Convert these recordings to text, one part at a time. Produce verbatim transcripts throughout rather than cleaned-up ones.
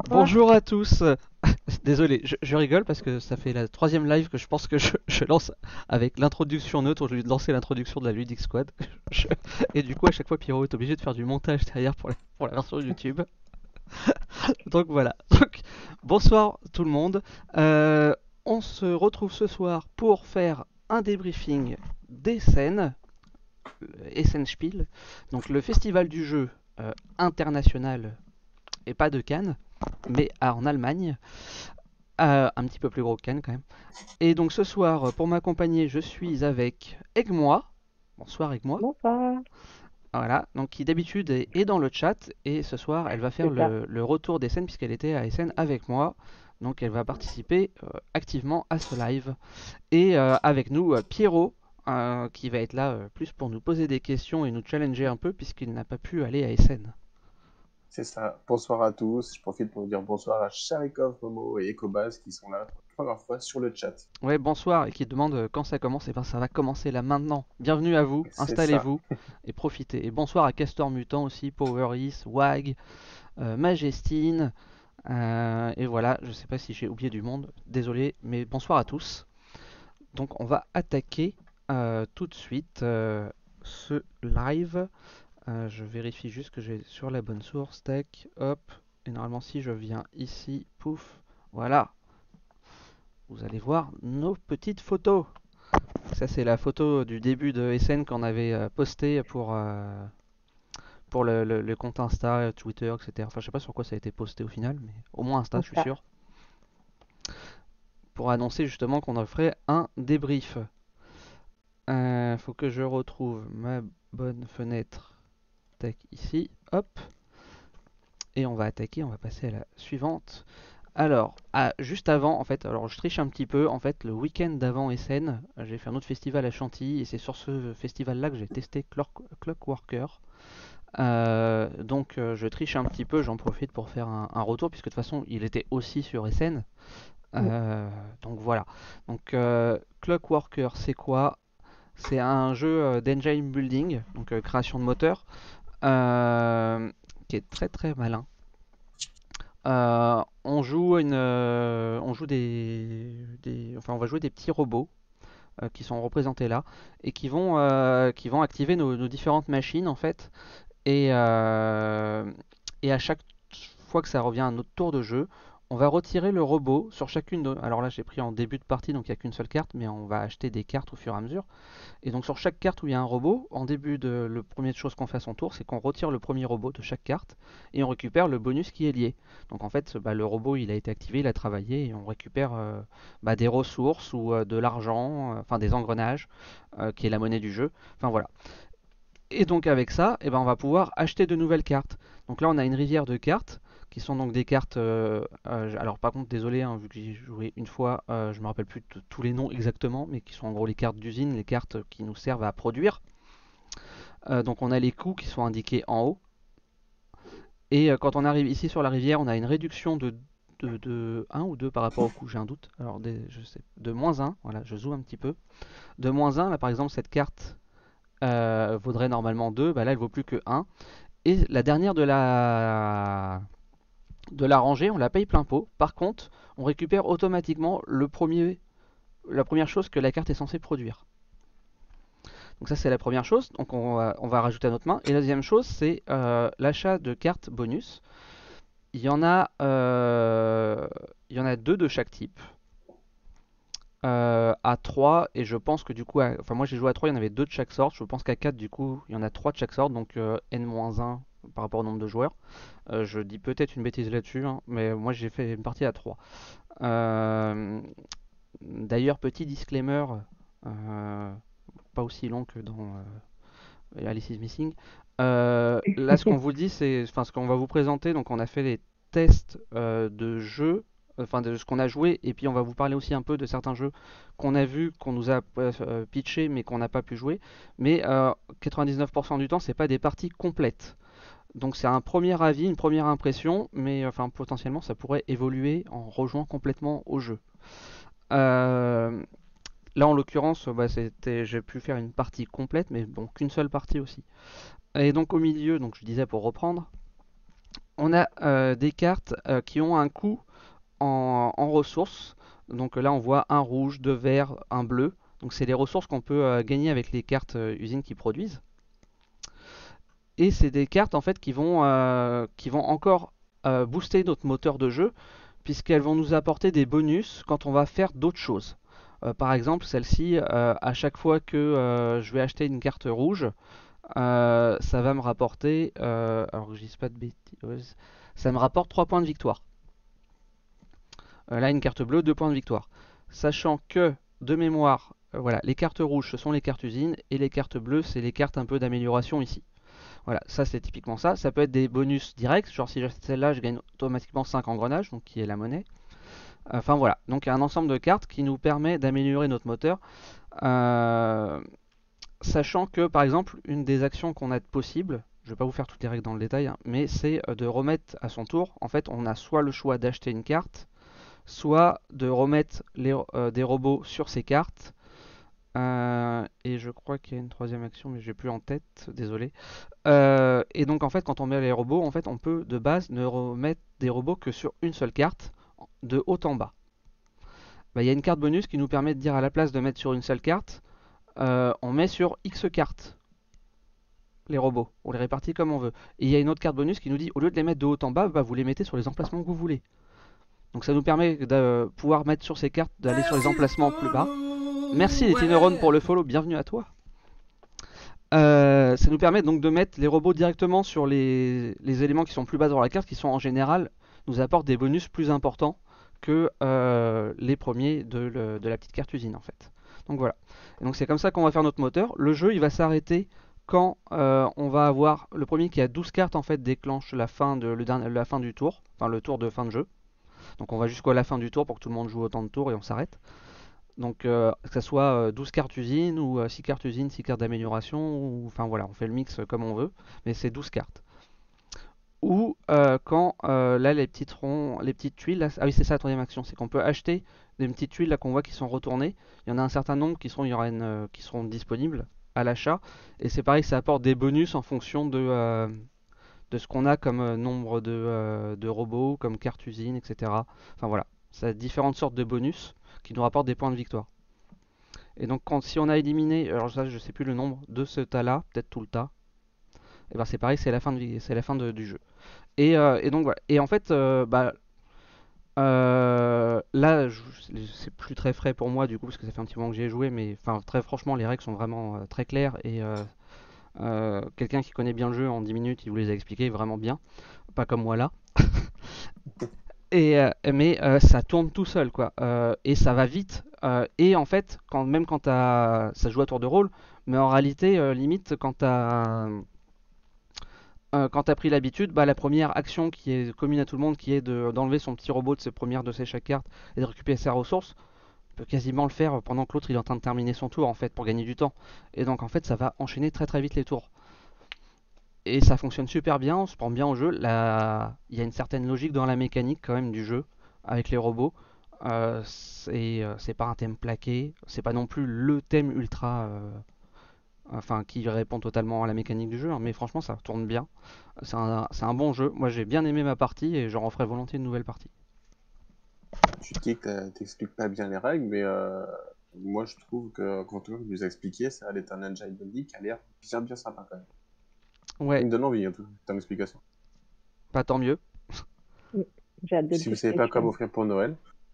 Bonsoir. Bonjour à tous. Désolé, je, je rigole parce que ça fait la troisième live que je pense que je, je lance avec l'introduction neutre au lieu de lancer l'introduction de la Ludic Squad. Je- et du coup, à chaque fois, Pierrot est obligé de faire du montage derrière pour la, pour la version YouTube. Donc voilà. Donc, bonsoir tout le monde. Euh, on se retrouve ce soir pour faire un débriefing d'Essen, Essenspiel, donc le festival du jeu euh, international et pas de Cannes, mais en Allemagne. Euh, un petit peu plus gros que Cannes quand même. Et donc ce soir, pour m'accompagner, je suis avec Egmois. Bonsoir Egmois. Bonsoir. Voilà, donc qui d'habitude est, est dans le chat. Et ce soir, elle va faire C'est ça. le, le retour d'Essen puisqu'elle était à Essen avec moi. Donc elle va participer euh, activement à ce live. Et euh, avec nous, euh, Pierrot, euh, qui va être là euh, plus pour nous poser des questions et nous challenger un peu puisqu'il n'a pas pu aller à Essen. C'est ça. Bonsoir à tous. Je profite pour dire bonsoir à Charikov, Momo et Ecobaz qui sont là pour la première fois sur le chat. Ouais, bonsoir, et qui demande euh, quand ça commence. Et ben ça va commencer là maintenant. Bienvenue à vous, C'est ça. installez-vous et profitez. Et bonsoir à Castor Mutant aussi, Poweris, Wag, euh, Majestine. Euh, et voilà, je sais pas si j'ai oublié du monde, désolé, mais bonsoir à tous. Donc on va attaquer euh, tout de suite euh, ce live. Euh, je vérifie juste que j'ai sur la bonne source. Tac, hop. Et normalement, si je viens ici, pouf, voilà, vous allez voir nos petites photos. Ça, c'est la photo du début de S N qu'on avait euh, posté pour, euh, pour le, le- le compte Insta, Twitter, et cetera. Enfin, je sais pas sur quoi ça a été posté au final, mais au moins Insta, je suis Insta. sûr. Pour annoncer justement qu'on en ferait un débrief. Euh, faut que je retrouve ma bonne fenêtre. Tac, ici. Hop. Et on va attaquer, on va passer à la suivante. Alors, ah, juste avant, en fait, alors je triche un petit peu. En fait, le week-end d'avant Essen, j'ai fait un autre festival à Chantilly et c'est sur ce festival-là que j'ai testé Clock- Clockworker. Euh, donc euh, je triche un petit peu, j'en profite pour faire un, un retour puisque de toute façon il était aussi sur S N. Mm. Euh, donc voilà. Donc euh, Clockworker c'est quoi? C'est un jeu euh, d'engine building, donc euh, création de moteur, euh, qui est très très malin. Euh, on joue une, euh, on joue des, des- enfin on va jouer des petits robots euh, qui sont représentés là et qui vont, euh, qui vont activer nos, nos différentes machines en fait. Et, euh, et à chaque fois que ça revient à un autre tour de jeu, on va retirer le robot sur chacune de... Alors là j'ai pris en début de partie donc il n'y a qu'une seule carte mais on va acheter des cartes au fur et à mesure. Et donc sur chaque carte où il y a un robot, en début de... Le première chose qu'on fait à son tour c'est qu'on retire le premier robot de chaque carte et on récupère le bonus qui est lié. Donc en fait bah, le robot il a été activé, il a travaillé et on récupère euh, bah, des ressources ou euh, de l'argent, euh, enfin des engrenages euh, qui est la monnaie du jeu. Enfin voilà. Et donc avec ça, eh ben, on va pouvoir acheter de nouvelles cartes. Donc là, on a une rivière de cartes qui sont donc des cartes. Euh, euh, alors par contre, désolé, hein, vu que j'ai joué une fois, euh, je me rappelle plus de tous les noms exactement, mais qui sont en gros les cartes d'usine, les cartes qui nous servent à produire. Euh, donc on a les coûts qui sont indiqués en haut. Et euh, quand on arrive ici sur la rivière, on a une réduction de, de, de un ou deux par rapport au coût, j'ai un doute. Alors des- je sais, de moins un, voilà, je zoome un petit peu. De moins un, là par exemple, cette carte euh, vaudrait normalement deux, bah là elle vaut plus que un. Et la dernière de la, de la rangée, on la paye plein pot. Par contre, on récupère automatiquement le premier, la première chose que la carte est censée produire. Donc ça c'est la première chose, donc on va, on va rajouter à notre main. Et la deuxième chose c'est euh, l'achat de cartes bonus. Il y en a, euh, il y en a deux de chaque type. Euh, à trois et je pense que du coup, à- enfin moi j'ai joué à trois, il y en avait deux de chaque sorte. Je pense qu'à quatre du coup, il y en a trois de chaque sorte, donc euh, n un par rapport au nombre de joueurs. Euh, je dis peut-être une bêtise là-dessus, hein, mais moi j'ai fait une partie à trois. Euh, D'ailleurs, petit disclaimer, euh, pas aussi long que dans euh, Alice is Missing. Euh, là, ce qu'on vous dit, c'est, enfin, ce qu'on va vous présenter. Donc, on a fait les tests euh, de jeux, enfin, de ce qu'on a joué, et puis on va vous parler aussi un peu de certains jeux qu'on a vus, qu'on nous a euh, pitché, mais qu'on n'a pas pu jouer. Mais euh, quatre-vingt-dix-neuf pour cent du temps, c'est pas des parties complètes. Donc c'est un premier avis, une première impression, mais enfin potentiellement ça pourrait évoluer en rejoint complètement au jeu. Euh, Là en l'occurrence, bah, c'était, j'ai pu faire une partie complète, mais bon qu'une seule partie aussi. Et donc au milieu, donc je disais pour reprendre, On a euh, des cartes euh, qui ont un coût en, en ressources. Donc là, on voit un rouge, deux verts, un bleu. Donc c'est les ressources qu'on peut euh, gagner avec les cartes euh, usines qui produisent. Et c'est des cartes en fait qui vont, euh, qui vont encore euh, booster notre moteur de jeu, puisqu'elles vont nous apporter des bonus quand on va faire d'autres choses. Euh, par exemple, celle-ci, euh, à chaque fois que euh, je vais acheter une carte rouge, euh, ça va me rapporter, euh, alors que je dise pas de bêtises, ça me rapporte trois points de victoire. Euh, là, une carte bleue, deux points de victoire. Sachant que, de mémoire, euh, voilà, les cartes rouges, ce sont les cartes usines, et les cartes bleues, c'est les cartes un peu d'amélioration ici. Voilà, ça c'est typiquement ça. Ça peut être des bonus directs, genre si j'achète celle-là, je gagne automatiquement cinq engrenages, donc qui est la monnaie. Enfin voilà, donc un ensemble de cartes qui nous permet d'améliorer notre moteur. Euh, Sachant que par exemple, une des actions qu'on a de possible, je ne vais pas vous faire toutes les règles dans le détail, hein, mais c'est de remettre à son tour, en fait on a soit le choix d'acheter une carte, soit de remettre les, euh, des robots sur ces cartes. Euh, et je crois qu'il y a une troisième action, mais j'ai plus en tête, désolé. Euh, et donc en fait, quand on met les robots, en fait, on peut de base ne remettre des robots que sur une seule carte, de haut en bas. Bah, il y a une carte bonus qui nous permet de dire à la place de mettre sur une seule carte, euh, on met sur X cartes les robots. On les répartit comme on veut. Et il y a une autre carte bonus qui nous dit, au lieu de les mettre de haut en bas, bah, vous les mettez sur les emplacements que vous voulez. Donc ça nous permet de pouvoir mettre sur ces cartes, d'aller sur les emplacements plus bas. Merci les Tineron pour le follow, bienvenue à toi. Euh, ça nous permet donc de mettre les robots directement sur les, les éléments qui sont plus bas dans la carte, qui sont en général nous apportent des bonus plus importants que euh, les premiers de, le, de la petite carte usine en fait. Donc voilà. Et donc c'est comme ça qu'on va faire notre moteur. Le jeu il va s'arrêter quand euh, on va avoir le premier qui a douze cartes en fait déclenche la fin, de, le dernier, la fin du tour, enfin le tour de fin de jeu. Donc on va jusqu'à la fin du tour pour que tout le monde joue autant de tours et on s'arrête. Donc euh, que ce soit euh, douze cartes usines ou euh, six cartes usines, six cartes d'amélioration, ou enfin voilà, on fait le mix comme on veut, mais c'est douze cartes. Ou euh, quand euh, là les petites ronds, les petites tuiles, là, ah oui c'est ça la troisième action, c'est qu'on peut acheter des petites tuiles là qu'on voit qui sont retournées. Il y en a un certain nombre qui seront, il y aura une, euh, qui seront disponibles à l'achat. Et c'est pareil, ça apporte des bonus en fonction de, euh, de ce qu'on a comme euh, nombre de, euh, de robots, comme cartes usines, et cetera. Enfin voilà, ça a différentes sortes de bonus qui nous rapportent des points de victoire. Et donc quand, si on a éliminé, alors ça je sais plus le nombre de ce tas-là, peut-être tout le tas, et ben c'est pareil, c'est la fin, de, c'est la fin de, du jeu. Et, euh, et donc voilà. Et en fait, euh, bah, euh, là, je- c'est plus très frais pour moi du coup parce que ça fait un petit moment que j'y ai joué, mais enfin très franchement, les règles sont vraiment euh, très claires et euh, euh, quelqu'un qui connaît bien le jeu en dix minutes, il vous les a expliqués vraiment bien, pas comme moi là. Et, euh, mais euh, ça tourne tout seul quoi. Euh, et ça va vite. Euh, et en fait, quand, même quand t'as, ça joue à tour de rôle, mais en réalité, euh, limite quand t'as euh, quand tu as pris l'habitude, bah, la première action qui est commune à tout le monde, qui est de- d'enlever son petit robot de ses premières de ses chaque carte et de récupérer ses ressources, on peut quasiment le faire pendant que l'autre il est en train de terminer son tour en fait pour gagner du temps. Et donc en fait ça va enchaîner très très vite les tours. Et ça fonctionne super bien, on se prend bien au jeu. La- Il y a une certaine logique dans la mécanique quand même du jeu avec les robots. Euh, c'est euh, c'est pas un thème plaqué, c'est pas non plus le thème ultra euh, enfin qui répond totalement à la mécanique du jeu, hein, mais franchement ça tourne bien. C'est un, c'est un bon jeu. Moi j'ai bien aimé ma partie et j'en referai volontiers une nouvelle partie. Tu dis que t'expliques pas bien les règles, mais euh, moi je trouve que quand tu nous as expliqué, ça allait être un engine building qui a l'air bien bien sympa quand même. Il Ouais, me donne envie en tout cas, ton explication. pas tant mieux. Mm. J'ai hâte de le Si vous savez tester, pas je quoi t'avoue. m'offrir pour Noël,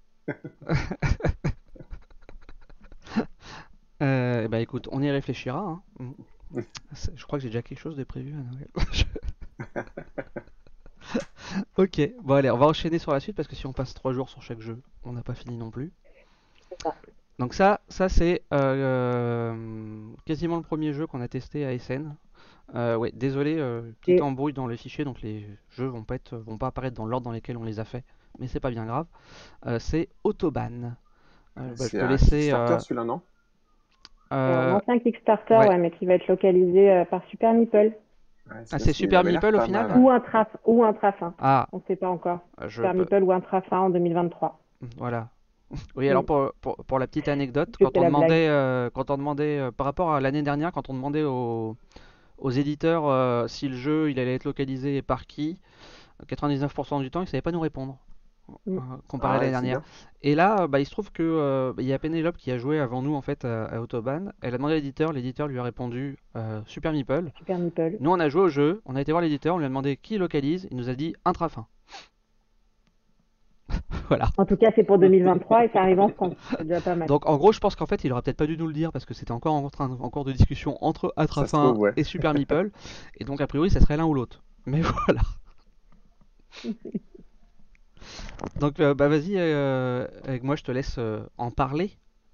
Euh, bah écoute, on y réfléchira, hein. Mm. C'est- Je crois que j'ai déjà quelque chose de prévu à Noël. Ok, bon allez, on va enchaîner sur la suite parce que si on passe trois jours sur chaque jeu, on n'a pas fini non plus. C'est ça. Donc ça, ça c'est euh, quasiment le premier jeu qu'on a testé à S N. Euh, ouais, désolé, euh, petite Et embrouille dans le fichier, donc les jeux vont pas être, vont pas apparaître dans l'ordre dans lequel on les a fait, mais c'est pas bien grave. Euh, c'est Autobahn. Euh, bah, je c'est peux un laisser. Kickstarter Euh, celui-là, non? c'est un euh, ancien Kickstarter, ouais. ouais, mais qui va être localisé euh, par Super Meeple Ouais, Ah, celui-là, c'est c'est- il Super avait l'air Meeple au pas mal, final? ouais. ou un traf ou un trafin. Ah, On ne sait pas encore. je Super peux. Meeple ou un trafin en deux mille vingt-trois. Voilà. Oui, alors Mm. pour, pour, pour la petite anecdote, J'ai quand fait on la blague. demandait, euh, quand on demandait euh, par rapport à l'année dernière, quand on demandait aux, aux éditeurs euh, si le jeu il allait être localisé par qui, quatre-vingt-dix-neuf pour cent du temps, il savait pas nous répondre, Mm. euh, comparé à Ah l'année ouais, c'est dernière. bien. Et là, euh, bah, il se trouve que euh, il y a Pénélope qui a joué avant nous en fait à, à Autobahn. Elle a demandé à l'éditeur, l'éditeur lui a répondu euh, Super Meeple. Super Meeple. Nous, on a joué au jeu, on a été voir l'éditeur, on lui a demandé qui localise, il nous a dit Intrafin. Voilà. En tout cas, c'est pour deux mille vingt-trois et ça arrive en France. C'est déjà pas mal. Donc en gros, je pense qu'en fait, il aurait peut-être pas dû nous le dire parce que c'était encore en, train, en cours de discussion entre Ça se Intrafin trouve, ouais. et Super Meeple. Et donc a priori, ça serait l'un ou l'autre. Mais voilà. Donc euh, bah vas-y, euh, avec moi, je te laisse euh, en parler.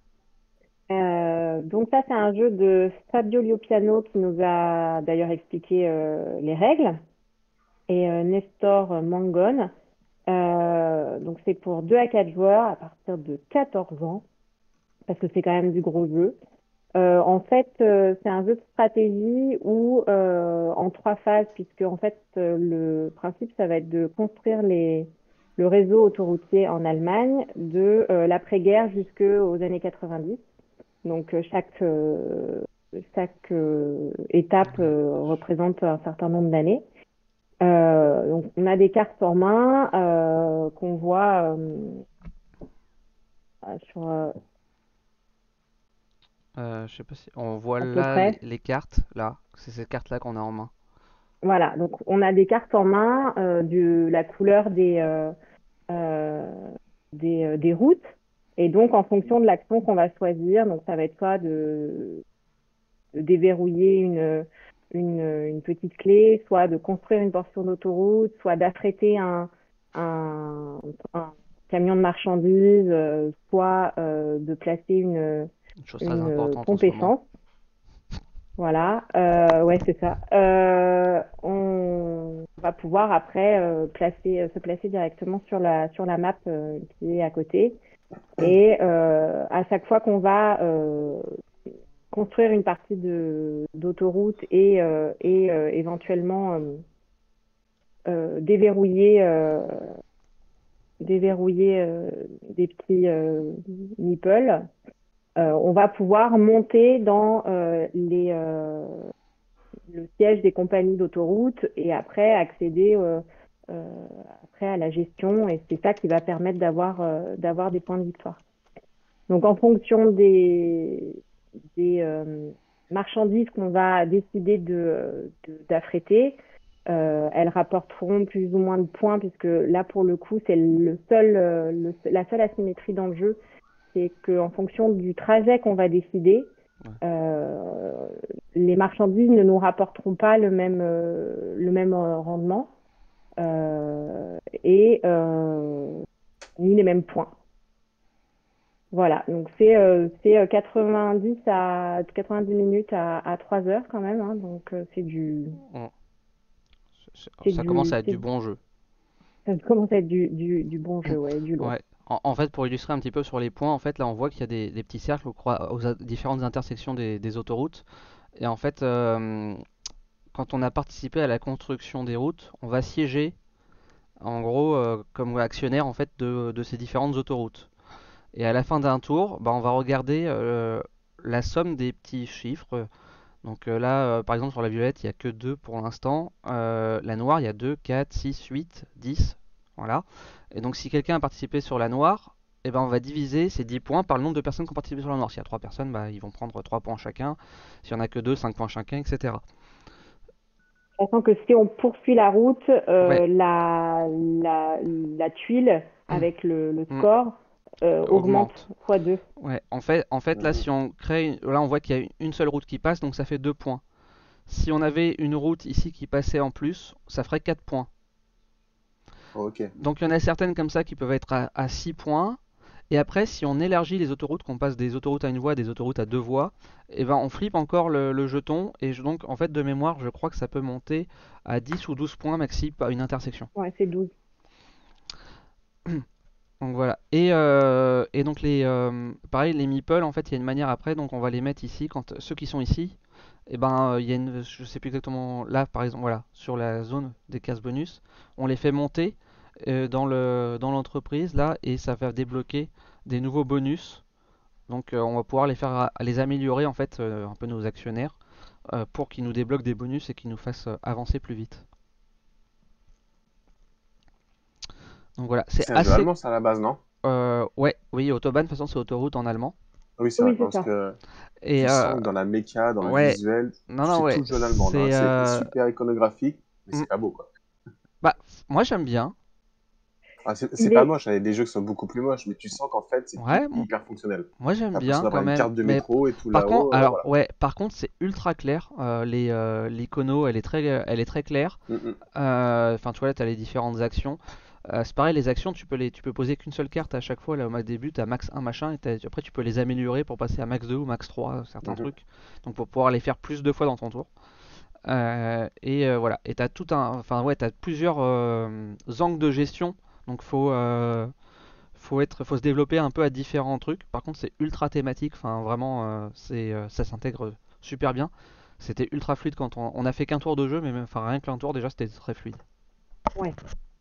Euh, donc ça, c'est un jeu de Fabio Liopiano qui nous a d'ailleurs expliqué euh, les règles et euh, Nestor Mangone. Euh, donc c'est pour deux à quatre joueurs à partir de quatorze ans parce que c'est quand même du gros jeu. Euh, en fait, euh, c'est un jeu de stratégie où euh, en trois phases, puisque en fait euh, le principe ça va être de construire les, le réseau autoroutier en Allemagne de euh, l'après-guerre jusqu'aux années quatre-vingt-dix. Donc euh, chaque euh, chaque euh, étape euh, représente un certain nombre d'années. Euh, donc on a des cartes en main euh, qu'on voit euh, sur euh, Euh, je sais pas si on voit à peu là les, près. les cartes, là. C'est ces cartes-là qu'on a en main. Voilà, donc on a des cartes en main euh, de la couleur des euh, euh, des, euh, des routes et donc en fonction de l'action qu'on va choisir, donc ça va être soit de, de déverrouiller une, une une petite clé, soit de construire une portion d'autoroute, soit d'affréter un, un un camion de marchandises, euh, soit euh, de placer une Une chose très une importante en pompe ce moment. essence. Voilà, euh, ouais, c'est ça. Euh, on va pouvoir après euh, placer, euh, se placer directement sur la sur la map euh, qui est à côté. Et euh, à chaque fois qu'on va euh, construire une partie de d'autoroute et et, et euh, éventuellement euh, euh, déverrouiller euh, déverrouiller euh, des petits euh, meeples, euh, on va pouvoir monter dans euh, les euh, le siège des compagnies d'autoroute et après accéder euh, euh, après à la gestion et c'est ça qui va permettre d'avoir euh, d'avoir des points de victoire. Donc en fonction des des euh, marchandises qu'on va décider de de- d'affréter, euh, elles rapporteront plus ou moins de points puisque là pour le coup c'est le seul euh, le- la seule asymétrie dans le jeu, c'est qu'en fonction du trajet qu'on va décider, Ouais. euh, les marchandises ne nous rapporteront pas le même, euh, le même euh, rendement euh, et euh, ni les mêmes points. Voilà, donc c'est euh, c'est euh, quatre-vingt-dix à quatre-vingt-dix minutes à, à trois heures quand même, hein, donc euh, c'est du On- c'est- c'est Ça commence du à être du c'est bon jeu. ça commence à être du, du, du bon jeu, ouais, du lourd. Ouais. En, en fait, pour illustrer un petit peu sur les points, en fait, là, on voit qu'il y a des, des petits cercles aux, croi- aux a- différentes intersections des, des autoroutes. Et en fait, euh, quand on a participé à la construction des routes, on va siéger, en gros, euh, comme actionnaire en fait de, de ces différentes autoroutes. Et à la fin d'un tour, bah, on va regarder euh, la somme des petits chiffres. Donc euh, là, euh, par exemple, sur la violette, il n'y a que deux pour l'instant. Euh, la noire, il y a deux, quatre, six, huit, dix. Voilà. Et donc si quelqu'un a participé sur la noire, eh ben, on va diviser ces dix points par le nombre de personnes qui ont participé sur la noire. S'il y a trois personnes, bah, ils vont prendre trois points chacun. S'il n'y en a que deux, cinq points chacun, et cetera. Sachant que si on poursuit la route, Ouais, euh, la, la, la tuile avec le, le mm, score euh, augmente augmente. fois deux. Ouais, en fait, en fait, là, Mhm. si on crée, là, on voit qu'il y a une seule route qui passe, donc ça fait deux points. Si on avait une route ici qui passait en plus, ça ferait quatre points. Ok. Donc il y en a certaines comme ça qui peuvent être à, à six points. Et après, si on élargit les autoroutes, qu'on passe des autoroutes à une voie, des autoroutes à deux voies, et ben on flippe encore le, le jeton. Et je- donc, en fait, de mémoire, je crois que ça peut monter à dix ou douze points maxi par une intersection. Ouais, c'est douze. Donc voilà. Et, euh, et donc les, euh, pareil, les meeples, en fait, il y a une manière après. Donc on va les mettre ici. Quand ceux qui sont ici, et ben euh, il y a une, je sais plus exactement là, par exemple, voilà, sur la zone des cases bonus, on les fait monter euh, dans le, dans l'entreprise là, et ça va débloquer des nouveaux bonus. Donc euh, on va pouvoir les faire, à- les améliorer en fait, euh, un peu nos actionnaires, euh, pour qu'ils nous débloquent des bonus et qu'ils nous fassent euh, avancer plus vite. Donc voilà, c'est C'est un jeu assez. allemand, ça, à la base, non? euh, ouais, oui, Autobahn, de toute façon, c'est autoroute en allemand. Ah oui, c'est vrai, Oui, c'est parce ça. que Et tu euh, sens que dans la méca, dans le ouais, visuel, non, tu non, sais tout ouais, le jeu en allemand, hein. c'est. C'est euh, super iconographique, mais hmm, c'est pas beau, quoi. Bah, moi j'aime bien. Ah, c'est c'est Il pas est, moche, il y a des jeux qui sont beaucoup plus moches, mais tu sens qu'en fait, c'est tout Ouais, m- hyper fonctionnel. moi j'aime T'as l'impression bien d'avoir quand une même. carte de Mais métro et tout par contre, là-haut, euh, alors voilà. ouais, par contre c'est ultra clair. Euh, les euh, l'icono, elle est très, elle est très claire. Mm, mm. Euh, Enfin, tu vois là, t'as les différentes actions. Euh, c'est pareil, les actions, tu peux les, tu peux poser qu'une seule carte à chaque fois. Là, au début, t'as max un machin, et t'as- après tu peux les améliorer pour passer à max deux ou max trois, euh, certains Mhm. trucs. Donc pour pouvoir les faire plus de fois dans ton tour. Euh, et euh, voilà. Et t'as tout un, enfin ouais, t'as plusieurs euh, angles de gestion. Donc faut, euh, faut être, faut se développer un peu à différents trucs. Par contre, c'est ultra thématique. Enfin, vraiment, euh, c'est, euh, ça s'intègre super bien. C'était ultra fluide quand on, on a fait qu'un tour de jeu, mais même, enfin rien que l'un tour déjà, c'était très fluide. ouais.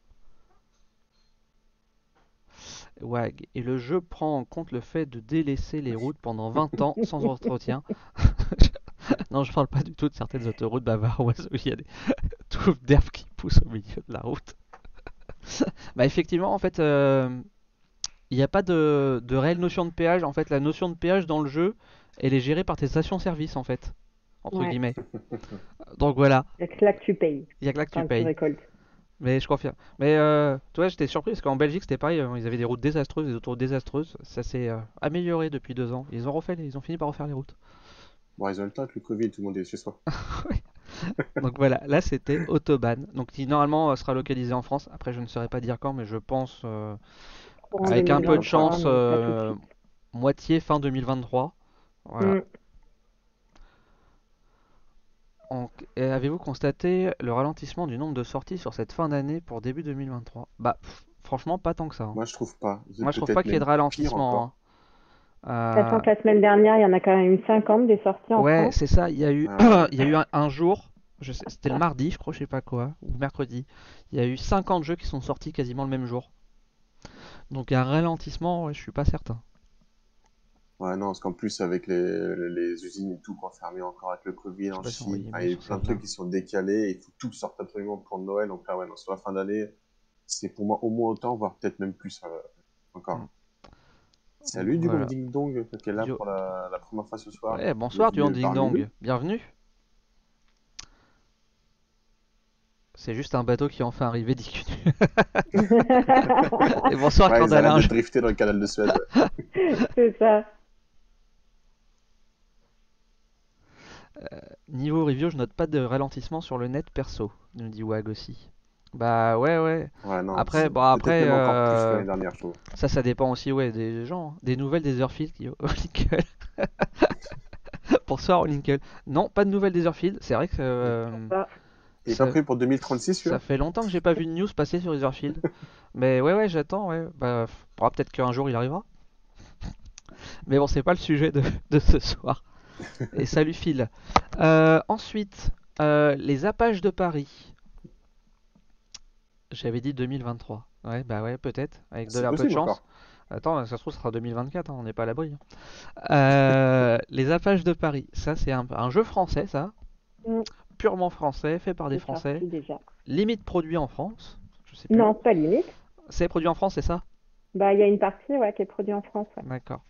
Ouais, et le jeu prend en compte le fait de délaisser les routes pendant vingt ans sans entretien. Non, je parle pas du tout de certaines autoroutes bavaroises où il y a des touffes d'herbe qui poussent au milieu de la route. Bah effectivement, en fait, euh, il n'y a pas de, de réelle notion de péage. En fait, la notion de péage dans le jeu, elle est gérée par tes stations-service, en fait, entre Ouais. guillemets. Donc voilà, Il y a que là que tu payes, il y a que là que tu enfin que tu payes. récoltes. Mais je confirme. Mais euh, tu vois, j'étais surpris parce qu'en Belgique, c'était pareil. euh, Ils avaient des routes désastreuses, des autoroutes désastreuses. Ça s'est euh, amélioré depuis deux ans. Ils ont refait, les- ils ont fini par refaire les routes. Bon, ils ont eu le temps avec le Covid, tout le monde est chez soi. Ouais. Donc voilà, là c'était Autobahn. Donc qui normalement euh, sera localisé en France. Après, je ne saurais pas dire quand, mais je pense, euh, Courant avec un peu de deux mille vingt-trois. chance, deux mille vingt-trois, mais pas tout de euh, suite. moitié fin deux mille vingt-trois. Voilà. Mm. En- et avez-vous constaté le ralentissement du nombre de sorties sur cette fin d'année pour début deux mille vingt-trois? Bah, pff, franchement, pas tant que ça, hein. Moi, je trouve pas. C'est Moi, je trouve pas peut-être qu'il y ait de même pire ralentissement, encore. hein. Sachant Euh, que la semaine dernière, il y en a quand même eu cinquante des sorties en Ouais, France. c'est ça. Il y a eu, Ah ouais. il y a eu un, un jour, je sais- c'était le mardi, je crois, je sais pas quoi, ou mercredi. Il y a eu cinquante jeux qui sont sortis quasiment le même jour. Donc un ralentissement, ouais, je suis pas certain. Ouais, non, parce qu'en plus, avec les, les usines et tout qui ont fermé encore avec le Je Covid sais en pas si on Chine, voyait enfin, mieux il y a eu sur plein de celle-là. trucs qui sont décalés, il faut tout sortir absolument pour Noël. Donc là, ouais, non, sur la fin d'année, c'est pour moi au moins autant, voire peut-être même plus euh, Hmm. encore. Donc Salut du bon voilà. Ding Dong, qui est là Yo. pour la, la première fois ce soir. Ouais, bonsoir du Bienvenue Ding parmi nous. Dong. Bienvenue. C'est juste un bateau qui est enfin arrivé dit. Et bonsoir Ouais, ils arrêtent de Cordalinge. drifter dans le canal de Suède. Ouais. C'est ça. Niveau review, je note pas de ralentissement sur le net perso, nous dit Wag aussi. Bah ouais, ouais. Ouais, non, Après, c'est bon peut-être après, même encore plus que euh, l'année dernière, je trouve. ça, ça dépend aussi, ouais, des gens, hein. Des nouvelles des Etherfield qui Olinkle. Bonsoir Olinkle. Non, pas de nouvelles des Etherfield. C'est vrai que euh, Ça. Il est pas ça, prévu pour deux mille trente-six, ça celui-là? fait longtemps que j'ai pas vu de news passer sur Etherfield. Mais ouais, ouais, j'attends, ouais. Bah, faudra peut-être qu'un jour il arrivera. Mais bon, c'est pas le sujet de, de ce soir. Et salut Phil. Euh, ensuite, euh, les Apaches de Paris. J'avais dit deux mille vingt-trois. Ouais, bah ouais, peut-être. Avec de C'est un peu de possible chance. encore. Attends, ça se trouve, ça sera deux mille vingt-quatre, hein, on n'est pas à l'abri, hein. Euh, les Apaches de Paris. Ça, c'est un, un jeu français, ça. Mm. Purement français, fait par des C'est Français. sorti déjà. Limite produit en France. Je sais plus. Non, c'est pas limite. C'est produit en France, c'est ça? Bah, il y a une partie, ouais, qui est produite en France, ouais. D'accord.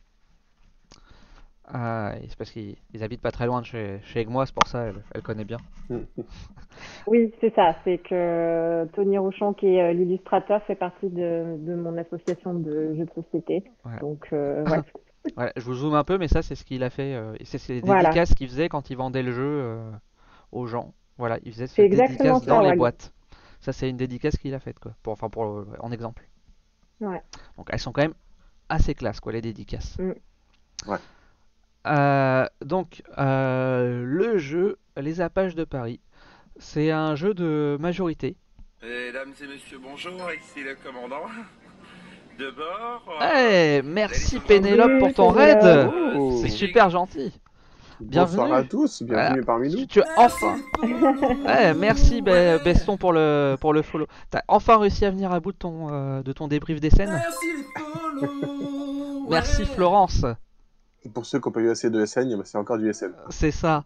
Ah, et c'est parce qu'ils ils habitent pas très loin de chez, chez moi, c'est pour ça, elle, elle connaît bien. Oui, c'est ça. C'est que Tony Rochon, qui est euh, l'illustrateur, fait partie de, de mon association de jeux de société. Voilà. Donc, euh, ouais. Voilà, je vous zoome un peu, mais ça, c'est ce qu'il a fait. euh, et c'est c'est les Voilà. dédicaces qu'il faisait quand il vendait le jeu euh, aux gens. Voilà, il faisait C'est cette exactement dédicace dans ça, les Wag. boîtes. Ça, c'est une dédicace qu'il a faite, quoi. Pour, enfin, pour, euh, en exemple. Ouais. Donc, elles sont quand même assez classe, quoi, les dédicaces. Mm. Ouais. Euh, donc, euh, le jeu Les Apaches de Paris, c'est un jeu de majorité. Mesdames et messieurs, bonjour, ici le commandant. De bord. Eh, euh, merci ladies and Pénélope pour ton Salut, raid. Pénélope. Oh. C'est super gentil. Bonsoir Bienvenue. à tous, Voilà. bienvenue parmi Tu, nous. tu as enfin. Ouais, merci Be- Beston pour le pour le follow. T'as enfin réussi à venir à bout de ton euh, de ton débrief des scènes. Merci les polos. Merci Ouais. Florence. Et pour ceux qui n'ont pas eu assez de S N, eh ben, c'est encore du S N. C'est ça.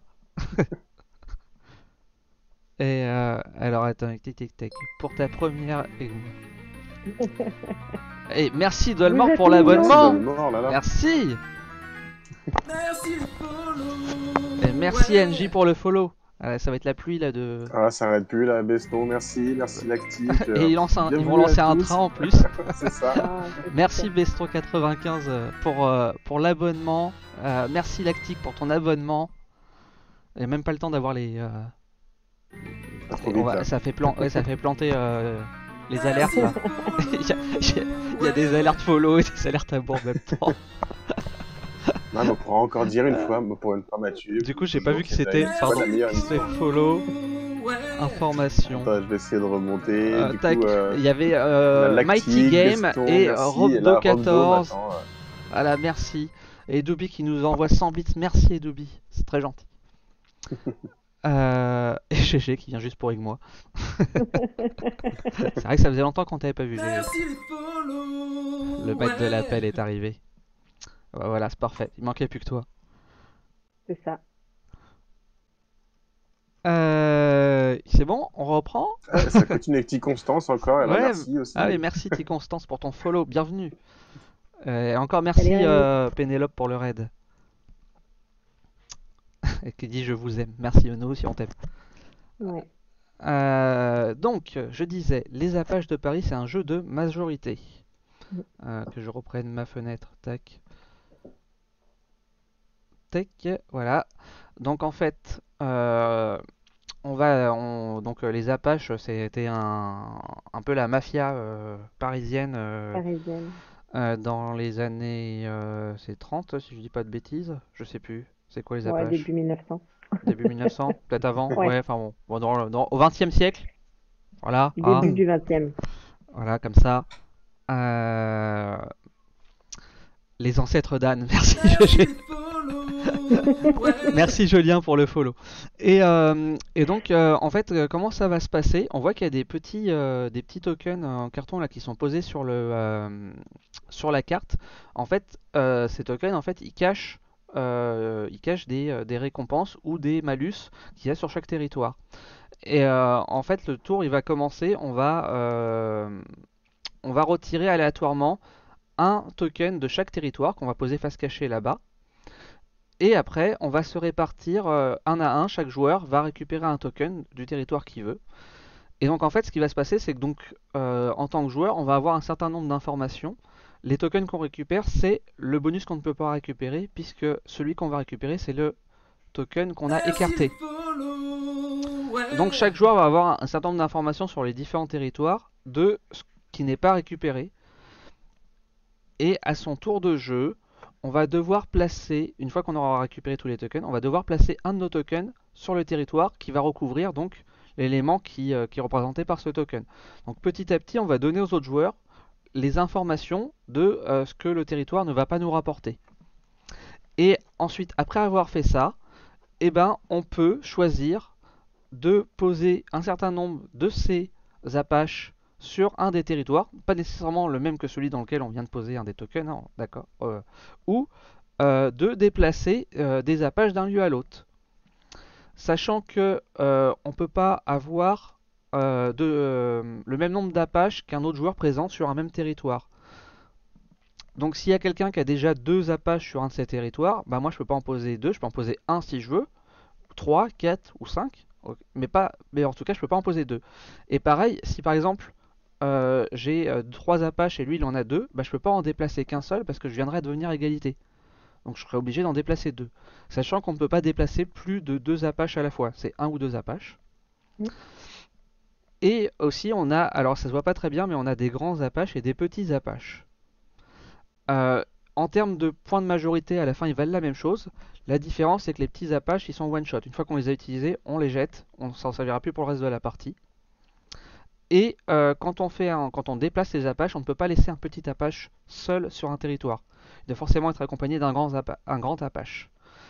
Et euh, alors attends, tic tic tac. Pour ta première. Et merci Vous Dolmor êtes pour mignons. Merci l'abonnement. Dolmor, là là. Merci. Merci les follow. Et merci Ouais. N J pour le follow. Ah, ça va être la pluie là de. Ah, ça arrête plus là, Beston, merci, merci Lactique. Et ils, lancent un- ils vont bienvenue lancer à un tous. train en plus. C'est ça. Ah, c'est Merci super. Beston quatre-vingt-quinze euh, pour, euh, pour l'abonnement. Euh, merci Lactique pour ton abonnement. Il n'y a même pas le temps d'avoir les. euh, Pas trop on vite va- là. ça, fait plan- ouais, ça fait planter euh, les alertes là. Il y, a- il y a- il y a des alertes follow et des alertes à bourre en même temps. Non, mais on pourra encore dire une fois, pour une fois Mathieu. Du coup, j'ai pas toujours vu que c'est c'était. la- Pardon, la meilleure c'est émission. follow. Ouais. Information. Attends, je vais essayer de remonter. Euh, du tac, coup, euh, il y avait on a euh, Lactique, Mighty Game Beston, et merci, Robdo et là, Robdo, quatorze. maintenant, euh, Voilà, merci. Et Doobie qui nous envoie cent bits. Merci Edoobie, c'est très gentil. Euh, et G G qui vient juste pour moi. C'est vrai que ça faisait longtemps qu'on t'avait pas vu, G G. Merci les follow. Le maître de Ouais. l'appel est arrivé. Bah voilà, c'est parfait. Il manquait plus que toi. C'est ça. Euh, c'est bon, on reprend. ah, ça continue avec T Constance encore, et là, Ouais, merci aussi. Ah oui, merci T Constance pour ton follow, bienvenue. Euh, et encore Salut, merci Rémi. euh, Pénélope pour le raid. Et qui dit je vous aime. Merci nous aussi on t'aime. Ouais. Euh, donc, je disais, Les Apaches de Paris, c'est un jeu de majorité. Mm. Euh, que je reprenne ma fenêtre. Tac. Tac. Voilà. Donc, en fait, euh, on va. On, donc, euh, les Apaches, c'était un, un peu la mafia euh, parisienne euh, Parisienne. euh, dans les années euh, c'est trente, si je dis pas de bêtises. Je sais plus. C'est quoi les Ouais, Apaches? début mille neuf cents. Début mille neuf cents, peut-être avant. Ouais. Ouais, enfin bon. Bon, dans, le- dans- au vingtième siècle. Voilà. hein. Début du vingtième. Voilà, comme ça. Euh, Les ancêtres d'Anne. Merci, Merci G G. les follow. Ouais. Merci Julien pour le follow. Et, euh, et donc, euh, en fait, euh, comment ça va se passer? On voit qu'il y a des petits, euh, des petits tokens en carton là qui sont posés sur le, euh, sur la carte. En fait, euh, ces tokens, en fait, ils cachent, euh, ils cachent des, euh, des récompenses ou des malus qu'il y a sur chaque territoire. Et euh, en fait, le tour, il va commencer. On va, euh, on va retirer aléatoirement un token de chaque territoire qu'on va poser face cachée là-bas. Et après, on va se répartir euh, un à un. Chaque joueur va récupérer un token du territoire qu'il veut. Et donc en fait, ce qui va se passer, c'est que donc euh, en tant que joueur, on va avoir un certain nombre d'informations. Les tokens qu'on récupère, c'est le bonus qu'on ne peut pas récupérer, puisque celui qu'on va récupérer, c'est le token qu'on a écarté. Donc chaque joueur va avoir un certain nombre d'informations sur les différents territoires de ce qui n'est pas récupéré. Et à son tour de jeu, on va devoir placer, une fois qu'on aura récupéré tous les tokens, on va devoir placer un de nos tokens sur le territoire qui va recouvrir donc l'élément qui, euh, qui est représenté par ce token. Donc petit à petit, on va donner aux autres joueurs les informations de euh, ce que le territoire ne va pas nous rapporter. Et ensuite, après avoir fait ça, eh ben, on peut choisir de poser un certain nombre de ces Apaches sur un des territoires, pas nécessairement le même que celui dans lequel on vient de poser un des tokens, hein, d'accord, euh, ou euh, de déplacer euh, des Apaches d'un lieu à l'autre. Sachant que euh, on peut pas avoir euh, de, euh, le même nombre d'Apaches qu'un autre joueur présent sur un même territoire. Donc s'il y a quelqu'un qui a déjà deux Apaches sur un de ces territoires, bah moi je peux pas en poser deux, je peux en poser un si je veux, trois, quatre ou cinq, mais, pas, mais en tout cas je peux pas en poser deux. Et pareil, si par exemple euh, j'ai euh, trois Apaches et lui il en a deux, bah je peux pas en déplacer qu'un seul parce que je viendrais à devenir égalité. Donc je serais obligé d'en déplacer deux. Sachant qu'on ne peut pas déplacer plus de deux Apaches à la fois, c'est un ou deux Apaches. Mmh. Et aussi on a, alors ça se voit pas très bien, mais on a des grands Apaches et des petits Apaches. Euh, en termes de points de majorité, à la fin ils valent la même chose. La différence c'est que les petits Apaches ils sont one shot. Une fois qu'on les a utilisés, on les jette, on s'en servira plus pour le reste de la partie. Et euh, quand, on fait un, quand on déplace les Apaches, on ne peut pas laisser un petit Apache seul sur un territoire. Il doit forcément être accompagné d'un grand, un grand Apache.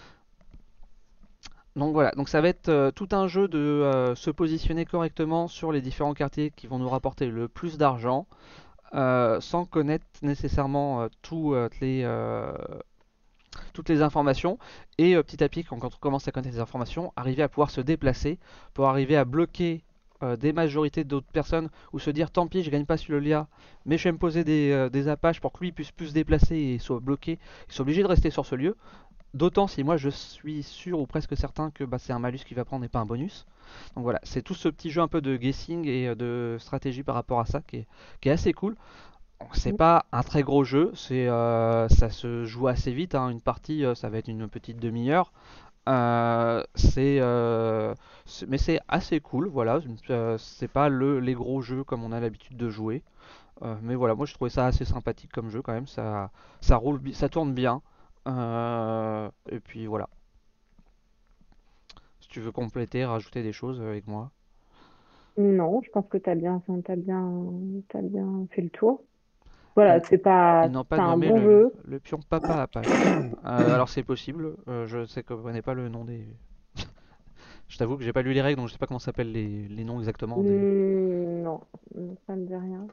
Donc voilà, donc ça va être euh, tout un jeu de euh, se positionner correctement sur les différents quartiers qui vont nous rapporter le plus d'argent, euh, sans connaître nécessairement euh, tout, euh, les, euh, toutes les informations. Et euh, petit à petit, quand, quand on commence à connaître les informations, arriver à pouvoir se déplacer pour arriver à bloquer euh, des majorités d'autres personnes ou se dire tant pis, je gagne pas sur le Lia, mais je vais me poser des, euh, des apaches pour que lui puisse plus se déplacer et soit bloqué, il soit obligé de rester sur ce lieu. D'autant si moi je suis sûr ou presque certain que bah, c'est un malus qu'il va prendre et pas un bonus. Donc voilà, c'est tout ce petit jeu un peu de guessing et euh, de stratégie par rapport à ça qui est, qui est assez cool. C'est pas un très gros jeu, c'est euh, ça se joue assez vite, hein. Une partie euh, ça va être une petite demi-heure. Euh, c'est euh, c'est- mais c'est assez cool, voilà. Euh, c'est pas le, les gros jeux comme on a l'habitude de jouer. Euh, mais voilà, moi je trouvais ça assez sympathique comme jeu quand même. Ça, ça roule, bi- ça tourne bien. Euh, et puis voilà. Si tu veux compléter, rajouter des choses avec moi. Non, je pense que tu as bien, t'as bien, t'as bien fait le tour. Voilà, Ils, c'est pas, ils n'ont pas c'est un nommé bon le, jeu. le pion Papa Apache. Euh, alors c'est possible. Euh, je sais que je connais pas le nom des. Je t'avoue que j'ai pas lu les règles, donc je sais pas comment s'appellent les, les noms exactement des. Hmm, non, ça me dit rien.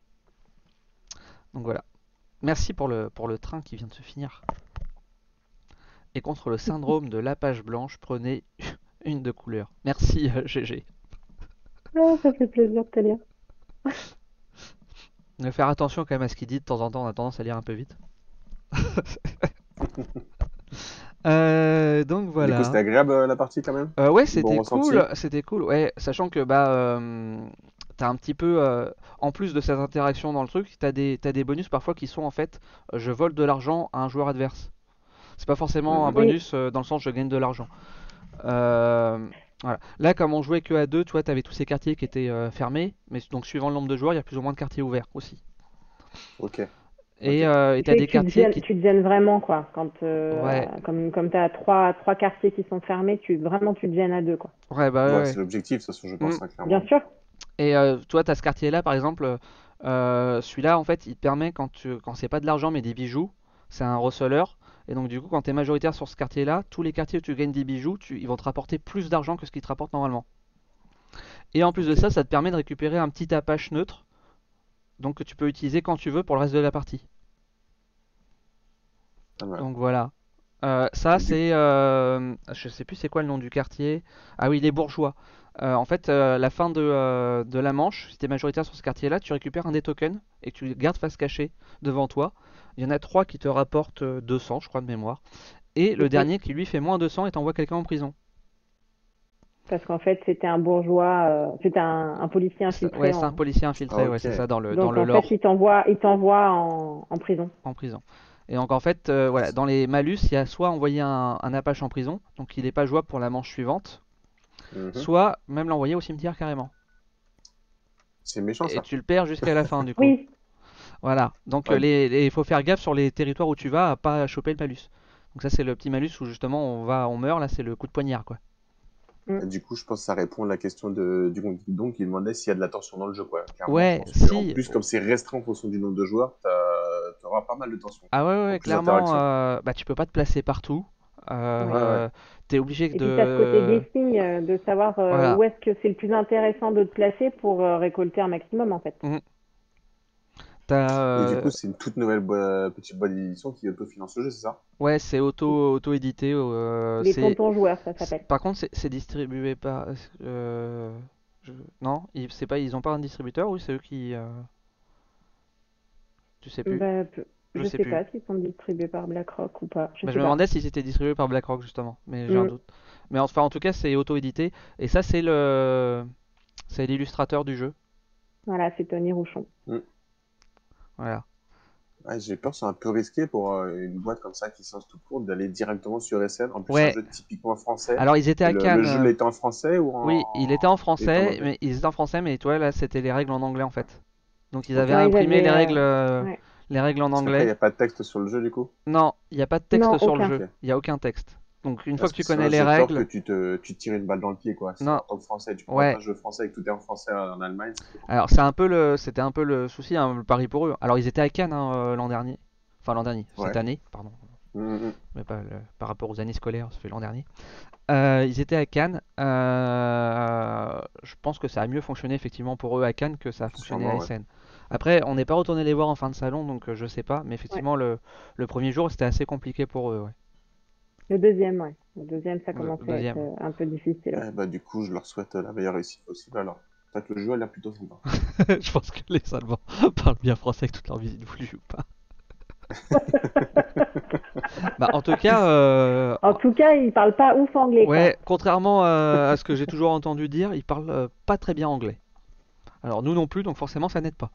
Donc voilà. Merci pour le, pour le train qui vient de se finir. Et contre le syndrome de la page blanche, prenez une de couleur. Merci euh, G G. Ah, ça fait plaisir de te lire. De faire attention quand même à ce qu'il dit de temps en temps, on a tendance à lire un peu vite. Euh, donc Du coup, c'était voilà. agréable euh, la partie quand même? Euh, ouais, Bon c'était ressenti? cool, c'était cool. Ouais, sachant que bah euh, t'as un petit peu, euh, en plus de ces interactions dans le truc, t'as des t'as des bonus parfois qui sont en fait, euh, je vole de l'argent à un joueur adverse. C'est pas forcément un Mhm. Oui, bonus euh, dans le sens je gagne de l'argent. Euh, voilà. Là, comme on jouait que à deux, tu vois, t'avais tous ces quartiers qui étaient euh, fermés, mais donc suivant le nombre de joueurs, il y a plus ou moins de quartiers ouverts aussi. Ok, Et ok. euh, ce et qui t'as fait des que tu te quartiers gênes, qui, tu te gênes vraiment, quoi. Quand, euh, ouais, comme, comme tu as trois, trois quartiers qui sont fermés, tu, vraiment, tu te gênes à deux, quoi. ouais, bah ouais, Ouais, ouais. c'est l'objectif, de toute façon, je Mm. pense, hein, Bien clairement. sûr. Et euh, toi, t'as ce quartier-là, par exemple, euh, celui-là, en fait, il te permet quand tu, quand c'est pas de l'argent mais des bijoux, c'est un receleur. Et donc du coup, quand t'es majoritaire sur ce quartier-là, tous les quartiers où tu gagnes des bijoux, tu, ils vont te rapporter plus d'argent que ce qu'ils te rapportent normalement. Et en plus de Ok, ça, ça te permet de récupérer un petit apache neutre, donc que tu peux utiliser quand tu veux pour le reste de la partie. pas mal. Donc voilà. Euh, ça, Et du c'est. Euh, je sais plus c'est quoi le nom du quartier. Ah oui, les bourgeois. Euh, en fait, euh, la fin de, euh, de la manche, si tu es majoritaire sur ce quartier-là, tu récupères un des tokens et que tu le gardes face cachée devant toi. Il y en a trois qui te rapportent euh, deux cents, je crois, de mémoire. Et le Oui. dernier qui lui fait moins deux cents et t'envoie quelqu'un en prison. Parce qu'en fait, c'était un bourgeois, euh, c'était un, un policier Ça- ouais, infiltré c'est un en. policier Ah, infiltré, ouais, ok. c'est ça, dans le, dans Donc, le en fait, lore, il t'envoie, il t'envoie en, en prison. en prison. Et donc, en fait, euh, voilà, dans les malus, il y a soit envoyer un, un apache en prison, donc il n'est pas jouable pour la manche suivante, Mhm. soit même l'envoyer au cimetière carrément. C'est méchant, Et ça. tu le perds jusqu'à la fin du coup. Oui, Voilà. Donc euh, Ouais, les, les- il faut faire gaffe sur les territoires où tu vas à pas choper le malus. Donc ça c'est le petit malus où justement on va, on meurt. Là c'est le coup de poignard quoi. mm, et du coup, je pense que ça répond à la question de, du donc qui demandait s'il y a de la tension dans le jeu, quoi. Clairement, je Ouais, pense que en si. plus, comme c'est restreint en fonction du nombre de joueurs, tu auras pas mal de tension. Ah ouais, ouais, En ouais, plus clairement. d'interactions. Euh, bah tu peux pas te placer partout. ouais. Ouais, ouais. Euh, T'es obligé Et puis, tu as ce côté de. guessing, euh, de savoir euh, Voilà. où est-ce que c'est le plus intéressant de te placer pour euh, récolter un maximum, en fait. Mhm. T'as, Et du euh, coup, c'est une toute nouvelle bo- petite boîte d'édition qui autofinance le jeu, c'est ça? ouais, c'est auto, auto édité. Euh, Les c'est, tontons joueurs, ça c'est- s'appelle. par contre c'est c'est distribué par. Euh, je- Non, ils, c'est pas, ils ont pas un distributeur ou c'est eux qui. euh, Tu sais plus. Bah, peu- Je je sais sais plus. pas s'ils sont distribués par BlackRock ou pas. Je Bah, je sais me pas. demandais si c'était distribué par BlackRock justement, mais j'ai un Mm, doute. Mais enfin, en tout cas, c'est auto-édité et ça, c'est le, c'est l'illustrateur du jeu. voilà, c'est Tony Rouchon. Mm. Voilà. Ouais, j'ai peur, c'est un peu risqué pour euh, une boîte comme ça qui se lance tout court d'aller directement sur S N. En plus, c'est un Ouais. jeu typiquement français. Alors, ils étaient Et à le, le Cannes. jeu euh, l'était en français ou Oui, il était en en... Il était en français, anglais? mais ils étaient en français, mais tu vois, là, c'était les règles en anglais en fait. Donc, ils Ok. avaient Non, ils imprimé les avaient. règles, euh, euh, ouais. les règles en Parce qu'après, il anglais. n'y a pas de texte sur le jeu, du coup? Non, il n'y a pas de texte Non, sur le aucun. jeu. Ok. Il n'y a aucun texte. Donc, une fois Parce que que tu connais sinon, les j'ai peur que règles, tu te, tu te tires une balle dans le pied, quoi. Si non, en tant que français, tu pourras ouais. pas jouer français et que tout est en français en Allemagne, c'est Alors, compliqué. c'est un peu le, c'était un peu le souci, hein, le pari pour eux. Alors, ils étaient à Cannes hein, euh, l'an dernier. Enfin, l'an dernier, cette Ouais. année, pardon. Mm, mm. Mais pas le- par rapport aux années scolaires, ça fait l'an dernier. Euh, ils étaient à Cannes. Euh, je pense que ça a mieux fonctionné effectivement pour eux à Cannes que ça a fonctionné à Sûrement, ouais. S N. Après, on n'est pas retourné les voir en fin de salon, donc euh, je sais pas. Mais Ouais. effectivement, le, le premier jour, c'était assez compliqué pour eux. Ouais. Le deuxième, ouais. Le deuxième, ça Le, commençait à être deuxième. euh, un peu difficile, ouais. Eh bah, du coup, je leur souhaite la meilleure réussite possible, alors. C'est vrai que le jeu a l'air plutôt sympa. Je pense que les Allemands parlent bien français avec toute leur visite voulue ou pas. Bah, en tout cas, euh, En tout cas, il parle pas ouf anglais, quoi. ouais, contrairement à, à ce que j'ai toujours entendu dire, ils parlent euh, pas très bien anglais. Alors nous non plus, donc forcément ça n'aide pas.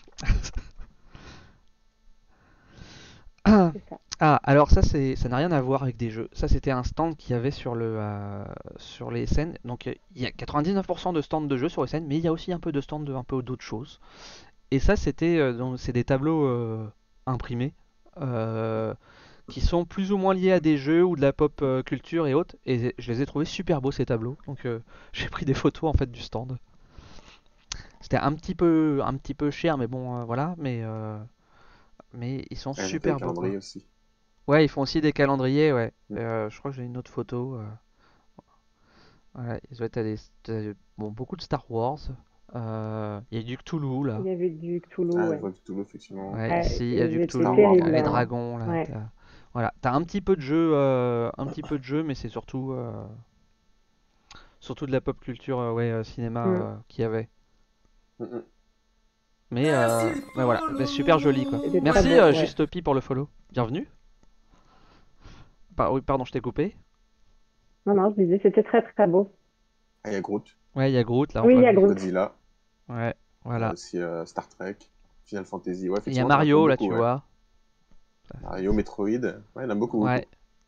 C'est ça. Ah, alors ça c'est, ça n'a rien à voir avec des jeux. Ça c'était un stand qu'il y avait sur le, euh, sur les scènes. Donc euh, il y a quatre-vingt-dix-neuf pour cent de stands de jeux sur les scènes, mais il y a aussi un peu de stands de un peu d'autres choses. Et ça c'était, euh, donc, c'est des tableaux euh, imprimés euh, qui sont plus ou moins liés à des jeux ou de la pop euh, culture et autres. Et je les ai trouvés super beaux ces tableaux. Donc euh, j'ai pris des photos en fait du stand. C'était un petit peu, un petit peu cher, mais bon euh, voilà. Mais euh, mais ils sont Ah, j'ai fait le super beaux quoi. calendrier aussi. Ouais, ils font aussi des calendriers, ouais. Mm. Euh, je crois que j'ai une autre photo. euh, Ouais, ils doivent être à des, t'as- bon, beaucoup de Star Wars. Euh, Il y a du Cthulhu là. Il y avait du Cthulhu, Ah, je ouais. vois que tout effectivement. Ouais, Ouais, ici il y a ils du étaient Star Cthulhu, Wars, il y a terribles, les hein. dragons là. Ouais. t'as- Voilà, t'as un petit peu de jeu, euh, un petit peu de jeu, mais c'est surtout, euh, surtout de la pop culture, euh, ouais, euh, cinéma Mm. euh, qu'il y avait. Mm, mm. Mais, euh, mais voilà, mais super joli quoi. C'était très Merci beau, euh, ouais. Justopi pour le follow. Bienvenue. Par- oui, pardon, je t'ai coupé. Non, non, je disais, c'était très, très beau. Ah, il y a Groot, Ouais, il y a Groot là, on Oui, il l'a y a vu. Groot. Godzilla, Ouais, il y a voilà. aussi euh, Star Trek, Final Fantasy. Ouais, Il y a effectivement, t'en as pas Mario là, beaucoup, tu ouais. vois. Mario, Metroid, ouais, il y en a beaucoup, Ouais. beaucoup.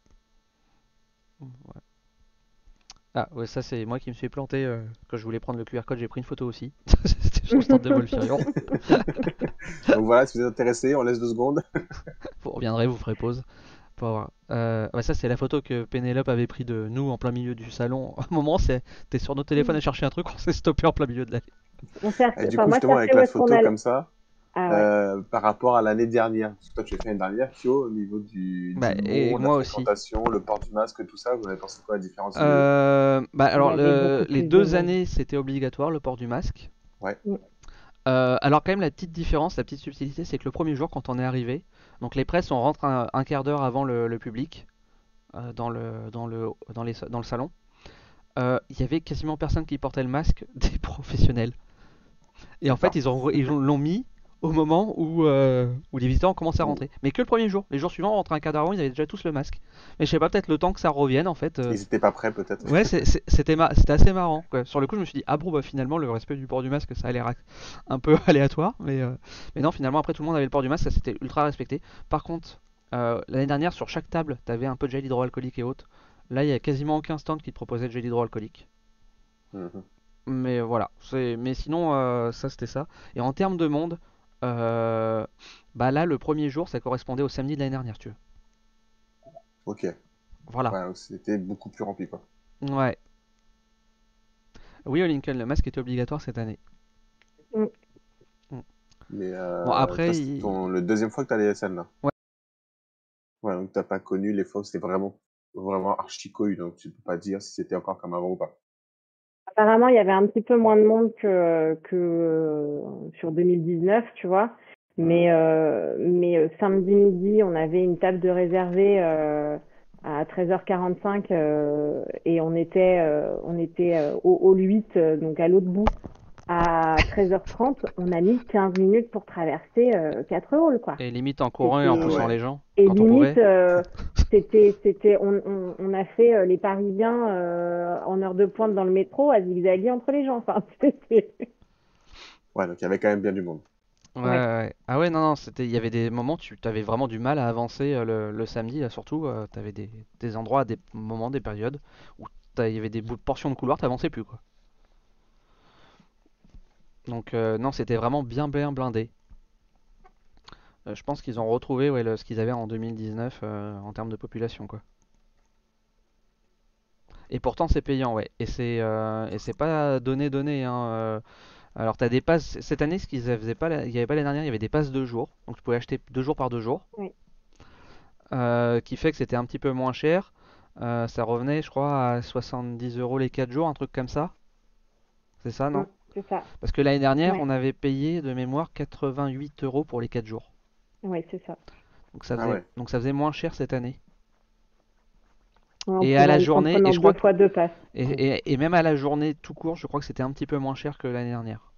Ah, ouais, ça c'est moi qui me suis planté euh, quand je voulais prendre le Q R code, j'ai pris une photo aussi. C'était sur le stand de Volfirion. Donc voilà, si vous êtes intéressé, on laisse deux secondes. Vous reviendrez, vous ferez pause pour voir. Euh, ouais, ça c'est la photo que Pénélope avait pris de nous en plein milieu du salon. À un moment, c'est t'es sur notre téléphone à chercher un truc, on s'est stoppé en plein milieu de l'allée. On cherche, Et du enfin, coup, moi, je justement, avec cherchais où la est-ce qu'on photo allait. comme ça, Ah ouais. euh, par rapport à l'année dernière, parce que toi, tu as fait l'année dernière, Kyo, au niveau du, Bah, du et monde, la moi aussi. fréquentation, le port du masque, tout ça, vous avez pensé quoi, la différence entre les deux? Euh, bah, Il y alors, avait le- beaucoup les plus de deux monde. années, c'était obligatoire le port du masque. Ouais. Mm. Euh, alors, quand même, la petite différence, la petite subtilité, c'est que le premier jour, quand on est arrivé, donc les presses, on rentre un, un quart d'heure avant le, le public euh, dans, le, dans, le, dans, les, dans le salon. Euh, Il y avait quasiment personne qui portait le masque des professionnels. Et en fait, D'accord. ils ont ils l'ont mis au moment où, euh, où les visiteurs ont commencé à Ou- rentrer. Mais que le premier jour. Les jours suivants, on rentrait un quart d'heure avant, ils avaient déjà tous le masque. Mais je sais pas, peut-être le temps que ça revienne en fait. euh, Ils étaient pas prêts, peut-être. Ouais, c'est- c'est- c'était ma- c'était assez marrant, quoi. Sur le coup, je me suis dit, ah bon, bah finalement, le respect du port du masque, ça a l'air un peu aléatoire. Mais, euh, mais non, finalement, après, tout le monde avait le port du masque, ça c'était ultra respecté. Par contre, euh, l'année dernière, sur chaque table, t'avais un peu de gel hydroalcoolique et autres. Là, il y a quasiment aucun stand qui te proposait de gel hydroalcoolique. Mhm. Mais voilà, c'est mais sinon euh, ça c'était ça. Et en termes de monde, euh, bah là le premier jour ça correspondait au samedi de l'année dernière, si tu veux. Ok. Voilà. Ouais, donc c'était beaucoup plus rempli, quoi. Ouais. Oui, au Lincoln, le masque était obligatoire cette année. Mm. Mm. Mais Bon euh, toi, après, c'était il- ton... le deuxième fois que t'allais à la scène, là. ouais. Ouais, donc t'as pas connu les fois où c'était vraiment, vraiment archi cohue, donc tu peux pas dire si c'était encore comme avant ou pas. Apparemment, il y avait un petit peu moins de monde que, que euh, sur deux mille dix-neuf, tu vois. Mhm. Mais, euh, mais euh, samedi midi, on avait une table de réservée euh, à treize heures quarante-cinq euh, et on était, euh, on était euh, au hall huit, euh, donc à l'autre bout. À treize heures trente, on a mis quinze minutes pour traverser euh, quatre halls, quoi. Et limite en courant et en Ah C'était poussant ouais. les gens et quand on limite, pouvait. euh, c'était, c'était, on, on, on a fait euh, les Parisiens euh, en heure de pointe dans le métro à zigzaguer entre les gens. Enfin, c'était... Ouais, donc il y avait quand même bien du monde. Ouais, Ouais. ouais. Ah ouais, non, non, c'était, il y avait des moments, tu avais vraiment du mal à avancer euh, le, le samedi, là, surtout, euh, t'avais des, des endroits, des moments, des périodes où t'as- il y avait des bouts- portions de couloir, t'avançais plus, quoi. Donc euh, non, c'était vraiment bien, bien blindé. Euh, je pense qu'ils ont retrouvé ouais, le- ce qu'ils avaient en deux mille dix-neuf euh, en termes de population, quoi. Et pourtant, c'est payant, ouais. Et c'est euh, et c'est pas donné, donné, hein. euh. Alors, t'as des passes. Cette année, ce qu'ils faisaient pas, la- il y avait pas l'année dernière, il y avait des passes deux jours. Donc, tu pouvais acheter deux jours par deux jours. Oui. Euh, qui fait que c'était un petit peu moins cher. Euh, ça revenait, je crois, à soixante-dix euros les quatre jours, un truc comme ça. C'est ça, Mm, non? c'est ça. Parce que l'année dernière, Ouais. on avait payé de mémoire quatre-vingt-huit euros pour les quatre jours. Ouais, c'est ça. Donc ça Ah faisait, ouais. donc ça faisait moins cher cette année. En Et à prenant, la en journée, et prenant je crois deux que, fois deux passes. et, et- et même à la journée tout court, je crois que c'était un petit peu moins cher que l'année dernière.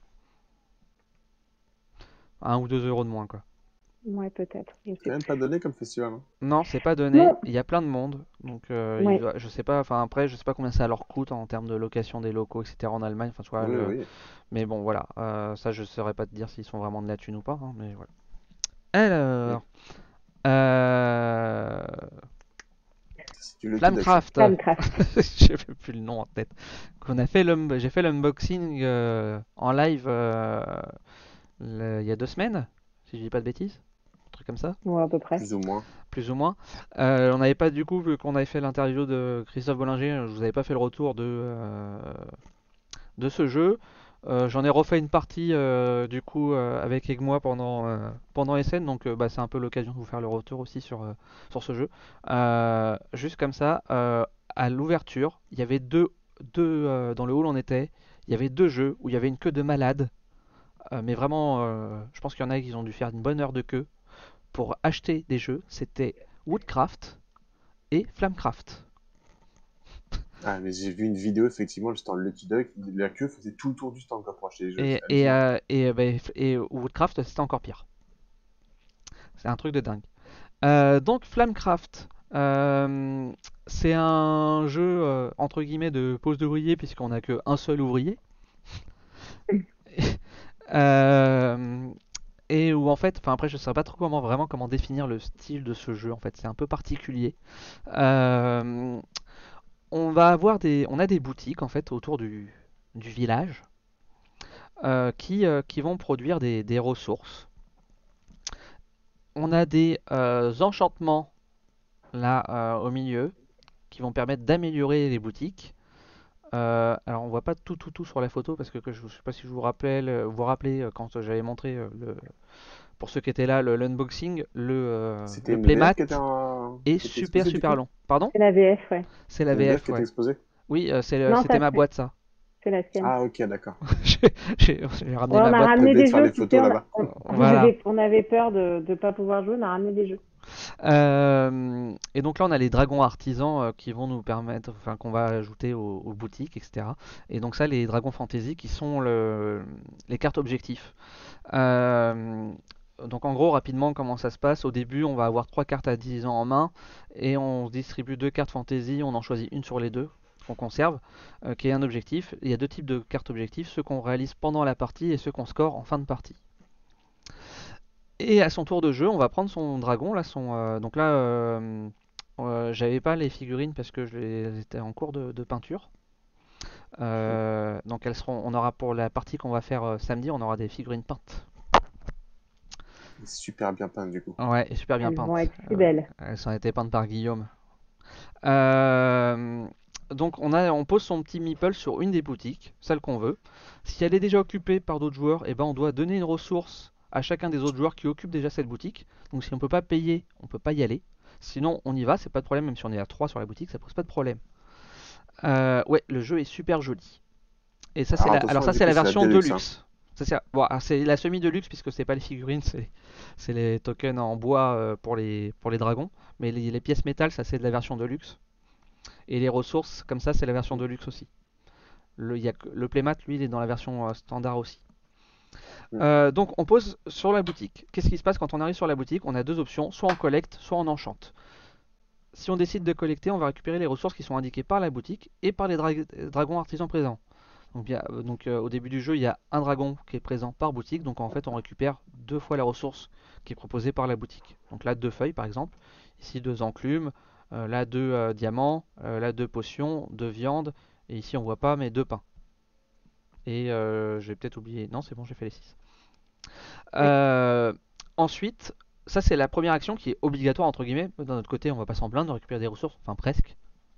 Un ou deux euros de moins, quoi. Ouais, peut-être. Je sais C'est même pas plus. donné comme festival. Hein. Non, c'est pas donné. Non. Il y a plein de monde. Donc, euh, il Ouais. doit- je sais pas. Enfin, après, je sais pas combien ça leur coûte en termes de location des locaux, et cetera en Allemagne. Enfin, tu vois, Oui, le... oui. Mais bon, voilà. Euh, ça, je saurais pas te dire s'ils sont vraiment de la thune ou pas, hein, mais voilà. Mm. Alors, euh... C'est du Lucky Duck, ça. Flamecraft. Flamecraft. J'ai même plus le nom en tête. Qu'on a fait l'un- J'ai fait l'unboxing euh, en live euh, le- il y a deux semaines, si je dis pas de bêtises, un truc comme ça. Ouais, à peu près. Plus ou moins. Plus ou moins. Euh, on n'avait pas du coup, vu qu'on avait fait l'interview de Christophe Bollinger, je vous avais pas fait le retour de, euh, de ce jeu. Euh, j'en ai refait une partie euh, du coup euh, avec Egmois pendant, euh, pendant S N, donc euh, bah, c'est un peu l'occasion de vous faire le retour aussi sur, euh, sur ce jeu. Euh, juste comme ça, euh, à l'ouverture, il y avait deux, deux euh, dans le hall on était, il y avait deux jeux où il y avait une queue de malade, euh, mais vraiment, euh, je pense qu'il y en a qui ont dû faire une bonne heure de queue pour acheter des jeux. C'était Woodcraft et Flamecraft. Ah, mais j'ai vu une vidéo, effectivement, le stand Lucky Duck. La queue faisait tout le tour du stand quoi, pour acheter les jeux. Et, C'est et, hallucinant. euh, et, euh, bah, et Woodcraft, c'était encore pire. C'est un truc de dingue. Euh, donc Flamecraft, euh, c'est un jeu euh, entre guillemets de pose d'ouvrier puisqu'on n'a qu'un seul ouvrier. Euh, et où en fait, enfin après je ne sais pas trop comment vraiment comment définir le style de ce jeu en fait, c'est un peu particulier. Euh, on va avoir des, on a des boutiques en fait autour du, du village euh, qui, euh, qui vont produire des, des ressources. On a des euh, enchantements là euh, au milieu qui vont permettre d'améliorer les boutiques. Euh, alors on voit pas tout tout tout sur la photo parce que, que je ne sais pas si je vous rappelle, euh, vous rappelez euh, quand j'avais montré euh, le, pour ceux qui étaient là le- l'unboxing, le, euh, C'était le une V playmat F qui était, en... est qui était super exposée, du super coup? long. Pardon? C'est la V F, ouais. C'est la C'est une V F V F, qui était ouais. exposée? Oui, euh, c'est le- Non, c'était ça ma c'est boîte ça. c'est la sienne. Ah, ok, d'accord. J'ai j'ai- j'ai ramené Ouais, ma on a boîte. T'as ramené oublié de des faire jeux, les tu sais, photos on, a- là-bas. on, on Voilà. avait, on avait peur de ne pas pouvoir jouer, on a ramené des jeux. Euh, et donc là, on a les dragons artisans euh, qui vont nous permettre, enfin, qu'on va ajouter aux, aux boutiques, et cetera. Et donc ça, les dragons fantasy qui sont le- les cartes objectifs. Euh, donc en gros, rapidement, comment ça se passe? Au début, on va avoir trois cartes à dix ans en main et on distribue deux cartes fantasy, on en choisit une sur les deux qu'on conserve, euh, qui est un objectif. Il y a deux types de cartes objectifs, ceux qu'on réalise pendant la partie et ceux qu'on score en fin de partie. Et à son tour de jeu, on va prendre son dragon. Là, son, euh, donc là, euh, euh, j'avais pas les figurines parce que je les, elles étaient en cours de, de peinture. Euh, donc elles seront, on aura pour la partie qu'on va faire euh, samedi, on aura des figurines peintes. Super bien peint, du coup. Ouais, et super bien Elles vont peintes. être si Euh, belles. elles ont été peintes par Guillaume. Euh, donc on a, on pose son petit meeple sur une des boutiques, celle qu'on veut. Si elle est déjà occupée par d'autres joueurs, et ben on doit donner une ressource à chacun des autres joueurs qui occupent déjà cette boutique. Donc si on peut pas payer, on peut pas y aller. Sinon on y va, c'est pas de problème, même si on est à trois sur la boutique, ça pose pas de problème. Euh, ouais, le jeu est super joli. Et ça c'est Alors la, alors attention, ça du c'est coup, la c'est la version de Deluxe. Hein. luxe. Ça, c'est bon, alors, c'est la semi de luxe puisque c'est pas les figurines, c'est c'est les tokens en bois euh, pour les pour les dragons. Mais les, les pièces métal, ça c'est de la version de luxe. Et les ressources, comme ça, c'est la version de luxe aussi. Le, il y a que- le playmat, lui, il est dans la version euh, standard aussi. Mm. Euh, donc on pose sur la boutique. Qu'est-ce qui se passe quand on arrive sur la boutique? On a deux options, soit on collecte, soit on enchante. Si on décide de collecter, on va récupérer les ressources qui sont indiquées par la boutique et par les dra- dragons artisans présents. Donc, bien, euh, donc euh, au début du jeu, il y a un dragon qui est présent par boutique. Donc en fait, on récupère deux fois la ressource qui est proposée par la boutique. Donc là, deux feuilles par exemple. Ici, deux enclumes. Euh, là, deux euh, diamants. Euh, là, deux potions, deux viandes. Et ici, on voit pas, mais deux pains. Et euh, j'ai peut-être oublié. Non, c'est bon, j'ai fait les six. Ouais. Euh, ensuite, ça c'est la première action qui est obligatoire entre guillemets. D'un autre côté, on va pas s'en plaindre de récupérer des ressources, enfin presque.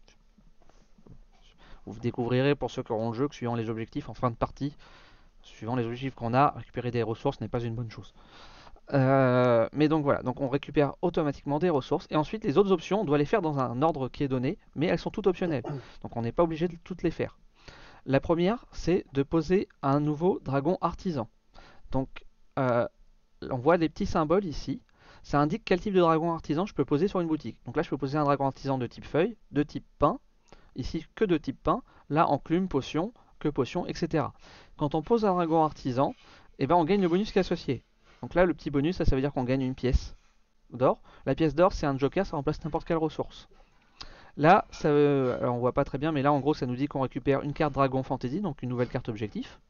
Vous découvrirez pour ceux qui auront le jeu que suivant les objectifs en fin de partie, suivant les objectifs qu'on a, récupérer des ressources n'est pas une bonne chose. Euh, mais donc voilà, donc on récupère automatiquement des ressources et ensuite les autres options on doit les faire dans un ordre qui est donné, mais elles sont toutes optionnelles. Donc on n'est pas obligé de toutes les faire. La première, c'est de poser un nouveau dragon artisan. Donc euh, on voit des petits symboles ici. ça indique quel type de dragon artisan je peux poser sur une boutique. Donc là, je peux poser un dragon artisan de type feuille, de type pain, ici que de type pain, là enclume, potion, que potion, et cetera. Quand on pose un dragon artisan, eh ben, on gagne le bonus qui est associé. Donc là, le petit bonus, ça, ça veut dire qu'on gagne une pièce d'or. La pièce d'or, c'est un joker, ça remplace n'importe quelle ressource. Là, ça, euh, alors on voit pas très bien, mais là, en gros, ça nous dit qu'on récupère une carte dragon fantasy, donc une nouvelle carte objectif.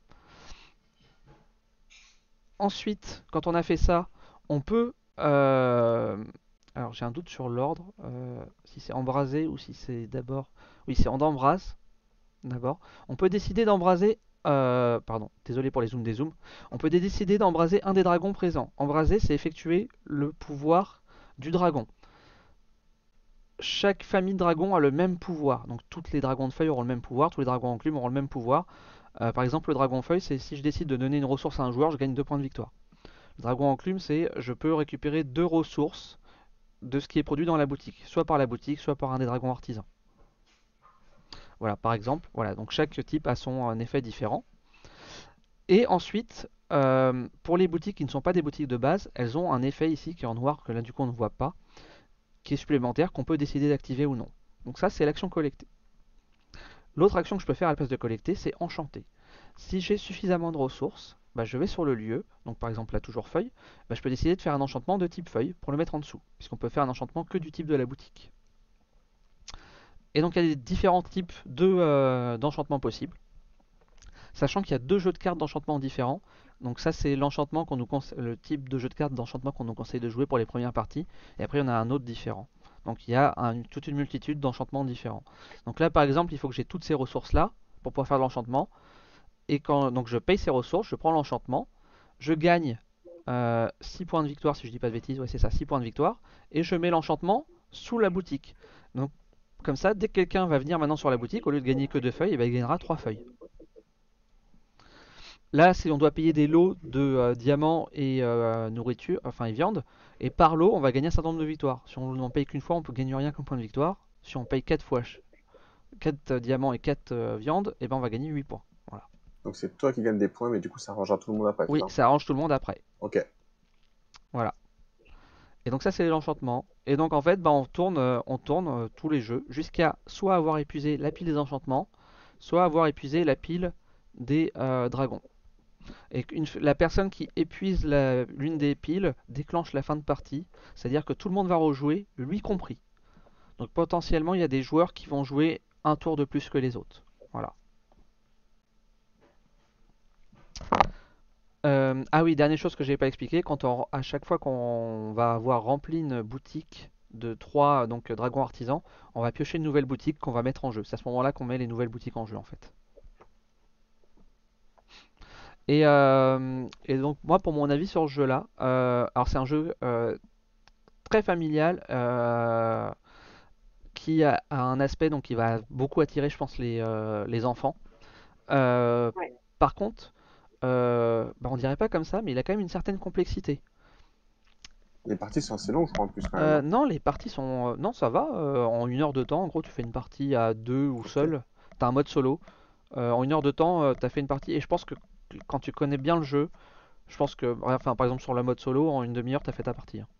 Ensuite, quand on a fait ça, on peut... euh, alors j'ai un doute sur l'ordre, euh, si c'est embrasé ou si c'est d'abord... Oui, c'est en embrase, d'abord. On peut décider d'embraser... euh, pardon, désolé pour les zooms des zooms. On peut décider d'embraser un des dragons présents. Embraser, c'est effectuer le pouvoir du dragon. Chaque famille de dragons a le même pouvoir. Donc toutes les dragons de feuilles auront le même pouvoir, tous les dragons enclumes auront le même pouvoir. Euh, par exemple, le dragon feuille, c'est si je décide de donner une ressource à un joueur, je gagne deux points de victoire. Le dragon enclume, c'est je peux récupérer deux ressources de ce qui est produit dans la boutique, soit par la boutique, soit par un des dragons artisans. Voilà, par exemple, voilà, donc chaque type a son un effet différent. Et ensuite, euh, pour les boutiques qui ne sont pas des boutiques de base, elles ont un effet ici qui est en noir, que là du coup on ne voit pas, qui est supplémentaire, qu'on peut décider d'activer ou non. Donc ça, c'est l'action collectée. L'autre action que je peux faire à la place de collecter, c'est enchanter. Si j'ai suffisamment de ressources, bah, je vais sur le lieu, donc par exemple là toujours feuille, bah, je peux décider de faire un enchantement de type feuille pour le mettre en dessous, puisqu'on peut faire un enchantement que du type de la boutique. Et donc il y a des différents types de, euh, d'enchantements possibles, sachant qu'il y a deux jeux de cartes d'enchantement différents. Donc ça c'est l'enchantement qu'on nous conse- le type de jeu de cartes d'enchantement qu'on nous conseille de jouer pour les premières parties, et après on a un autre différent. Donc il y a un- toute une multitude d'enchantements différents. Donc là par exemple il faut que j'ai toutes ces ressources là pour pouvoir faire de l'enchantement. Et quand donc je paye ces ressources, je prends l'enchantement, je gagne euh, six points de victoire si je dis pas de bêtises, ouais c'est ça, six points de victoire, et je mets l'enchantement sous la boutique. Donc comme ça, dès que quelqu'un va venir maintenant sur la boutique, au lieu de gagner que deux feuilles, eh ben, il gagnera trois feuilles. Là, si on doit payer des lots de euh, diamants et euh, nourriture, enfin et viande, et par lot, on va gagner un certain nombre de victoires. Si on n'en paye qu'une fois, on ne gagne rien comme point de victoire. Si on paye quatre fois quatre diamants et quatre euh, viandes, eh ben, on va gagner huit points. Voilà. Donc c'est toi qui gagnes des points, mais du coup ça arrangera tout le monde après, c'est Oui, ça? ça arrange tout le monde après. Ok. Voilà. Et donc ça c'est l'enchantement. Et donc en fait bah, on tourne, euh, on tourne euh, tous les jeux jusqu'à soit avoir épuisé la pile des enchantements, soit avoir épuisé la pile des euh, dragons. Et une, la personne qui épuise l'une des piles déclenche la fin de partie, c'est-à-dire que tout le monde va rejouer, lui compris. Donc potentiellement il y a des joueurs qui vont jouer un tour de plus que les autres. Voilà. Euh, ah oui, dernière chose que je n'ai pas expliqué, quand on, à chaque fois qu'on va avoir rempli une boutique de trois donc, dragons artisans, on va piocher une nouvelle boutique qu'on va mettre en jeu. C'est à ce moment-là qu'on met les nouvelles boutiques en jeu en fait. Et, euh, et donc moi pour mon avis sur ce jeu-là, euh, alors c'est un jeu euh, très familial euh, qui a, a un aspect donc qui va beaucoup attirer je pense les, euh, les enfants. Euh, Ouais. Par contre, euh, bah, on dirait pas comme ça, mais il a quand même une certaine complexité. Les parties sont assez longues, je crois, en plus, quand même. Euh, Hein. non, les parties sont. euh, Non, ça va. euh, en une heure de temps, en gros, tu fais une partie à deux ou Ok. seul. T'as un mode solo. Euh, en une heure de temps, euh, t'as fait une partie. Et je pense que quand tu connais bien le jeu, je pense que. Enfin, par exemple, sur le mode solo, en une demi-heure, t'as fait ta partie. Hein.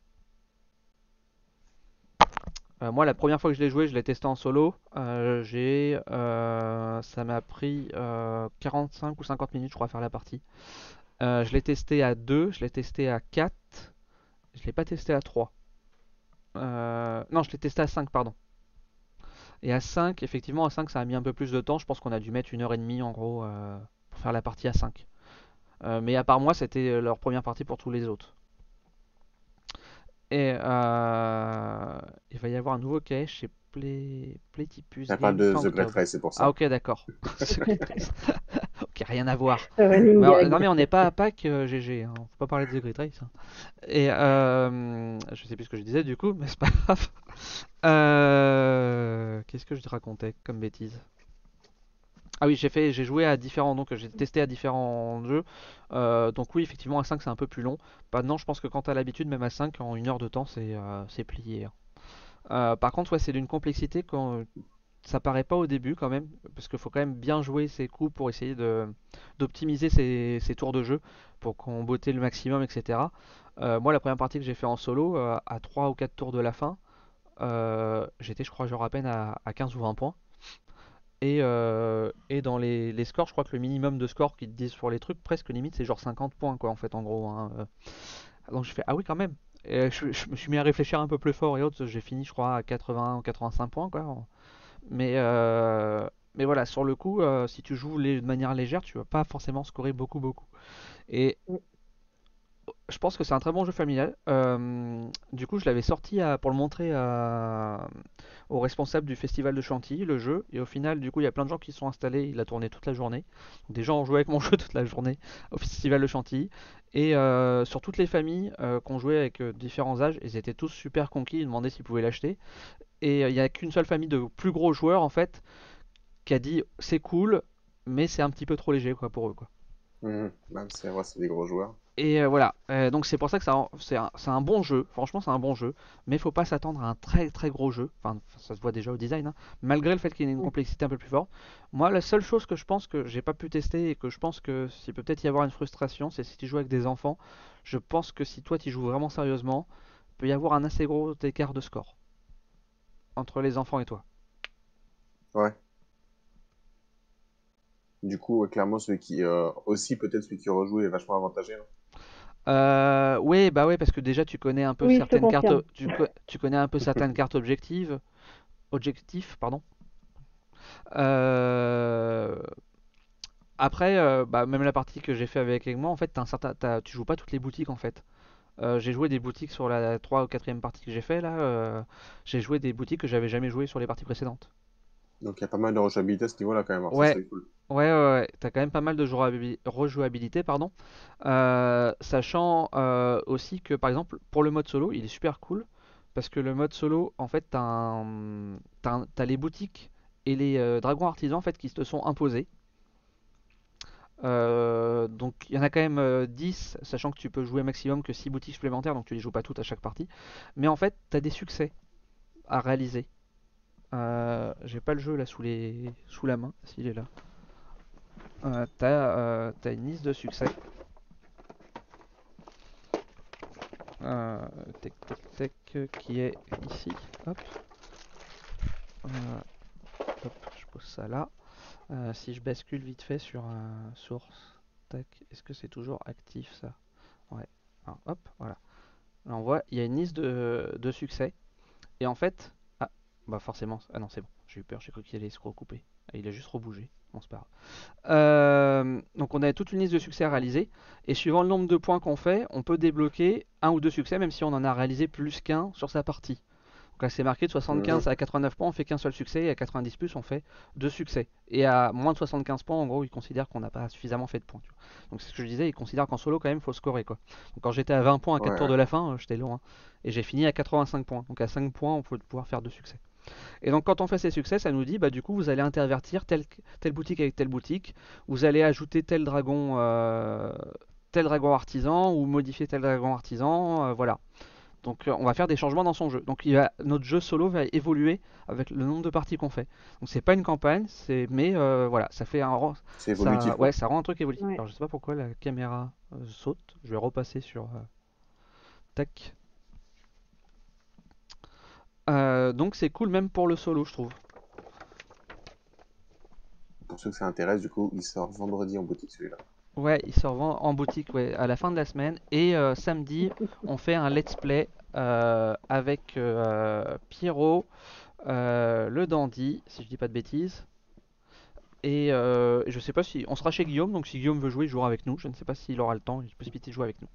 Euh, moi, la première fois que je l'ai joué, je l'ai testé en solo. Euh, j'ai. euh, Ça m'a pris euh, quarante-cinq ou cinquante minutes, je crois, à faire la partie. Euh, je l'ai testé à deux, je l'ai testé à quatre. Je l'ai pas testé à trois. Euh, Non, je l'ai testé à cinq, pardon. Et à cinq, effectivement, à cinq, ça a mis un peu plus de temps. Je pense qu'on a dû mettre une heure et demie en gros euh, pour faire la partie à cinq. Euh, mais à part moi, c'était leur première partie pour tous les autres. Et euh, il va y avoir un nouveau cahier chez Play... Playtipus T'as pas Game de fin The Great octobre. Race, c'est pour Ah ça. ok, d'accord. Ok, rien à voir. Running Mais, euh, gag. non mais on n'est pas à Pâques euh, G G, hein. On peut pas parler de The Great Race. Hein. Et euh, je sais plus ce que je disais du coup, mais c'est pas grave. Euh, Qu'est-ce que je racontais comme bêtise? Ah oui, j'ai fait, j'ai joué à différents, donc j'ai testé à différents jeux. Euh, donc oui, effectivement, à cinq c'est un peu plus long. Maintenant, je pense que quand t'as l'habitude, même à cinq en une heure de temps, c'est euh, c'est plié. Hein. Euh, par contre, ouais, c'est d'une complexité quand, ça paraît pas au début quand même, parce qu'il faut quand même bien jouer ses coups pour essayer de d'optimiser ses, ses tours de jeu pour qu'on botte le maximum, et cetera. Euh, moi, la première partie que j'ai fait en solo, euh, à trois ou quatre tours de la fin, euh, j'étais, je crois, genre à peine à, à quinze ou vingt points. Et, euh, et dans les, les scores, je crois que le minimum de score qu'ils te disent sur les trucs, presque limite, c'est genre cinquante points, quoi, en fait, en gros, hein. Euh, Donc je fais, ah oui, quand même. Et je, je me suis mis à réfléchir un peu plus fort et autres. J'ai fini, je crois, à quatre-vingts ou quatre-vingt-cinq points, quoi. Mais, euh, mais voilà, sur le coup, euh, si tu joues les- de manière légère, tu vas pas forcément scorer beaucoup, beaucoup. Et Mm. je pense que c'est un très bon jeu familial. Euh, du coup, je l'avais sorti à- pour le montrer à- au responsable du festival de Chantilly, le jeu. Et au final, du coup, il y a plein de gens qui se sont installés. Il a tourné toute la journée. Donc, des gens ont joué avec mon jeu toute la journée au festival de Chantilly. Et euh, sur toutes les familles euh, qui ont joué avec euh, différents âges, ils étaient tous super conquis. Ils demandaient s'ils pouvaient l'acheter. Et euh, il n'y a qu'une seule famille de plus gros joueurs, en fait, qui a dit c'est cool, mais c'est un petit peu trop léger, quoi, pour eux, quoi. Mhm. Même c'est vrai, c'est des gros joueurs. Et euh, voilà. Euh, donc c'est pour ça que ça, c'est un, c'est un bon jeu, franchement c'est un bon jeu, mais il faut pas s'attendre à un très très gros jeu, enfin ça se voit déjà au design, hein, malgré le fait qu'il y ait une Mm. complexité un peu plus forte. Moi la seule chose que je pense que j'ai pas pu tester et que je pense que s'il peut peut-être y avoir une frustration, c'est si tu joues avec des enfants, je pense que si toi tu joues vraiment sérieusement, il peut y avoir un assez gros écart de score entre les enfants et toi. Ouais. Du coup, ouais, clairement, celui qui, euh, aussi, peut-être celui qui rejoue est vachement avantagé, hein. Euh, oui, bah ouais, parce que déjà tu connais un peu Oui, je te certaines cartes, confirme. tu, co- tu connais un peu certaines cartes objectives, objectifs, pardon. Euh, Après, euh, bah, même la partie que j'ai fait avec moi, en fait, t'as un certain, t'as- tu joues pas toutes les boutiques en fait. Euh, j'ai joué des boutiques sur la trois ou quatrième partie que j'ai fait là. Euh, j'ai joué des boutiques que j'avais jamais joué sur les parties précédentes. Donc, il y a pas mal de rejouabilité à ce niveau-là, quand même. Alors, ça, Ouais, c'est cool. ouais, ouais, ouais. T'as quand même pas mal de jouabi- rejouabilité, pardon. Euh, sachant euh, aussi que par exemple, pour le mode solo, il est super cool parce que le mode solo, en fait, t'as un- t'as un- t'as les boutiques et les euh, dragons artisans en fait qui te sont imposés. Euh, donc il y en a quand même euh, dix, sachant que tu peux jouer maximum que six boutiques supplémentaires, donc tu les joues pas toutes à chaque partie. Mais en fait, tu as des succès à réaliser. Euh, J'ai pas le jeu là sous, les... sous la main, s'il est là. Euh, t'as euh, t'as une liste de succès. Euh, tac, tac, tac, euh, qui est ici. Hop. Euh, hop, je pose ça là. Euh, si je bascule vite fait sur un source, tac, est-ce que c'est toujours actif ça? Ouais. Alors, hop, voilà. Là, on voit, il y a une liste de, de succès. Et en fait, ah, bah forcément, ah non, c'est bon, j'ai eu peur, j'ai cru qu'il allait se recouper. Ah, il a juste rebougé, bon, c'est pas grave. Euh, donc, on a toute une liste de succès à réaliser. Et suivant le nombre de points qu'on fait, on peut débloquer un ou deux succès, même si on en a réalisé plus qu'un sur sa partie. Donc là, c'est marqué de Mhm. soixante-quinze à quatre-vingt-neuf points, on fait qu'un seul succès, et à quatre-vingt-dix plus, on fait deux succès. Et à moins de soixante-quinze points, en gros, ils considèrent qu'on n'a pas suffisamment fait de points. Tu vois. Donc c'est ce que je disais, ils considèrent qu'en solo, quand même, il faut scorer, quoi. Donc quand j'étais à vingt points à Ouais, quatre tours de ouais. la fin, euh, j'étais loin. Et j'ai fini à quatre-vingt-cinq points. Donc à cinq points, on peut pouvoir faire deux succès. Et donc quand on fait ces succès, ça nous dit, bah du coup, vous allez intervertir telle, telle boutique avec telle boutique, vous allez ajouter tel dragon, euh, tel dragon artisan, ou modifier tel dragon artisan, euh, voilà. Donc euh, on va faire des changements dans son jeu. Donc il va, notre jeu solo va évoluer avec le nombre de parties qu'on fait. Donc c'est pas une campagne, c'est mais euh, voilà, ça fait un C'est ça évolutif, ouais, quoi. ça rend un truc évolutif. Ouais. Alors je sais pas pourquoi la caméra euh, saute. Je vais repasser sur euh, tac. Euh, donc c'est cool même pour le solo, je trouve. Pour ceux que ça intéresse, du coup, il sort vendredi en boutique, celui-là. Ouais, il se revend en boutique ouais, à la fin de la semaine et euh, samedi on fait un let's play euh, avec euh, Pierrot, euh, le dandy, si je dis pas de bêtises. Et euh, je sais pas si. On sera chez Guillaume, donc si Guillaume veut jouer, il jouera avec nous. Je ne sais pas s'il aura le temps, il a la possibilité de jouer avec nous.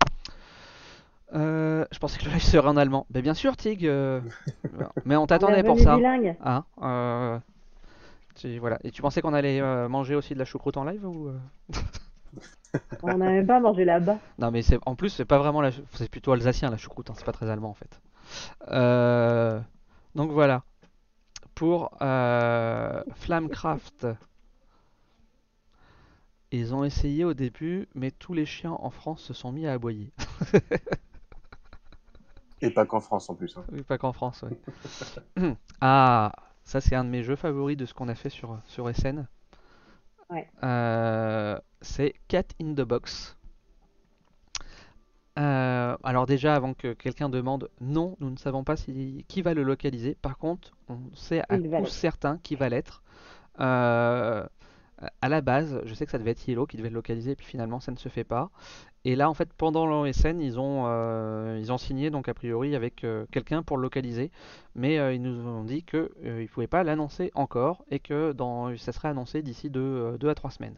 Euh, je pensais que le live serait en allemand. Ben bien sûr, Tig. euh, Mais on On est t'attendait pour revenu ça. bilingue. Hein euh, tu- voilà. Et tu pensais qu'on allait euh, manger aussi de la choucroute en live ou euh On n'a même pas mangé là-bas. Non, mais c'est en plus, c'est pas vraiment la. chou- C'est plutôt alsacien la choucroute, hein, c'est pas très allemand en fait. Euh, Donc voilà. Pour euh, Flamecraft. Ils ont essayé au début, mais tous les chiens en France se sont mis à aboyer. Et pas qu'en France, en plus, hein. Oui, pas qu'en France, ouais. Ah, Ça, c'est un de mes jeux favoris de ce qu'on a fait sur, sur S N. Ouais. Euh, c'est Cat in the Box. Euh, alors déjà, avant que quelqu'un demande, non, nous ne savons pas si, qui va le localiser. Par contre, on sait à Il va coup l'être. certain qui va l'être. Euh, à la base, je sais que ça devait être Yellow qui devait le localiser, puis finalement ça ne se fait pas. Et là, en fait, pendant l'O S N, ils ont, euh, ils ont signé, donc a priori, avec euh, quelqu'un pour le localiser. Mais euh, ils nous ont dit qu'ils euh, ne pouvaient pas l'annoncer encore et que dans, ça serait annoncé d'ici deux, deux à trois semaines.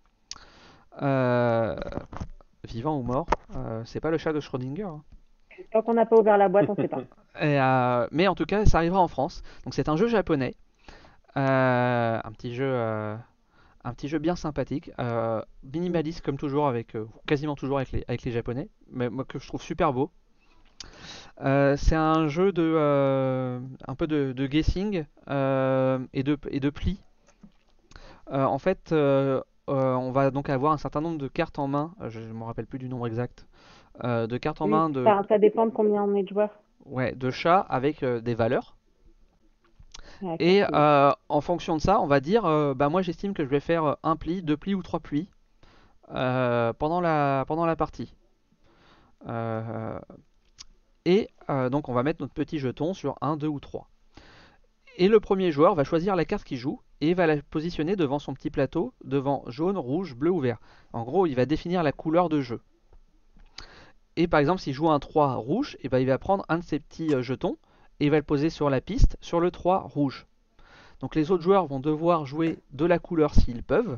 Euh, vivant ou mort, euh, c'est pas le chat de Schrödinger, hein. Tant qu'on n'a pas ouvert la boîte, on ne sait pas. Et, euh, mais en tout cas, ça arrivera en France. Donc c'est un jeu japonais, euh, un petit jeu, euh, un petit jeu bien sympathique, euh, minimaliste comme toujours avec, euh, quasiment toujours avec les, avec les japonais, mais moi que je trouve super beau. Euh, c'est un jeu de, euh, un peu de, de guessing euh, et de, et de plis. Euh, en fait, euh, euh, on va donc avoir un certain nombre de cartes en main. euh, Je ne me rappelle plus du nombre exact. euh, de cartes en Oui, main de, ça, ça dépend de combien on est de joueurs. ouais, de chats avec euh, des valeurs. Ouais, Et calculer. euh, en fonction de ça, on va dire, euh, bah moi j'estime que je vais faire euh, un pli, deux plis ou trois plis euh, pendant la, pendant la partie. Euh, et euh, donc on va mettre notre petit jeton sur un, deux ou trois. Et le premier joueur va choisir la carte qu'il joue et va la positionner devant son petit plateau, devant jaune, rouge, bleu ou vert. En gros, il va définir la couleur de jeu. Et par exemple, s'il joue un trois rouge, et ben il va prendre un de ses petits euh, jetons et il va le poser sur la piste sur le trois rouge. Donc les autres joueurs vont devoir jouer de la couleur s'ils peuvent.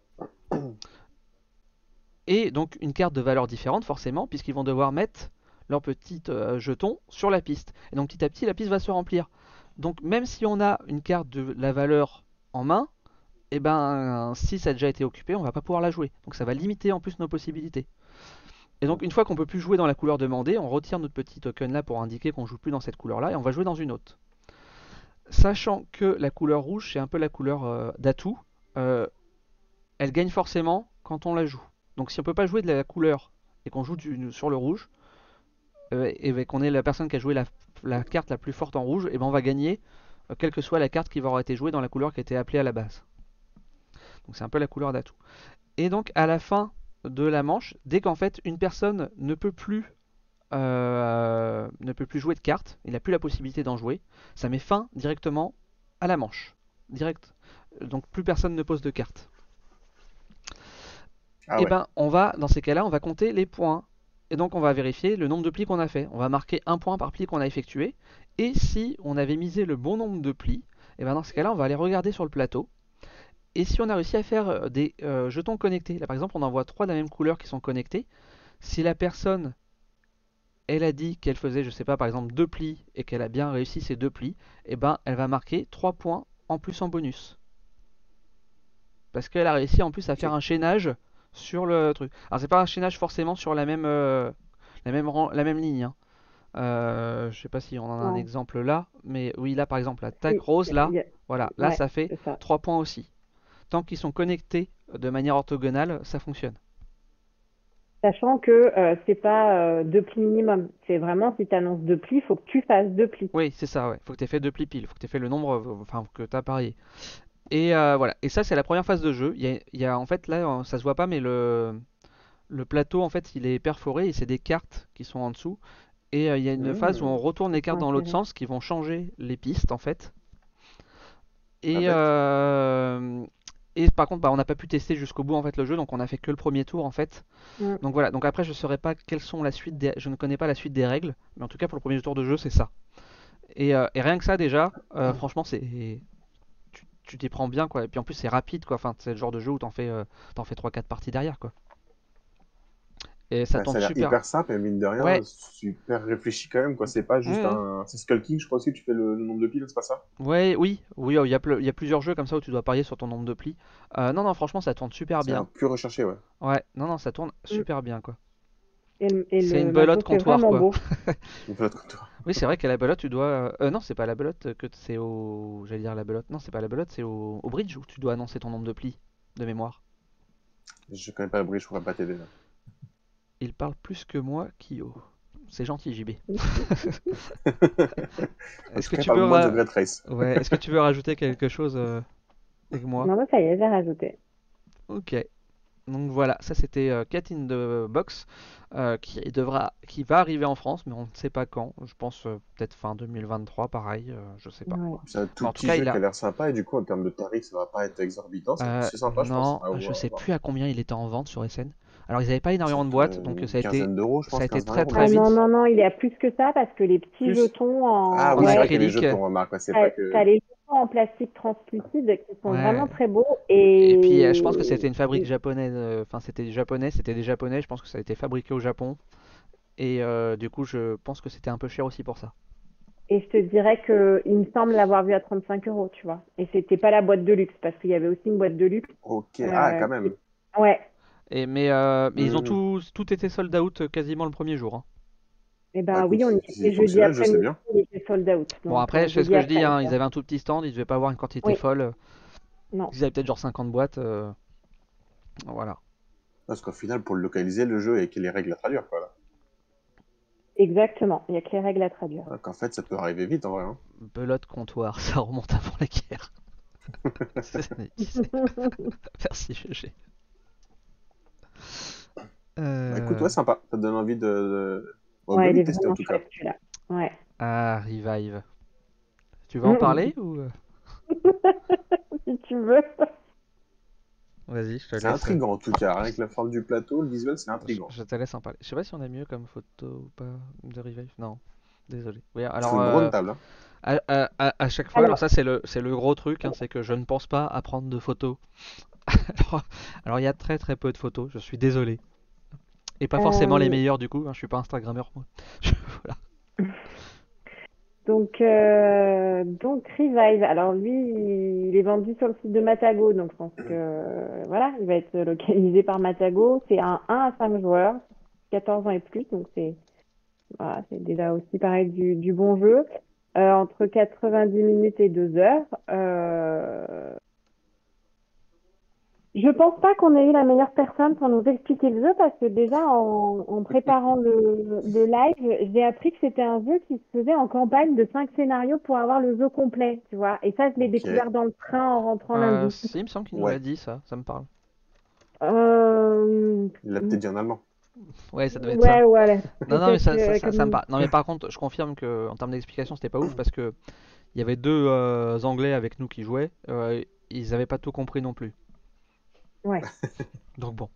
Et donc une carte de valeur différente forcément, puisqu'ils vont devoir mettre leur petit euh, jeton sur la piste. Et donc petit à petit, la piste va se remplir. Donc même si on a une carte de la valeur en main, et ben si ça a déjà été occupé, on va pas pouvoir la jouer. Donc ça va limiter en plus nos possibilités. Et donc une fois qu'on peut plus jouer dans la couleur demandée, on retire notre petit token là pour indiquer qu'on joue plus dans cette couleur là et on va jouer dans une autre. Sachant que la couleur rouge c'est un peu la couleur euh, d'atout, euh, elle gagne forcément quand on la joue. Donc si on peut pas jouer de la couleur et qu'on joue du, sur le rouge, euh, et qu'on est la personne qui a joué la, la carte la plus forte en rouge, et ben on va gagner euh, quelle que soit la carte qui va avoir été jouée dans la couleur qui a été appelée à la base. Donc c'est un peu la couleur d'atout. Et donc à la fin de la manche, dès qu'en fait une personne ne peut plus euh, ne peut plus jouer de cartes, il n'a plus la possibilité d'en jouer, ça met fin directement à la manche. Direct. Donc plus personne ne pose de cartes. Ah Et ouais. ben on va, dans ces cas-là, on va compter les points. Et donc on va vérifier le nombre de plis qu'on a fait. On va marquer un point par pli qu'on a effectué. Et si on avait misé le bon nombre de plis, et ben dans ces cas-là, on va aller regarder sur le plateau. Et si on a réussi à faire des euh, jetons connectés, là par exemple on en voit trois de la même couleur qui sont connectés, si la personne elle a dit qu'elle faisait, je sais pas, par exemple deux plis et qu'elle a bien réussi ces deux plis, et ben elle va marquer trois points en plus en bonus. Parce qu'elle a réussi en plus à faire Ok. un chaînage sur le truc. Alors c'est pas un chaînage forcément sur la même, euh, la même, rang- la même ligne, hein. Euh, je sais pas si on en a un Non. exemple là, mais oui là par exemple la tac Si, rose y a- là, y a- voilà, là Ouais, ça fait c'est ça. trois points aussi. Tant qu'ils sont connectés de manière orthogonale, ça fonctionne. Sachant que euh, c'est pas euh, deux plis minimum. C'est vraiment si tu annonces deux plis, il faut que tu fasses deux plis. Oui, c'est ça, ouais. Faut que tu aies fait deux plis pile, faut que tu aies fait le nombre, euh, enfin que tu as parié. Et euh, voilà, et ça c'est la première phase de jeu. Il y a, il y a- en fait là, euh, ça se voit pas, mais le, le plateau en fait il est perforé et c'est des cartes qui sont en dessous. Et euh, il y a une phase où on Mmh. retourne les cartes dans l'autre Intérêt. sens qui vont changer les pistes en fait. Et, Avec. euh, et par contre, bah, on n'a pas pu tester jusqu'au bout en fait le jeu, donc on a fait que le premier tour en fait. Mm. Donc voilà, donc après je saurais pas quelles sont la suite des... je ne connais pas la suite des règles, mais en tout cas pour le premier tour de jeu c'est ça. Et, euh, et rien que ça déjà, euh, franchement c'est tu tu t'y prends bien quoi. Et puis en plus c'est rapide quoi. Enfin c'est le genre de jeu où t'en fais euh, t'en fais trois quatre parties derrière quoi. Et ça Bah, tourne ça a l'air super. hyper simple et mine de rien, Ouais. super réfléchi quand même, quoi. C'est pas juste Mhm. un. C'est Skull King, je crois aussi que tu fais le, le nombre de piles, c'est pas ça? Ouais, oui, oui, il y a, ple- il y a plusieurs jeux comme ça où tu dois parier sur ton nombre de plis. Euh, non, non, franchement, ça tourne super Ça a bien. l'air plus recherché, ouais. Ouais, non, non, ça tourne Mm. super bien, quoi. Et, le- et C'est une le belote matos, c'est comptoir, vraiment quoi. beau. Donc, de l'autre côté. Oui, c'est vrai qu'à la belote, tu dois. Euh, euh, non, c'est pas à la belote que t- c'est au. J'allais dire la belote. Non, c'est pas à la belote, c'est au... au bridge où tu dois annoncer ton nombre de plis de mémoire. Je connais pas le bridge, je pourrais pas t'aider là. Il parle plus que moi, Kyo. C'est gentil, J B. En Est-ce tout que cas, tu veux parle moins de ra- The Great Race. ouais, est-ce que tu veux rajouter quelque chose euh, avec moi? Non, bah, ça y est, j'ai rajouté. Ok. Donc voilà, ça c'était euh, Cat in the Box euh, qui devra, qui va arriver en France, mais on ne sait pas quand. Je pense euh, peut-être fin deux mille vingt-trois, pareil, euh, je sais pas. Ouais. C'est un Mais tout en tout petit cas, jeu il qui a a. l'air sympa et du coup, en termes de tarifs, ça va pas être exorbitant. C'est euh, c'est sympa, je pense. non, À je sais voir. plus à combien il était en vente sur S N. Alors ils n'avaient pas Ça énormément de doit boîtes, être donc euh, une ça a été, quinzaine d'euros, je ça a pense, été quinze vingt très euros, très Ah je non, vite pense. non, non, il y a plus que ça parce que les petits Plus. jetons Ah en... oui, en c'est vrai qu'il y a les acrylique. jetons, remarque. Ouais, c'est T'as, pas que. t'as les jetons en plastique translucide qui sont Ouais. vraiment très beaux Et puis euh, je pense que c'était et... une fabrique japonaise, euh, enfin c'était japonais, c'était des japonais, je pense que ça a été fabriqué au Japon. Et euh, du coup, je pense que c'était un peu cher aussi pour ça. Et je te dirais que il me semble l'avoir vu à trente-cinq euros, tu vois. Et c'était pas la boîte de luxe parce qu'il y avait aussi une boîte de luxe. Ok. Ah, euh, quand même. qui- Ouais. Et, mais euh, mais ils ont Hmm. tous tout été sold out euh, quasiment le premier jour, hein. Et Bah ben oui, écoute, on y c'est était jeudi fonctionnel, je sais après-midi, bien. il était sold out. Bon Donc après, euh, je sais ce jeudi que je dis, après, hein, ils quoi. avaient un tout petit stand, ils devaient pas avoir une quantité Oui, folle. non. Ils avaient peut-être genre cinquante boîtes, euh, voilà. Parce qu'au final, pour le localiser, le jeu et qu'il y ait les règles à traduire, quoi. Là. Exactement. Il y a que les règles à traduire. Donc en fait, ça peut arriver vite, en vrai. Hein. Belote comptoir, ça remonte avant la guerre. C'est les années dix-sept. Merci G G. Bah écoute, Euh... ouais, sympa. Ça te donne envie de, de... Bon, de Ouais, il lui est tester, en vraiment tout cas. chouette celui-là. Ouais. Ah, Revive. Tu veux en parler ou euh, Si tu veux. vas-y, je te C'est laisse. euh, intriguant, en tout cas. Avec la forme du plateau, le visuel, c'est Je, intriguant. je te laisse en parler. Je sais pas si on a mieux comme photo ou pas de Revive. Non, désolé. Oui, Sur alors une euh, grande table, hein. à, à- à- à chaque fois, alors Alors, ça c'est le c'est le gros truc, hein, c'est que je ne pense pas à prendre de photos. Alors alors, il y a très très peu de photos. Je suis désolé. Et pas forcément les euh, meilleures du coup. Hein, je suis pas Instagrammeur moi. Je- voilà. donc, euh, donc Revive. Alors lui, il est vendu sur le site de Matago, donc je pense que euh, voilà, il va être localisé par Matago. C'est un un à cinq joueurs, quatorze ans et plus, donc c'est voilà, c'est déjà aussi pareil du, du bon jeu. Euh, entre quatre-vingt-dix minutes et deux heures. Euh, Je pense pas qu'on ait eu la meilleure personne pour nous expliquer le jeu parce que déjà en, en préparant le, le live, j'ai appris que c'était un jeu qui se faisait en campagne de cinq scénarios pour avoir le jeu complet, tu vois. Et ça, je l'ai Ok. découvert dans le train en rentrant Euh, lundi. si, il me semble qu'il nous l'a Ouais. dit ça. Ça me parle. Euh... Il l'a peut-être dit en allemand. Ouais, ça devait être ça. Ouais, ouais, Non, non, mais peut-être ça, ça, que ça, ça me comme... parle. Non, mais par contre, je confirme que en termes d'explication, c'était pas ouf parce que il y avait deux euh, Anglais avec nous qui jouaient. Euh, ils avaient pas tout compris non plus. Ouais. Donc bon,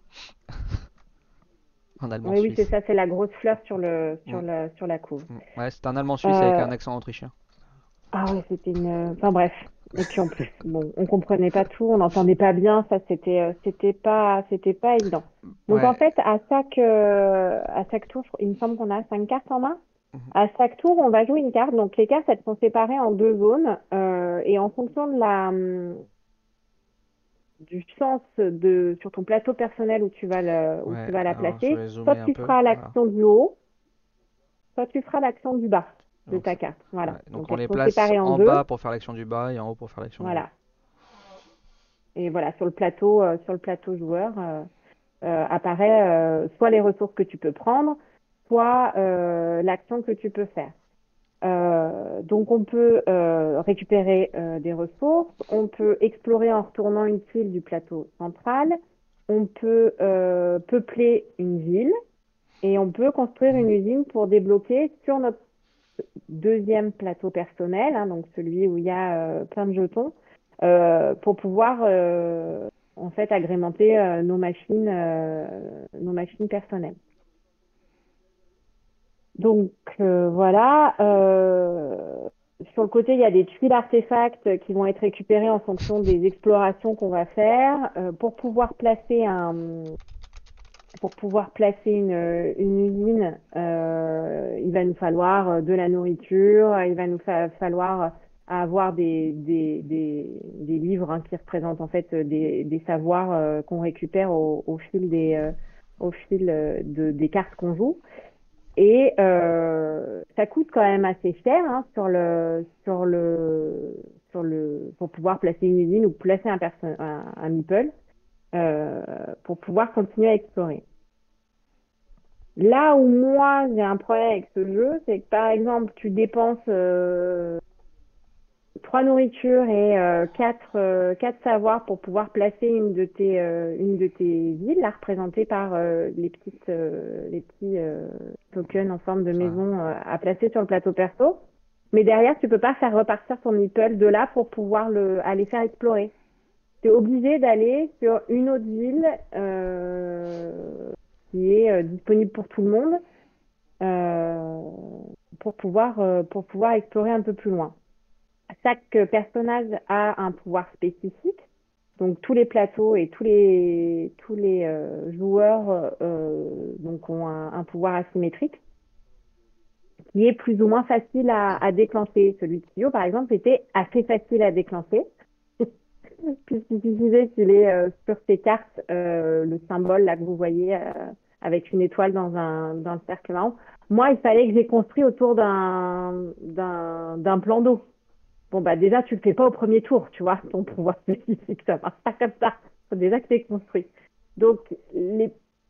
un Allemand Oui, oui, c'est suisse. ça, c'est la grosse fleur sur le sur Mm, le sur la couve. mm. Ouais, c'est un Allemand suisse avec Euh, un accent autrichien. Ah ouais, c'était une. Enfin bref. Et puis en plus, bon, on comprenait pas tout, on n'entendait pas bien, ça c'était euh, c'était pas c'était pas évident. Donc en Ouais. fait, à chaque euh, à chaque tour, je crois- il me semble qu'on a cinq cartes en main. Mhm. À chaque tour, on va jouer une carte. Donc les cartes, elles sont séparées en deux zones euh, et en fonction de la hum, du sens de sur ton plateau personnel où tu vas le, où tu Ouais, vas la alors je placer, vais soit zoomer un tu peu. feras Voilà. l'action du haut, soit tu feras l'action du bas de Donc, ta ça- carte. Voilà. ouais, donc Donc on elles les sont place séparées en en deux. bas pour faire l'action du bas et en haut pour faire l'action du haut. Voilà. Et voilà, sur le plateau, euh, sur le plateau joueur, euh, euh, apparaît euh, soit les ressources que tu peux prendre, soit euh, l'action que tu peux faire. Euh, donc on peut euh, récupérer euh, des ressources, on peut explorer en retournant une file du plateau central, on peut euh, peupler une ville et on peut construire une usine pour débloquer sur notre deuxième plateau personnel, hein, donc celui où il y a euh, plein de jetons, euh, pour pouvoir euh, en fait agrémenter euh, nos machines, euh, nos machines personnelles. Donc euh, voilà. Euh, sur le côté, il y a des tuiles artefacts qui vont être récupérées en fonction des explorations qu'on va faire. Euh, pour pouvoir placer un, pour pouvoir placer une, une usine, euh, il va nous falloir de la nourriture, il va nous fa falloir avoir des, des, des, des livres hein, qui représentent en fait des, des savoirs euh, qu'on récupère au, au fil des, euh, au fil de, des cartes qu'on joue. Et euh, ça coûte quand même assez cher hein, sur le, sur le, sur le, pour pouvoir placer une usine ou placer un, un, un meeple euh, pour pouvoir continuer à explorer. Là où moi j'ai un problème avec ce jeu, c'est que par exemple, tu dépenses euh, trois nourritures et euh, quatre, euh, quatre savoirs pour pouvoir placer une de tes, euh, une de tes villes, là, représentée par euh, les petites, euh, les petits euh, tokens en forme de Ça, maison euh, à placer sur le plateau perso. Mais derrière, tu peux pas faire repartir ton meeple de là pour pouvoir le, aller faire explorer. Tu es obligé d'aller sur une autre ville euh, qui est euh, disponible pour tout le monde euh, pour pouvoir, euh, pour pouvoir explorer un peu plus loin. Chaque personnage a un pouvoir spécifique. Donc tous les plateaux et tous les, tous les euh, joueurs euh, donc ont un, un pouvoir asymétrique qui est plus ou moins facile à, à déclencher. Celui de Kyo, par exemple, était assez facile à déclencher. Puisqu'il suffisait qu'il ait euh, sur ses cartes euh, le symbole là que vous voyez euh, avec une étoile dans un dans le cercle marron. Moi, il fallait que j'ai construit autour d'un d'un d'un plan d'eau. Bon bah déjà tu le fais pas au premier tour, tu vois, ton pouvoir spécifique, ça marche pas comme ça. Faut déjà que c'est construit. Donc les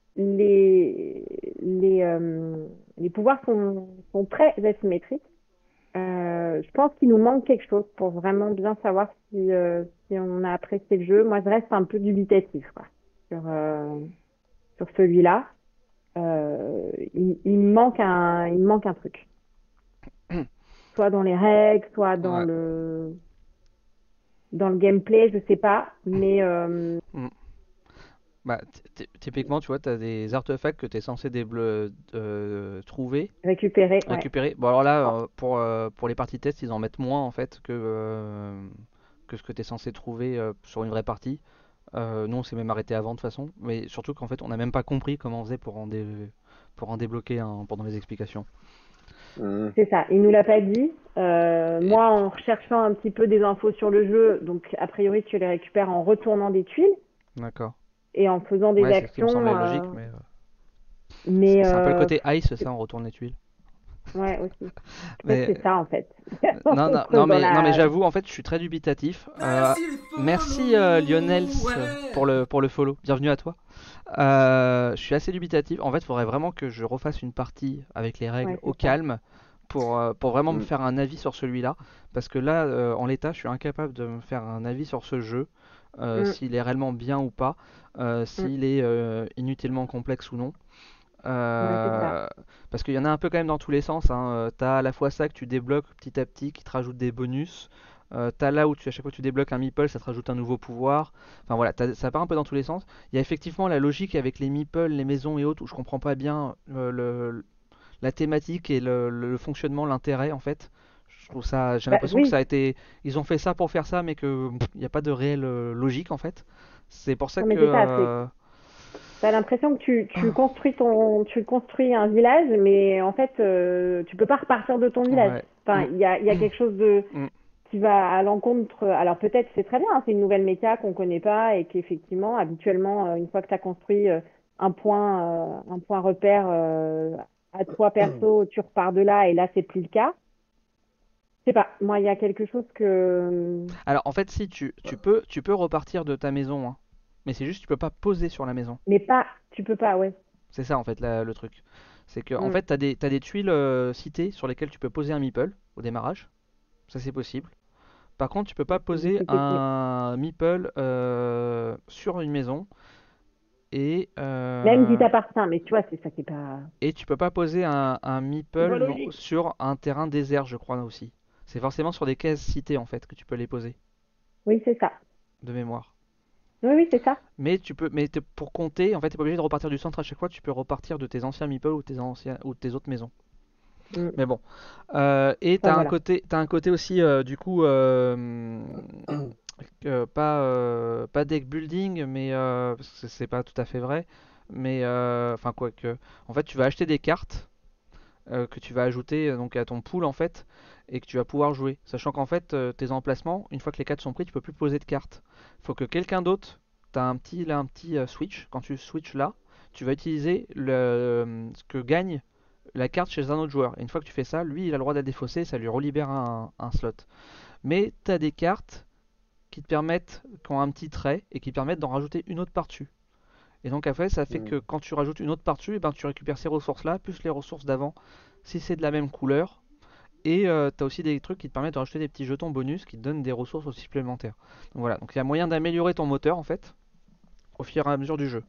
les les euh, les pouvoirs sont sont très asymétriques. Euh, je pense qu'il nous manque quelque chose pour vraiment bien savoir si, euh, si on a apprécié le jeu. Moi, je reste un peu dubitatif quoi, sur, euh, sur celui-là. Euh, il, il me manque un, il me manque un truc. Soit dans les règles, soit dans ouais. le, dans le gameplay, je sais pas. Mais euh, Mm. Bah, ty- typiquement, tu vois, tu as des artefacts que tu es censé déblo- euh, trouver, récupérer, ouais. récupérer. Bon, alors là, euh, pour, euh, pour les parties test, ils en mettent moins en fait que, euh, que ce que tu es censé trouver euh, sur une vraie partie. Euh, nous, on s'est même arrêté avant de toute façon, mais surtout qu'en fait, on n'a même pas compris comment on faisait pour en, dé- pour en débloquer un pendant les explications. Hum, C'est ça. Il nous l'a pas dit. Euh, Et, moi, en recherchant un petit peu des infos sur le jeu, donc a priori, tu les récupères en retournant des tuiles d'accord. et en faisant des Ouais, c'est ce qui me semblait actions. logique, euh, mais euh, c'est mais c'est un peu le euh, côté ice, ça, on retourne les tuiles. ouais, aussi. Peut-être Mais c'est ça en fait. non, On non, creuse non, dans mais, non, mais la. j'avoue, en fait, je suis très dubitatif. Euh, Merci les merci euh, Lionel follow. pour Ouais. le, pour le follow. Bienvenue à toi. Euh, je suis assez dubitatif. En fait, il faudrait vraiment que je refasse une partie avec les règles Ouais, au c'est ça. calme pour, euh, pour vraiment me hum, faire un avis sur celui-là. Parce que là, euh, en l'état, je suis incapable de me faire un avis sur ce jeu, euh, Mm, s'il est réellement bien ou pas, euh, mm. s'il est euh, inutilement complexe ou non. Ouais, c'est ça. Euh, parce qu'il y en a un peu quand même dans tous les sens, hein. Euh, T'as à la fois ça que tu débloques petit à petit, qui te rajoute des bonus. Euh, t'as là où tu, à chaque fois que tu débloques un meeple, ça te rajoute un nouveau pouvoir. Enfin voilà, t'as- ça part un peu dans tous les sens. Il y a effectivement la logique avec les meeples, les maisons et autres, où je comprends pas bien euh, le, la thématique et le, le fonctionnement, l'intérêt en fait. Je trouve ça, j'ai Bah l'impression que ça oui, a été, ils ont fait ça pour faire ça, mais que pff, il n'y a pas de réelle euh, logique en fait. C'est pour ça non que mais c'est ça. C'est euh, T'as l'impression que tu, tu construis ton, tu construis un village, mais en fait, euh, tu peux pas repartir de ton village. ouais. Enfin, Mm, il y a, il y a quelque chose de mm. qui va à l'encontre. Alors peut-être c'est très bien, hein, c'est une nouvelle méca qu'on connaît pas et qu'effectivement, habituellement, euh, une fois que tu as construit euh, un point, euh, un point repère euh, à toi perso, tu repars de là et là c'est plus le cas. Je sais pas, moi il y a quelque chose que, Alors en fait, si tu, tu peux, tu peux repartir de ta maison, hein. Mais c'est juste tu peux pas poser sur la maison. mais pas, tu peux pas, ouais. C'est ça en fait la- le truc. C'est que en Mm. fait t'as des, t'as des tuiles euh, citées sur lesquelles tu peux poser un meeple au démarrage. Ça c'est possible. Par contre, tu peux pas C'est poser c'est technique. un meeple euh, sur une maison et Même si euh, t'appartiens, mais tu vois, c'est ça qui est pas, et tu peux pas poser un, un c'est meeple pas non- logique. sur un terrain désert, je crois aussi. C'est forcément sur des cases citées en fait que tu peux les poser Oui, c'est ça. de mémoire. Oui, oui, c'est ça. Mais tu peux, mais t'es- pour compter, en fait, t'es pas obligé de repartir du centre à chaque fois. Tu peux repartir de tes anciens meeples ou tes anciens ou tes autres maisons. Mm. Mais bon. Euh, et Enfin, t'as un voilà. côté, t'as un côté aussi euh, du coup euh, euh, pas euh, pas deck building, mais euh, parce que c'est pas tout à fait vrai. Mais euh, enfin quoi que, en fait, tu vas acheter des cartes euh, que tu vas ajouter euh, donc à ton pool en fait et que tu vas pouvoir jouer. Sachant qu'en fait, euh, tes emplacements, une fois que les cartes sont pris, tu peux plus poser de cartes. Faut que quelqu'un d'autre, t'as un petit là un petit euh, switch. Quand tu switches là, tu vas utiliser le euh, ce que gagne la carte chez un autre joueur. Et une fois que tu fais ça, lui, il a le droit de la défausser, ça lui relibère un, un slot. Mais tu as des cartes qui te permettent, qui ont un petit trait et qui permettent d'en rajouter une autre par-dessus. Et donc après, ça fait Mm. que quand tu rajoutes une autre par-dessus, eh ben, tu récupères ces ressources-là, plus les ressources d'avant, si c'est de la même couleur. Et tu as aussi des trucs qui te permettent de rajouter des petits jetons bonus qui te donnent des ressources aussi supplémentaires. Donc voilà, donc il y a moyen d'améliorer ton moteur en fait, au fur et à mesure du jeu.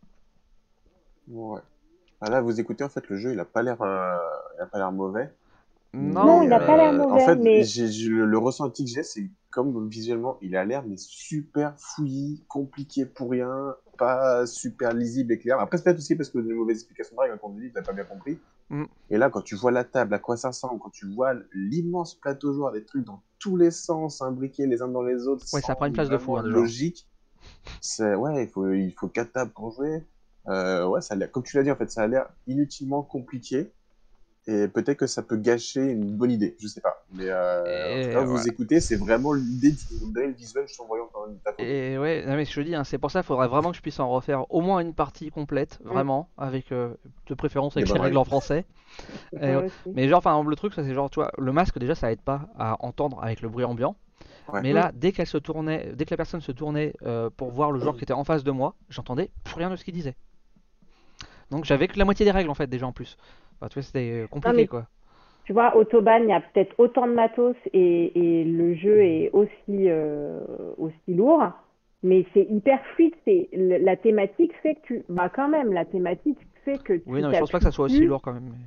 Ouais. Ah, là, vous écoutez, en fait, le jeu, il a pas l'air, euh, il a pas l'air mauvais. Non, Non, Mais il n'a pas l'air euh, en mauvais, fait, mais j'ai, j'ai- le, le ressenti que j'ai, c'est comme visuellement, il a l'air mais super fouillis, compliqué pour rien, pas super lisible et clair. Après, c'est peut-être aussi parce que de mauvaises explications de règles, quand on dit, t'as pas bien compris. mm, Et là, quand tu vois la table, à quoi ça ressemble, quand tu vois l'immense plateau joueur, des trucs dans tous les sens, imbriqués les uns dans les autres, ouais, ça sans prend une place de fou vraiment hein, déjà. logique, c'est ouais, il faut, il faut quatre tables pour jouer. Euh, ouais, ça a l'air, comme tu l'as dit, en fait, ça a l'air inutilement compliqué. Et peut-être que ça peut gâcher une bonne idée, je sais pas. Mais euh, en tout cas, Et vous voilà. écoutez, c'est vraiment l'idée de vous donner le visuel juste en voyant quand même ta photo. Et ouais, non, mais je te dis, hein, c'est pour ça qu'il faudrait vraiment que je puisse en refaire au moins une partie complète, mm, vraiment, avec euh, de préférence Des avec les bonnes règles en règles. français. Et, moi ouais. aussi. Mais genre, enfin, le truc, ça c'est genre, tu vois, le masque déjà, ça aide pas à entendre avec le bruit ambiant. Ouais. Mais Mm. là, dès qu'elle se tournait, dès que la personne se tournait euh, pour voir le joueur qui était en face de moi, j'entendais plus rien de ce qu'il disait. Donc j'avais que la moitié des règles en fait déjà en plus. Enfin, tu vois, c'était euh, Non, compliqué mais quoi. tu vois, Autobahn, il y a peut-être autant de matos et, et le jeu est aussi, euh, aussi lourd, mais c'est hyper fluide. C'est, le- la thématique fait que tu. Bah, quand même, la thématique fait que Oui, tu non, mais je pense pas que ça t'appuies soit aussi dessus. lourd quand même. Mais...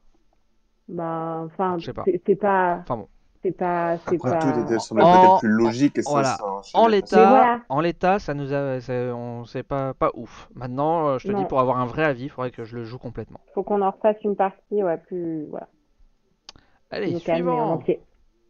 Bah, enfin, Je sais pas. c'est c'est pas. Enfin bon. C'est pas. C'est Après, tout était pas. semblait peut-être En, plus logique et ça voilà. En s'enchaînait Mais facilement. l'état, voilà, en l'état, ça nous a, ça- on c'est pas pas ouf. Maintenant, euh, je te dis non. pour avoir un vrai avis, il faudrait que je le joue complètement. Faut qu'on en refasse une partie, ouais, plus. Voilà, Allez, nous calmer en suivant. entier.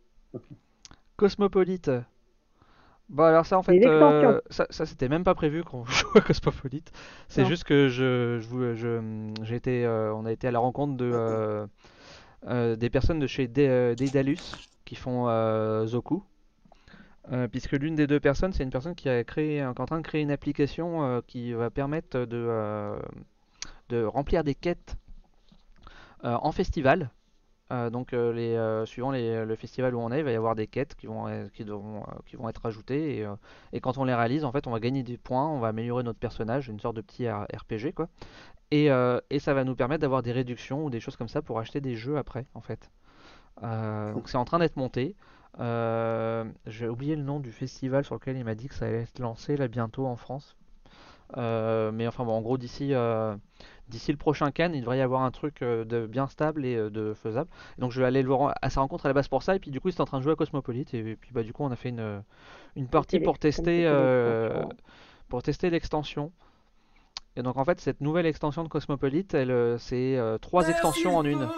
Cosmopolite. Bon alors ça en Les fait, extensions. euh, ça, ça c'était même pas prévu qu'on joue à Cosmopolite. C'est Non. juste que je, je, vous- je- j'ai été, euh, on a été à la rencontre de euh, euh, des personnes de chez Dé- euh, Daedalus qui font euh, Zoku. Euh, puisque l'une des deux personnes, c'est une personne qui, a créé, qui est en train de créer une application euh, qui va permettre de, euh, de remplir des quêtes euh, en festival. Euh, donc euh, les, euh, suivant les- le festival où on est, il va y avoir des quêtes qui vont, euh, qui devront, euh, qui vont être ajoutées et, euh, et quand on les réalise, en fait, on va gagner des points, on va améliorer notre personnage, une sorte de petit R- RPG quoi. Et, euh, et ça va nous permettre d'avoir des réductions ou des choses comme ça pour acheter des jeux après, en fait. Euh, donc c'est en train d'être monté. Euh, j'ai oublié le nom du festival sur lequel il m'a dit que ça allait être lancé là bientôt en France. Euh, mais enfin bon, en gros d'ici euh, d'ici le prochain Cannes, il devrait y avoir un truc euh, de bien stable et euh, de faisable. Et donc je vais aller le voir à sa rencontre à la base pour ça. Et puis du coup, il était en train de jouer à Cosmopolite. Et, puis bah du coup, on a fait une une partie C'était pour l'ex- Comme tester c'était euh, l'extension. pour tester l'extension. Et donc en fait, cette nouvelle extension de Cosmopolite, elle, euh, c'est euh, trois extensions en une.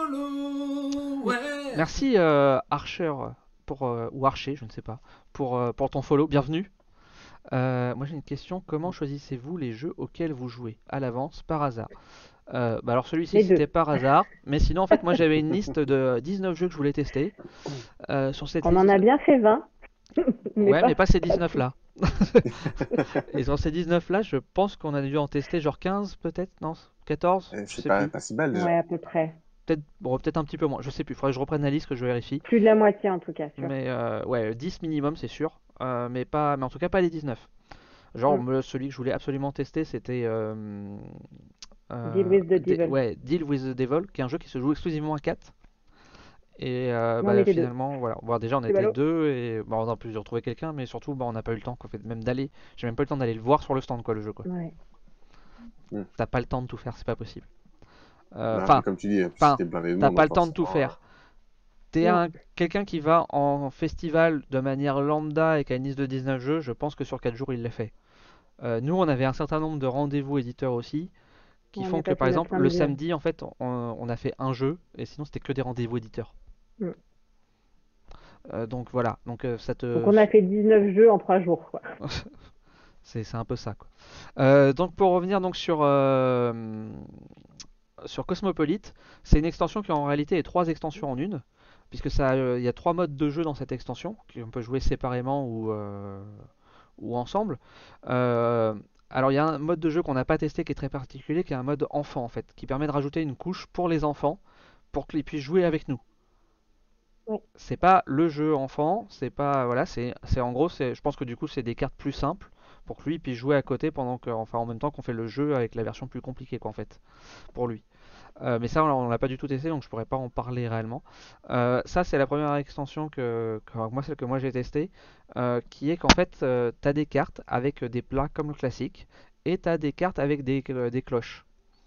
Merci euh, Archer pour euh, ou Archer, je ne sais pas, pour euh, pour ton follow. Bienvenue. Euh, moi j'ai une question. Comment choisissez-vous les jeux auxquels vous jouez à l'avance par hasard? Euh, bah alors celui-ci Les c'était deux. par hasard, mais sinon en fait moi j'avais une liste de dix-neuf jeux que je voulais tester. Euh, sur cette On en a liste, bien fait vingt, mais ouais pas, mais pas ces pas dix-neuf tous. là. Et sur ces dix-neuf là, je pense qu'on a dû en tester genre quinze peut-être, non? quatorze? Eh, Je c'est sais pas, plus. pas si mal déjà. Ouais, à peu près. Peut-être bon, peut-être un petit peu moins, je sais plus. Faudrait que je reprenne la liste que je vérifie. Plus de la moitié en tout cas, sûr. Mais euh, ouais, dix minimum c'est sûr. Euh, mais pas, mais en tout cas pas les dix-neuf. Genre Mm. me- celui que je voulais absolument tester c'était euh, Deal euh, with the De- devil. ouais, Deal with the Devil, qui est un jeu qui se joue exclusivement à quatre. Et euh, Nous, on bah, était deux. finalement, voilà. Bon, déjà on C'est était ballot. deux et bah, on a pu retrouver quelqu'un, mais surtout bah, on n'a pas eu le temps quoi, en fait, même d'aller. J'ai même pas eu le temps d'aller le voir sur le stand quoi, le jeu quoi. Ouais. Hmm. T'as pas le temps de tout faire, c'est pas possible. Euh, Non, puis Enfin, comme tu dis, en plus enfin, c'était blindé de t'as monde, pas donc le temps de tout forcément. euh, faire. T'es Non. un quelqu'un qui va en festival de manière lambda et qui a une liste de dix-neuf jeux, je pense que sur quatre jours il l'a fait. Euh, nous on avait un certain nombre de rendez-vous éditeurs aussi qui On font est que par passé notre exemple le samedi. Ouais. samedi en fait on, on a fait un jeu et sinon c'était que des rendez-vous éditeurs. Mm. Euh, donc voilà, donc euh, ça Donc te on a fait dix-neuf jeux en trois jours, quoi. c'est c'est un peu ça quoi. Euh, donc pour revenir donc sur euh, sur Cosmopolite, c'est une extension qui en réalité est trois extensions en une, puisque ça euh, il y a trois modes de jeu dans cette extension qu'on peut jouer séparément ou euh, ou ensemble. Euh, alors il y a un mode de jeu qu'on n'a pas testé qui est très particulier, qui est un mode enfant en fait, qui permet de rajouter une couche pour les enfants pour qu'ils puissent jouer avec nous. Ouais. C'est pas le jeu enfant, c'est pas voilà, c'est c'est en gros c'est je pense que du coup c'est des cartes plus simples pour que lui puisse jouer à côté pendant que, enfin en même temps qu'on fait le jeu avec la version plus compliquée quoi en fait, pour lui. Euh, mais ça, on l'a pas du tout testé, donc je pourrais pas en parler réellement. Euh, ça, c'est la première extension que, que- moi, celle que moi j'ai testée, euh, qui est qu'en fait, euh, tu as des cartes avec des plats comme le classique, et tu as des cartes avec des, euh, des cloches.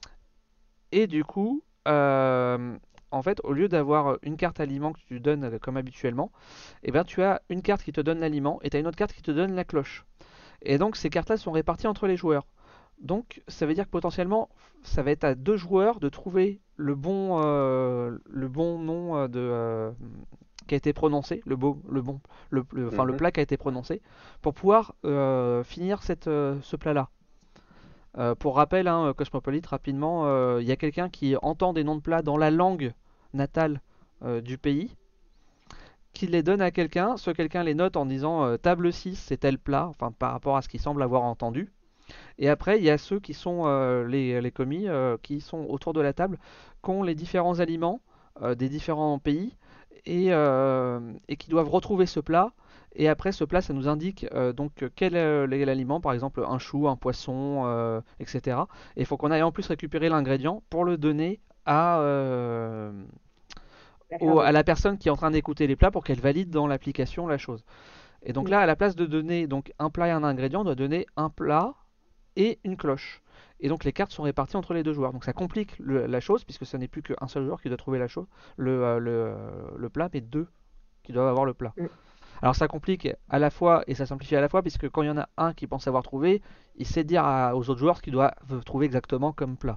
Et du coup, euh, en fait, au lieu d'avoir une carte aliment que tu donnes euh, comme habituellement, eh ben, tu as une carte qui te donne l'aliment, et tu as une autre carte qui te donne la cloche. Et donc ces cartes-là sont réparties entre les joueurs. Donc ça veut dire que potentiellement, ça va être à deux joueurs de trouver le bon, euh, le bon nom euh, de, euh, qui a été prononcé, le, beau, le, bon, le, le- enfin, le Mhm. plat qui a été prononcé, pour pouvoir euh, finir cette, euh, ce plat-là. Euh, pour rappel, hein, Cosmopolite, rapidement, euh, il y a quelqu'un qui entend des noms de plats dans la langue natale euh, du pays, qui les donne à quelqu'un, ce quelqu'un les note en disant euh, table six c'est tel plat, enfin par rapport à ce qu'il semble avoir entendu. Et après, il y a ceux qui sont euh, les, les commis, euh, qui sont autour de la table, qui ont les différents aliments euh, des différents pays et, euh, et qui doivent retrouver ce plat. Et après, ce plat, ça nous indique euh, donc quel est l'aliment, par exemple un chou, un poisson, euh, et cetera. Et il faut qu'on aille en plus récupérer l'ingrédient pour le donner à, euh, La au- à serveuse. la personne qui est en train d'écouter les plats pour qu'elle valide dans l'application la chose. Et donc Mm. là, à la place de donner donc un plat et un ingrédient, on doit donner un plat et une cloche. Et donc les cartes sont réparties entre les deux joueurs. Donc ça complique le- la chose puisque ce n'est plus qu'un seul joueur qui doit trouver la chose, le, euh, le, euh, le plat, mais deux qui doivent avoir le plat. Mm. Alors ça complique à la fois et ça simplifie à la fois puisque quand il y en a un qui pense avoir trouvé, il sait dire à- aux autres joueurs ce qu'il doit trouver exactement comme plat.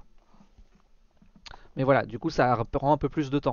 Mais voilà, du coup ça prend un peu plus de temps.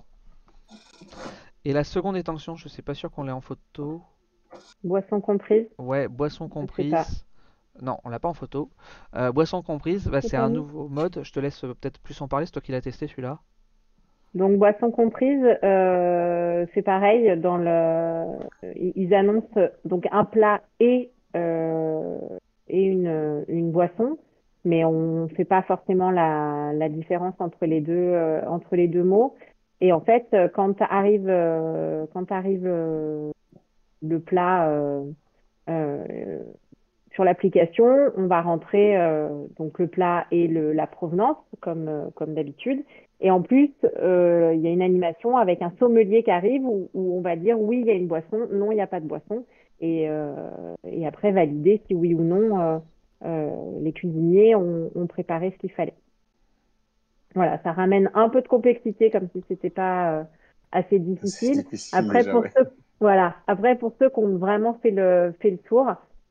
Et la seconde extension, je suis pas sûr qu'on l'ait en photo. Boisson comprise, Ouais, boisson je sais pas. comprise. Non, on l'a pas en photo. Euh, boisson comprise, bah, C'est c'est pas un mis. nouveau mode. Je te laisse euh, peut-être plus en parler, c'est toi qui l'as testé celui-là. Donc, boisson comprise, euh, c'est pareil. Dans le, ils ils annoncent donc un plat et, euh, et une, une boisson, mais on ne fait pas forcément la, la différence entre les deux, euh, entre les deux mots. Et en fait, euh, quand arrive, euh, quand arrive euh, le plat euh, euh, sur l'application, on va rentrer euh, donc le plat et le, la provenance, comme, euh, comme d'habitude. Et en plus, euh, il y a une animation avec un sommelier qui arrive où, où on va dire oui, il y a une boisson, non, il n'y a pas de boisson. Et, euh, et après, valider si oui ou non euh, euh, les cuisiniers ont, ont préparé ce qu'il fallait. Voilà, ça ramène un peu de complexité comme si c'était pas euh, assez C'est difficile. difficile Après, déjà, pour ouais. ceux, voilà, après, pour ceux qui ont vraiment fait le, fait le tour,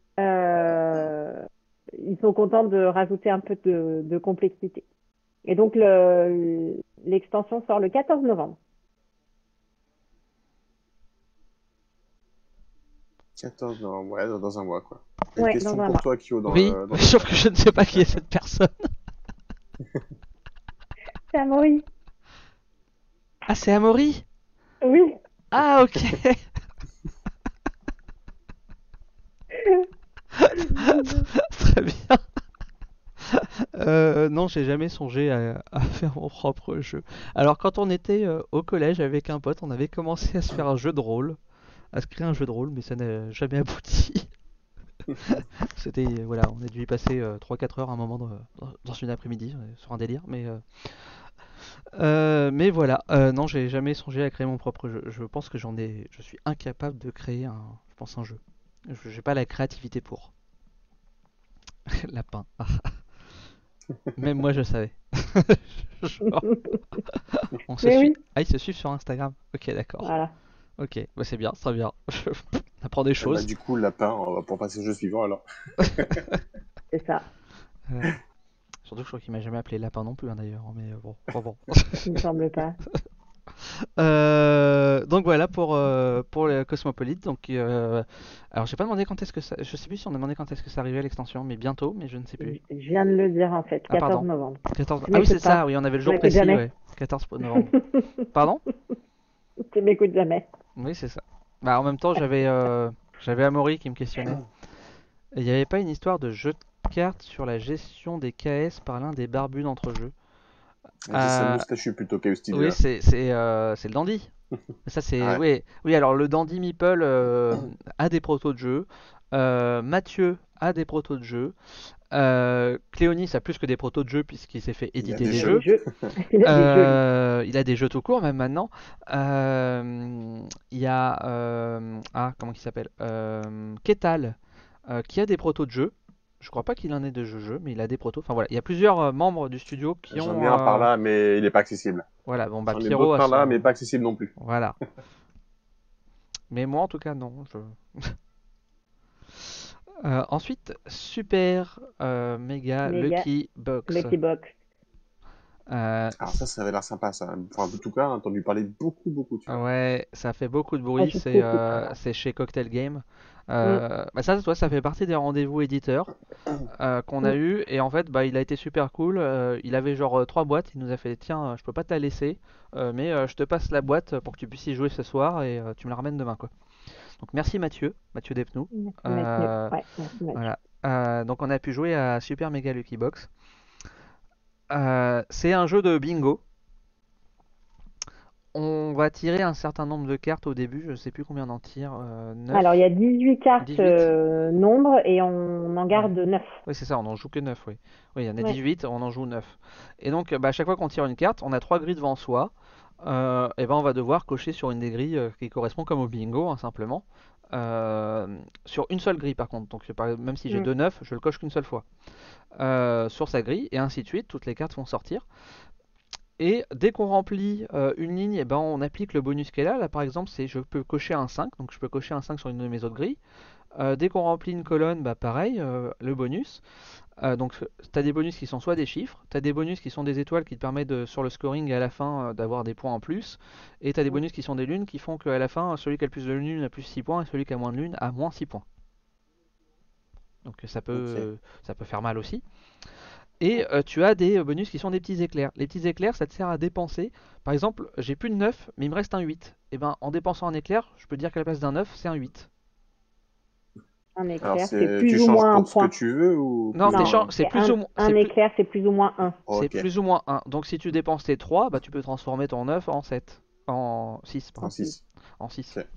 euh, ils sont contents de rajouter un peu de, de complexité. Et donc, le, l'extension sort le quatorze novembre. quatorze novembre, ouais, dans dans un mois, quoi. Une Ouais, dans question un pour mois. toi, Kyo, dans Oui, le, dans le sauf chat. que je ne sais pas qui est cette personne. C'est Amaury. Ah, c'est Amaury. Oui. Ah, ok. Très bien. Euh, non, j'ai jamais songé à, à faire mon propre jeu. Alors, quand on était euh, au collège avec un pote, on avait commencé à se faire un jeu de rôle, à se créer un jeu de rôle, mais ça n'a jamais abouti. C'était, euh, voilà, on a dû y passer euh, trois quatre heures à un moment dans, dans une après-midi, euh, sur un délire, mais euh, Euh, mais voilà, euh, non, j'ai jamais songé à créer mon propre jeu. Je pense que j'en ai, je suis incapable de créer un, je pense un jeu. Je- J'ai pas la créativité pour. Lapin. Ah, même moi je savais. Genre, on se Mais suit. oui, Ah, ils se suivent sur Instagram. Ok, d'accord. voilà, Ok, bah c'est bien, c'est très bien. On apprend des Eh bah, choses. du coup, lapin, on va pour passer au jeu suivant, alors. c'est ça, Ouais. Surtout que je crois qu'il m'a jamais appelé lapin non plus, hein, d'ailleurs. Mais euh, bon, bon, bon. il me semble pas. Euh, donc voilà pour, euh, pour le Cosmopolite. Donc, euh, alors j'ai pas demandé quand est-ce que ça. Je sais plus si on a demandé quand est-ce que ça arrivait l'extension, mais bientôt, mais je ne sais Je plus. je viens de le dire en fait, Ah quatorze pardon. novembre. quatorze. Tu Ah oui c'est m'écoutes ça, pas, oui on avait le tu jour m'écoutes précis, jamais. ouais. quatorze novembre. Pardon? Tu m'écoutes jamais. Oui c'est ça. Bah en même temps j'avais euh, j'avais Amaury qui me questionnait. Et il n'y avait pas une histoire de jeu de cartes sur la gestion des K S par l'un des barbus d'entre-jeux. Elle dit ça Euh, moustachu plutôt qu'à oui Eustidia. c'est c'est euh, c'est le dandy. Ça c'est Ouais. oui oui alors le Dandy Meeple euh, a des protos de jeu. Euh, Mathieu a des protos de jeux. Euh, Cléonis a plus que des protos de jeux puisqu'il s'est fait Il a éditer des des Il a jeux. des jeux. jeux. Il a des jeux, lui. Euh, il a des jeux tout court même maintenant. Euh, il y a euh, ah comment il s'appelle euh, Ketal euh, qui a des protos de jeux. Je crois pas qu'il en ait de jeux-jeux, mais il a des protos. Enfin voilà, il y a plusieurs euh, membres du studio qui J'en ai ont un par euh, là, mais il n'est pas accessible. voilà. Bon bah J'en ai Pierrot d'autres a par là, mais son pas accessible non plus. voilà. Mais moi en tout cas non. Je... Euh, ensuite Super euh, Mega Méga. Lucky Box. Lucky Box. Euh, Alors ça, ça avait l'air sympa, ça. Enfin, en tout cas, j'ai entendu parler beaucoup, beaucoup, tu vois. Ouais, ça fait beaucoup de Ah, bruit, je c'est trouve que euh, c'est chez Cocktail Game. Euh, bah ça, toi, ça fait partie des rendez-vous éditeurs euh, qu'on a Mm. eu et en fait, bah, il a été super cool. Euh, il avait genre euh, trois boîtes, il nous a fait tiens, euh, je peux pas te la laisser, euh, mais euh, je te passe la boîte pour que tu puisses y jouer ce soir et euh, tu me la ramènes demain quoi. Donc merci Mathieu, Mathieu Despnous. Merci, Mathieu. Euh, Ouais, merci, Mathieu. voilà. Euh, donc on a pu jouer à Super Mega Lucky Box. Euh, c'est un jeu de bingo. On va tirer un certain nombre de cartes au début, je sais plus combien on en tire, euh, Alors, il y neuf, a dix-huit cartes dix-huit. euh, nombre et on en Ouais. garde neuf. Oui, c'est ça, on en joue que neuf, oui. Oui, il y en a Ouais. dix-huit, on en joue neuf. Et donc, bah, à chaque fois qu'on tire une carte, on a trois grilles devant soi. Euh, et ben, on va devoir cocher sur une des grilles euh, qui correspond comme au bingo, hein, simplement. Euh, sur une seule grille, par contre. Donc, par- même si j'ai Mm. deux neufs, je le coche qu'une seule fois. Euh, sur sa grille, et ainsi de suite, toutes les cartes vont sortir. Et dès qu'on remplit euh, une ligne, eh ben, on applique le bonus qu'elle a. Là, par exemple, c'est je peux cocher un cinq, donc je peux cocher un cinq sur une de mes autres grilles. Euh, dès qu'on remplit une colonne, bah pareil, euh, le bonus. Euh, donc tu as des bonus qui sont soit des chiffres, tu as des bonus qui sont des étoiles qui te permettent de, sur le scoring à la fin euh, d'avoir des points en plus, et tu as des bonus qui sont des lunes qui font qu'à la fin, celui qui a le plus de lunes a plus six points, et celui qui a moins de lunes a moins six points. Donc ça peut, Ok. ça peut faire mal aussi. Et euh, tu as des bonus qui sont des petits éclairs. Les petits éclairs, ça te sert à dépenser. Par exemple, j'ai plus de neuf, mais il me reste un huit. Et ben en dépensant un éclair, je peux dire qu'à la place d'un neuf, c'est un huit. Un Alors, éclair, c'est c'est... tu plus ou changes moins un pour ce que point. tu veux ou Non, plus ou Non, t'échanges- moins? c'est c'est plus ou un, moins. un C'est plus, éclair, c'est plus ou moins un. c'est Ok. plus ou moins un. Donc si tu dépenses tes trois, bah, tu peux transformer ton neuf en sept. En six, En pardon. six. En six. Ok.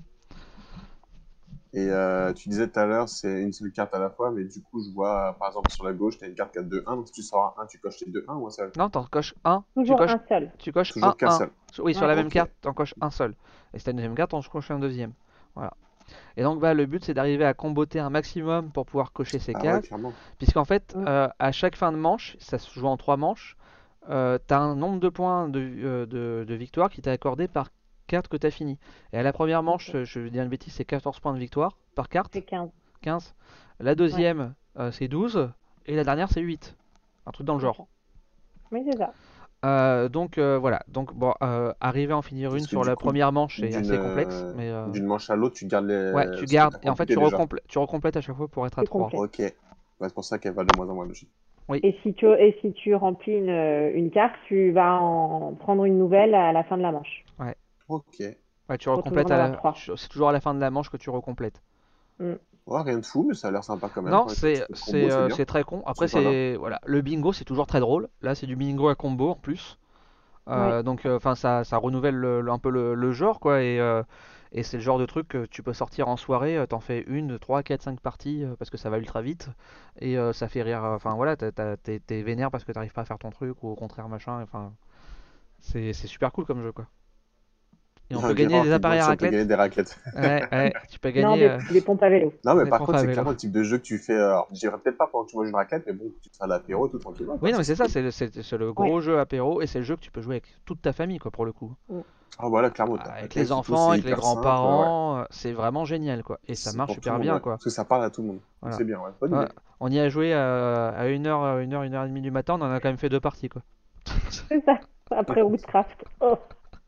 Et euh, tu disais tout à l'heure, c'est une seule carte à la fois, mais du coup, je vois, par exemple, sur la gauche, tu as une carte qui a deux un, donc si tu sors un un, tu coches tes deux un ou un seul? Non, t'en coches un. Tu Toujours coches, un seul. tu coches un Toujours qu'un un. seul. Oui, sur Ouais. la même Ok. carte, t'en coches un seul. Et si t'as une deuxième carte, t'en coches un deuxième. Voilà. Et donc bah, le but c'est d'arriver à comboter un maximum pour pouvoir cocher ces Ah ouais, cartes. clairement. Puisqu'en fait, Mm. euh, à chaque fin de manche, ça se joue en trois manches, euh, tu as un nombre de points de, euh, de, de victoire qui t'est accordé par carte que tu as fini. Et à la première manche, Ok. euh, je vais dire une bêtise, c'est quatorze points de victoire par carte, C'est quinze. quinze. La deuxième, euh, c'est douze. Et la dernière, c'est huit. Un truc dans le genre. Ok. Oui, c'est ça. Euh, donc euh, voilà, donc bon, euh, arriver à en finir une Parce que sur du la coup, première manche c'est d'une assez complexe, euh, mais euh, d'une manche à l'autre, tu gardes les... ouais, tu ce que gardes, t'as et en fait complété tu, déjà. recomplè- tu recomplètes à chaque fois pour être à C'est trois. complet. Ok. Ouais, c'est pour ça qu'elle va de moins en moins logique. Oui, Et si tu, et si tu remplis une, une carte, tu vas en prendre une nouvelle à la fin de la manche. Ok. ouais, tu Faut recomplètes toujours en à avoir la... trois. tu- c'est toujours à la fin de la manche que tu recomplètes. Mm. Ouais, rien de fou, mais ça a l'air sympa quand même. Non, Ouais, c'est petit peu de c'est combo, c'est euh, bien. c'est très con. Après, C'est sympa. c'est voilà, le bingo, c'est toujours très drôle. Là, c'est du bingo à combo en plus. Euh, Ouais. donc, enfin, ça, ça renouvelle le- le- un peu le, le genre, quoi. Et, euh, et c'est le genre de truc que tu peux sortir en soirée. euh, T'en fais une, trois, quatre, cinq parties euh, parce que ça va ultra vite. Et euh, ça fait rire. euh, Enfin, voilà, t'as- t'as- t'es t'es vénère parce que t'arrives pas à faire ton truc ou au contraire, machin. Enfin, c'est c'est super cool comme jeu, quoi. Et on peut Ok, gagner des effectivement, appareils à tu peux gagner raclette. des raquettes. Ouais, ouais, tu peux Non, gagner des, euh, des pompes à vélo. Non, mais des par pompes contre, à c'est vélo. clairement le type de jeu que tu fais. Alors, je dirais peut-être pas pendant que tu manges une raclette, mais bon, tu te fais à l'apéro tout tranquillement. Oui, Quoi. non, Ça, mais c'est c'est ça, cool. c'est le, c'est- c'est le gros jeu apéro et c'est le jeu que tu peux jouer avec toute ta famille, quoi, pour le coup. Mm. Ah, voilà, clairement. T'as Avec pas les qui tout, enfants, c'est avec les hyper simple. Ouais. grands-parents, euh, c'est vraiment génial, quoi. Et ça C'est marche pour tout le super monde, bien, ouais. quoi. Parce que ça parle à tout le monde. Donc, Voilà. c'est bien, ouais. Bonne Ouais, idée. on y a joué à, à une heure, une heure, une heure et demie du matin, on en a quand même fait deux parties, quoi. C'est ça. Après Woodcraft. Oh.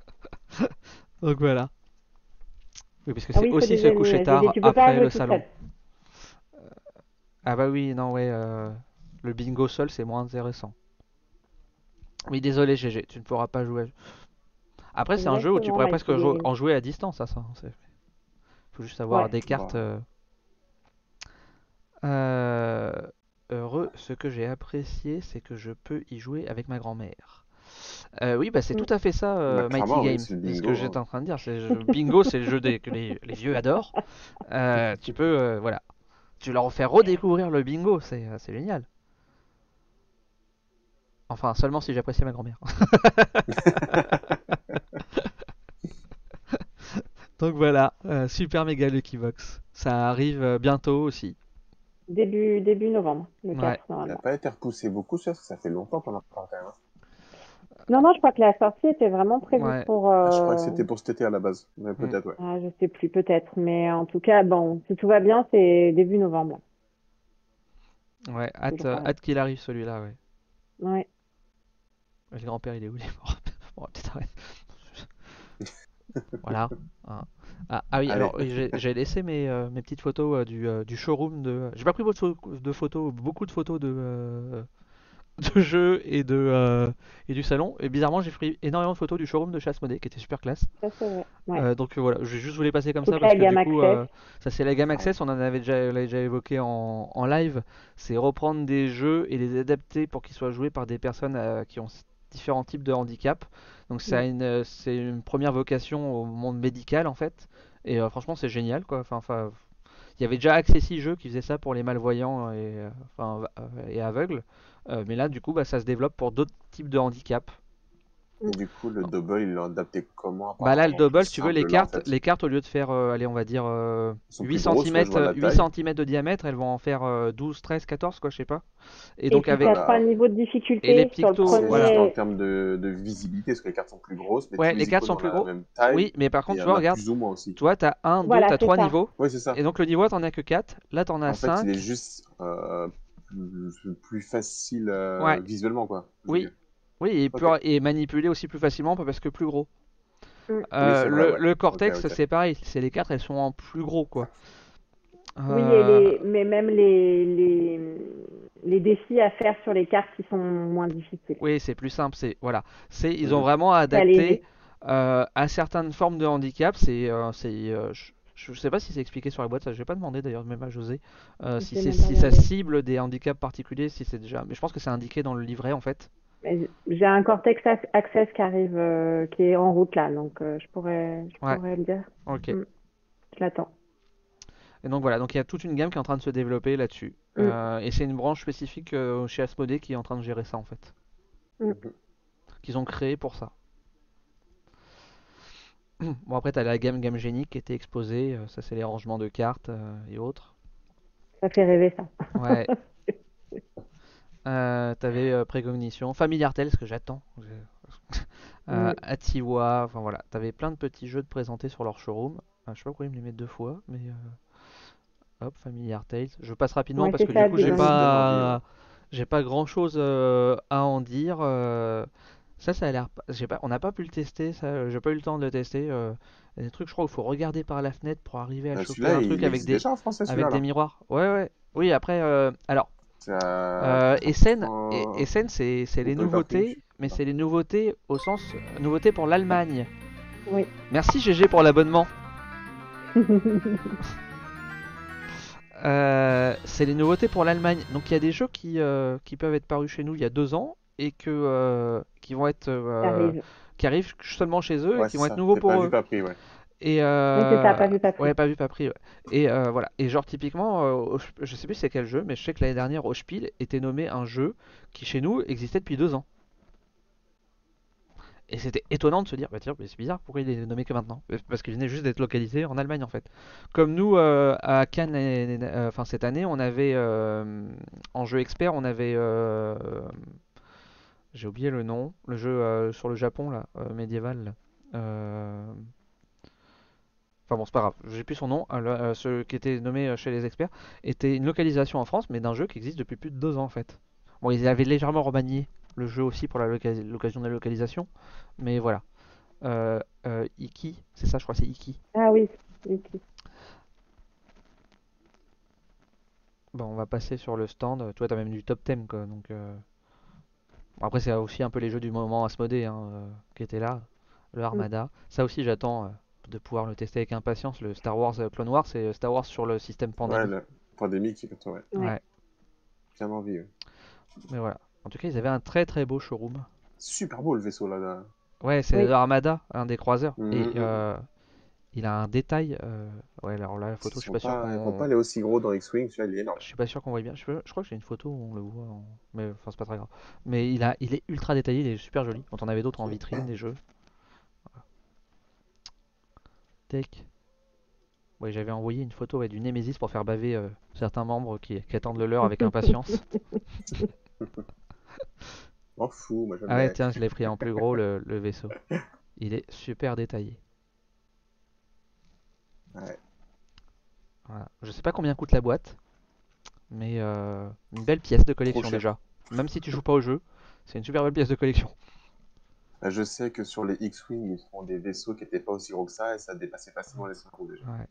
Donc voilà. Oui, parce que Ah c'est oui, il faut aussi des se coucher amis. tard Tu peux pas après jouer le tout salon. seul. Ah bah oui, non, ouais, euh, le bingo seul, c'est moins intéressant. Oui, désolé, G G, tu ne pourras pas jouer. Après, c'est un jeu où tu Exactement, pourrais presque Mikey jou- Gaming. en jouer à distance, ça, ça. c'est- Faut juste avoir Ouais. des cartes. Bah, euh, Euh, heureux, ce que j'ai apprécié, c'est que je peux y jouer avec ma grand-mère. Euh, oui, bah c'est Mm. tout à fait ça, bah, euh, Mighty clairement, oui, Games. c'est le C'est ce que bingo. j'étais Hein. en train de dire. C'est le bingo, c'est le jeu des, que les, les vieux adorent. Euh, tu peux, euh, voilà, tu leur fais redécouvrir le bingo, c'est euh, c'est génial. Enfin, seulement si j'apprécie ma grand-mère. Donc voilà, euh, Super Mega Lucky Box. Ça arrive euh, bientôt aussi. Début, début novembre, le Ouais. quatre Il n'a normalement. pas été repoussé beaucoup, ça, parce que ça fait longtemps qu'on en parle quand même. hein. Non, non, je crois que la sortie était vraiment prévue Ouais. pour. Ah, je crois que euh, c'était pour cet été à la base. Mais Mm. peut-être, ouais. Ah, je sais plus, peut-être. Mais en tout cas, bon, si tout va bien, c'est début novembre. Ouais, hâte, Toujours euh, pareil. hâte qu'il arrive celui-là, ouais. Ouais. Le grand-père, il est où? Il est mort. Bon, peut-être arrête. Voilà. Hein. Ah, ah oui, Allez. alors oui, j'ai j'ai laissé mes, euh, mes petites photos euh, du, euh, du showroom de. J'ai pas pris beaucoup de photos, beaucoup de photos de, euh, de jeux et de euh, et du salon. Et bizarrement, j'ai pris énormément de photos du showroom de Chasse Modé qui était super classe. Ça, c'est vrai. Ouais. Euh, donc euh, voilà, je vais juste vous les passer comme ça Toute parce la que gamme du coup, Access. euh, ça c'est la gamme Access, on en avait déjà, on l'avait déjà évoqué en, en live. C'est reprendre des jeux et les adapter pour qu'ils soient joués par des personnes euh, qui ont s- différents types de handicap. Donc ça a Mm. une, euh, c'est une première vocation au monde médical en fait. Et euh, franchement, c'est génial quoi. Enfin, enfin, il y avait déjà Accessi Jeux qui faisait ça pour les malvoyants et, euh, enfin, euh, et aveugles. Euh, mais là, du coup, bah, ça se développe pour d'autres types de handicap. Et du coup, le double, ils l'ont adapté comment, à part Bah en là, le rendre plus double, si tu veux, les simple, là, en cartes, fait? les cartes au lieu de faire, euh, allez, on va dire euh, Ils sont 8 plus grosses, ouais, je vois cm, la huit taille. centimètres de diamètre, elles vont en faire euh, douze, treize, quatorze, quoi, je sais pas. Et Et donc puis, tu as avec trois Voilà. niveaux de et les difficulté. Sur le pictos, C'est juste en premier, termes de, de visibilité, parce que les cartes sont plus grosses, mais ouais, tous les les cartes icônes sont ont plus la gros. même taille, Oui, mais par et il contre, y tu en vois, a regarde, plus ou moins aussi. tu vois, t'as un, deux, voilà, t'as c'est trois ça. niveaux. Oui, c'est ça. Et donc le niveau, t'en as que quatre. Là, t'en as En fait, il est cinq. juste euh, plus, plus facile euh, Ouais, visuellement, quoi. Je veux oui, dire. oui, et, Ok. plus- et manipulé aussi plus facilement parce que plus gros. Mm. Oui, Euh, c'est vrai, le, ouais. le Ok, Cortex, ok. c'est pareil, c'est les cartes, elles sont en plus gros, quoi. Oui, et Euh, les, mais même les, les, les défis à faire sur les cartes qui sont moins difficiles. Oui, c'est plus simple. C'est voilà, c'est ils ont Mhm. vraiment C'est adapté allégé. euh, à certaines formes de handicap. C'est, euh, c'est, euh, je, je sais pas si c'est expliqué sur la boîte. Ça, je vais pas demander d'ailleurs même à José euh, si J'ai c'est même pas si ça regardé. cible des handicaps particuliers, si c'est déjà. Mais je pense que c'est indiqué dans le livret en fait. Mais j'ai un Cortex Ac- Access qui arrive, euh, qui est en route là, donc euh, je pourrais, je Ouais. pourrais le dire. Ok. Mm. Je l'attends. Et donc voilà, donc il y a toute une gamme qui est en train de se développer là-dessus. Mm. Euh, et c'est une branche spécifique euh, chez Asmodee qui est en train de gérer ça en fait, Mm. Mhm. qu'ils ont créé pour ça. Bon après t'as la gamme Gamme Génie qui était exposée. Euh, ça c'est les rangements de cartes euh, et autres. Ça fait rêver ça. Ouais. Euh, t'avais euh, Précognition, Familiar Tales, que j'attends. Euh, Mm. Atiwa, enfin voilà, t'avais plein de petits jeux de présentés sur leur showroom. Euh, je sais pas pourquoi ils me les mettent deux fois, mais euh, hop, Familiar Tales. Je passe rapidement Ouais, parce c'est que du ça, coup j'ai Big Ouais, ça One. donne envie, ouais. pas, j'ai pas grand chose à en dire. Euh, ça, ça a l'air, pas- j'ai pas, on n'a pas pu le tester, ça, j'ai pas eu le temps de le tester. Euh, il y a des trucs, je crois, qu'il faut regarder par la fenêtre pour arriver à Euh, choper celui-là, un truc il avec existe des, déjà en français, avec celui-là, des là. miroirs. Ouais, ouais. Oui, après, euh, alors. Ça... Euh, Essen, E- en- Essen, c'est c'est Ou les Paper Plane, je nouveautés, sais mais pas. c'est les nouveautés au sens euh, nouveautés pour l'Allemagne. Oui. Merci G G pour l'abonnement. Euh, c'est les nouveautés pour l'Allemagne. Donc il y a des jeux qui, euh, qui peuvent être parus chez nous il y a deux ans et que euh, qui vont être Ça euh, arrive. qui arrivent seulement chez eux et Ouais, qui c'est vont être ça. nouveaux C'est pas pour vu, eux. pas pris, ouais. Et Oui, c'est ça, euh, pas vu, pas ouais, pris. pas vu, pas pris. Ouais. Et euh, voilà. Et genre typiquement, euh, au- je sais plus c'est quel jeu, mais je sais que l'année dernière au Spiel était nommé un jeu qui chez nous existait depuis deux ans. Et c'était étonnant de se dire, bah tiens, mais c'est bizarre, pourquoi il est nommé que maintenant? Parce qu'il venait juste d'être localisé en Allemagne en fait. Comme nous, euh, à Cannes, euh, enfin cette année, on avait, euh, en jeu expert, on avait, euh, j'ai oublié le nom, le jeu euh, sur le Japon là, euh, médiéval. Là. Euh, Enfin bon, c'est pas grave, j'ai plus son nom. Euh, le- euh, ce qui était nommé euh, chez les experts était une localisation en France, mais d'un jeu qui existe depuis plus de deux ans en fait. Bon, ils avaient légèrement remanié le jeu aussi pour la loca- l'occasion de la localisation, mais voilà. Euh, euh, Iki, c'est ça, je crois, c'est Iki. Ah oui. Ok. Bon, on va passer sur le stand. Toi, t'as même du top dix, quoi. Donc, euh, bon, après, c'est aussi un peu les jeux du moment Asmodée hein, euh, qui étaient là. Le Mm. Armada. Ça aussi, j'attends euh, de pouvoir le tester avec impatience. Le Star Wars euh, Clone Wars, c'est Star Wars sur le système Ouais, Pandémie. le pandémique, ouais. Ouais. Ouais, Bien envie, ouais. mais voilà. En tout cas, ils avaient un très très beau showroom. Super beau, le vaisseau, là. là. Ouais, c'est Oui. le Armada, un des croiseurs. Et Mhm, mhm. euh, il a un détail. euh, Ouais, alors là, la Ils photo, je suis sont pas sûr pas, ils vont pas qu'on. aller aussi gros dans X-Wing, celui-là, il est énorme. Je suis pas sûr qu'on voit bien. Je, peux- je crois que j'ai une photo où on le voit. en- Mais enfin, c'est pas très grave. Mais il a, il est ultra détaillé, il est super joli. Quand on avait d'autres en vitrine, des jeux. Tac. Ouais, j'avais envoyé une photo ouais, du Nemesis pour faire baver euh, certains membres qui, qui attendent le leur avec impatience. M'en fous, moi j'aime Ah ouais, bien. tiens, je l'ai pris en plus gros le, le vaisseau. Il est super détaillé. Ouais, Voilà. Je sais pas combien coûte la boîte, mais euh, une belle pièce de trop collection cher. déjà. Même si tu joues pas au jeu, c'est une super belle pièce de collection. Bah, je sais que sur les X-Wing, ils font des vaisseaux qui étaient pas aussi gros que ça et ça dépassait facilement les cent euros déjà. Ouais.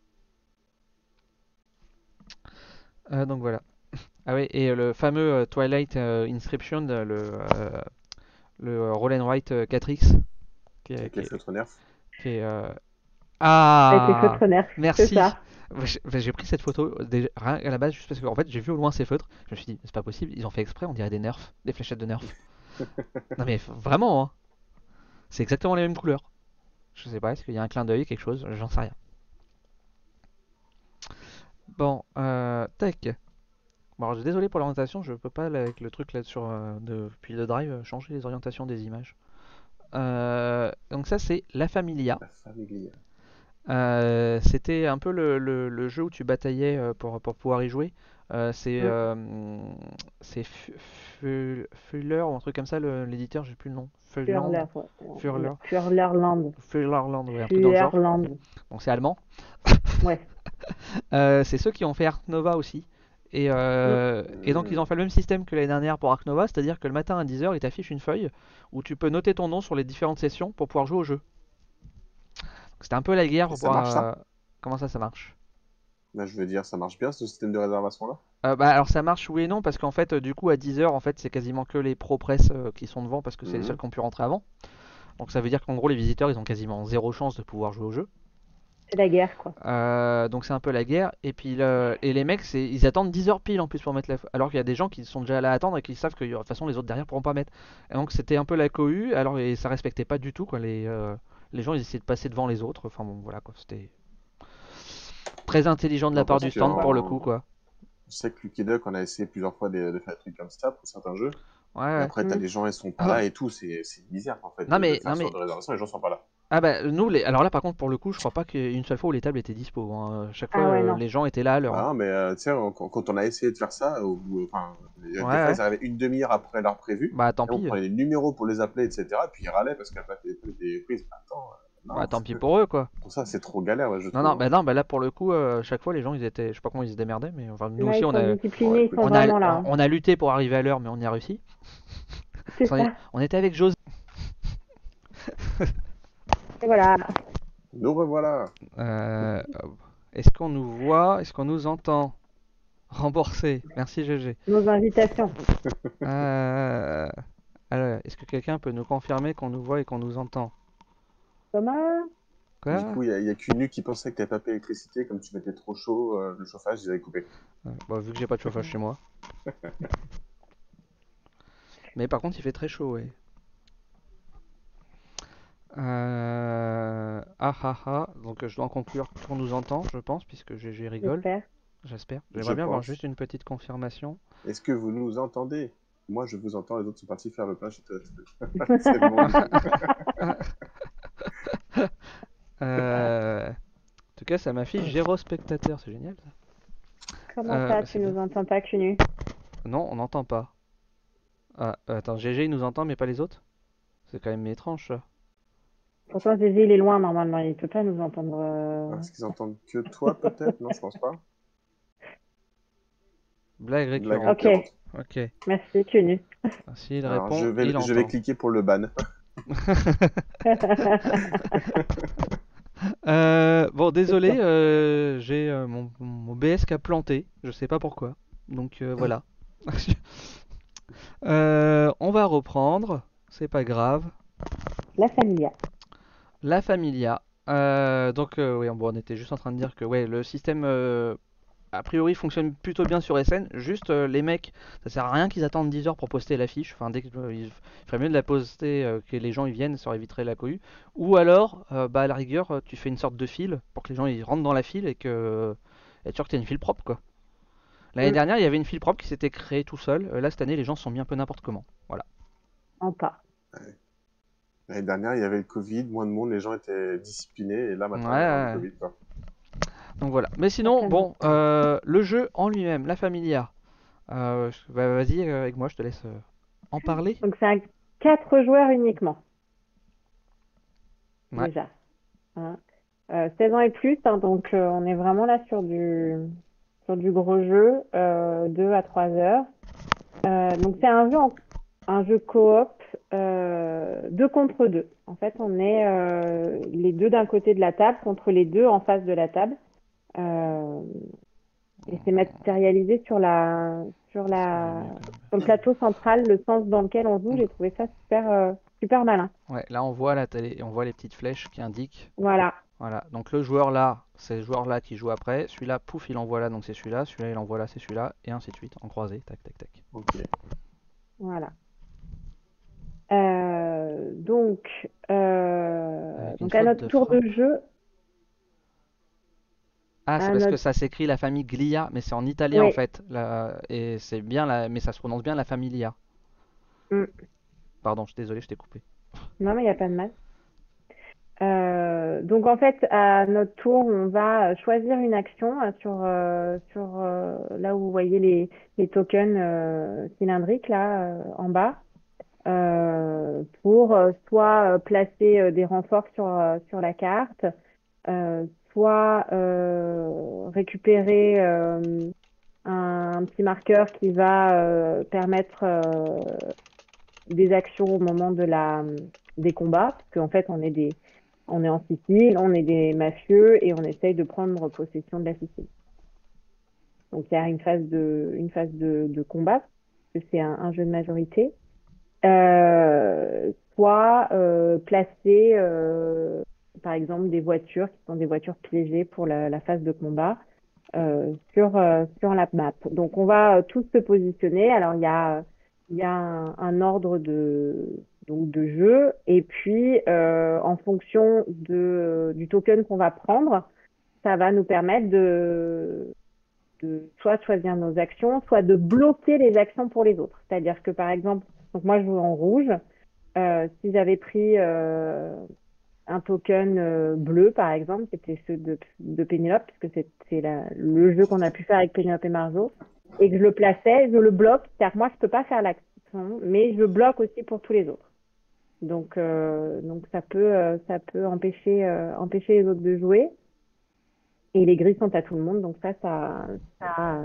Euh, donc voilà. Ah ouais, et le fameux euh, Twilight euh, Inscription, euh, le, euh, le euh, Roll and Write euh, quatre X, qui est, Avec qui les est, feutres nerfs. qui est, euh, Avec les Ah, feutres nerfs, c'est merci. ça. J'ai j'ai pris cette photo euh, déjà, rien à la base juste parce que en fait j'ai vu au loin ces feutres. Je me suis dit c'est pas possible, ils ont fait exprès, on dirait des nerfs, des fléchettes de nerfs. Non mais f- vraiment, hein, c'est exactement les mêmes couleurs. Je sais pas, est-ce qu'il y a un clin d'œil, quelque chose, j'en sais rien. Bon, euh, tac. Bon, alors, désolé pour l'orientation, je peux pas là, avec le truc là sur euh, de, depuis le drive euh, changer les orientations des images. Euh, donc ça c'est La Familia. La famille. Euh, c'était un peu le, le- le jeu où tu bataillais euh, pour, pour pouvoir y jouer. Euh, c'est Mm. euh, c'est Fu- Fu- Fuller ou un truc comme ça, le- l'éditeur, j'ai plus le nom. Furland, Furler, ouais. Furler, Furlerland. Fullerland, ouais, un truc dans le genre. Furlerland. Donc c'est allemand. Ouais. Euh, c'est ceux qui ont fait Ark Nova aussi. Et, Mm. euh, et donc ils Mmh. ont fait le même système que l'année dernière pour Ark Nova, c'est-à-dire que le matin à dix heures, ils t'affichent une feuille où tu peux noter ton nom sur les différentes sessions pour pouvoir jouer au jeu. Donc, c'était un peu la guerre Et pour ça marche pouvoir... ça? euh, Comment ça, ça marche? Bah, je veux dire, ça marche bien ce système de réservation là? Euh, bah, alors ça marche oui et non parce qu'en fait euh, du coup à dix heures en fait c'est quasiment que les pro press euh, qui sont devant parce que c'est les seuls Mmh. qui ont pu rentrer avant. Donc ça veut dire qu'en gros les visiteurs ils ont quasiment zéro chance de pouvoir jouer au jeu. C'est la guerre, quoi. Euh, donc c'est un peu la guerre et puis le- et les mecs c'est ils attendent dix heures pile en plus pour mettre la alors qu'il y a des gens qui sont déjà là à attendre et qui savent que de toute façon les autres derrière pourront pas mettre. Et donc c'était un peu la cohue alors et ça respectait pas du tout quoi les euh, les gens ils essayaient de passer devant les autres. Enfin bon voilà quoi, c'était très intelligent de la Non, part parce du que stand pour le coup en- quoi. je sais que Lucky Duck, on a essayé plusieurs fois de, de faire des trucs comme ça pour certains jeux. Ouais Et ouais. après, t'as Mm. des gens, ils sont pas Ah, là et tout. C'est c'est une misère en fait non de, de mais faire non ce genre mais de réservation, les gens sont pas là. Ah bah nous les... alors là par contre pour le coup je crois pas qu'il y ait une seule fois où les tables étaient dispo, hein. Chaque fois Ah ouais, euh, non. les gens étaient là à l'heure, hein. Ah, mais euh, tu sais, on- quand, quand on a essayé de faire ça, au bout- enfin, Ouais des fois, ouais. ils arrivaient une demi-heure après l'heure prévue. Bah tant Et on pis. euh. prenait les numéros pour les appeler, et cetera. Puis ils râlaient parce qu'après, t'es t'es prise. Attends, euh, Bah non, tant pis pour eux quoi. pour ça, c'est trop galère, ouais, je Non trouve, non hein. bah non bah là pour le coup euh, chaque fois les gens ils étaient je sais pas comment ils se démerdaient mais enfin nous Là, aussi ils on sont a Bon, disciplinés, ils écoute, sont on a vraiment là, on, hein. on a lutté pour arriver à l'heure mais on y a réussi. C'est On, est- ça. on était avec José. Et voilà. nous revoilà. Euh, Est-ce qu'on nous voit? Est-ce qu'on nous entend? Remboursé. Merci G G. Nos invitations. Euh, Alors, est-ce que quelqu'un peut nous confirmer qu'on nous voit et qu'on nous entend? Thomas? Quoi? Du coup, il y a, il y a qu'une nu qui pensait que t'avais pas payé l'électricité, comme tu mettais trop chaud, euh, le chauffage, ils avaient coupé. Ouais, Bon, vu que j'ai pas de chauffage chez moi. Mais par contre, il fait très chaud, ouais. Euh... Ah ah ah. Donc je dois en conclure qu'on nous entend, je pense, puisque G G rigole. J'espère. J'espère. Je J'aimerais bien avoir pense. juste une petite confirmation. Est-ce que vous nous entendez? Moi, je vous entends, les autres sont partis faire le plein chez toi. C'est bon, du coup. Euh... En tout cas, ça m'affiche zéro spectateur, c'est génial ça. Comment Euh, ça, bah, tu c'est bien. nous entends pas, Cunu? Non, on n'entend pas. Ah, euh, attends, G G il nous entend, mais pas les autres? C'est quand même étrange ça. Pourtant, Zézé, il est loin, normalement. Il peut pas nous entendre. euh. Est-ce qu'ils entendent que toi, peut-être? Non, je pense pas. Blague Blague récurrente. Ok. récurrente. Ok. Merci, Cunu. Ah, S'il Alors, je répond, vais, il je vais entend. cliquer pour le ban. Euh, bon, désolé, euh, j'ai euh, mon, mon B S qui a planté, je sais pas pourquoi. Donc euh, voilà. Euh, on va reprendre, c'est pas grave. La Familia. La Familia. Euh, donc euh, oui, bon, on était juste en train de dire que ouais, le système euh, a priori fonctionne plutôt bien sur S N. Juste euh, les mecs, ça sert à rien qu'ils attendent dix heures pour poster la fiche. Enfin, dès que, euh, il ferait mieux de la poster, euh, que les gens ils viennent, ça éviterait la cohue. Ou alors, euh, bah à la rigueur, euh, tu fais une sorte de file pour que les gens ils rentrent dans la file et que et être sûr que t'as une file propre quoi. L'année Mm. dernière, il y avait une file propre qui s'était créée tout seul. Euh, là cette année, les gens se sont mis un peu n'importe comment. Voilà. En pas. Ouais. L'année dernière, il y avait le Covid, moins de monde, les gens étaient disciplinés, et là Ouais, maintenant, il y a encore ouais, du ouais. Covid, quoi. Donc voilà. Mais sinon, Certainement. bon, euh, le jeu en lui-même, la Familia. Euh, je- bah, vas-y euh, avec moi, je te laisse euh, en parler. Donc c'est à quatre joueurs uniquement, Ouais. déjà. Hein. Euh, seize ans et plus, hein, donc euh, on est vraiment là sur du, sur du gros jeu, euh, deux à trois heures. Euh, donc c'est un jeu, en- un jeu coop, euh, deux contre deux. En fait, on est euh, les deux d'un côté de la table contre les deux en face de la table. Euh, et c'est matérialisé sur la, sur Ça va aller la, mieux quand même. sur le plateau central, le sens dans lequel on joue. J'ai trouvé ça super, euh, super malin. Ouais, là on voit la télé, on voit les petites flèches qui indiquent. Voilà. Voilà. Donc le joueur là, c'est le joueur là qui joue après. Celui-là, pouf, il envoie là, donc c'est celui-là. Celui-là, il envoie là, c'est celui-là, et ainsi de suite, en croisé. Tac, tac, tac. Ok. Voilà. Euh, donc, euh, Avec une donc à faute notre de tour de frappe. jeu, Ah, c'est à parce que notre, ça s'écrit la famille Glia, mais c'est en italien en oui, fait. Là, et c'est bien la, mais ça se prononce bien la Familia. mm, Pardon, je suis désolé, je t'ai coupé. non mais il n'y a pas de mal. Euh, donc en fait, à notre tour, on va choisir une action euh, sur euh, sur euh, là où vous voyez les les tokens euh, cylindriques là euh, en bas euh, pour euh, soit euh, placer euh, des renforts sur euh, sur la carte, euh, soit euh, récupérer euh, un, un petit marqueur qui va euh, permettre euh, des actions au moment de la des combats, parce qu'en fait on est des on est en Sicile, on est des mafieux et on essaye de prendre possession de la Sicile. Donc il y a une phase de une phase de, de combat, parce que c'est un, un jeu de majorité. Euh, soit euh, placer euh, par exemple des voitures qui sont des voitures piégées pour la, la phase de combat euh, sur euh, sur la map. Donc on va euh, tous se positionner. Alors il y a il y a un, un ordre de donc de jeu et puis euh, en fonction de du token qu'on va prendre, ça va nous permettre de de soit choisir nos actions, soit de bloquer les actions pour les autres. C'est-à-dire que par exemple, donc moi je joue en rouge. Euh, si j'avais pris euh, un token euh, bleu, par exemple, c'était ceux de, de Pénélope, puisque c'est c'est la- le jeu qu'on a pu faire avec Pénélope et Marjo, et que je le plaçais, je le bloque, car moi, je peux pas faire l'action, mais je bloque aussi pour tous les autres. Donc, euh, donc ça peut, euh, ça peut empêcher, euh, empêcher les autres de jouer. Et les grilles sont à tout le monde, donc ça, ça, ça,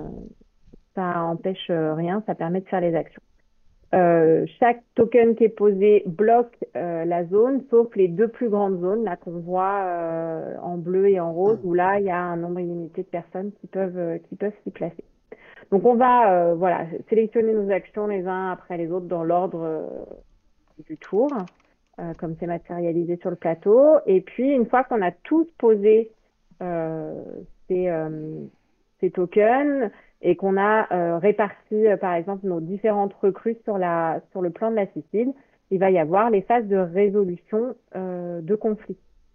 ça empêche euh, rien, ça permet de faire les actions. Euh, chaque token qui est posé bloque euh, la zone, sauf les deux plus grandes zones là qu'on voit euh, en bleu et en rose, où là il y a un nombre illimité de personnes qui peuvent euh, qui peuvent s'y placer. Donc on va euh, voilà sélectionner nos actions les uns après les autres dans l'ordre euh, du tour, euh, comme c'est matérialisé sur le plateau. Et puis une fois qu'on a tous posé euh, ces, euh, ces tokens et qu'on a euh, réparti, euh, par exemple, nos différentes recrues sur la, sur le plan de la Sicile, il va y avoir les phases de résolution euh, de conflits.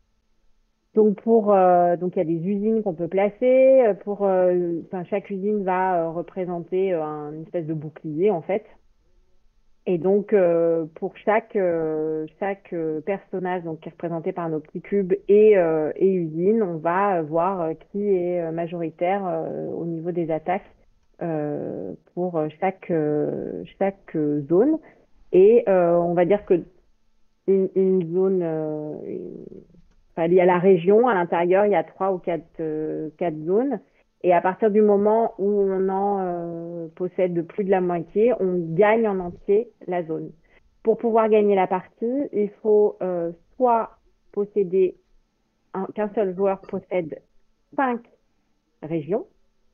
Donc pour euh, donc il y a des usines qu'on peut placer. euh, Pour euh, enfin chaque usine va euh, représenter euh, un, une espèce de bouclier en fait. Et donc euh, pour chaque euh, chaque euh, personnage donc qui est représenté par nos petits cubes et euh, et usine, on va voir euh, qui est euh, majoritaire euh, au niveau des attaques euh, pour chaque euh, chaque euh, zone. Et euh, on va dire que une, une zone euh, une- enfin, il y a la région à l'intérieur, il y a trois ou quatre euh, quatre zones. Et à partir du moment où on en euh, possède de plus de la moitié, on gagne en entier la zone. Pour pouvoir gagner la partie, il faut euh, soit posséder un- qu'un seul joueur possède cinq régions,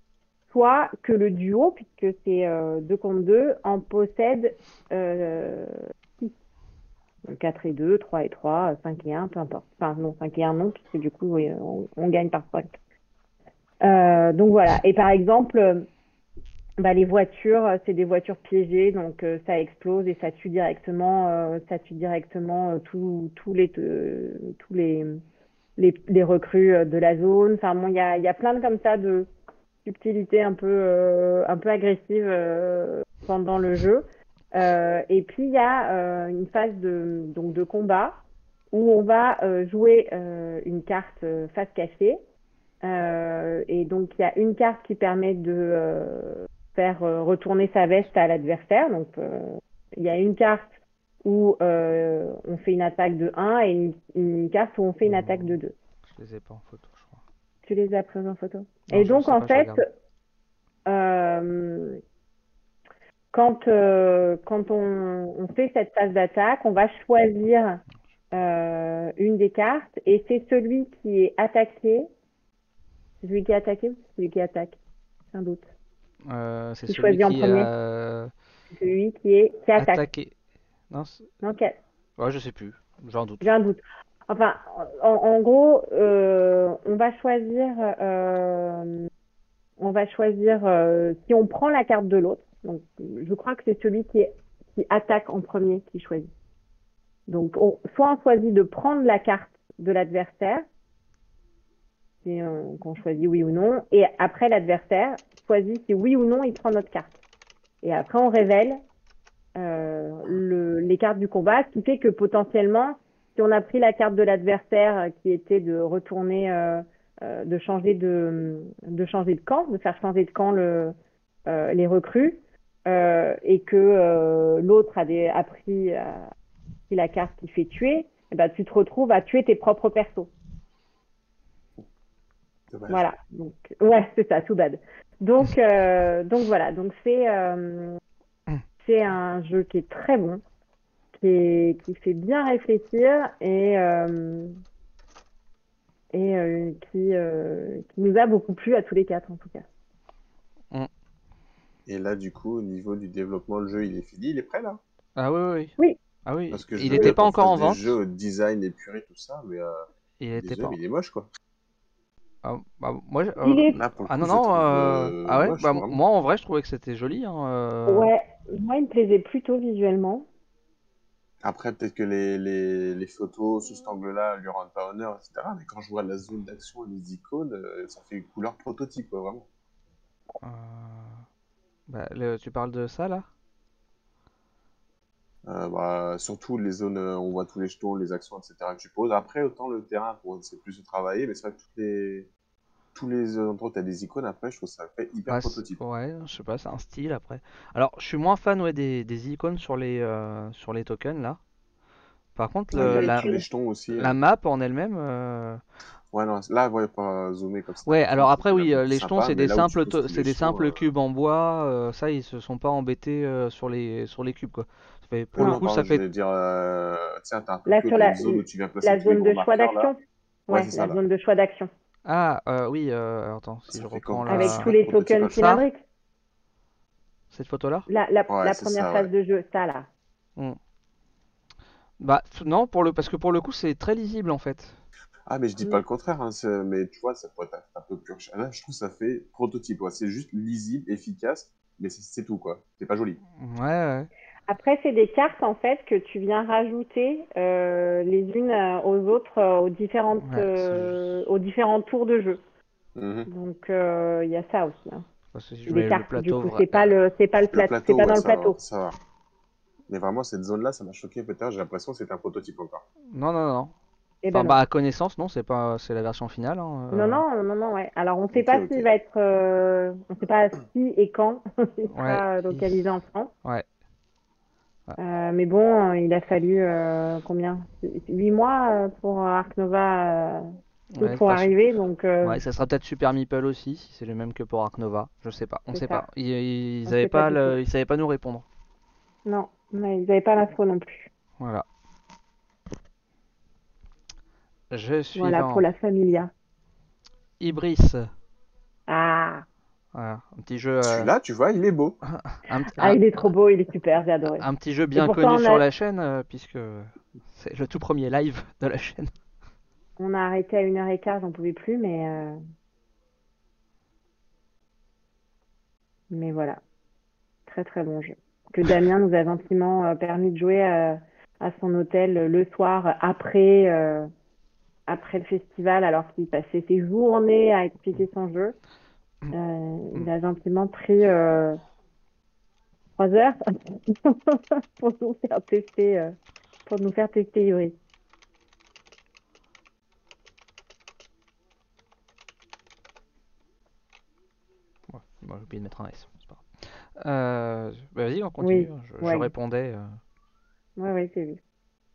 soit que le duo, puisque c'est euh, deux contre deux, en possède euh, six. quatre et deux, trois et trois, cinq et un, peu importe. Enfin non, cinq et un non, puisque du coup oui, on, on gagne par cinq. Euh, donc voilà. Et par exemple, euh, bah, les voitures, euh, c'est des voitures piégées, donc euh, ça explose et ça tue directement, euh, ça tue directement euh, tous tous les, euh, tous les, les, les recrues euh, de la zone. Enfin bon, il y a, il y a plein de comme ça de subtilités un peu, euh, un peu agressives euh, pendant le jeu. Euh, et puis il y a euh, une phase de, donc de combat où on va euh, jouer euh, une carte euh, face cachée. Euh, et donc il y a une carte qui permet de euh, faire euh, retourner sa veste à l'adversaire. Donc euh, il y a une carte où euh, on fait une attaque de un et une, une carte où on fait une attaque de deux. Je les ai pas en photo, je crois. Tu les as prises en photo? Non, Et je donc sais en pas, je fait, regarde. euh, quand, euh, quand on, on fait cette phase d'attaque, on va choisir euh, une des cartes et c'est celui qui est attaqué. C'est celui qui est attaqué ou c'est celui qui attaque? J'ai un doute. Euh, c'est Qui celui choisit en qui premier? a C'est celui qui est qui attaque. attaqué. Non, c'est- Non, qui a- ouais, je sais plus. J'ai un doute. j'ai un doute. Enfin, en, en gros, euh, on va choisir, euh, on va choisir euh, si on prend la carte de l'autre. Donc, je crois que c'est celui qui, est, qui attaque en premier qui choisit. Donc, on, soit on choisit de prendre la carte de l'adversaire, si on, qu'on choisit oui ou non, et après l'adversaire choisit si oui ou non il prend notre carte. Et après, on révèle euh, le, les cartes du combat, ce qui fait que potentiellement, si on a pris la carte de l'adversaire euh, qui était de retourner, euh, euh, de changer de, de changer de camp, de faire changer de camp le, euh, les recrues, euh, et que euh, l'autre a, des, a pris, a pris la carte qui fait tuer, eh ben, tu te retrouves à tuer tes propres persos. Dommage. Voilà. Donc, ouais, c'est ça, tout bad. Donc, euh, donc voilà. Donc c'est euh, c'est un jeu qui est très bon, qui, est, qui fait bien réfléchir et, euh, et euh, qui, euh, qui nous a beaucoup plu à tous les quatre en tout cas. Et là, du coup, au niveau du développement, le jeu, il est fini, il est prêt là? Ah oui, oui, oui. Oui, Ah oui. Parce que je Il veux n'était bien pas qu'on encore fasse en des vente. jeux au design épuré, tout ça, mais euh, Il était pas. désolé, mais il est moche quoi. Ah, bah, moi, je- il euh, est, Là, pour le ah coup, non, je le non. trouve euh, euh, Ah ouais. moche, Bah vraiment. moi, en vrai, je trouvais que c'était joli. Hein, euh. ouais, moi il me plaisait plutôt visuellement. Après, peut-être que les, les, les photos sous cet angle-là lui rendent pas honneur, et cetera. Mais quand je vois la zone d'action et les icônes, euh, ça fait une couleur prototype, quoi, vraiment. euh, Bah, le- tu parles de ça là? Euh, bah, surtout les zones, euh, on voit tous les jetons, les actions, et cetera que tu poses. Après, autant le terrain, pour c'est plus de travailler, mais c'est vrai que toutes les, tous les endroits où tu as des icônes, après, je trouve ça fait hyper Bah, c'est- prototype. ouais, je sais pas, c'est un style après. Alors, je suis moins fan ouais, des, des icônes sur les, euh, sur les tokens là. Par contre, Ouais, il y le- a la, tous les jetons aussi. la euh. map en elle-même. euh, Ouais, non, là, ouais, pas zoomer comme c'était un Ouais, peu trop, alors après, c'était un oui, peu euh, plus les jetons, sympa, c'est mais des là où tu simples, poses to- tous c'est les des jetons, simples euh, cubes en bois. euh, ça, ils se sont pas embêtés euh, sur les, sur les cubes quoi. Ça fait- pour non, le Non, non, coup, ça pardon, je fait. voulais dire, euh, tiens, t'as un là tableau, sur t'as une la, zone où tu viens placer la tous les zone gros de choix marqueurs, d'action, là. Ouais, ouais, c'est ça, la là. zone de choix d'action, Ah, euh, oui, euh, attends, si Ça je fait reprends comme avec tous la. super les prototype tokens à chaque Ça, fois. cylindriques. cette photo-là? La, la, Ouais, la c'est première ça, phase ouais. de jeu, ça là. Hmm. Bah, f- non, pour le, parce que pour le coup, c'est très lisible en fait. Ah, mais je dis pas Mm. le contraire, hein, c'est- mais tu vois, ça pourrait être un peu plus... Là, je trouve que ça fait prototype, ouais. C'est juste lisible, efficace, mais c'est c'est tout, quoi. C'est pas joli. Ouais, ouais. Après, c'est des cartes en fait que tu viens rajouter euh, les unes euh, aux autres euh, aux différentes Ouais, c'est euh, juste. aux différents tours de jeu. Mhm. Donc il y a ça aussi. Hein. Parce que si je C'est des mets le cartes du plateau coup, vrai. c'est pas le c'est pas le Le plat, c'est plateau, pas ouais, dans le ça va, plateau. ça va. Mais vraiment, cette zone-là, ça m'a choqué, peut-être. J'ai l'impression que c'était un prototype encore. Non, non, non. Eh Enfin, ben non. bah, à connaissance, non, c'est pas, c'est la version finale. Hein, Non euh. non non non ouais. Alors on sait Ok, pas ok. s'il va être, euh, on sait pas si et quand il Ouais, sera il- localisé en France. ouais, ouais, Euh, mais bon, il a fallu euh, combien? Huit mois euh, pour Ark Nova euh, tout ouais, pour bah, je- arriver, donc euh, ouais, ça sera peut-être Super Meeple aussi, si c'est le même que pour Ark Nova. Je sais pas, on c'est sait pas. ça. Ils, ils On avaient sait pas pas du tout. le, ils savaient pas nous répondre. Non, mais ils n'avaient pas l'info non plus. Voilà. Jeu Voilà pour suivant. la Familia. Ibris. Ah, Voilà, un petit jeu, euh, Celui-là, tu vois, il est beau. un, ah, un- il est trop beau, il est super, j'ai adoré. un petit jeu Et bien pourtant, connu on sur a, la chaîne, euh, puisque c'est le tout premier live de la chaîne. on a arrêté à une heure et quart, j'en pouvais plus, mais euh, Mais voilà, très très bon jeu. Que Damien nous a gentiment euh, permis de jouer à, à son hôtel euh, le soir après, euh, après le festival, alors qu'il passait ses journées à expliquer son jeu. Euh, il a gentiment pris euh, trois heures pour nous faire tester, euh, pour nous faire tester Yuri. Ouais, bon, j'ai oublié de mettre un S, c'est pas grave. Euh, bah vas-y, on continue. Oui, Je, je ouais, répondais. euh. ouais, ouais, c'est vu.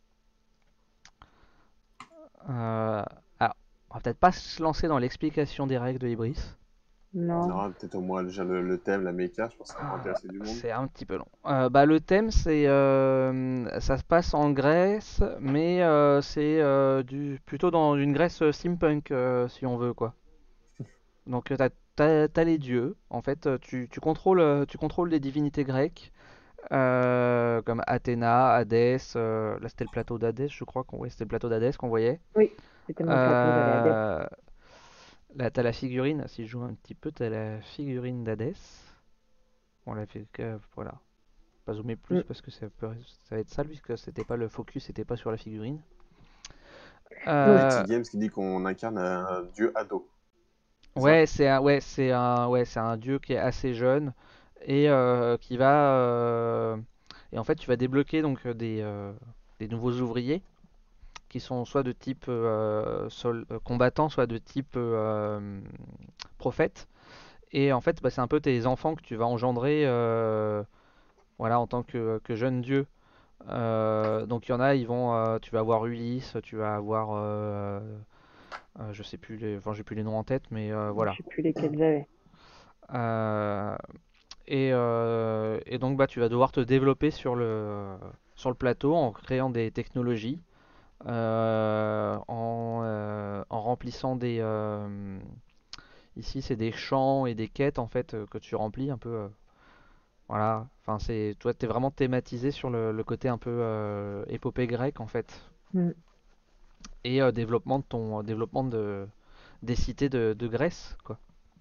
Euh, alors, on va peut-être pas se lancer dans l'explication des règles de Ibris. Non. Non, peut-être au moins déjà le, le thème, la méca, je pense que ça peut Ah, intéresser du monde. c'est un petit peu long. Euh, bah, le thème, c'est, euh, ça se passe en Grèce, mais euh, c'est euh, du, plutôt dans une Grèce euh, steampunk, euh, si on veut, quoi. Donc, euh, t'as, t'as- t'as les dieux. En fait, euh, tu, tu contrôles, euh, tu contrôles des divinités grecques, euh, comme Athéna, Hadès. Euh, là, c'était le plateau d'Hadès, je crois qu'on, ouais, c'était le plateau d'Hadès qu'on voyait. Oui, c'était mon plateau, j'allais à Dep. Euh, Là, t'as la figurine. Si je joue un petit peu, t'as la figurine d'Hadès. On l'a fait que, voilà. Pas zoomer plus Mm. parce que ça, peut, ça va être sale puisque c'était pas le focus, c'était pas sur la figurine. Oui. Euh, Pretty Games qui dit qu'on incarne un dieu ado. C'est ça? ouais, c'est un, ouais, c'est un, ouais, c'est un dieu qui est assez jeune et euh, qui va, euh, et en fait, tu vas débloquer donc des, euh, des nouveaux ouvriers qui sont soit de type euh, sol, euh, combattant, soit de type euh, prophète. Et en fait, bah, c'est un peu tes enfants que tu vas engendrer, euh, voilà, en tant que, que jeune dieu. Euh, donc il y en a, ils vont, euh, tu vas avoir Ulysse, tu vas avoir, euh, euh, je sais plus les, enfin j'ai plus les noms en tête, mais euh, Je voilà. sais plus lesquels j'avais. Euh, et, euh, et donc bah tu vas devoir te développer sur le sur le plateau en créant des technologies, euh, en, euh, en remplissant des, euh, ici c'est des champs et des quêtes en fait euh, que tu remplis un peu. Euh, voilà, enfin c'est, toi t'es vraiment thématisé sur le, le côté un peu euh, épopée grecque en fait. Mm. Et euh, développement de ton euh, développement de des cités de, de Grèce quoi.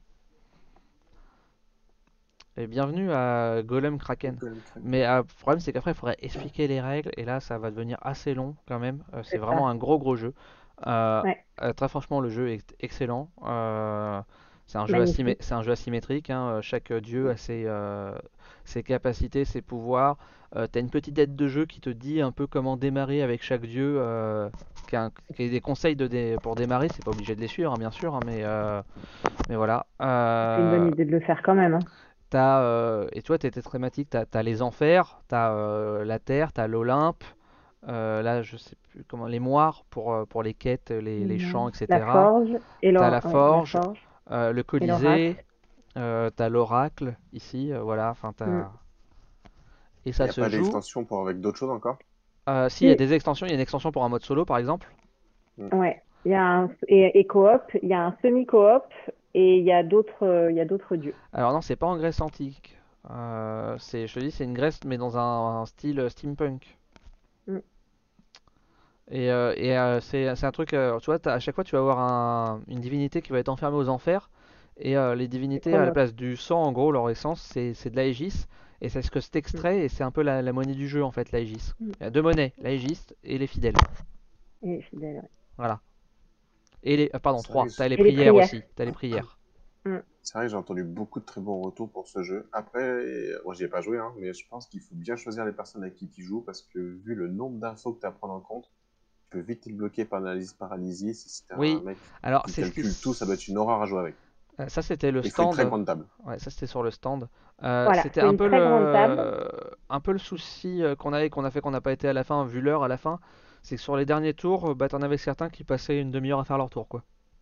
Et bienvenue à Golem Kraken. Golem Mais Kraken. euh, le problème c'est qu'après il faudrait expliquer les règles et là ça va devenir assez long quand même. Euh, c'est C'est vraiment ça. un gros gros jeu. Euh, Ouais, euh, Très franchement le jeu est excellent. Euh, c'est un jeu asymé- magnifique. c'est un jeu asymétrique, hein. Euh, Chaque dieu Mm. a ses, euh, ses capacités, ses pouvoirs. Euh, t'as une petite aide de jeu qui te dit un peu comment démarrer avec chaque dieu. Euh, qui a, un- qui a des conseils de dé- pour démarrer. C'est pas obligé de les suivre, hein, bien sûr, hein, mais euh, mais voilà. C'est une bonne Euh, idée de le faire quand même, hein. T'as, euh, et toi, tu étais thématique, t'as, t'as les enfers, t'as euh, la terre, t'as l'Olympe, euh, là, je sais plus comment, les moires pour, euh, pour les quêtes, les, les Non. champs, La et cetera. forge et T'as l'or... la ouais, la forge, forge euh, le et Colisée, l'oracle. euh, t'as l'oracle ici, euh, voilà, enfin Mm. t'as... Et Il ça n'y a se pas joue. d'extension pour avec d'autres choses encore? Euh, si, il y a Si, des extensions, il y a une extension pour un mode solo, par exemple. Mm. ouais. Il y a un et, et coop, il y a un semi-coop et il y a d'autres, euh, il y a d'autres dieux. Alors non, c'est pas en Grèce antique. Euh, c'est, je te dis, c'est une Grèce, mais dans un, un style steampunk. Mm. Et, euh, et euh, c'est c'est un truc, euh, tu vois, t'as- à chaque fois tu vas avoir un- une divinité qui va être enfermée aux enfers. Et euh, les C'est divinités, à la Chronos. place du sang, en gros, leur essence, c'est c'est de l'Aegis. Et c'est ce que c'est Mm. extrait, et c'est un peu la, la monnaie du jeu en fait, l'Aegis. Mm. Il y a deux monnaies, l'Aegis et les fidèles. Et fidèle, ouais. Voilà. Et les, ah, pardon, C'est vrai trois. que T'as j'- les Et les prières prières. aussi. T'as les prières. Mm. c'est vrai que j'ai entendu beaucoup de très bons retours pour ce jeu. Après, euh, moi j'y ai pas joué, hein, mais je pense qu'il faut bien choisir les personnes avec qui tu joues parce que vu le nombre d'infos que tu as à prendre en compte, tu peux vite être bloqué par l'analyse paralysie. Si c'est un Oui. mec Alors qui c'est ce qui, calcule tout, ça doit être une horreur à jouer avec. euh, ça c'était le Il faut une très stand. grande table. Ouais, ça c'était sur le stand. Euh, Voilà, c'était faut un une peu très grande table. le, un peu le souci euh, qu'on avait, qu'on a fait, qu'on n'a pas été à la fin, vu l'heure à la fin. C'est que sur les derniers tours, euh, bah, t'en avais certains qui passaient une demi-heure à faire leur tour, quoi.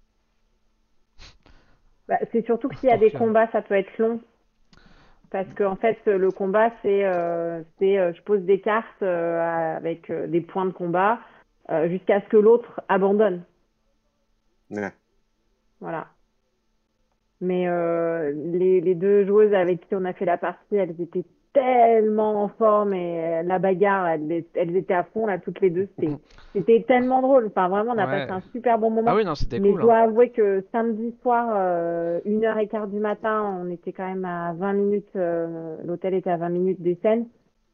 Bah, c'est surtout que s'il y a des Donc, euh, combats, ça peut être long. Parce que en fait, le combat, c'est, euh, c'est, euh, je pose des cartes euh, avec euh, des points de combat euh, jusqu'à ce que l'autre abandonne. Ouais. Voilà. Mais euh, les, les deux joueuses avec qui on a fait la partie, elles étaient tellement en forme et euh, la bagarre, elles, elles étaient à fond là toutes les deux. C'était, c'était tellement drôle. Enfin, vraiment, on a passé Ouais. un super bon Ah moment. oui, non, c'était Mais je cool. Hein. dois avouer que samedi soir, euh, une heure et quart du matin, on était quand même à vingt minutes. euh, l'hôtel était à vingt minutes des scènes.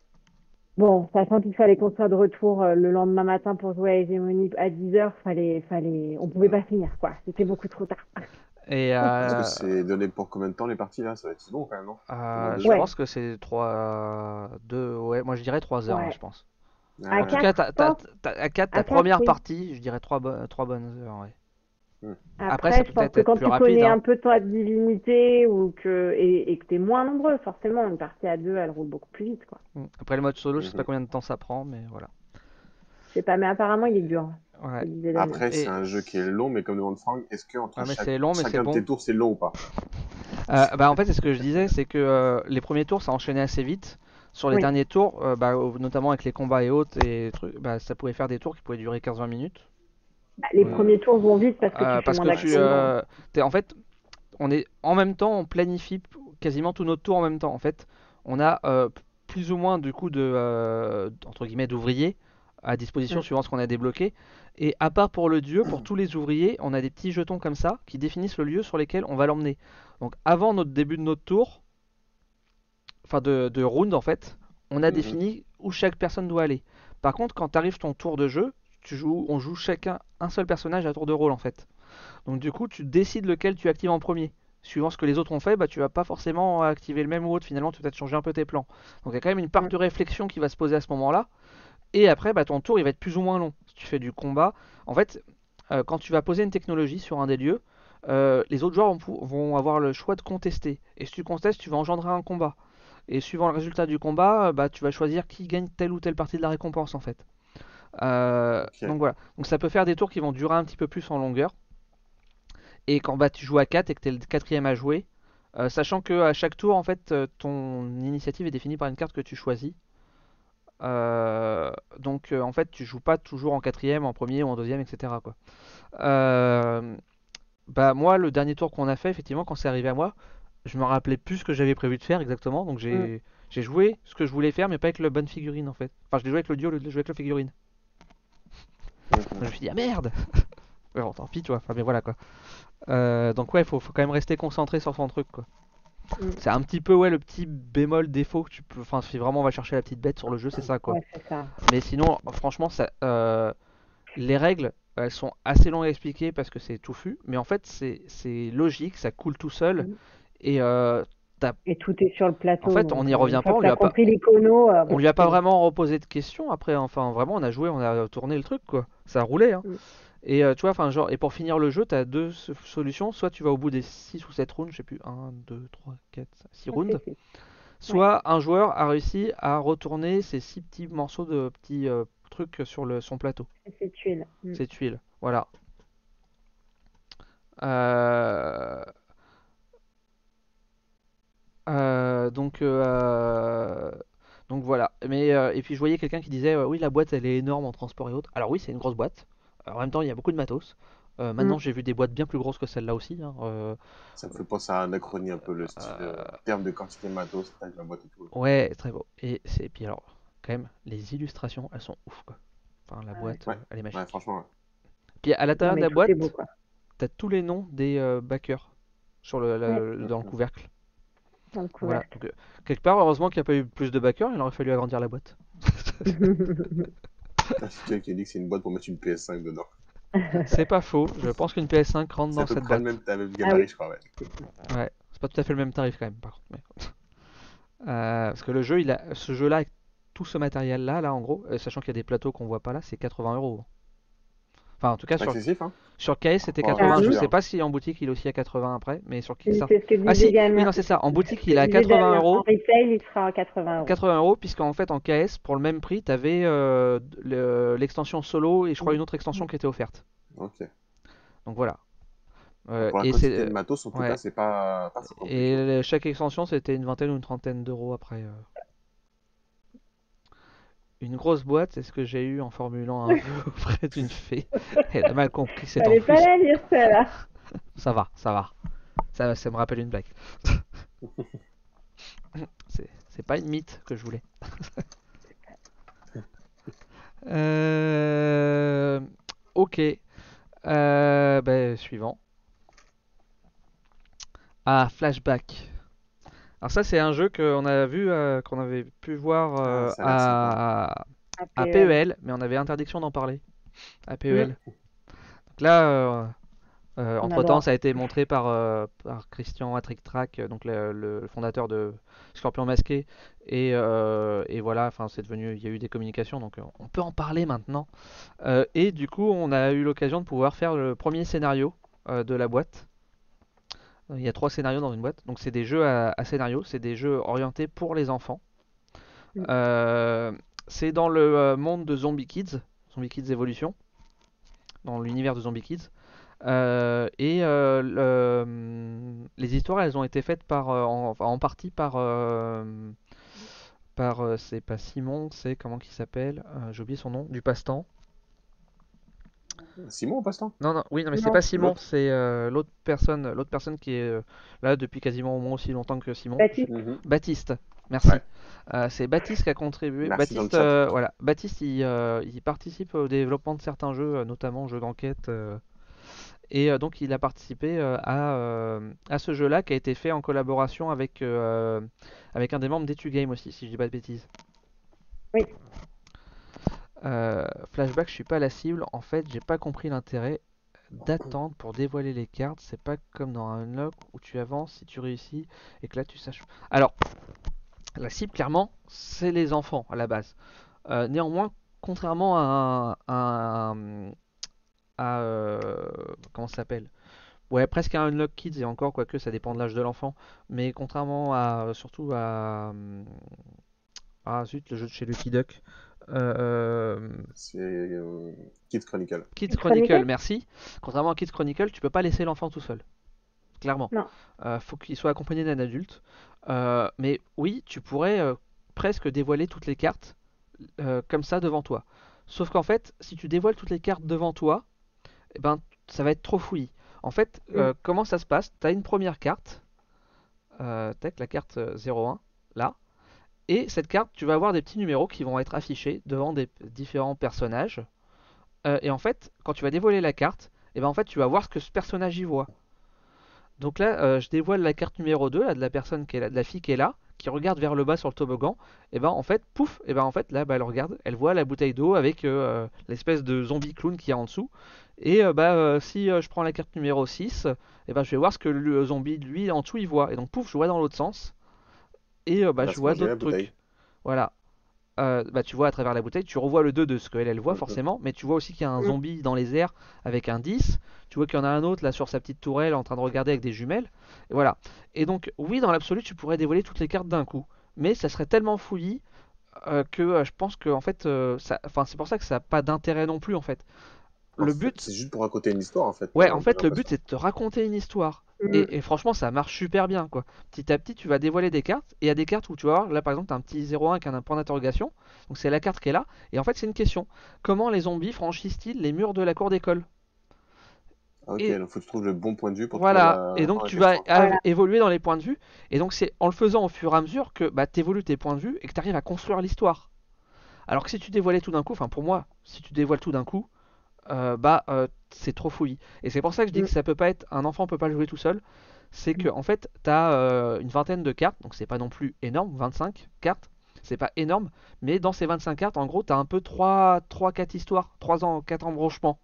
Bon, sachant qu'il fallait qu'on soit de retour euh, le lendemain matin pour jouer à Hégémonie à dix heures, fallait, fallait, on pouvait Mm. pas finir, quoi. C'était beaucoup trop tard. Et Parce que euh, c'est donné pour combien de temps les parties là? Ça va être long quand même, non? Pendant euh, deux je heures? Ouais, pense que c'est trois, deux, ouais, moi je dirais trois heures, hein, ouais. je pense. À En tout Ah, cas, quatre, t'as, je t'as, pense. t'as- à quatre, ta À quatre, première oui. partie, je dirais trois, bo- trois bonnes heures, ouais. hmm. Après, ça Après, peut je pense peut-être que être quand plus tu rapide, connais hein. un peu ta divinité ou que et, et que t'es moins nombreux, forcément, une partie à deux, elle roule beaucoup plus vite, quoi. Mm. Après le mode solo, je sais pas Mhm. combien de temps ça prend, mais voilà. Je sais pas, mais apparemment, il est dur, Ouais. ce que disait Damien. Après, c'est Et un jeu qui est long, mais comme demande Franck, est-ce que entre ouais, mais chaque... c'est long, mais c'est chacun de bon. tes tours, c'est long ou pas? Euh, bah en fait, c'est ce que je disais, c'est que euh, les premiers tours, ça enchaînait assez vite. Sur les Oui, derniers tours, euh, bah, au- notamment avec les combats et autres, et trucs, bah, ça pouvait faire des tours qui pouvaient durer quinze vingt minutes. bah, les Hmm. premiers tours vont vite parce que tu Euh, fais parce moins que tu, d'actions. euh, t'es- en fait, on est en même temps, on planifie p- quasiment tous nos tours en même temps. En fait, on a euh, p- plus ou moins du coup de euh, entre guillemets d'ouvriers à disposition Mm. suivant ce qu'on a débloqué. Et à part pour le dieu, pour tous les ouvriers, on a des petits jetons comme ça qui définissent le lieu sur lequel on va l'emmener. Donc avant notre début de notre tour, enfin de, de round en fait, on a Mhm. défini où chaque personne doit aller. Par contre, quand arrive ton tour de jeu, tu joues, on joue chacun un seul personnage à tour de rôle en fait. Donc du coup, tu décides lequel tu actives en premier. Suivant ce que les autres ont fait, bah, tu vas pas forcément activer le même ou autre. Finalement, tu vas peut-être changer un peu tes plans. Donc il y a quand même une part Mm. de réflexion qui va se poser à ce moment-là. Et après, bah, ton tour, il va être plus ou moins long. Si tu fais du combat, en fait, euh, quand tu vas poser une technologie sur un des lieux, euh, les autres joueurs vont, vont avoir le choix de contester. Et si tu contestes, tu vas engendrer un combat. Et suivant le résultat du combat, euh, bah, tu vas choisir qui gagne telle ou telle partie de la récompense en fait. Euh, Ok. donc voilà. Donc ça peut faire des tours qui vont durer un petit peu plus en longueur. Et quand bah, tu joues à quatre et que tu es le quatrième à jouer, euh, sachant que à chaque tour, en fait, euh, ton initiative est définie par une carte que tu choisis. Euh, donc euh, en fait, tu joues pas toujours en quatrième, en premier ou en deuxième, et cetera quoi. Euh, Bah moi, le dernier tour qu'on a fait, effectivement, quand c'est arrivé à moi, je me rappelais plus ce que j'avais prévu de faire exactement. Donc Mm. j'ai j'ai joué ce que je voulais faire, mais pas avec la bonne figurine en fait. Enfin, je l'ai joué avec le duo, je l'ai joué avec la figurine. Donc, je Mhm. me suis dit ah merde. Ouais, bon, tant pis, tu vois. Enfin, mais voilà quoi. Euh, donc ouais, faut, faut quand même rester concentré sur son truc quoi. Mm. C'est un petit peu ouais le petit bémol défaut que tu peux. Enfin, si vraiment on va chercher la petite bête sur le jeu, c'est ça quoi. Ouais, c'est ça. Mais sinon, franchement, ça, euh, les règles, elles sont assez longues à expliquer parce que c'est touffu. Mais en fait, c'est c'est logique, ça coule tout seul. Mm. Et euh, t'as- Et tout est sur le en plateau, fait, on donc n'y euh, une revient fois pas. que On tu lui as a pas, compris l'icono, euh, on lui a pas c'est bon. vraiment reposé de questions. Après, enfin, vraiment, on a joué, on a tourné le truc quoi. Ça a roulé. Hein. Mm. Et euh, tu vois, enfin, genre, et pour finir le jeu, t'as deux so- solutions. Soit tu vas au bout des six ou sept rounds, je sais plus, un, deux, trois, quatre, six Ah, c'est, rounds. c'est- ouais, Soit un joueur a réussi à retourner ces six petits morceaux de petits euh, trucs sur le, son plateau, c'est ces tuiles. Mm. ces tuiles. Voilà. Euh, euh, donc, euh, donc voilà. Mais, euh, et puis je voyais quelqu'un qui disait euh, oui, la boîte elle est énorme en transport et autres. Alors oui, c'est une grosse boîte. Alors, en même temps, il y a beaucoup de matos. Euh, Mm. maintenant, j'ai vu des boîtes bien plus grosses que celle-là aussi. Hein. Euh, Ça me fait penser à Anachronie un peu, le style, euh, euh, en termes de quantité de matos, taille de la boîte et tout. ouais, très beau. Et c'est et puis alors, quand même, les illustrations, elles sont ouf quoi. Enfin, la Ah ouais. boîte, euh, Ouais, elle est ouais, magique. franchement, ouais. Puis à Non, l'intérieur de mais la tout est beau, boîte, quoi. t'as tous les noms des euh, backers sur le, la- Ouais, le- dans le Mhm. couvercle. dans le Voilà. couvercle. Donc, euh, quelque part, heureusement qu'il n'y a pas eu plus de backers, il aurait fallu agrandir la boîte. Ah, c'est quelqu'un qui dit que c'est une boîte pour mettre une P S cinq dedans. C'est pas faux. Je pense qu'une P S cinq rentre C'est à dans peu cette près le boîte. même, la même Ah gabarit, oui, je crois, ouais. c'est ça. Ouais. C'est pas tout à fait le même tarif quand même, par contre. mais- Euh, parce que le jeu, il a ce jeu-là avec tout ce matériel-là, là, en gros, euh, sachant qu'il y a des plateaux qu'on voit pas là, c'est quatre-vingts euros. Enfin, en tout cas, C'est sur, excessif, hein? sur K S, c'était Rapport à Ah ce quatre-vingts. Je que oui, je sais veux pas si en boutique il est aussi à quatre-vingts après, mais sur c'est Kickstarter. c'est ce que Ah disait si, oui, Damien. non, c'est ça. En C'est boutique, ce il est que à disait 80 Damien. En euros. retail, il sera à quatre-vingts euros. quatre-vingts euros, puisqu'en fait, en K S, pour le même prix, tu avais l'extension solo et je crois Mm. une autre extension qui était offerte. Ok. Donc voilà. Euh, Pour la et c'est quantité de euh, matos, en tout cas, ouais. c'est pas, pas trop Et compliqué. le- chaque extension, c'était une vingtaine ou une trentaine d'euros après. euh. Une grosse boîte, c'est ce que j'ai eu en formulant un vœu auprès d'une fée. Elle a mal compris, c'est en Fallait pas plus. la lire, celle-là. Ça va, ça va. Ça, ça me rappelle une blague. C'est c'est C'est pas une mythe que je voulais. Euh, Ok. Euh, ben, suivant. Ah, Flashback. Alors ça, c'est un jeu qu'on a vu, euh, qu'on avait pu voir Ah, euh, ça a l'air sympa. à, à A P E L. P E L, mais on avait interdiction d'en parler. À Mm, P E L. Donc là, euh, euh, on entre-temps, ça adore. a été montré par, euh, par Christian Attrick-Track, euh, donc le, le fondateur de Scorpion Masqué. Et, euh, et voilà, enfin, c'est devenu, il y a eu des communications, donc euh, on peut en parler maintenant. Euh, et du coup, on a eu l'occasion de pouvoir faire le premier scénario euh, de la boîte. Il y a trois scénarios dans une boîte, donc c'est des jeux à, à scénario, c'est des jeux orientés pour les enfants. Mm. Euh, c'est dans le euh, monde de Zombie Kids, Zombie Kids Evolution, dans l'univers de Zombie Kids. Euh, et euh, le- hum, les histoires, elles ont été faites par, euh, en, enfin, en partie par, euh, par euh, c'est pas Simon, c'est comment qu'il s'appelle. Euh, J'ai oublié son nom, du passe-temps. Simon, au passe-temps? Non, non, oui, non, mais c'est Non, pas Simon, L'autre? c'est euh, l'autre personne, l'autre personne qui est euh, là depuis quasiment au moins aussi longtemps que Simon. Baptiste. Mhm. Baptiste, merci. Ouais, Euh, c'est Baptiste qui a contribué. merci dans le Baptiste, chat. euh, voilà, Baptiste, il, euh, il participe au développement de certains jeux, euh, notamment jeux d'enquête. euh, et euh, donc, il a participé euh, à, euh, à ce jeu-là qui a été fait en collaboration avec, euh, avec un des membres d'Etu Game aussi, si je dis pas de bêtises. Oui. Euh, Flashback, je suis pas la cible. En fait, j'ai pas compris l'intérêt d'attendre pour dévoiler les cartes. C'est pas comme dans un unlock où tu avances si tu réussis et que là tu saches. Alors, la cible, clairement, c'est les enfants à la base. Euh, néanmoins, contrairement à un. à un- à, euh, comment ça s'appelle? Ouais, presque à un Unlock Kids et encore, quoique ça dépend de l'âge de l'enfant. Mais contrairement à. Surtout à. Ah zut, le jeu de chez Lucky Duck. Euh, C'est euh, Kids Chronicle. Kids Chronicle, Chronicle? merci. Contrairement à Kids Chronicle, tu peux pas laisser l'enfant tout seul. Clairement. Non. Euh, faut qu'il soit accompagné d'un adulte. Euh, mais oui, tu pourrais euh, presque dévoiler toutes les cartes euh, comme ça devant toi. Sauf qu'en fait, si tu dévoiles toutes les cartes devant toi, eh ben, ça va être trop fouillis. En fait, Mm. euh, comment ça se passe? Tu as une première carte, euh, tac, la carte euh, zéro un, là. Et cette carte, tu vas avoir des petits numéros qui vont être affichés devant des différents personnages. Euh, et en fait, quand tu vas dévoiler la carte, eh ben, en fait, tu vas voir ce que ce personnage y voit. Donc là, euh, je dévoile la carte numéro deux là, de la personne qui est là, de la fille qui est là, qui regarde vers le bas sur le toboggan. Et ben en fait, pouf, et ben en fait là, bah, elle regarde, elle voit la bouteille d'eau avec euh, l'espèce de zombie clown qui est en dessous. Et euh, bah euh, si euh, je prends la carte numéro six, et ben je vais voir ce que le zombie lui en dessous il voit. Et donc pouf, je vois dans l'autre sens et euh, Il bah va je se vois manger la d'autres bouteille. trucs. Voilà. Euh, bah, tu vois à travers la bouteille, tu revois le deux de ce qu'elle elle voit Mhm. forcément, mais tu vois aussi qu'il y a un Mm. zombie dans les airs avec un dix, tu vois qu'il y en a un autre là sur sa petite tourelle en train de regarder avec des jumelles, et voilà. Et donc oui, dans l'absolu, tu pourrais dévoiler toutes les cartes d'un coup, mais ça serait tellement fouillis euh, que euh, je pense que en fait, euh, ça... enfin, c'est pour ça que ça n'a pas d'intérêt non plus en fait. En Le fait, but, c'est juste pour raconter une histoire, en fait, ouais, en euh, j'ai fait, le but l'impression. c'est de te raconter une histoire. Mm. Et, et franchement, ça marche super bien, quoi. Petit à petit, tu vas dévoiler des cartes, et il y a des cartes où tu vas voir, là par exemple, tu as un petit zéro un qui a un point d'interrogation, donc c'est la carte qui est là, et en fait, c'est une question. Comment les zombies franchissent-ils les murs de la cour d'école? Ah, ok, Et donc faut que tu trouves le bon point de vue pour trouver voilà, la et donc répondre à la tu vas question. av- Voilà. évoluer dans les points de vue, et donc c'est en le faisant au fur et à mesure que bah, tu évolues tes points de vue et que tu arrives à construire l'histoire. Alors que si tu dévoilais tout d'un coup, enfin pour moi, si tu dévoiles tout d'un coup, euh, bah euh, c'est trop fouillis. Et c'est pour ça que je dis Mm. que ça peut pas être un enfant peut pas le jouer tout seul. C'est que Mm. en fait, tu as une vingtaine de cartes, donc c'est pas non plus énorme, vingt-cinq cartes. C'est pas énorme, mais dans ces vingt-cinq cartes, en gros, tu as un peu trois quatre histoires, trois ans, quatre embranchements.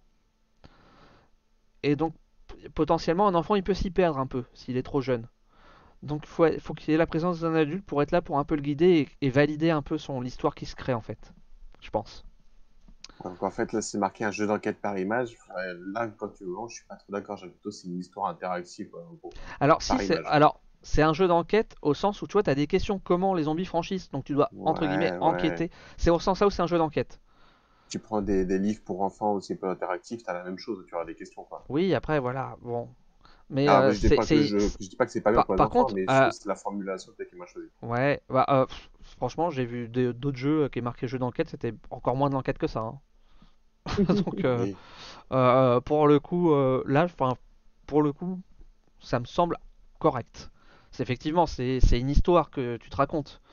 Et donc potentiellement un enfant il peut s'y perdre un peu s'il est trop jeune. Donc il faut, faut qu'il y ait la présence d'un adulte pour être là pour un peu le guider et, et valider un peu son l'histoire qui se crée en fait. Je pense. Donc en fait, là, c'est marqué un jeu d'enquête par image. Ouais, là, quand tu vois, je suis pas trop d'accord. J'aime plutôt c'est une histoire interactive, quoi, en gros, Alors si par c'est image. alors c'est un jeu d'enquête au sens où tu vois tu as des questions comment les zombies franchissent donc tu dois entre guillemets Ouais, ouais. enquêter. C'est au sens là où c'est un jeu d'enquête. Tu prends des, des livres pour enfants aussi peu interactifs, t'as la même chose, tu auras des questions, quoi. Oui après voilà bon mais Ah, euh, mais je dis c'est pas que c'est je, je dis pas que c'est pas bien par, pour les par enfants, contre mais je trouve euh, que c'est la formulation peut-être qui m'a choisi. ouais bah, euh, pff, franchement j'ai vu des- d'autres jeux qui est marqué jeu d'enquête c'était encore moins de l'enquête que ça hein. donc euh, Oui. euh, pour le coup euh, là enfin pour le coup ça me semble correct. C'est effectivement, c'est c'est une histoire que tu te racontes.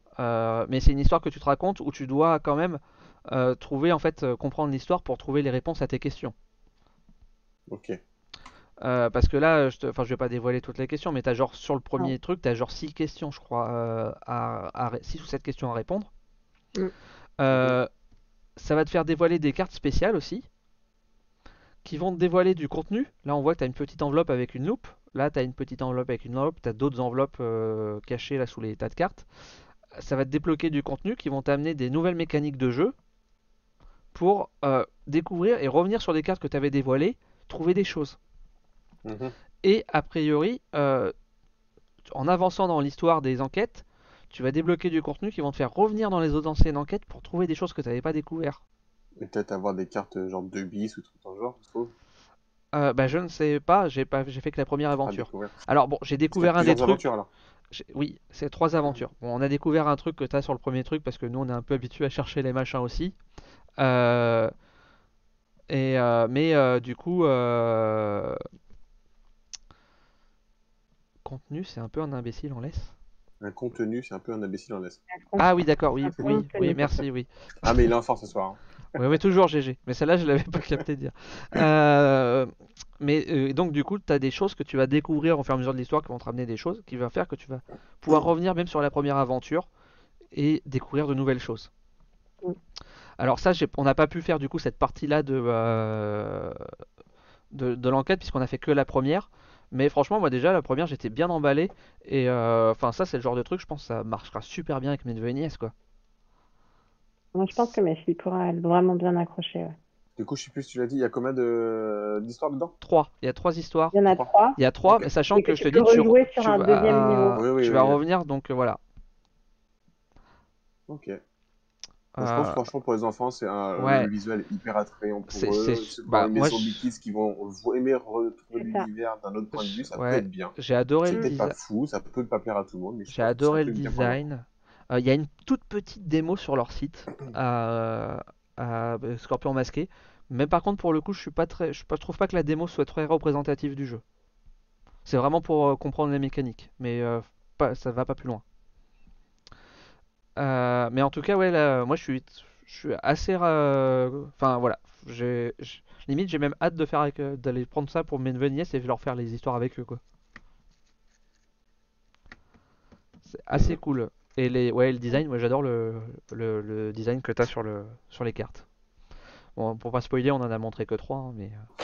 Euh, mais c'est une histoire que tu te racontes où tu dois quand même euh, trouver, en fait, euh, comprendre l'histoire pour trouver les réponses à tes questions. Ok. Euh, parce que là, je te... enfin, je vais pas dévoiler toutes les questions, mais t'as genre sur le Non. premier truc, t'as genre six questions, je crois, euh, à, six ou sept questions à répondre. Mm. Mhm. Euh, Ça va te faire dévoiler des cartes spéciales aussi, qui vont te dévoiler du contenu. Là, on voit que tu as une petite enveloppe avec une loupe. Là, tu as une petite enveloppe avec une loupe. Tu as d'autres enveloppes euh, cachées là sous les tas de cartes. Ça va te débloquer du contenu qui vont t'amener des nouvelles mécaniques de jeu pour euh, découvrir et revenir sur des cartes que tu avais dévoilées, trouver des choses. Mhm. Et a priori, euh, en avançant dans l'histoire des enquêtes, tu vas débloquer du contenu qui vont te faire revenir dans les autres anciennes enquêtes pour trouver des choses que tu n'avais pas découvertes. Et peut-être avoir des cartes euh, genre deux bis ou trucs dans le genre, je trouve. Euh, bah, je ne sais pas, j'ai pas, j'ai fait que la première À aventure. découvrir. Alors bon, j'ai C'est découvert un des plusieurs trucs. aventures alors. j'ai- Oui, c'est trois aventures. Bon, on a découvert un truc que tu as sur le premier truc parce que nous on est un peu habitué à chercher les machins aussi. Euh, et euh, mais euh, du coup, euh, contenu, c'est un peu un imbécile en laisse. Un contenu, c'est un peu un imbécile en laisse. Ah oui, d'accord, oui, Un oui, oui, contenu. merci, oui. Ah, mais il est en force ce soir. Hein. Oui, mais toujours G G. Mais celle-là, je l'avais pas capté de dire. Euh, mais euh, donc, du coup, tu as des choses que tu vas découvrir au fur et à mesure de l'histoire qui vont te ramener des choses qui vont faire que tu vas pouvoir revenir même sur la première aventure et découvrir de nouvelles choses. Mm. Alors, ça, j'ai- on n'a pas pu faire du coup cette partie-là de, euh, de, de l'enquête puisqu'on a fait que la première. Mais franchement, moi déjà, la première, j'étais bien emballé. Et euh, enfin, ça, c'est le genre de truc, je pense que ça marchera super bien avec mes neveux et nièces, quoi. Moi, je pense que mes filles pourraient être vraiment bien accrochées. Ouais. Du coup, je sais plus si tu l'as dit, il y a combien de d'histoires dedans? Trois. Il y a trois histoires. Il y en a Trois. trois Il y a trois, Ok. mais sachant et que que je tu te peux dis, tu, rejouer sur tu un deuxième niveau. vas, Oui, oui, tu oui, vas oui. revenir, donc euh, voilà. Ok. Moi, je pense Euh, franchement pour les enfants, c'est un, le, le ouais, visuel est hyper attrayant c'est, pour c'est, eux. Ceux qui ont bah, aimé moi, je- Zombie Kids, qui vont vont aimer retrouver C'est ça. l'univers d'un autre point de vue, je- ça peut ouais, être bien. j'ai adoré C'est le Mm. peut-être pas design. fou, ça peut pas plaire à tout le monde, mais je J'ai pense que c'est un adoré le truc bien pour les enfants. design. Euh, Il y a une toute petite démo sur leur site à, à bah, Scorpion Masqué. Mais par contre, pour le coup, je suis pas très, je, pas- je trouve pas que la démo soit très représentative du jeu. C'est vraiment pour euh, comprendre les mécaniques, mais euh, pas, ça va pas plus loin. Euh, mais en tout cas, ouais, là, moi je suis, je suis assez. euh, Enfin voilà, j'ai, j'- limite j'ai même hâte de faire avec, euh, d'aller prendre ça pour mes neveux et nièces et leur faire les histoires avec eux, quoi. C'est assez Mhm. cool. Et les, ouais, le design, moi j'adore le, le, le design que t'as sur le, sur les cartes. Bon, pour pas spoiler, on en a montré que trois, hein, mais euh,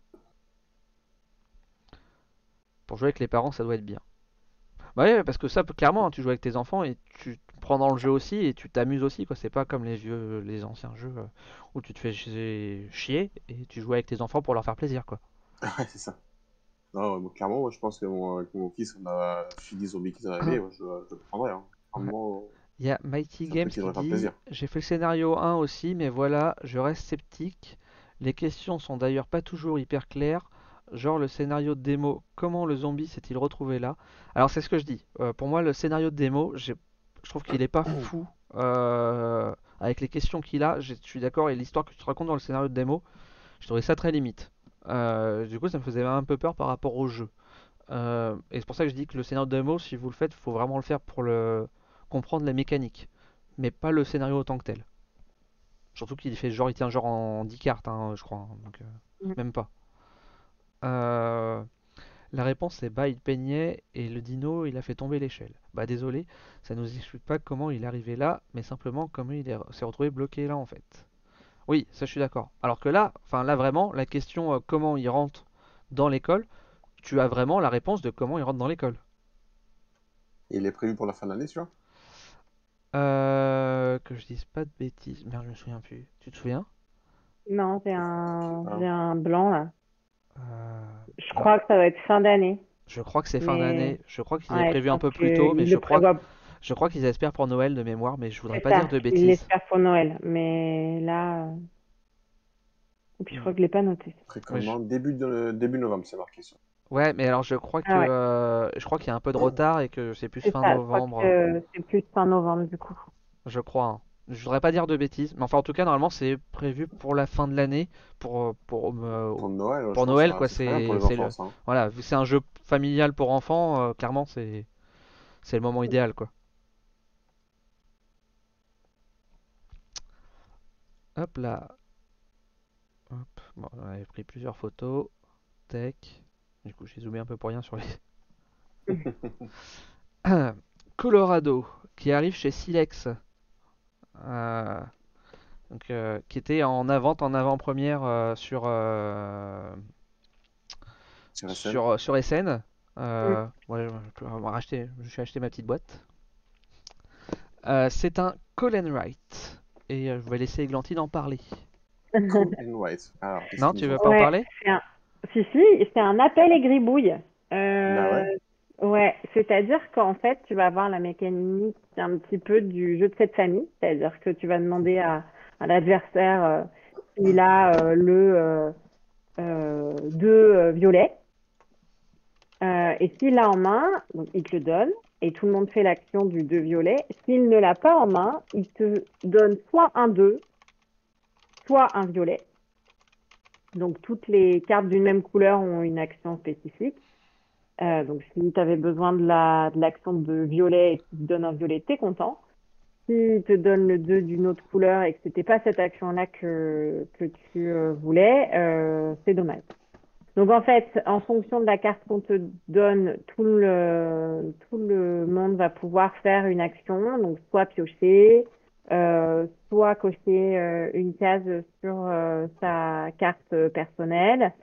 pour jouer avec les parents, ça doit être bien. Bah ouais, parce que ça, clairement, hein, tu joues avec tes enfants et tu te prends dans le jeu aussi et tu t'amuses aussi, quoi. C'est pas comme les vieux, les anciens jeux euh, où tu te fais chi- chier et tu joues avec tes enfants pour leur faire plaisir, quoi. Ouais, c'est ça. Non, moi, clairement, moi, je pense que mon, avec mon fils, on a fini Zombie Kids en aimé, je, je le prendrais. Hein. Ouais. Vraiment, Il y a Mighty c'est un Games truc qui qui devrait faire dit: plaisir. j'ai fait le scénario un aussi, mais voilà, je reste sceptique. Les questions sont d'ailleurs pas toujours hyper claires. Genre le scénario de démo, comment le zombie s'est-il retrouvé là? Alors c'est ce que je dis. Euh, pour moi, le scénario de démo, j'ai- je trouve qu'il est pas fou euh, avec les questions qu'il a. Je suis d'accord, et l'histoire que tu te racontes dans le scénario de démo, je trouvais ça très limite. Euh, du coup, ça me faisait un peu peur par rapport au jeu. Euh, et c'est pour ça que je dis que le scénario de démo, si vous le faites, il faut vraiment le faire pour le comprendre la mécanique, mais pas le scénario en tant que tel. Surtout qu'il fait genre, il tient genre en dix cartes, hein, je crois, hein, donc euh, Mm. même pas. Euh, la réponse c'est bah il peignait et le dino il a fait tomber l'échelle. Bah désolé, ça nous explique pas comment il est arrivé là, mais simplement comment il est- s'est retrouvé bloqué là en fait. Oui, ça je suis d'accord. Alors que là, enfin là vraiment, la question euh, comment il rentre dans l'école, tu as vraiment la réponse de comment il rentre dans l'école. Et il est prévu pour la fin de l'année, celui-là? Euh, que je dise pas de bêtises. Merde, je me souviens plus. Tu te souviens? Non, j'ai un, Ah. j'ai un blanc là. Euh, Je bah, crois que ça va être fin d'année, je crois que c'est fin mais d'année. Je crois qu'ils avaient ouais, je prévu un pense peu plus tôt, mais qu'ils je le crois, prévoient. je crois qu'ils espèrent pour Noël de mémoire, mais je voudrais C'est pas dire ça, de ils bêtises. l'espèrent pour Noël. Mais là, euh, et puis je Hmm. crois que je l'ai pas noté. Mais je- Précommande début, de, début novembre, c'est marqué sur. Ouais, mais alors je crois que Ah ouais, euh, je crois qu'il y a un peu de retard et que c'est plus c'est fin ça. Je crois novembre. que c'est plus fin novembre du coup. Je crois, hein. Je voudrais pas dire de bêtises, mais enfin en tout cas normalement c'est prévu pour la fin de l'année, pour pour euh, Pour Noël, je pour pense que Noël ça, quoi. ça serait bien pour C'est les c'est enfants, le ça. Hein. voilà, vu que c'est un jeu familial pour enfants, euh, clairement c'est c'est le moment idéal quoi. Hop là. Hop. Bon, on avait pris plusieurs photos. Tech. Du coup, j'ai zoomé un peu pour rien sur les. Colorado, qui arrive chez Silex. Euh, donc, euh, qui était en avant en avant-première euh, sur, euh, Sur S N. sur, sur S N. Mm. Euh, ouais, je, on va racheter, je suis acheté ma petite boîte. Euh, c'est un Call and Write. Et euh, je vais laisser Églantine en parler. Cool and white. Alors, qu'est-ce Non, qu'ils tu nous veux ont pas en fait? Ouais, parler? c'est un... si, si, c'est un appel et gribouille. Bah Euh, ouais. ouais, c'est-à-dire qu'en fait, tu vas avoir la mécanique un petit peu du jeu de cette famille. C'est-à-dire que tu vas demander à, à l'adversaire euh, s'il a euh, le euh, euh, deux euh, violets. Euh, et s'il l'a en main, donc il te le donne. Et tout le monde fait l'action du deux violet. S'il ne l'a pas en main, il te donne soit un deux, soit un violet. Donc, toutes les cartes d'une même couleur ont une action spécifique. Euh, donc, si tu avais besoin de la, de l'action de violet et qu'il te donne un violet, t'es content. S'il te donne le deux d'une autre couleur et que c'était pas cette action-là que, que tu euh, voulais, euh, c'est dommage. Donc, en fait, en fonction de la carte qu'on te donne, tout le, tout le monde va pouvoir faire une action. Donc, soit piocher, euh, soit cocher euh, une case sur euh, sa carte personnelle.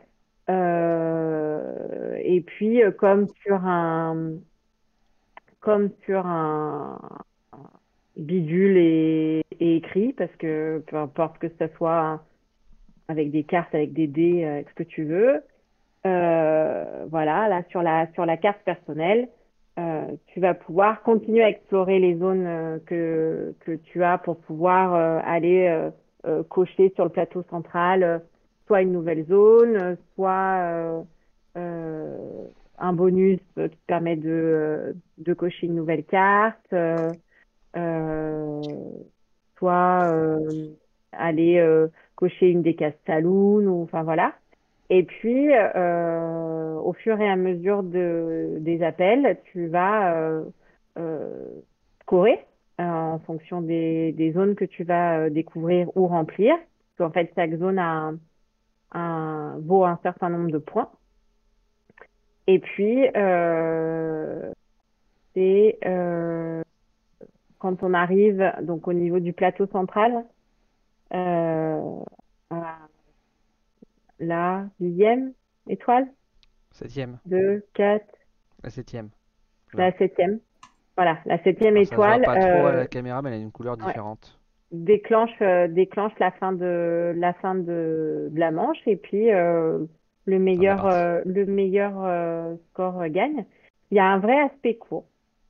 Euh, et puis, euh, comme sur un, comme sur un, un bidule et, et écrit, parce que peu importe que ce soit avec des cartes, avec des dés, avec ce que tu veux. Euh, voilà, là sur la sur la carte personnelle, euh, tu vas pouvoir continuer à explorer les zones euh, que que tu as pour pouvoir euh, aller euh, euh, cocher sur le plateau central, euh, soit une nouvelle zone, euh, soit euh, euh, un bonus euh, qui te permet de euh, de cocher une nouvelle carte, euh, euh, soit euh, aller euh, cocher une des cases saloon, ou enfin voilà. Et puis, euh, au fur et à mesure de, des appels, tu vas euh, euh, scorer euh, en fonction des, des zones que tu vas euh, découvrir ou remplir. Parce qu'en fait, chaque zone a un, un- vaut un certain nombre de points. Et puis, euh, c'est euh, quand on arrive donc au niveau du plateau central, euh, à la dixième étoile, Septième. deux, quatre, La septième. Là. la septième. Voilà, la septième Alors ça se voit étoile pas trop à euh, la caméra, mais elle a une couleur ouais, différente. déclenche euh, déclenche la fin de la fin de, de la manche et puis euh, le Fin de la meilleur partie. euh, le meilleur euh, score euh, gagne. Il y a un vrai aspect court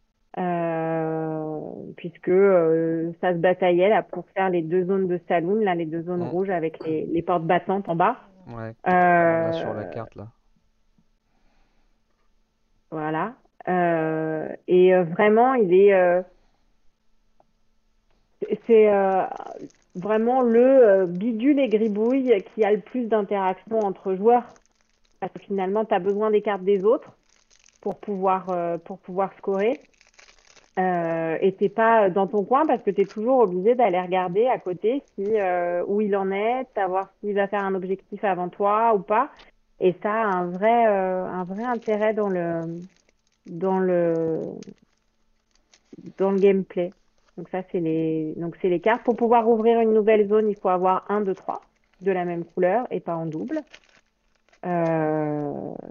euh, puisque euh, ça se bataillait là pour faire les deux zones de saloon, là les deux zones Mm. rouges avec les, les portes battantes en bas. Ouais. On a sur la Euh, carte là. voilà. Euh, et euh, vraiment, il est euh, c'est euh, vraiment le euh, bidule et gribouille qui a le plus d'interaction entre joueurs. Parce que finalement, tu as besoin des cartes des autres pour pouvoir, euh, pour pouvoir scorer. Euh, et t'es pas dans ton coin parce que tu es toujours obligé d'aller regarder à côté si, euh, où il en est, savoir s'il va faire un objectif avant toi ou pas. Et ça a un vrai, euh, un vrai intérêt dans le, dans le, dans le gameplay. Donc ça, c'est les, donc c'est les cartes. Pour pouvoir ouvrir une nouvelle zone, il faut avoir un, deux, trois de la même couleur et pas en double. Euh,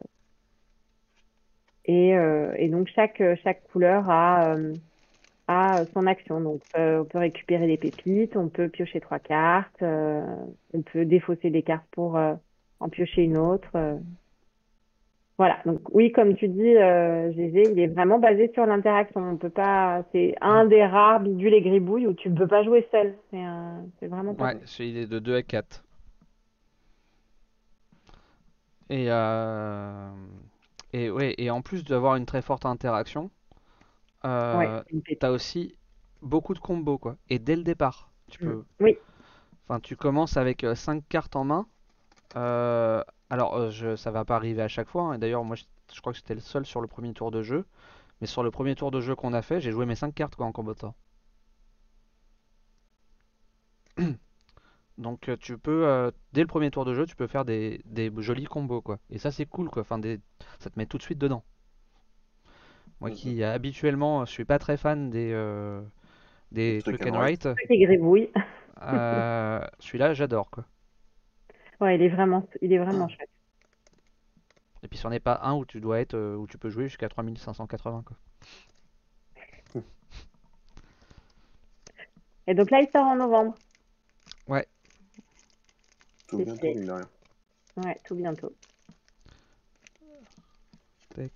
et, euh, et donc chaque, chaque couleur a, euh, a son action. Donc euh, on peut récupérer des pépites, on peut piocher trois cartes, euh, on peut défausser des cartes pour euh, en piocher une autre. euh. Voilà, donc oui, comme tu dis, euh, G G, il est vraiment basé sur l'interaction. On peut pas, c'est Mm. un des rares bidules et gribouilles où tu ne peux pas jouer seul. C'est un- c'est vraiment pas Ouais, possible. c'est- il est de deux à quatre. Et, euh... et, ouais, et en plus d'avoir une très forte interaction, Ouais, euh, c'est une pépite. t'as aussi beaucoup de combos quoi. Et dès le départ, tu Mm. peux. Oui, Enfin, tu commences avec cinq cartes en main. Euh, alors, euh, je, ça va pas arriver à chaque fois, hein. Et d'ailleurs, moi, je, je crois que j'étais le seul sur le premier tour de jeu. Mais sur le premier tour de jeu qu'on a fait, j'ai joué mes cinq cartes quoi en combattant. Donc euh, tu peux, euh, dès le premier tour de jeu, tu peux faire des, des jolis combos, quoi. Et ça, c'est cool, quoi. Enfin, des, ça te met tout de suite dedans. Moi Mhm. qui euh, habituellement, je suis pas très fan des, euh, Le des truc trucs and and write. write, Qui gribouille. euh, celui-là, j'adore, quoi. Ouais, il est vraiment, il est vraiment chouette. Et puis, c'en est pas un où tu dois être, euh, où tu peux jouer jusqu'à trois mille cinq cent quatre-vingts, quoi. Et donc là, il sort en novembre. Ouais, Tout C'est bientôt, stylé. mine de rien. Ouais, tout bientôt. tac.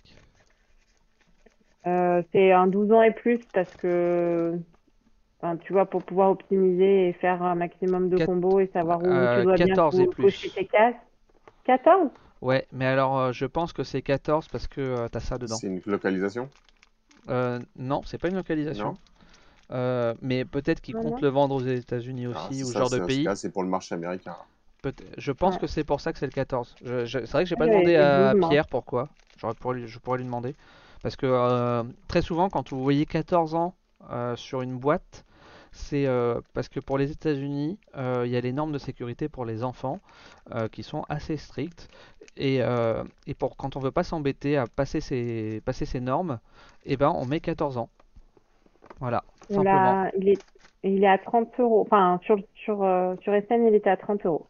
Euh, c'est un douze ans et plus parce que, enfin, tu vois, pour pouvoir optimiser et faire un maximum de Quat- combos et savoir où tu euh, dois bien quatorze et co- cocher plus. tes cases. quatorze? Ouais, mais alors, euh, je pense que c'est quatorze parce que euh, t'as ça dedans. C'est une localisation? Euh, non, c'est pas une localisation. Non? Euh, mais peut-être qu'ils Non, comptent non. le vendre aux États-Unis Ah, aussi, c'est ou ce ça, genre de c'est, dans ce pays. cas, c'est pour le marché américain. Peut- je pense Ouais. que c'est pour ça que c'est le quatorze. Je- je- c'est vrai que j'ai Ah, pas j'avais demandé vu le à, à douze, moi. Pierre pourquoi. J'aurais pour lui- je pourrais lui demander. Parce que euh, très souvent, quand vous voyez quatorze ans euh, sur une boîte, c'est euh, parce que pour les États-Unis, euh, il y a les normes de sécurité pour les enfants euh, qui sont assez strictes. Et, euh, et pour quand on veut pas s'embêter à passer ces, passer ces normes, eh ben on met quatorze ans. Voilà, On simplement. l'a, il est, il est à trente euros. Enfin, sur, sur, euh, sur S N, il était à trente euros.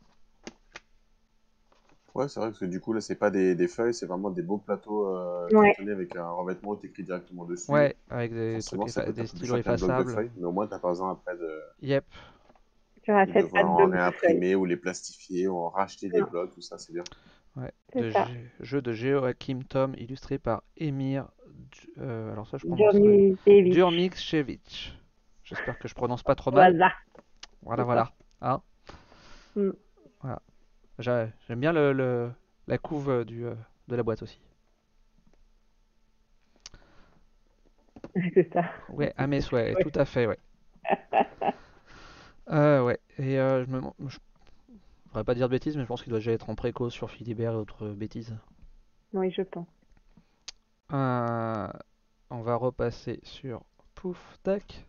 Ouais, c'est vrai, parce que du coup, là, c'est pas des, des feuilles, c'est vraiment des beaux plateaux euh, Ouais, cartonnés avec un revêtement où t'écris directement dessus. Ouais, avec des trucs, Forcément, ça effa- coûte un des peu plus stylos cher qu'un bloc de effaçables. feuilles, mais au moins, t'as pas besoin après de, Yep. tu de rachètes pas de devoir en bloc de feuilles. réimprimer ou les plastifier ou en racheter des Non, blocs, tout ça, c'est bien. Ouais, c'est de ça. Gé- jeu de Joachim Tom, illustré par Emir. Du- euh, alors ça, je prononcerai. Djurmicevic. Durmixchevich. J'espère que je prononce pas trop Au mal. hasard. Voilà, voilà. Hein, Mm. voilà. J'a- J'aime bien le, le- la couve euh, du, euh, de la boîte aussi. C'est ça. Ouais, à mes souhaits, Ouais. tout à fait, ouais. Euh, ouais, et euh, je me. Je voudrais pas dire de bêtises, mais je pense qu'il doit déjà être en préco sur Philibert et autres bêtises. Oui, je pense. Euh, on va repasser sur Pouf, tac.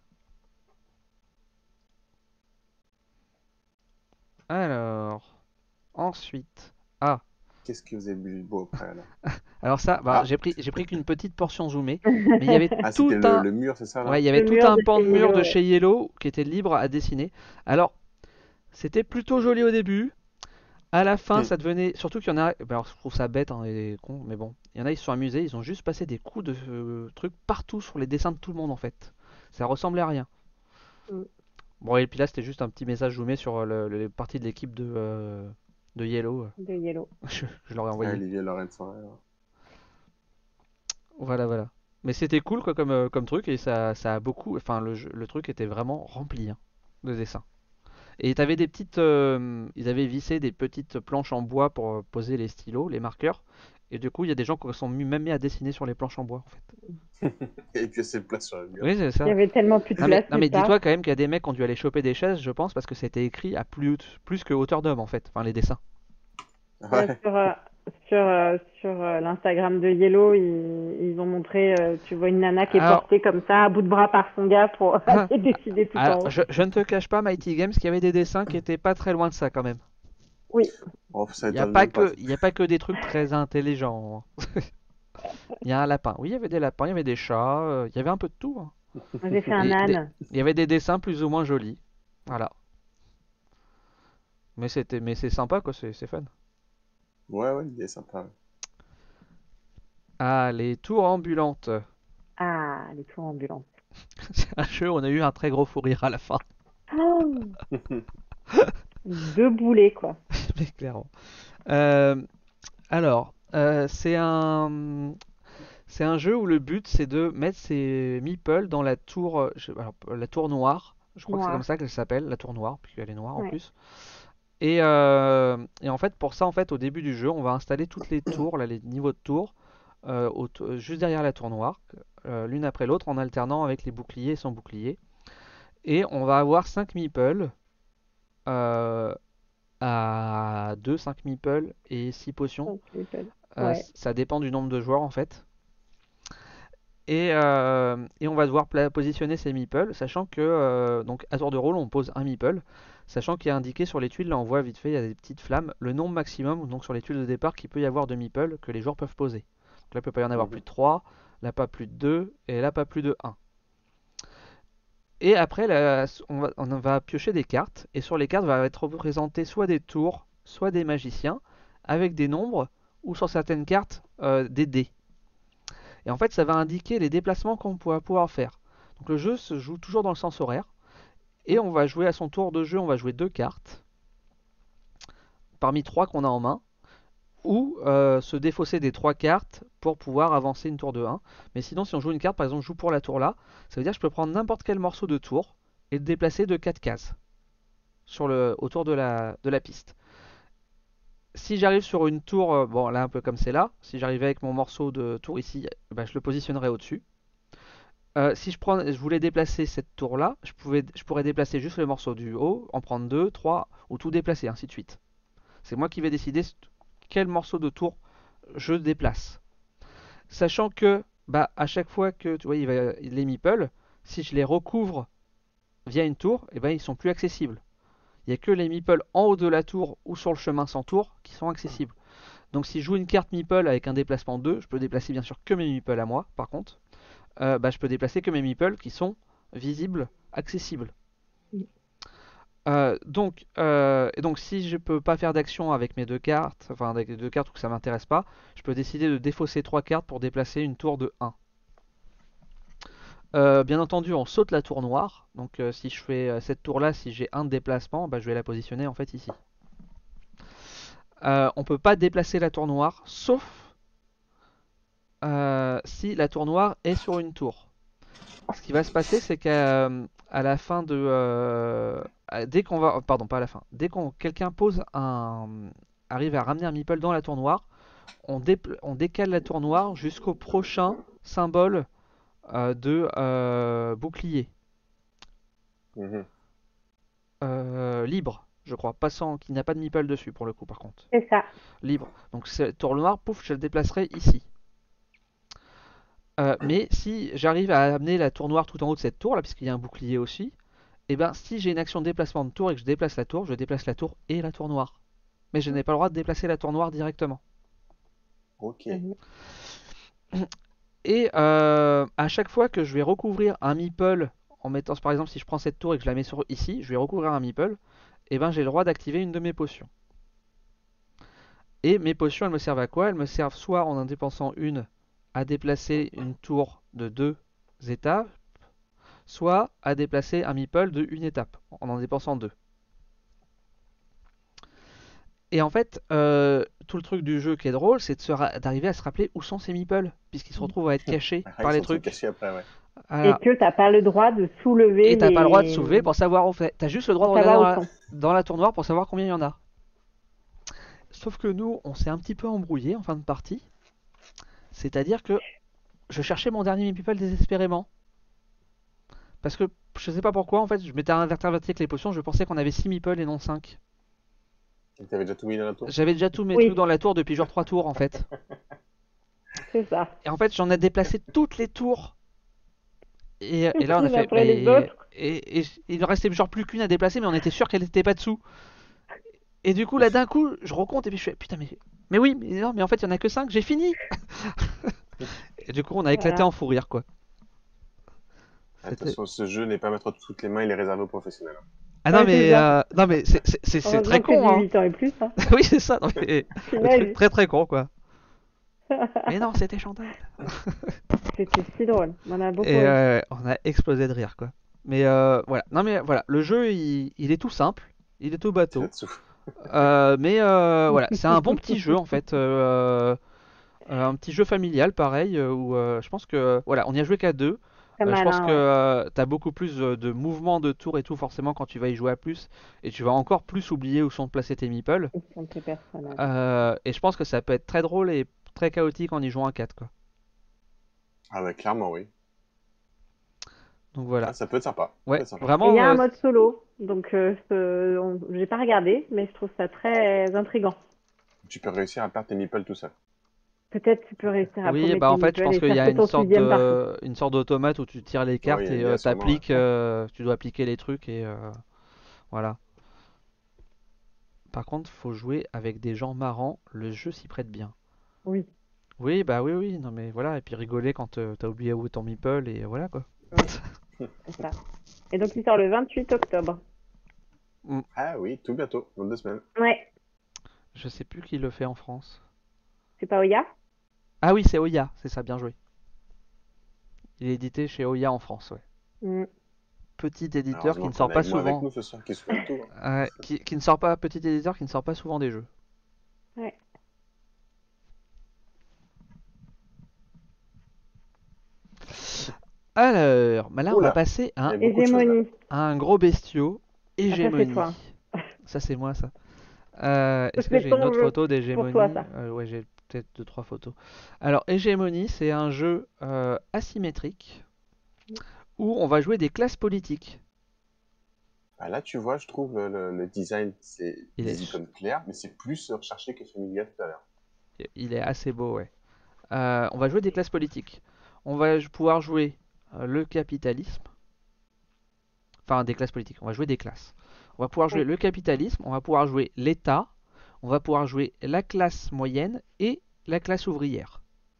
Alors, ensuite. Ah, Qu'est-ce que vous avez bu de beau après, là? alors ça, bah, Ah, j'ai pris, j'ai pris qu'une petite portion zoomée, mais il y avait ah tout c'était le, un, le mur, c'est ça, ouais, là? il y avait Le tout mur un de pan chez de mur Yellow, de ouais. chez Yellow qui était libre à dessiner. Alors, c'était plutôt joli au début. À la fin, Hmm. ça devenait, surtout qu'il y en a, bah, alors, je trouve ça bête, hein, et con, mais bon, il y en a, ils se sont amusés, ils ont juste passé des coups de euh, trucs partout sur les dessins de tout le monde en fait. Ça ressemblait à rien. Mm. Bon, et puis là, c'était juste un petit message zoomé sur euh, le, le- les parties de l'équipe de, euh, de Yellow. De Yellow. Je, je leur ai Ah, envoyé. Olivier Lorenz, ouais, ouais. Voilà, voilà. Mais c'était cool quoi comme, euh, comme truc et ça, ça a beaucoup. Enfin, le, jeu- le truc était vraiment rempli hein, de dessins. Et t'avais des petites. Euh, ils avaient vissé des petites planches en bois pour euh, poser les stylos, les marqueurs. Et du coup, il y a des gens qui se sont mis- même mis à dessiner sur les planches en bois en fait. Et puis, c'est place sur le mur. Oui, c'est Il y ça. avait tellement plus de Non mais, place non nulle mais part. dis-toi quand même qu'il y a des mecs qui ont dû aller choper des chaises, je pense, parce que c'était écrit à plus, plus que hauteur d'homme en fait. Enfin, les dessins. Ouais, Ouais. sur, euh, sur, euh, sur euh, l'Instagram de Yellow, ils, ils ont montré, euh, tu vois une nana qui est Alors, portée comme ça, à bout de bras par son gars pour aller décider tout alors en haut. je, je ne te cache pas, Mighty Games, qu'il y avait des dessins qui étaient pas très loin de ça quand même. Oui, Oh, ça Il n'y a étonne pas même pas. que, il y a pas que des trucs très intelligents. Il y a un lapin. Oui, il y avait des lapins, il y avait des chats, euh, il y avait un peu de tout. Hein. j'ai fait un Et des- âne. il y avait des dessins plus ou moins jolis. Voilà. Mais c'était, mais c'est sympa quoi, c'est c'est fun. Ouais, ouais, il est sympa. Ouais. Ah, les tours ambulantes. Ah, les tours ambulantes. C'est un jeu où on a eu un très gros fou rire à la fin. Oh, deux boulets, quoi. Mais clairement. Euh, alors, euh, c'est un, c'est un jeu où le but c'est de mettre ses meeples dans la tour, euh, je- alors, la tour noire. Je crois que c'est comme Noir. ça qu'elle s'appelle, la tour noire, puisqu'elle est noire en Ouais. plus. Et, euh, et en fait, pour ça, en fait, au début du jeu, on va installer toutes les tours, là, les niveaux de tours, euh, au- euh, juste derrière la tour noire, euh, l'une après l'autre, en alternant avec les boucliers et sans bouclier. Et on va avoir cinq meeples, euh, à deux, cinq meeples et six potions. Donc, les pelles. Euh, Ouais. ça dépend du nombre de joueurs en fait. Et, euh, et on va devoir pla- positionner ces meeples, sachant que euh, donc à tour de rôle on pose un meeple, sachant qu'il y a indiqué sur les tuiles, là on voit vite fait, il y a des petites flammes, le nombre maximum donc sur les tuiles de départ qu'il peut y avoir de meeples que les joueurs peuvent poser. Donc là il peut pas y en avoir plus Mhm. de trois, là pas plus de deux et là pas plus de un. Et après là, on va, on va piocher des cartes et sur les cartes va être représenté soit des tours, soit des magiciens avec des nombres ou sur certaines cartes euh, des dés. Et en fait, ça va indiquer les déplacements qu'on va pouvoir faire. Donc le jeu se joue toujours dans le sens horaire. Et on va jouer à son tour de jeu, on va jouer deux cartes, parmi trois qu'on a en main, ou euh, se défausser des trois cartes pour pouvoir avancer une tour de un. Mais sinon, si on joue une carte, par exemple, je joue pour la tour là, ça veut dire que je peux prendre n'importe quel morceau de tour et le déplacer de quatre cases sur le, autour de la, de la piste. Si j'arrive sur une tour, euh, bon là un peu comme c'est là, si j'arrivais avec mon morceau de tour ici, bah, je le positionnerai au-dessus. Euh, si je, prends, je voulais déplacer cette tour-là, je, pouvais, je pourrais déplacer juste le morceau du haut, en prendre deux, trois, ou tout déplacer, ainsi de suite. C'est moi qui vais décider quel morceau de tour je déplace. Sachant que, bah, à chaque fois que, tu vois, il va, les meeples, si je les recouvre via une tour, eh ben, ils sont plus accessibles. Il n'y a que les meeples en haut de la tour ou sur le chemin sans tour qui sont accessibles. Donc si je joue une carte meeple avec un déplacement deux, je peux déplacer bien sûr que mes meeples à moi, par contre. Euh, bah, je peux déplacer que mes meeples qui sont visibles, accessibles. Euh, donc, euh, et donc si je peux pas faire d'action avec mes deux cartes, enfin avec les deux cartes ou que ça m'intéresse pas, je peux décider de défausser trois cartes pour déplacer une tour de un. Euh, bien entendu, on saute la tour noire. Donc euh, si je fais euh, cette tour là, si j'ai un déplacement, bah, je vais la positionner en fait ici. Euh, on peut pas déplacer la tour noire, sauf euh, si la tour noire est sur une tour. Ce qui va se passer, c'est qu'à à la fin de, euh, dès qu'on va, pardon, pas à la fin, dès qu'on quelqu'un pose un, arrive à ramener un meeple dans la tour noire, on, dépl- on décale la tour noire jusqu'au prochain symbole euh, de euh, bouclier Mhm. Euh, libre, je crois, passant qui n'a pas de meeple dessus pour le coup par contre. C'est ça. Libre. Donc cette tour noire, pouf, je le déplacerai ici. Euh, mais si j'arrive à amener la tour noire tout en haut de cette tour là, puisqu'il y a un bouclier aussi, et ben si j'ai une action de déplacement de tour et que je déplace la tour, je déplace la tour et la tour noire. Mais je n'ai pas le droit de déplacer la tour noire directement. Ok. Mhm. Et euh, à chaque fois que je vais recouvrir un meeple, en mettant par exemple si je prends cette tour et que je la mets sur ici, je vais recouvrir un meeple, et ben j'ai le droit d'activer une de mes potions. Et mes potions, elles me servent à quoi? Elles me servent soit en en dépensant une à déplacer une tour de deux étapes, soit à déplacer un meeple de une étape en en dépensant deux. Et en fait, euh, tout le truc du jeu qui est drôle, c'est d'arriver à se rappeler où sont ces meeples, puisqu'ils se retrouvent à être cachés Ah, par ils les sont tous trucs. cachés après, ouais. Et Voilà. que t'as pas le droit de soulever Et t'as pas le droit de les... soulever pour savoir où fait. T'as juste le droit de pour regarder savoir dans où la, sont. dans la tour noire pour savoir combien il y en a. Sauf que nous, on s'est un petit peu embrouillé en fin de partie. C'est-à-dire que je cherchais mon dernier meeple désespérément. Parce que je sais pas pourquoi, en fait, je m'étais interverti avec les potions, je pensais qu'on avait six meeples et non cinq. Et t'avais déjà tout mis dans la tour? J'avais déjà tous mes trucs Oui, dans la tour depuis genre trois tours en fait. c'est ça. Et en fait, j'en ai déplacé toutes les tours. Et, et là, on a Une fait. après les Mais. autres. Et, et il ne restait genre plus qu'une à déplacer, mais on était sûr qu'elle n'était pas dessous. Et du coup, là, d'un coup, je recompte et puis je fais putain, mais. Mais oui, mais non, mais en fait, il y en a que cinq, j'ai fini. Et du coup, on a éclaté Voilà. en fou rire quoi. C'était. Attention, ce jeu n'est pas à mettre toutes les mains, il est réservé aux professionnels. Ah non, Ouais, c'est mais. ça. euh, Non, mais c'est- c'est c'est- c'est très Heureusement que c'est con, du hein. huit ans et plus, hein. Oui, c'est ça. Non, mais... Le truc Punaise. très très con quoi. Mais non, c'était Chantal. C'était si drôle. On a beaucoup Et ri. euh, on a explosé de rire quoi. Mais euh, voilà. Non, mais voilà. Le jeu, il, il est tout simple. Il est tout C'est bateau. là-dessous. Euh, mais euh, voilà, c'est un bon petit jeu en fait. Euh, euh, un petit jeu familial pareil euh, où euh, je pense que voilà, on y a joué qu'à deux. Très Euh, je pense malin, que ouais. euh, t'as beaucoup plus euh, de mouvements de tour et tout forcément quand tu vas y jouer à plus et tu vas encore plus oublier où sont placés tes meeples. Ils sont tes personnages. Euh, et je pense que ça peut être très drôle et très chaotique en y jouant à quatre quoi. Ah ouais, clairement, oui. Donc voilà. Ah, ça peut être sympa. Ça peut Ouais, être sympa. Et il y vraiment a un euh, mode solo. Donc, euh, ce- on- j'ai pas regardé, mais je trouve ça très intriguant. Tu peux réussir à perdre tes meeples tout seul. Peut-être tu peux réussir à Oui, paumer bah tes en fait, je meeples pense et qu'il y faire a que une ton sorte sixième parti. de, une sorte d'automate où tu tires les Ouais, cartes il y a, et il y euh, a sûrement, ouais. t'appliques, euh, tu dois appliquer les trucs et euh, voilà. Par contre, faut jouer avec des gens marrants, le jeu s'y prête bien. Oui, Oui, bah oui, oui, non mais voilà, et puis rigoler quand euh, t'as oublié où est ton meeple et voilà quoi. oui, c'est ça. Et donc, il sort le vingt-huit octobre. Mm. Ah oui, tout bientôt, dans deux semaines. Ouais, Je sais plus qui le fait en France. c'est pas Oya? Ah oui, c'est Oya, c'est ça, bien joué. Il est édité chez Oya en France, ouais. Mm. Petit éditeur qui Heureusement ne qu'on sort est pas avec moi avec souvent. nous ce soir, qui se souvient de tout, hein. Euh, qui, qui ne sort pas, petit éditeur qui ne sort pas souvent des jeux. Ouais. Alors, bah là on va Oula, passer à il y un, a beaucoup de choses là. Hégémonie. à un gros bestiau, Ah, ça, c'est Hégémonie. toi. Ça c'est moi ça. Euh, Ça, Est-ce que c'est j'ai une ton autre jeu. photo C'est pour toi, d'Hégémonie? ça. Euh, Ouais, j'ai peut-être deux trois photos. Alors, Hégémonie, c'est un jeu euh, asymétrique où on va jouer des classes politiques. Ah, là, tu vois, je trouve le, le- le design, c'est Il des est, icônes claires, mais c'est plus recherché que celui qu'il y a tout à l'heure. il est assez beau, ouais. Euh, on va jouer des classes politiques. On va pouvoir jouer euh, le capitalisme, enfin des classes politiques. On va jouer des classes. On va pouvoir jouer Oui. le capitalisme, on va pouvoir jouer l'État, on va pouvoir jouer la classe moyenne et la classe ouvrière.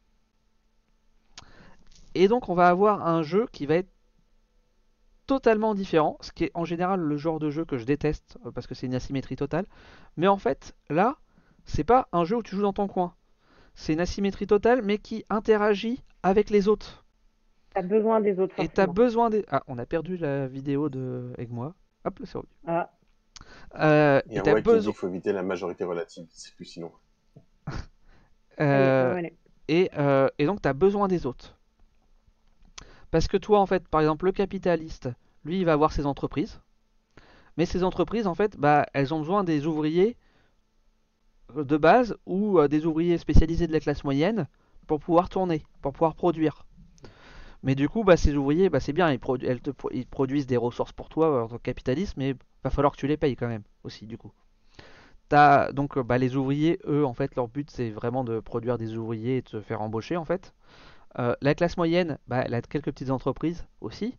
Et donc on va avoir un jeu qui va être totalement différent, ce qui est en général le genre de jeu que je déteste euh, parce que c'est une asymétrie totale. Mais en fait, là, c'est pas un jeu où tu joues dans ton coin. C'est une asymétrie totale mais qui interagit avec les autres. T'as besoin des autres, Et t'as forcément. besoin des... Ah, on a perdu la vidéo de avec moi. Hop, là, c'est revenu. Ah, Euh, Il y et a t'as ouais qui dit besoin... qu'il faut éviter la majorité relative, c'est plus sinon. allez, me euh, voilà. et, euh, et donc t'as besoin des autres. Parce que toi, en fait, par exemple, le capitaliste, lui, il va avoir ses entreprises. Mais ces entreprises, en fait, bah, elles ont besoin des ouvriers de base ou euh, des ouvriers spécialisés de la classe moyenne pour pouvoir tourner, pour pouvoir produire. Mais du coup, bah, ces ouvriers, bah, c'est bien, ils, produ elles te pro ils produisent des ressources pour toi euh, en tant que capitaliste, mais va falloir que tu les payes quand même aussi, du coup. T'as, donc, euh, bah, les ouvriers, eux, en fait, leur but, c'est vraiment de produire des ouvriers et de se faire embaucher, en fait. Euh, la classe moyenne, bah, elle a quelques petites entreprises aussi,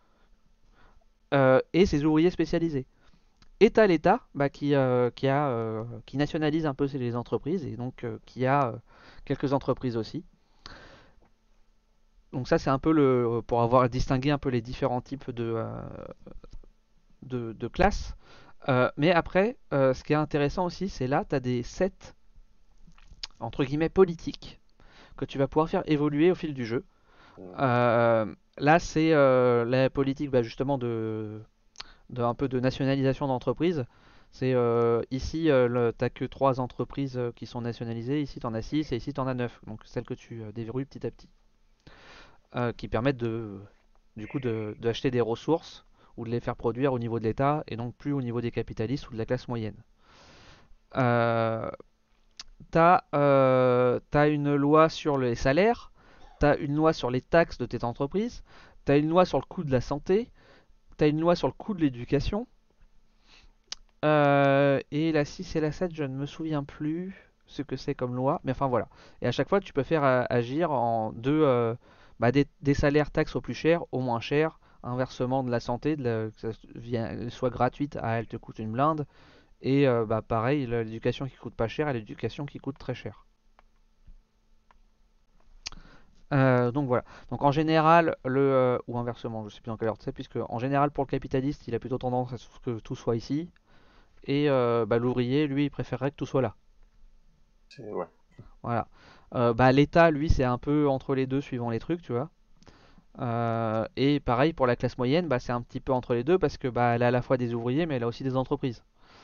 euh, et ses ouvriers spécialisés. Et t'as l'État bah, qui, euh, qui, a, euh, qui nationalise un peu les entreprises et donc euh, qui a euh, quelques entreprises aussi. Donc ça c'est un peu le pour avoir distingué un peu les différents types de, euh, de, de classes. Euh, mais après, euh, ce qui est intéressant aussi, c'est là, tu as des sets entre guillemets politiques que tu vas pouvoir faire évoluer au fil du jeu. Mhm. Euh, là, c'est euh, la politique bah, justement de, de un peu de nationalisation d'entreprises. C'est euh, ici, euh, t'as que trois entreprises euh, qui sont nationalisées, ici t'en as six et ici t'en as neuf. Donc celles que tu euh, déverrouilles petit à petit, euh, qui permettent de, du coup, de d'acheter des ressources ou de les faire produire au niveau de l'État et donc plus au niveau des capitalistes ou de la classe moyenne. Euh, t'as euh, t'as une loi sur les salaires, t'as une loi sur les taxes de tes entreprises, t'as une loi sur le coût de la santé, t'as une loi sur le coût de l'éducation. Euh, et la six et la sept, je ne me souviens plus ce que c'est comme loi, mais enfin voilà. Et à chaque fois, tu peux faire euh, agir en deux, euh, bah, des, des salaires taxes au plus cher, au moins cher, inversement de la santé, de la- que ça vient- soit gratuite, à elle te coûte une blinde, et euh, bah, pareil, l'éducation qui coûte pas cher, à l'éducation qui coûte très cher. Euh, donc voilà. Donc en général, le euh, ou inversement, je sais plus dans quelle ordre c'est, puisque en général pour le capitaliste, il a plutôt tendance à ce que tout soit ici, et euh, bah, l'ouvrier, lui, il préférerait que tout soit là. C'est- Ouais. Voilà. Euh, bah, l'État, lui, c'est un peu entre les deux suivant les trucs, tu vois. Euh, et pareil pour la classe moyenne, bah, c'est un petit peu entre les deux parce que bah, elle a à la fois des ouvriers, mais elle a aussi des entreprises.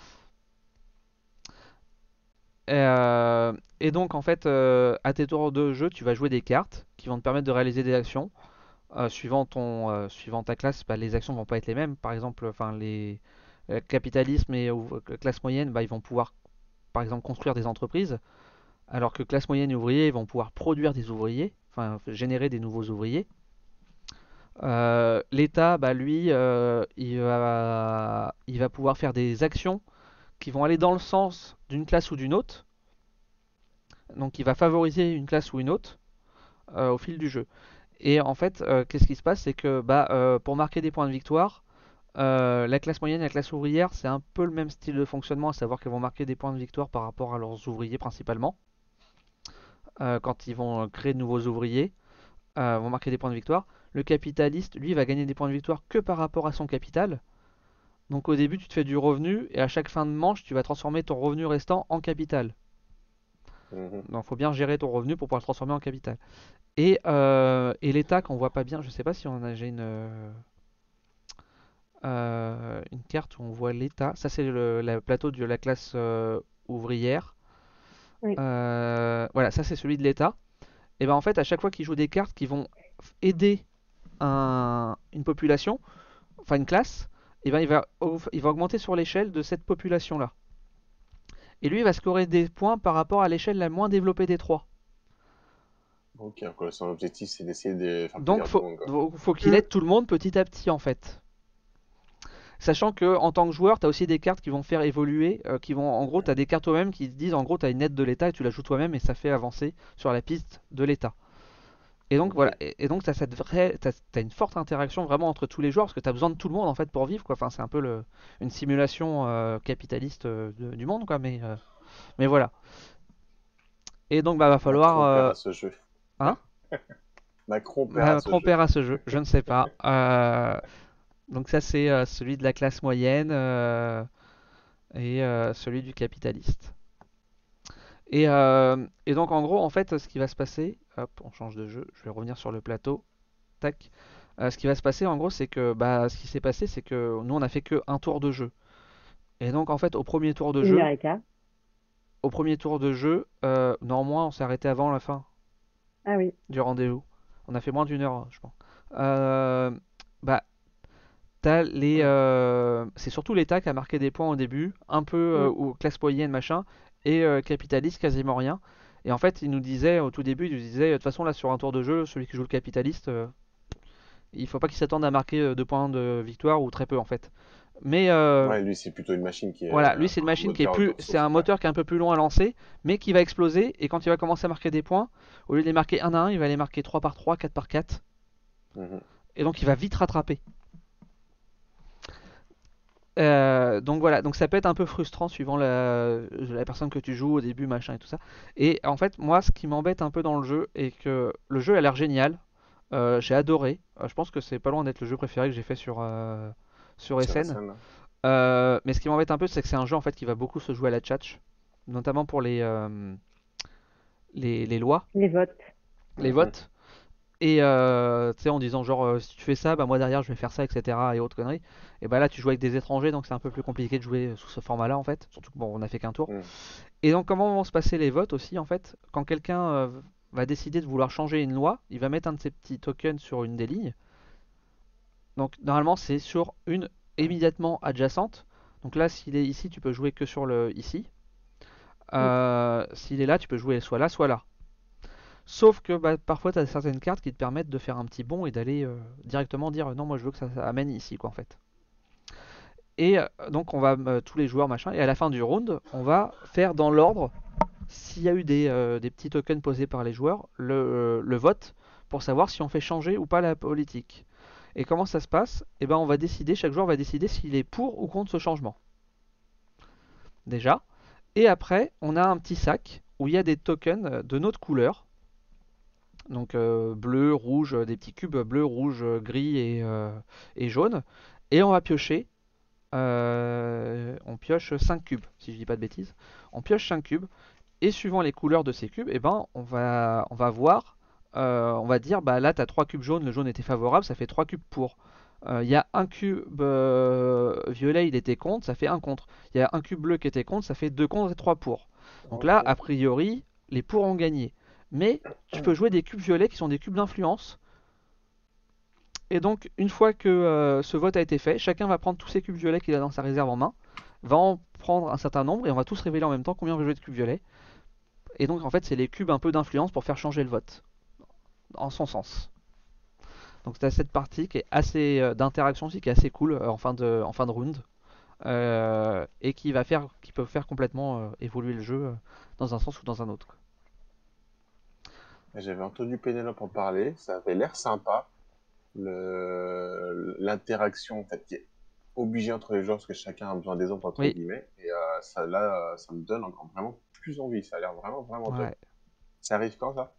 Et, euh, et donc en fait, euh, à tes tours de jeu, tu vas jouer des cartes qui vont te permettre de réaliser des actions. Euh, suivant ton, euh, suivant ta classe, bah, les actions vont pas être les mêmes. Par exemple, enfin les euh, capitalisme et ou- euh, classe moyenne, bah, ils vont pouvoir, par exemple, construire des entreprises, alors que classe moyenne et ouvriers ils vont pouvoir produire des ouvriers, enfin générer des nouveaux ouvriers. Euh, L'État, bah, lui, euh, il va, il va pouvoir faire des actions qui vont aller dans le sens d'une classe ou d'une autre. Donc il va favoriser une classe ou une autre euh, au fil du jeu. Et en fait, euh, qu'est-ce qui se passe? C'est que bah, euh, pour marquer des points de victoire, euh, la classe moyenne et la classe ouvrière, c'est un peu le même style de fonctionnement, à savoir qu'elles vont marquer des points de victoire par rapport à leurs ouvriers principalement. Euh, quand ils vont euh, créer de nouveaux ouvriers, euh, vont marquer des points de victoire. Le capitaliste, lui, va gagner des points de victoire que par rapport à son capital. Donc au début, tu te fais du revenu et à chaque fin de manche, tu vas transformer ton revenu restant en capital. Mhm. Donc il faut bien gérer ton revenu pour pouvoir le transformer en capital. Et, euh, et l'état qu'on voit pas bien, je sais pas si on a j'ai une, euh, euh, une carte où on voit l'état. Ça c'est le la plateau de la classe euh, ouvrière. Oui. Euh, voilà, ça c'est celui de l'état. Et ben en fait, à chaque fois qu'ils jouent des cartes qui vont aider un- une population, enfin une classe, et ben il va, il va augmenter sur l'échelle de cette population-là. Et lui, il va scorer des points par rapport à l'échelle la moins développée des trois. Ok, quoi, son objectif, c'est d'essayer de faire Donc, plaisir à tout faut, le monde, quoi. faut qu'il Mm. aide tout le monde petit à petit, en fait. Sachant que en tant que joueur, tu as aussi des cartes qui vont faire évoluer, euh, qui vont, en gros, tu as des cartes toi-même qui te disent, en gros, tu as une aide de l'état et tu la joues toi-même et ça fait avancer sur la piste de l'état. Et donc Ok. voilà, et, et donc tu as cette vraie, t'as, t'as une forte interaction vraiment entre tous les joueurs parce que tu as besoin de tout le monde en fait pour vivre quoi. Enfin, c'est un peu le, une simulation euh, capitaliste euh, de- du monde quoi, mais, euh, mais voilà. Et donc bah va falloir, Macron perd euh, à ce jeu. hein, Macron perd à ce Macron jeu. perd à ce jeu, je ne sais pas. Euh, donc ça c'est euh, celui de la classe moyenne euh, et euh, celui du capitaliste. Et, euh, et donc en gros en fait ce qui va se passer, hop, on change de jeu, je vais revenir sur le plateau, tac. Euh, ce qui va se passer en gros c'est que bah ce qui s'est passé c'est que nous on a fait que un tour de jeu. Et donc en fait au premier tour de Une jeu, heure et quart. au premier tour de jeu, euh, non moins on s'est arrêté avant la fin Ah oui. du rendez-vous. On a fait moins d'une heure je pense. Euh, bah t'as les, euh, c'est surtout l'État qui a marqué des points au début, un peu euh, Mm. ou classe moyenne machin, et euh, capitaliste quasiment rien. Et en fait il nous disait au tout début, il nous disait de toute façon là sur un tour de jeu, celui qui joue le capitaliste, euh, il faut pas qu'il s'attende à marquer euh, deux points de victoire ou très peu en fait. Mais euh, Ouais, lui, c'est plutôt une machine qui est voilà, lui euh, c'est une un machine qui est moteur plus, d'autre c'est source. un Ouais. moteur qui est un peu plus long à lancer, mais qui va exploser. Et quand il va commencer à marquer des points, au lieu de les marquer un à un, il va les marquer trois par trois, quatre par quatre. Mhm. Et donc il va vite rattraper. Euh, donc voilà, donc ça peut être un peu frustrant suivant la, la personne que tu joues au début, machin et tout ça. Et en fait, moi, ce qui m'embête un peu dans le jeu est que le jeu a l'air génial. Euh, j'ai adoré. Euh, je pense que c'est pas loin d'être le jeu préféré que j'ai fait sur euh, sur Sur la S N. scène, là. Euh, mais ce qui m'embête un peu, c'est que c'est un jeu en fait qui va beaucoup se jouer à la tchatch, notamment pour les euh, les, les lois, Les votes. les Mhm. votes. Et euh, tu sais, en disant genre euh, si tu fais ça, bah moi derrière je vais faire ça, et cetera. Et autres conneries. Et bah là tu joues avec des étrangers, donc c'est un peu plus compliqué de jouer sous ce format-là en fait. Surtout que bon, on a fait qu'un tour. Mhm. Et donc comment vont se passer les votes aussi en fait? Quand quelqu'un euh, va décider de vouloir changer une loi, il va mettre un de ses petits tokens sur une des lignes. Donc normalement c'est sur une immédiatement adjacente. Donc là s'il est ici, tu peux jouer que sur le ici. Mm. Euh, s'il est là, tu peux jouer soit là, soit là. Sauf que bah, parfois tu as certaines cartes qui te permettent de faire un petit bond et d'aller euh, directement dire non, moi je veux que ça, ça amène ici quoi en fait. Et euh, donc on va euh, tous les joueurs machin et à la fin du round, on va faire dans l'ordre s'il y a eu des, euh, des petits tokens posés par les joueurs, le, euh, le vote pour savoir si on fait changer ou pas la politique. Et comment ça se passe? Eh ben on va décider, chaque joueur va décider s'il est pour ou contre ce changement. Déjà. Et après, on a un petit sac où il y a des tokens euh, de notre couleur. Donc euh, bleu, rouge, euh, des petits cubes bleu, rouge, euh, gris et, euh, et jaune. Et on va piocher. euh, on pioche cinq cubes, si je dis pas de bêtises. On pioche cinq cubes. Et suivant les couleurs de ces cubes, eh ben, on, va, on va voir, euh, on va dire, bah là tu as trois cubes jaunes, le jaune était favorable, ça fait trois cubes pour. Euh, Il y a un cube euh, violet, il était contre, ça fait un contre. Il y a un cube bleu qui était contre, ça fait deux contre et trois pour. Donc là, Ok. a priori, les pour ont gagné. Mais tu peux jouer des cubes violets qui sont des cubes d'influence. Et donc, une fois que euh, ce vote a été fait, chacun va prendre tous ces cubes violets qu'il a dans sa réserve en main, va en prendre un certain nombre et on va tous révéler en même temps combien on veut jouer de cubes violets. Et donc en fait c'est les cubes un peu d'influence pour faire changer le vote en son sens. Donc c'est cette partie qui est assez euh, d'interaction aussi qui est assez cool euh, en fin de en fin de round euh, et qui va faire qui peut faire complètement euh, évoluer le jeu euh, dans un sens ou dans un autre. J'avais entendu Pénélope en parler, ça avait l'air sympa. Le... L'interaction en fait, qui est obligée entre les joueurs parce que chacun a besoin des autres, entre Oui, guillemets. Et euh, ça, là, euh, ça me donne encore vraiment plus envie. Ça a l'air vraiment, vraiment top. ouais. Ça arrive quand ça?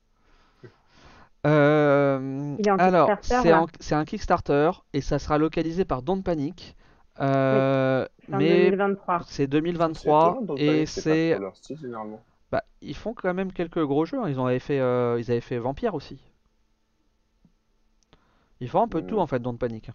Euh, Il est en alors, Kickstarter, c'est là. en- c'est un Kickstarter et ça sera localisé par Don't Panic. Oui, Euh, fin mais deux mille vingt-trois. c'est Putain, c'est deux mille vingt-trois étonnant dans le et panique, c'est pas trop c'est. leur style généralement. Bah, ils font quand même quelques gros jeux, hein. Ils ont avaient fait, euh, ils avaient fait Vampire aussi. Ils font un peu de tout Hmm. en fait, Don't Panic.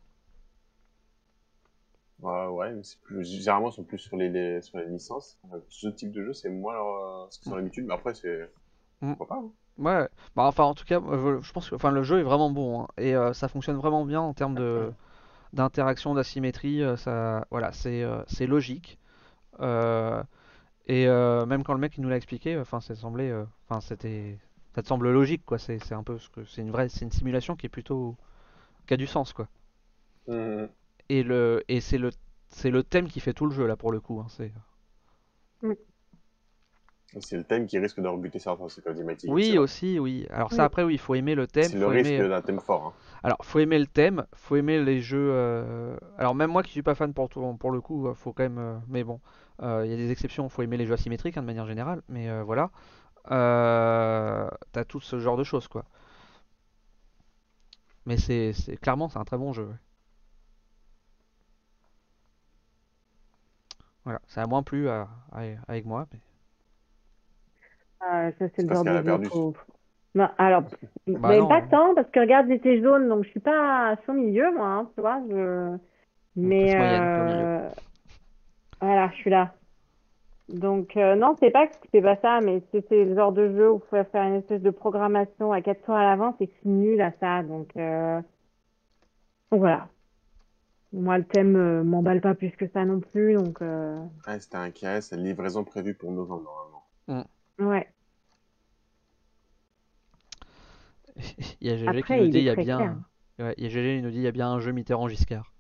Ouais, ouais, mais c'est plus... généralement, ils sont plus sur les, les- sur les licences. Euh, Ce type de jeu, c'est moins leur- euh, ce qu'ils ont l'habitude, mais après, c'est. Mm. Pourquoi pas, hein. Ouais, bah enfin en tout cas, euh, je pense que enfin, le jeu est vraiment bon, hein, et euh, ça fonctionne vraiment bien en termes de d'interaction, d'asymétrie. euh, ça, voilà, c'est euh, c'est logique. Euh, et euh, même quand le mec il nous l'a expliqué, enfin ça semblait, euh, enfin c'était, ça te semble logique quoi. C'est c'est un peu ce que c'est une vraie, c'est une simulation qui est plutôt qui a du sens quoi. Hmm. Et le et c'est le c'est le thème qui fait tout le jeu là pour le coup, hein, c'est. Mm. C'est le thème qui risque de rebuter certains, c'est comme dit Mathilde, Oui excellent. aussi, oui. Alors ça Oui. après oui, il faut aimer le thème, C'est le faut risque aimer. d'un thème fort, hein. Alors, faut aimer le thème, faut aimer les jeux. euh, Alors, même moi qui suis pas fan pour, tout- pour le coup, euh, faut quand même. euh, Mais bon, euh, il y a des exceptions, faut aimer les jeux asymétriques hein, de manière générale, mais euh, voilà. Euh, T'as tout ce genre de choses, quoi. Mais c'est c'est- clairement, c'est un très bon jeu. Ouais. Voilà, ça a moins plu à- à- avec moi. Mais... Euh, ça, c'est C'est le parce genre qu'elle de a jeu perdu. faut... Non, alors, Bah même pas non, tant, parce que regarde, j'étais jaune, donc je suis pas au milieu, moi, hein, tu vois. Je... hein, Mais plus moyenne qu'au milieu. euh, voilà, je suis là. Donc, euh, non, c'est pas que c'est pas ça, mais c'est c'est le genre de jeu où il faut faire une espèce de programmation à quatre heures à l'avance et je suis nulle à ça. Donc, euh, donc voilà. Moi, le thème euh, m'emballe pas plus que ça non plus. Donc, euh, Ouais, c'était un K S, une livraison prévue pour novembre, normalement. Hmm. ouais. Il y a G G qui Après, nous il dit il est y a très clair. bien. Ouais, il y a G G qui nous dit il y a bien un jeu Mitterrand-Giscard.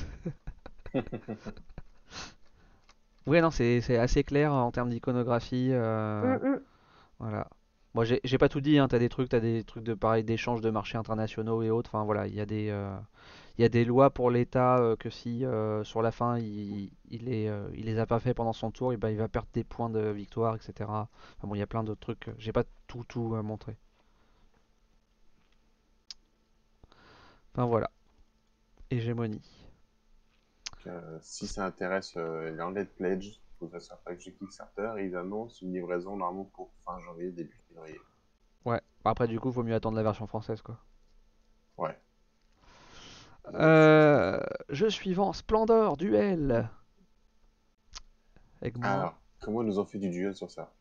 Ouais, non, c'est c'est assez clair en termes d'iconographie. euh, Hum, hum. Voilà. Moi, j'ai j'ai pas tout dit, hein. T'as des trucs, t'as des trucs de pareil d'échanges de marchés internationaux et autres. Enfin voilà, il y a des, euh, il y a des lois pour l'État euh, que si euh, sur la fin il, il est, euh, il les a pas fait pendant son tour, et ben, il va perdre des points de victoire, et cetera. Enfin bon, il y a plein d'autres trucs. J'ai pas tout tout euh, montré. Enfin voilà, hégémonie. Euh, si ça intéresse euh, les Undead Pledge, il faudrait se faire avec Kickstarter et ils annoncent une livraison normalement pour fin janvier, début février. Ouais. Après du coup, vaut mieux attendre la version française quoi. Ouais. Ouais, je suis assez Euh, d'accord. Jeu suivant, Splendor Duel. Avec moi, Alors, comment ils nous ont fait du duel sur ça?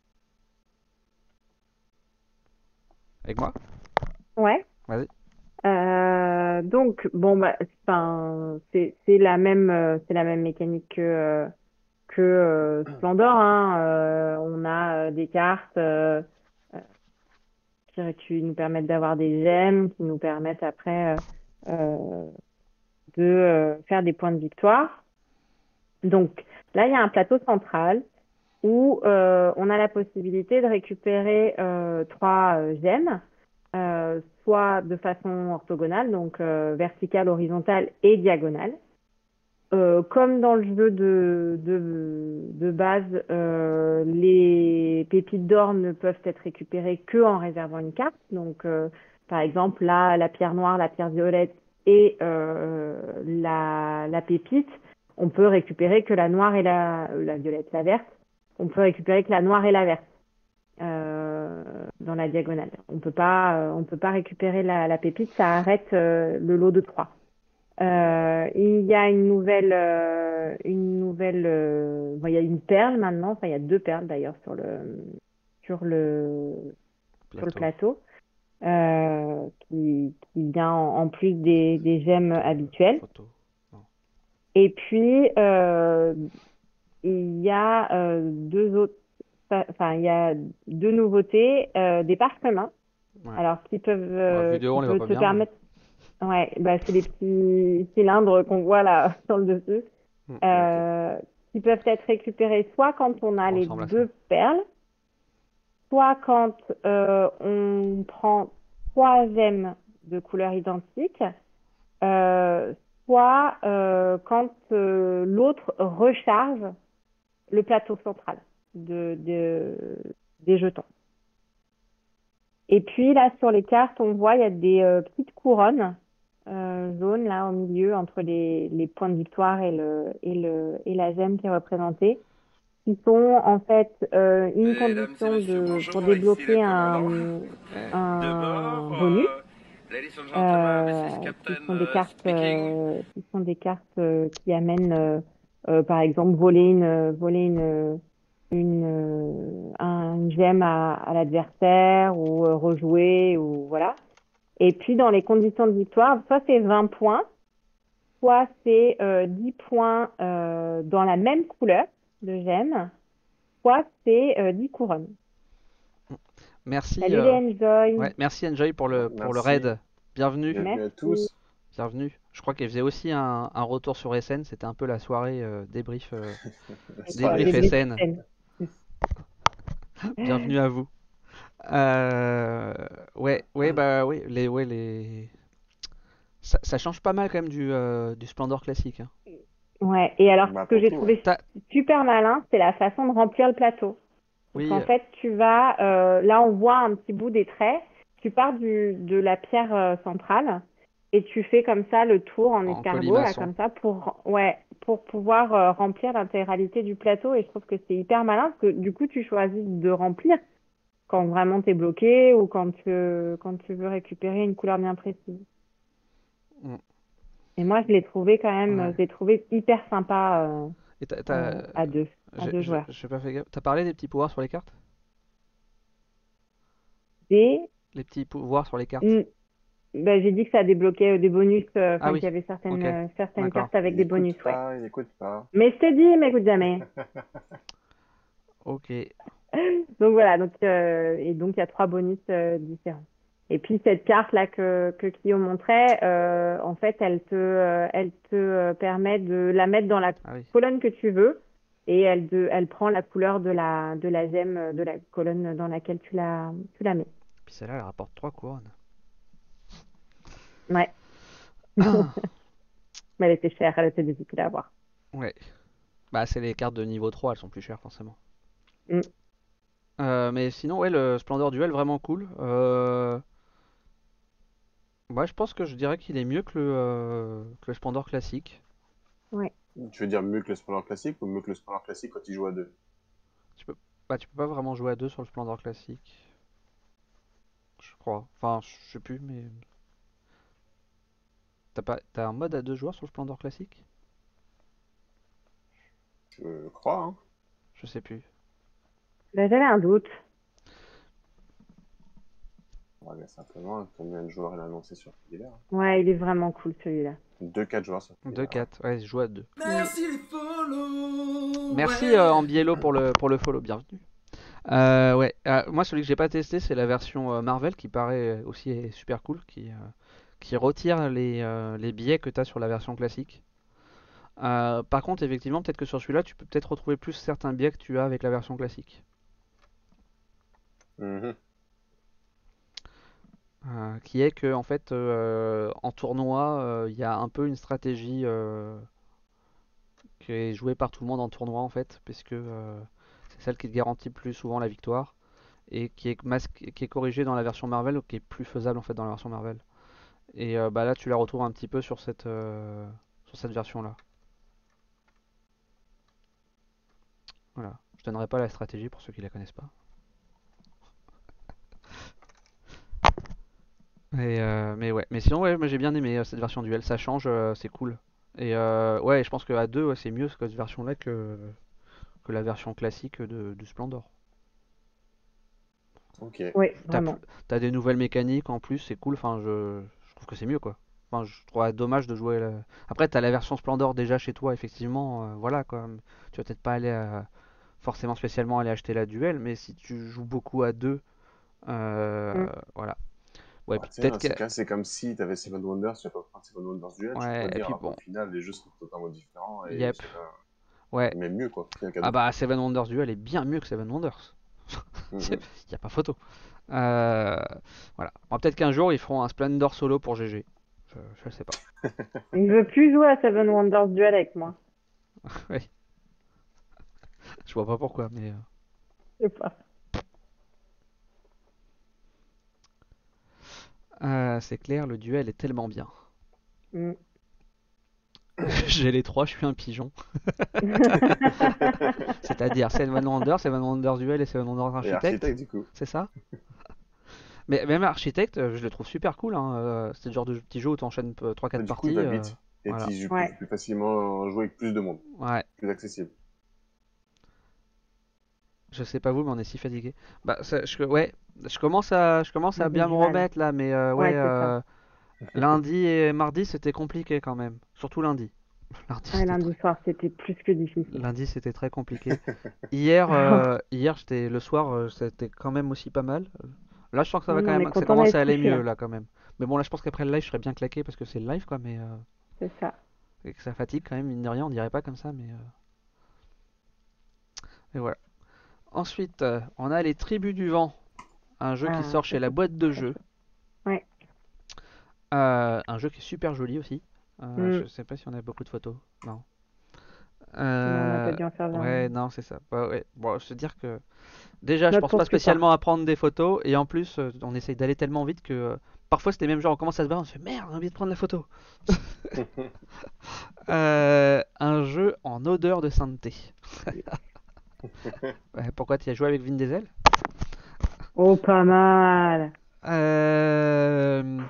avec moi. Ouais. Vas-y. Euh, donc, bon, bah, enfin, c'est c'est la même, euh, c'est la même mécanique que, euh, que euh, Splendor, hein. Euh, on a euh, des cartes euh, euh, qui, qui nous permettent d'avoir des gemmes, qui nous permettent après euh, euh, de euh, faire des points de victoire. Donc, là, il y a un plateau central où euh, on a la possibilité de récupérer euh, trois euh, gemmes, euh, soit de façon orthogonale, donc euh, verticale, horizontale et diagonale. Euh, comme dans le jeu de, de, de base, euh, les pépites d'or ne peuvent être récupérées que en réservant une carte. Donc, euh, par exemple, là, la pierre noire, la pierre violette et euh, la, la pépite, on peut récupérer que la noire et la, euh, la violette, la verte. On peut récupérer que la noire et la verte euh, dans la diagonale. On peut pas, euh, on peut pas récupérer la, la pépite, ça arrête euh, le lot de trois. Euh, il y a une nouvelle, euh, une nouvelle, euh, bon, il y a une perle maintenant. Enfin, il y a deux perles d'ailleurs sur le, sur le, sur le Plateau. plateau, euh, qui, qui vient en, en plus des, des gemmes Euh, habituelles. photo. Non. Et puis euh, il y a euh, deux autres, enfin il y a deux nouveautés, euh, des parchemins, Ouais. alors qui peuvent, Bah, euh, vu de haut, qui on les voit peut pas te bien, mais. permettre. Ouais, bah c'est les petits cylindres qu'on voit là sur le dessus, Hmm. Ok. euh, qui peuvent être récupérés soit quand on a Ça les ressemble à ça. deux perles, soit quand euh, on prend trois gemmes de couleur identique, euh, soit euh, quand euh, l'autre recharge le plateau central de, de- des jetons. Et puis là, sur les cartes, on voit il y a des euh, petites couronnes euh, jaunes là au milieu entre les, les points de victoire et, le, et, le, et la gemme qui est représentée, qui sont en fait euh, une Mesdames et condition messieurs, de, pour bonjour, ici le débloquer commandant. un, Ouais. De un bord, bonus, euh, ladies and gentlemen, this is euh, qui Captain sont des uh, cartes, speaking. euh, qui sont des cartes euh, qui amènent, euh, euh, par exemple, voler une, voler une, une, euh, un- une gemme à, à l'adversaire ou euh, rejouer ou voilà. Et puis dans les conditions de victoire, soit c'est vingt points, soit c'est euh, dix points euh, dans la même couleur de gemme, soit c'est euh, dix couronnes. Merci, Salut euh, les Enjoy. ouais, merci Enjoy pour le, pour le Merci. raid. Bienvenue, Bienvenue à Merci. tous. bienvenue. Je crois qu'elle faisait aussi un, un retour sur S N. C'était un peu la soirée euh, débrief, euh, C'est débrief pareil. S N. Bienvenue à vous. Euh, ouais, ouais, bah oui, les, ouais, les, ça, ça change pas mal quand même du, euh, du Splendor classique, hein. Ouais, et alors Bah, ce que pour j'ai tout, trouvé T'as- super malin, c'est la façon de remplir le plateau. Parce Oui, qu'en fait, tu vas, euh, là on voit un petit bout des traits, tu pars du, de la pierre euh, centrale et tu fais comme ça le tour en en escargot, là, colimaçon. comme ça, pour, ouais, pour pouvoir euh, remplir l'intégralité du plateau. Et je trouve que c'est hyper malin parce que du coup, tu choisis de remplir quand vraiment t'es bloqué ou quand tu, quand tu veux récupérer une couleur bien précise. Mm. Et moi, je l'ai trouvé quand même, Ouais. je l'ai trouvé hyper sympa euh, Et t'as, euh, t'as- à deux, à j'ai- deux j'ai joueurs. j'ai pas fait gaffe. T'as parlé des petits pouvoirs sur les cartes? Des, Les petits pouvoirs sur les cartes? mm, bah, j'ai dit que ça débloquait euh, des bonus, euh, Ah enfin qu'il oui, y avait certaines, ok, euh, certaines d'accord. cartes avec Il des écoute bonus, ouais. pas, il écoute pas. Mais je t'ai dit, m'écoute jamais. Ok, Donc voilà, donc, euh, et donc il y a trois bonus euh, différents. Et puis cette carte-là que, que Clio montrait, euh, en fait, elle te, euh, elle te euh, permet de la mettre dans la ah oui. colonne que tu veux et elle, de, elle prend la couleur de la, de la gemme euh, de la colonne dans laquelle tu la, tu la mets. Puis celle-là, elle rapporte trois couronnes. Ouais, Ah, mais elle était chère, elle était difficile à avoir. ouais, bah c'est les cartes de niveau trois, elles sont plus chères forcément. Mm. Euh, mais sinon, ouais, le Splendor Duel, vraiment cool. Euh... Ouais, je pense que je dirais qu'il est mieux que le, euh, que le Splendor classique. Ouais. Tu veux dire mieux que le Splendor classique ou mieux que le Splendor classique quand il joue à deux? Tu peux... Bah, tu peux pas vraiment jouer à deux sur le Splendor classique, je crois. Enfin, je sais plus, mais... T'as pas... T'as un mode à deux joueurs sur le Splendor classique? Je crois, hein. Je sais plus. Ben, j'avais un doute. On va regarder simplement combien de joueurs elle a annoncé sur Fiddler. Ouais, il est vraiment cool celui-là. deux quatre joueurs sur Fiddler. deux quatre, ouais, je joue à deux. Merci les follow. Merci ouais. euh, Ambiello pour le, pour le follow, bienvenue. Euh, ouais, euh, moi celui que j'ai pas testé c'est la version euh, Marvel qui paraît aussi super cool, qui, euh, qui retire les, euh, les biais que tu as sur la version classique. Euh, par contre, effectivement, peut-être que sur celui-là, tu peux peut-être retrouver plus certains biais que tu as avec la version classique. Mhm. Euh, qui est que en fait, euh, en tournoi, euh, il y a un peu une stratégie euh, qui est jouée par tout le monde en tournoi en fait, puisque euh, c'est celle qui te garantit le plus souvent la victoire et qui est, masqué- qui est corrigée dans la version Marvel ou qui est plus faisable en fait dans la version Marvel. Et euh, bah là, tu la retrouves un petit peu sur cette, euh, sur cette version-là. Voilà. Je donnerai pas la stratégie pour ceux qui la connaissent pas. Et, euh, mais ouais, mais sinon ouais, moi j'ai bien aimé euh, cette version duel, ça change, euh, c'est cool. Et euh, ouais, je pense qu'à deux, ouais, c'est mieux cette version-là que, que la version classique de, du Splendor. Ok. Oui, T'as, vraiment. t'as des nouvelles mécaniques en plus, c'est cool. Enfin, je, je trouve que c'est mieux quoi. Enfin, je trouve ça dommage de jouer. La... Après, t'as la version Splendor déjà chez toi, effectivement. euh, voilà quoi. Tu vas peut-être pas aller à- forcément spécialement aller acheter la duel, mais si tu joues beaucoup à deux, euh, Mm. voilà. Ouais, Bah, puis tu sais, peut-être dans que. ces cas, c'est comme si tu avais Seven Wonders, tu vas pas prendre Seven Wonders duel, tu Ouais, peux et dire puis ah, bah, bon. au final, les jeux sont totalement différents et Yep. c'est pas. Ouais. Même mieux quoi, c'est un Ah cadeau. bah, Seven Wonders Duel est bien mieux que Seven Wonders. Mhm. Il n'y a pas photo. Euh, voilà. Bon, peut-être qu'un jour ils feront un Splendor solo pour G G. Je, je sais pas. Il veut plus jouer à Seven Wonders Duel avec moi. Oui, je vois pas pourquoi, mais euh, Je sais pas. euh, c'est clair, le duel est tellement bien. Mm. J'ai les trois, je suis un pigeon. C'est-à-dire Seven Wonders, Seven Wonders Duel et Seven Wonders Et Architect. architecte, du coup. C'est ça? Mais même Architect, euh, je le trouve super cool. Hein. euh, C'est le genre de petit jeu où tu enchaînes trois quatre Du coup, il parties. va euh, vite. Et voilà. puis, je peux Ouais. plus facilement jouer avec plus de monde. Ouais. Plus accessible. Je sais pas vous, mais on est si fatigué. Bah, ça- je, ouais, je commence à, je commence Moi, à j'ai bien du me mal. remettre là, mais euh, ouais, Ouais, c'est ça. euh, lundi et mardi c'était compliqué quand même. Surtout lundi. Lundi Ouais, c'était lundi très, soir, c'était plus que difficile. lundi c'était très compliqué. Hier, euh, hier j'étais le soir, euh, c'était quand même aussi pas mal. Là, je sens que ça Non, va mais quand on même, est que ça content commence d'être à aller couché mieux là. là quand même. Mais bon, là, je pense qu'après le live, je serais bien claqué parce que c'est le live quoi, mais euh, C'est ça. et que ça fatigue quand même, mine de rien, on dirait pas comme ça, mais euh, et voilà. Ensuite, euh, on a les Tribus du Vent, un jeu qui Ah, sort ça, chez la c'est boîte de très jeux. chouette. Ouais. Euh, un jeu qui est super joli aussi. Euh, Mm. je sais pas si on a beaucoup de photos. Non. Non, on n'a pas Euh, dû en faire ouais, vingt. non, c'est ça. Bah, ouais. Bon, je veux dire que déjà, je Note pense pas pour plus tard. spécialement à prendre des photos, et en plus, euh, on essaye d'aller tellement vite que euh, parfois c'était même genre on commence à se battre, on se fait merde, on a envie de prendre la photo. Euh, un jeu en odeur de sainteté. Ouais, pourquoi tu as joué avec Vin Diesel? Oh, pas mal. Euh,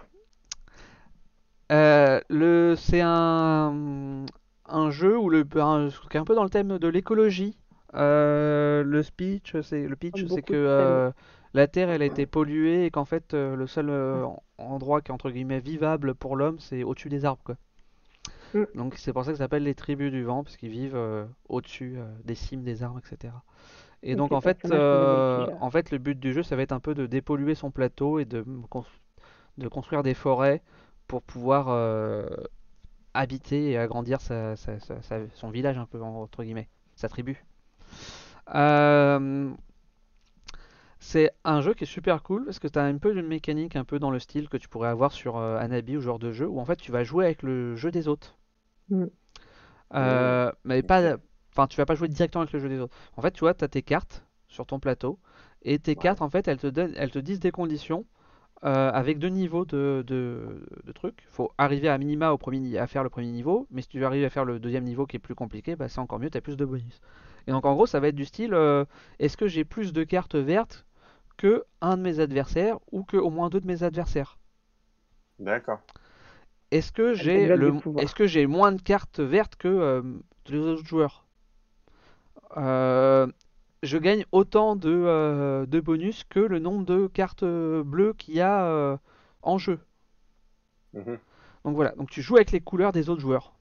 euh, le, c'est un, un jeu où le, un- qui est un peu dans le thème de l'écologie. Euh, le speech, c'est le pitch, c'est que Beaucoup de thèmes. euh, la Terre, elle a été polluée et qu'en fait, euh, le seul euh, endroit qui est entre guillemets vivable pour l'homme, c'est au-dessus des arbres, quoi. Mm. Donc c'est pour ça que ça s'appelle les tribus du vent, parce qu'ils vivent euh, au-dessus euh, des cimes des arbres, et cetera. Et donc Ok, en fait, personnage sont des euh, voltigeurs. en fait, le but du jeu, ça va être un peu de dépolluer son plateau et de, cons- de construire des forêts pour pouvoir euh, habiter et agrandir sa- sa- sa- sa- son village un peu, entre guillemets, sa tribu. Euh, c'est un jeu qui est super cool parce que tu as un peu une mécanique un peu dans le style que tu pourrais avoir sur euh, Anabi ou ce genre de jeu où en fait tu vas jouer avec le jeu des autres. Mm. Mhm. Euh, mais pas, Ok. enfin tu vas pas jouer directement avec le jeu des autres. En fait, tu vois, tu as tes cartes sur ton plateau et tes Ouais. cartes en fait elles te donnent, elles te disent des conditions euh, avec deux niveaux de, de, de trucs. Il faut arriver à minima au premier, ni- à faire le premier niveau, mais si tu arrives à faire le deuxième niveau qui est plus compliqué, bah, c'est encore mieux, tu as plus de bonus. Et donc en gros, ça va être du style, euh, est-ce que j'ai plus de cartes vertes que un de mes adversaires ou que au moins deux de mes adversaires? D'accord. Est-ce que Ça te j'ai débloque du le, est-ce pouvoir. que j'ai moins de cartes vertes que euh, les autres joueurs? Euh, je gagne autant de, euh, de bonus que le nombre de cartes euh, bleues qu'il y a euh, en jeu. Mhm. Donc voilà, donc tu joues avec les couleurs des autres joueurs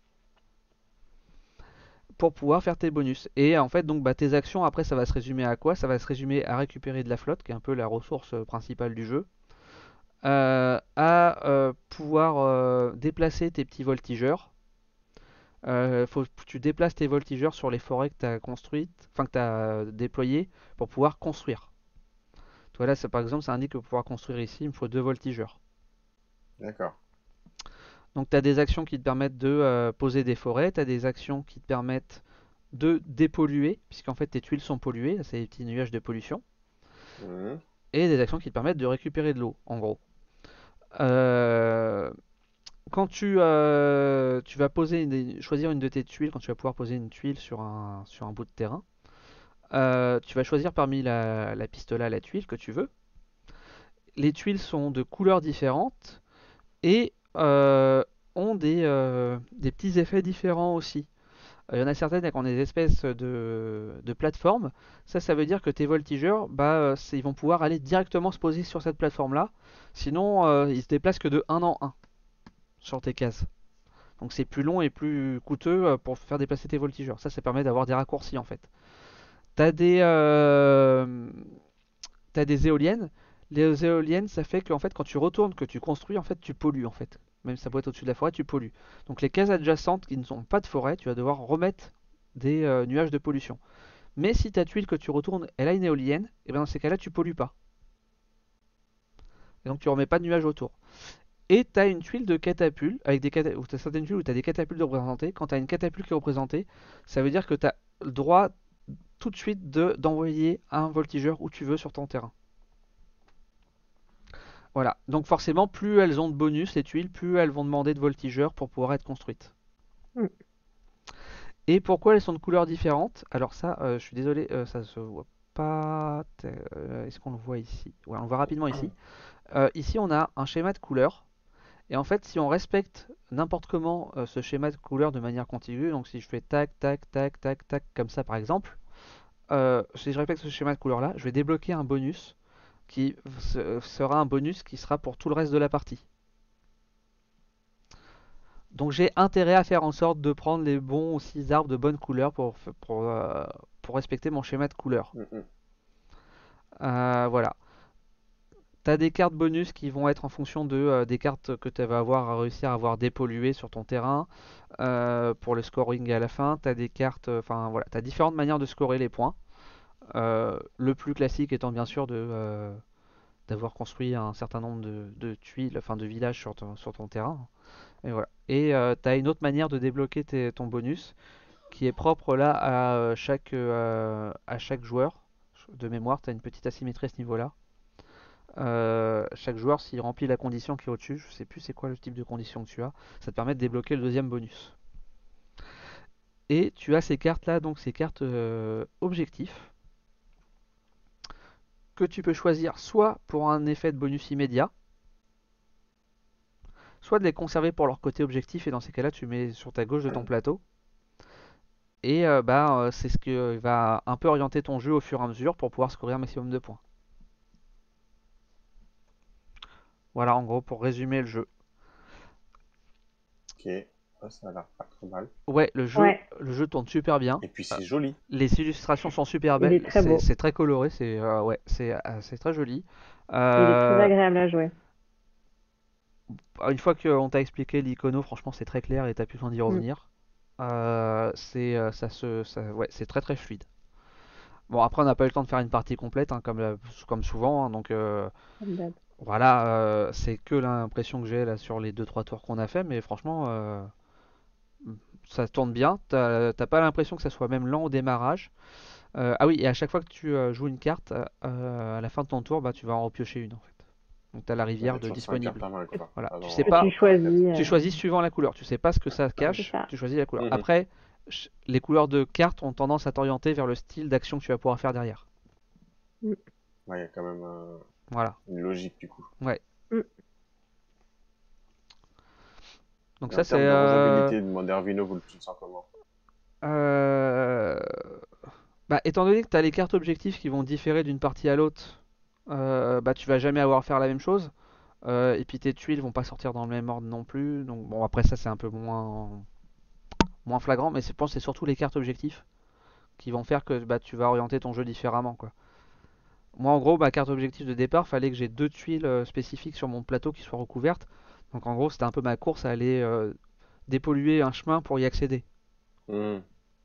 pour pouvoir faire tes bonus. Et en fait, donc bah, tes actions après, ça va se résumer à quoi? Ça va se résumer à récupérer de la flotte, qui est un peu la ressource euh, principale du jeu, euh, à euh, pouvoir euh, déplacer tes petits voltigeurs. Euh, faut que tu déplaces tes voltigeurs sur les forêts que tu as construites, enfin que tu as déployées pour pouvoir construire. Toi là, ça, par exemple, ça indique que pour pouvoir construire ici, il me faut deux voltigeurs. D'accord. Donc tu as des actions qui te permettent de euh, poser des forêts, tu as des actions qui te permettent de dépolluer, puisqu'en fait tes tuiles sont polluées, c'est des petits nuages de pollution, Mhm. et des actions qui te permettent de récupérer de l'eau, en gros. Euh, quand tu, euh, tu vas poser une, choisir une de tes tuiles, quand tu vas pouvoir poser une tuile sur un, sur un bout de terrain, euh, tu vas choisir parmi la, la piste là la tuile que tu veux. Les tuiles sont de couleurs différentes et euh, ont des, euh, des petits effets différents aussi. Il y en a certaines qui ont des espèces de, de plateformes. Ça, ça veut dire que tes voltigeurs, bah, euh, ils vont pouvoir aller directement se poser sur cette plateforme-là. Sinon, euh, ils se déplacent que de un en un sur tes cases. Donc c'est plus long et plus coûteux euh, pour faire déplacer tes voltigeurs. Ça, ça permet d'avoir des raccourcis en fait. T'as des, euh, t'as des éoliennes. Les éoliennes, ça fait qu'en fait, quand tu retournes, que tu construis, en fait, tu pollues en fait. Même si ça peut être au-dessus de la forêt, tu pollues. Donc les cases adjacentes qui ne sont pas de forêt, tu vas devoir remettre des euh, nuages de pollution. Mais si ta tuile que tu retournes, elle a une éolienne, et bien dans ces cas-là, tu pollues pas. Et donc tu remets pas de nuages autour. Et tu as une tuile de catapulte, avec des cata- ou tu as certaines tuiles où tu as des catapultes représentées. Quand tu as une catapulte qui est représentée, ça veut dire que tu as le droit tout de suite de d'envoyer un voltigeur où tu veux sur ton terrain. Voilà. Donc forcément, plus elles ont de bonus, les tuiles, plus elles vont demander de voltigeurs pour pouvoir être construites. Mm. Et pourquoi elles sont de couleurs différentes? Alors ça, euh, je suis désolé, euh, ça se voit pas. Euh, Est-ce qu'on le voit ici? Ouais, on le voit rapidement ici. Euh, ici, on a un schéma de couleurs. Et en fait, si on respecte n'importe comment euh, ce schéma de couleurs de manière continue, donc si je fais tac, tac, tac, tac, tac, comme ça par exemple, euh, si je respecte ce schéma de couleurs là, je vais débloquer un bonus qui sera un bonus qui sera pour tout le reste de la partie. Donc j'ai intérêt à faire en sorte de prendre les bons six arbres de bonne couleur pour, pour, euh, pour respecter mon schéma de couleurs. Mm, mm. Euh, voilà. Tu as des cartes bonus qui vont être en fonction de, euh, des cartes que tu vas avoir à réussir à avoir dépolluées sur ton terrain euh, pour le scoring à la fin. Tu as des cartes, enfin voilà, tu as différentes manières de scorer les points. Euh, le plus classique étant bien sûr de, euh, d'avoir construit un certain nombre de, de tuiles, enfin de villages sur ton, sur ton terrain. Et voilà. Et euh, tu as une autre manière de débloquer tes, ton bonus qui est propre là à euh, chaque, euh, à chaque joueur. De mémoire, tu as une petite asymétrie à ce niveau-là. Euh, chaque joueur, s'il remplit la condition qui est au-dessus, je sais plus c'est quoi le type de condition que tu as, ça te permet de débloquer le deuxième bonus. Et tu as ces cartes là, donc ces cartes euh, objectifs, que tu peux choisir soit pour un effet de bonus immédiat, soit de les conserver pour leur côté objectif, et dans ces cas-là, tu mets sur ta gauche de ton plateau. Et euh, bah, euh, c'est ce qui euh, va un peu orienter ton jeu au fur et à mesure pour pouvoir scorer un maximum de points. Voilà en gros pour résumer le jeu. Ok, ouais, ça a l'air pas trop mal. Ouais, le jeu, Ouais, le jeu tourne super bien. Et puis Euh, c'est joli. les illustrations sont super il est belles, très c'est beau. c'est très coloré, c'est euh, ouais, c'est euh, c'est très joli. Il est très Euh, agréable à jouer. une fois qu'on t'a expliqué l'icono, franchement c'est très clair et t'as plus besoin d'y Mm. revenir. Euh, c'est euh, ça se, ça- ouais, c'est très très fluide. Bon après on n'a pas eu le temps de faire une partie complète hein, comme, la- comme souvent, hein, donc euh, Comme d'hab. voilà, euh, c'est que l'impression que j'ai là sur les deux trois tours qu'on a fait, mais franchement euh, ça tourne bien. T'as t'as pas l'impression que ça soit même lent au démarrage. Euh, ah oui, et à chaque fois que tu euh, joues une carte, euh, à la fin de ton tour, bah, tu vas en repiocher une en fait. Donc tu as la Ouais, rivière de toujours cinq cartes disponible. pas mal, quoi. Voilà, Ah tu non, sais Que pas, tu trois, quatre. choisis. tu euh, choisis suivant la couleur. Tu sais pas ce que ça C'est cache, ça. tu choisis la couleur. Mhm. Après, ch- les couleurs de cartes ont tendance à t'orienter vers le style d'action que tu vas pouvoir faire derrière. Mm. Ouais, il y a quand même euh, Voilà. une logique du coup. Ouais. Mm. Donc Et ça en c'est termes de euh, rejouabilité de Mondervino, vous le sens comment? euh, bah, étant donné que tu as les cartes objectifs qui vont différer d'une partie à l'autre, euh, bah tu vas jamais avoir à faire la même chose. Euh, et puis tes tuiles vont pas sortir dans le même ordre non plus. Donc bon après ça c'est un peu moins moins flagrant, mais je pense que c'est surtout les cartes objectifs qui vont faire que bah, tu vas orienter ton jeu différemment quoi. Moi en gros ma carte objectif de départ fallait que j'ai deux tuiles euh, spécifiques sur mon plateau qui soient recouvertes. Donc en gros c'était un peu ma course à aller euh, dépolluer un chemin pour y accéder. Hmm.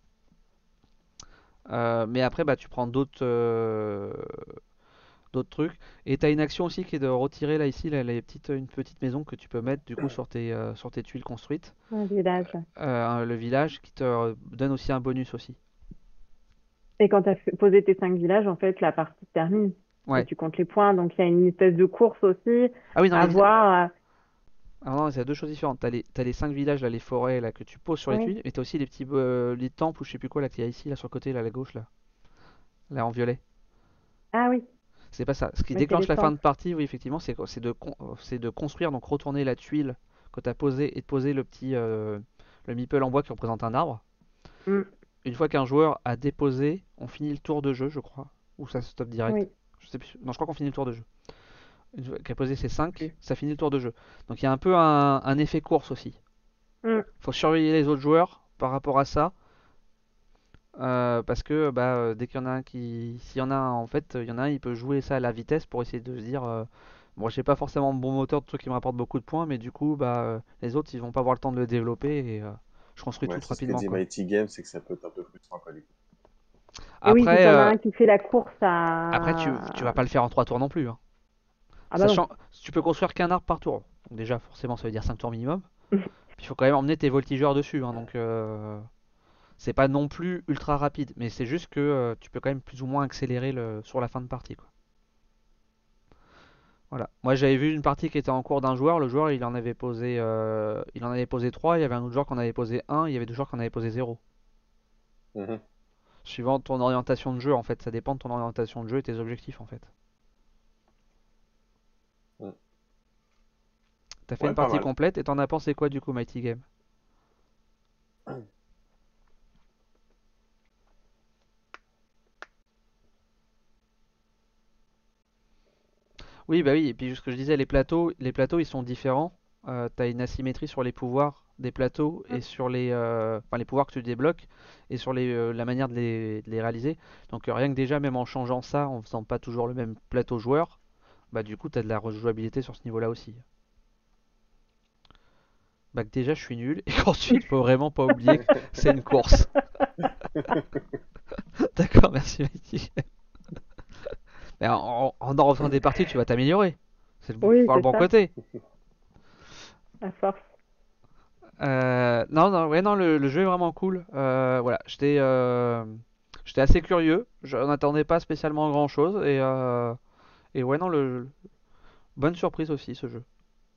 Euh, mais après bah tu prends d'autres euh, d'autres trucs. Et tu as une action aussi qui est de retirer là ici là, les petites, une petite maison que tu peux mettre du coup sur tes, euh, sur tes tuiles construites. Un village. Euh, le village qui te euh, donne aussi un bonus aussi. Et quand tu as posé tes cinq villages, en fait, la partie se termine. Et Ouais. tu comptes les points. Donc, il y a une espèce de course aussi Ah oui, dans à les villages. voir. euh, Ah non, c'est deux choses différentes. T'as les, t'as les cinq villages, là, les forêts là, que tu poses sur les Oui. tuiles, et t'as aussi les petits euh, les temples ou je sais plus quoi là qu'il y a ici, là sur le côté, là à la gauche, là, là en violet. Ah oui. C'est pas ça. Ce qui Oui, c'est déclenche les la fin de temples. partie, oui, effectivement, c'est quoi? C'est de, con- euh, c'est de construire, donc retourner la tuile que t'as posée et de poser le petit euh, le meeple en bois qui représente un arbre. Mm. Une fois qu'un joueur a déposé, on finit le tour de jeu, je crois. Ou ça se stoppe direct. Oui. Je sais plus. Non, je crois qu'on finit le tour de jeu. Une fois qu'il a posé ses cinq, Ok. ça finit le tour de jeu. Donc il y a un peu un, un effet course aussi. Mm. Faut surveiller les autres joueurs par rapport à ça. euh, parce que bah, euh, dès qu'il y en a un qui. S'il y en a un, en fait, il y en a un, il peut jouer ça à la vitesse pour essayer de se dire. euh, bon, j'ai pas forcément de bon moteur de truc qui me rapporte beaucoup de points, mais du coup, bah, euh, les autres, ils vont pas avoir le temps de le développer et euh, je construis Ouais, tout c'est ce que rapidement dit quoi. Mighty Games, c'est que ça peut être un peu frustrant, quoi, du coup. Et oui, si Après, t'en as euh, un qui fait la course après tu, tu vas à... pas le faire en trois tours non plus, hein. Ah bah non. Sachant, tu peux construire qu'un arbre par tour. Donc déjà, forcément, ça veut dire cinq tours minimum. Puis il faut quand même emmener tes voltigeurs dessus, hein, donc euh, c'est pas non plus ultra rapide, mais c'est juste que euh, tu peux quand même plus ou moins accélérer le, sur la fin de partie, quoi. Voilà. Moi j'avais vu une partie qui était en cours d'un joueur, le joueur il en avait posé euh, il en avait posé trois, il y avait un autre joueur qui en avait posé un, il y avait deux joueurs qui en avaient posé zéro. Mhm. Suivant ton orientation de jeu en fait, ça dépend de ton orientation de jeu et tes objectifs en fait. Mm. T'as fait Ouais, une pas partie mal. complète et t'en as pensé quoi du coup Mighty Game? Oui bah oui, et puis ce que je disais, les plateaux, les plateaux ils sont différents. Euh, t'as une asymétrie sur les pouvoirs des plateaux et sur les, euh, enfin, les pouvoirs que tu débloques et sur les, euh, la manière de les, de les réaliser. Donc euh, rien que déjà même en changeant ça, en faisant pas toujours le même plateau joueur, bah du coup t'as de la rejouabilité sur ce niveau-là aussi. Bah que déjà je suis nul et qu'ensuite faut vraiment pas oublier que c'est une course. D'accord, merci Mighty. Mais en, en en refaisant des parties, tu vas t'améliorer. C'est le, Oui, voir le c'est bon ça, côté. à force. Euh, non, non, ouais, non, le, le jeu est vraiment cool. Euh, voilà, j'étais, euh, j'étais assez curieux. Je n'attendais pas spécialement grand-chose et, euh, et ouais, non, le, bonne surprise aussi ce jeu.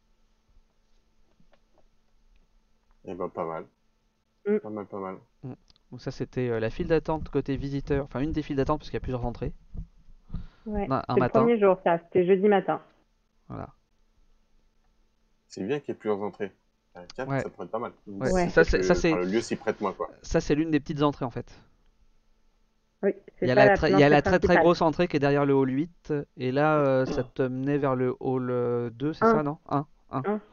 Et bah, pas mal. Mm. Pas mal, pas mal. Mm. Donc ça, c'était euh, la file d'attente côté visiteur, enfin une des files d'attente parce qu'il y a plusieurs entrées. Ouais. Un, un C'est le matin, premier jour, ça. C'était jeudi matin. voilà. C'est bien qu'il y ait plusieurs entrées. Euh, quatre, Ouais, ça pourrait être pas mal. ouais. Si Ouais. Ça, peut-être c'est, ça, le, enfin, c'est, le lieu s'y prête moins, quoi. ça, c'est l'une des petites entrées en fait. Oui, Il y c'est a ça la, la- très- il y a l'entrée la très très principale. grosse entrée qui est derrière le hall huit et là, euh, ça te menait vers le hall euh, deux, c'est ça, Un. non? Un, un. Un.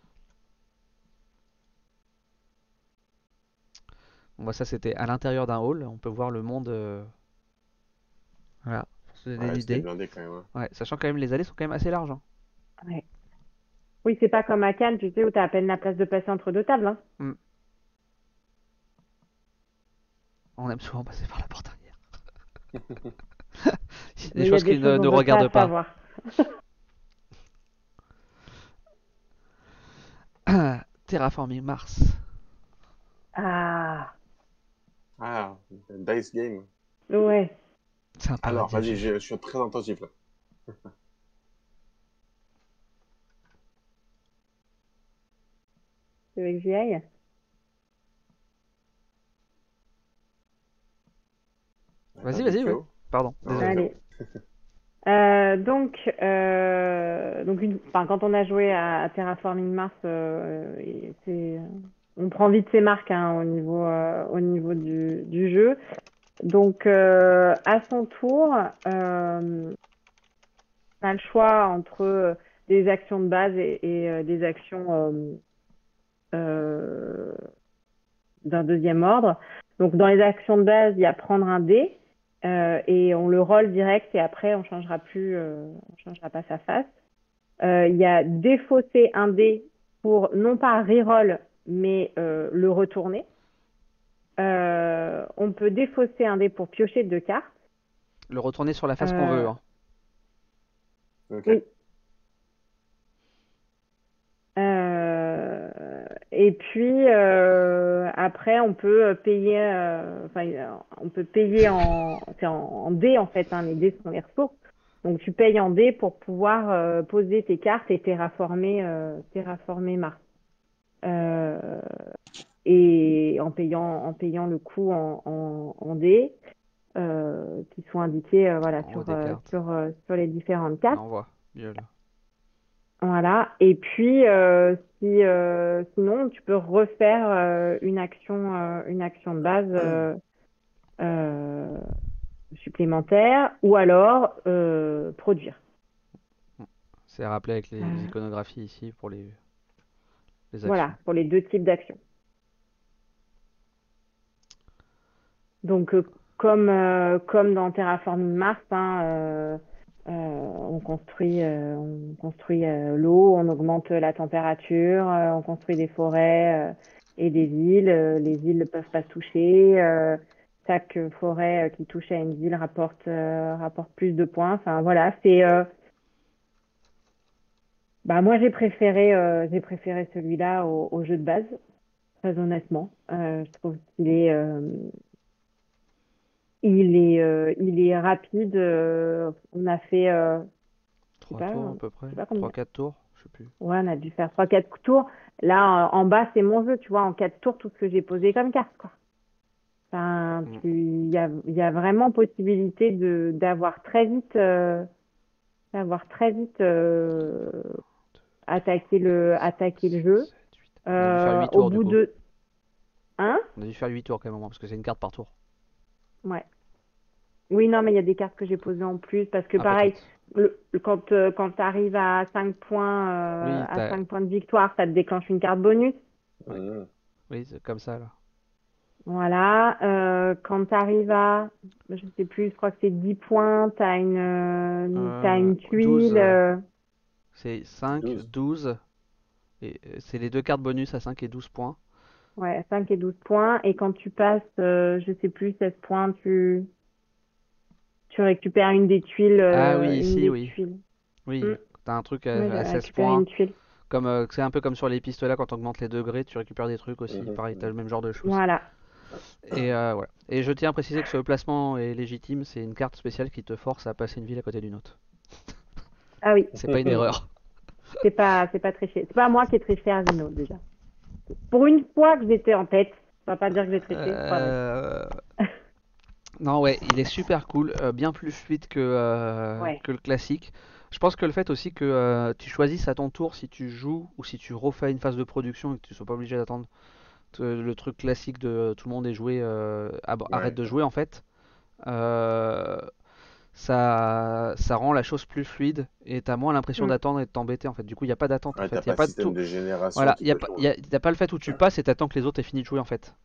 Bon, bah, ça, c'était à l'intérieur d'un hall. On peut voir le monde. euh, Voilà, pour se donner Ouais, c'était l'idée. blindé quand même, hein. Ouais, sachant quand même les allées sont quand même assez larges, hein. Ouais. Oui, c'est pas comme à Cannes, tu sais, où t'as à peine la place de passer entre deux tables, hein. Hmm. On aime souvent passer par la porte arrière. Des Mais il y a choses des qui ne choses on nous veut pas regardent pas. savoir. Terraforming Mars. Ah, Ah, Dice Game. ouais. C'est un Alors, paradis à vas-y, jeu. je, je suis très attentif là. Tu veux que j'y aille? Vas-y, Vas-y, vas-y, ouais. Théo. Pardon, Non, désolé. vas-y, Allez. Euh, donc, euh, donc une, enfin, quand on a joué à, à Terraforming Mars, euh, et c'est, on prend vite ses marques, hein, au niveau, euh, au niveau du, du jeu. Donc, euh, à son tour, euh, on a le choix entre des actions de base et, et, euh, des actions euh, euh, d'un deuxième ordre. Donc, dans les actions de base, il y a prendre un dé euh, et on le roll direct et après, on changera plus, euh, on changera pas sa face. Euh, il y a défausser un dé pour non pas reroll, mais euh, le retourner. Euh, on peut défausser un dé pour piocher deux cartes. Le retourner sur la face qu'on veut, Euh, hein. Ok. oui. Euh, et puis euh, après, on peut payer, euh, enfin, on peut payer en, c'est en, en dés en fait, hein, les dés sont les ressources. Donc tu payes en dés pour pouvoir euh, poser tes cartes et terraformer, euh, terraformer Mars. Euh, et en payant, en payant le coût en, en, en dés euh, qui sont indiqués, euh, voilà, En haut sur, des euh, cartes. sur, euh, sur les différentes Là, cartes. on voit. Mieux, là. Voilà. Et puis, euh, si, euh, sinon, tu peux refaire euh, une action, euh, une action de base euh, euh, supplémentaire, ou alors euh, produire. C'est rappelé avec les Euh, iconographies ici pour les, les actions. voilà, pour les deux types d'actions. Donc, euh, comme, euh, comme dans Terraforming Mars, hein, euh, euh, on construit, euh, on construit euh, l'eau, on augmente la température, euh, on construit des forêts euh, et des îles. Euh, les îles ne peuvent pas se toucher. Euh, chaque euh, forêt euh, qui touche à une ville rapporte, euh, rapporte plus de points. Enfin, voilà, c'est. euh, Bah, moi, j'ai préféré, euh, j'ai préféré celui-là au, au jeu de base, très honnêtement. Euh, je trouve qu'il est, euh, il est, euh, il est rapide. euh, on a fait, euh, je sais Trois pas, tours à peu je près. sais pas Trois, combien. quatre tours, je sais plus. Ouais, on a dû faire trois, quatre tours. Là, en, en bas, c'est mon jeu, tu vois, en quatre tours, tout ce que j'ai posé comme carte, quoi. Enfin, Mm. tu, il y a, il y a vraiment possibilité de, d'avoir très vite, euh, d'avoir très vite euh, attaqué le, attaqué le jeu. sept, huit. On a dû faire Euh, huit au tours du bout coup. de, hein? On a dû faire huit tours quand même, parce que c'est une carte par tour. Ouais. Oui, non, mais il y a des cartes que j'ai posées en plus parce que Ah, pareil, peut-être. le, le- quand, euh, quand tu arrives à cinq points, euh, Oui, à t'as... cinq points de victoire, ça te déclenche une carte bonus. ouais. Mhm. Oui, c'est comme ça là. Voilà. Euh, quand tu arrives à, je sais plus, je crois que c'est dix points, tu as une, euh, t'as Euh, une douze, tuile. euh, euh, c'est cinq, douze. douze. Et euh, c'est les deux cartes bonus à cinq et douze points. Ouais, cinq et douze points. Et quand tu passes, euh, je sais plus, seize points, tu, tu récupères une des tuiles. Ah euh, oui, une ici, des oui. tuiles. Mm. Oui, t'as un truc Ouais, à, à j'avais seize récupéré points. une tuile. Comme, euh, c'est un peu comme sur les pistolets, quand on augmente les degrés, tu récupères des trucs aussi. Mhm. Pareil, t'as le Mhm. même genre de choses. Voilà. Et euh, voilà. Et je tiens à préciser que ce placement est légitime, c'est une carte spéciale qui te force à passer une ville à côté d'une autre. Ah oui. C'est pas une Mm. erreur. C'est pas, c'est pas triché. C'est pas moi qui ai triché à Zeno, déjà. Pour une fois que j'étais en tête, on va pas dire que j'ai triché, c'est pas vrai. Euh, Non, ouais, il est super cool, euh, bien plus fluide que, euh, Ouais. que le classique. Je pense que le fait aussi que euh, tu choisisses à ton tour si tu joues ou si tu refais une phase de production et que tu sois pas obligé d'attendre que le truc classique de euh, tout le monde est joué, euh, ab- arrête Ouais. de jouer en fait, euh, ça, ça rend la chose plus fluide et t'as moins l'impression Mm. d'attendre et de t'embêter en fait. Du coup, il n'y a pas d'attente en Ouais, t'as fait. Il y a pas de pas de système tout. de génération Voilà, il qui n'y a, peut pas- changer. y a- y a pas le fait où tu passes et t'attends que les autres aient fini de jouer en fait.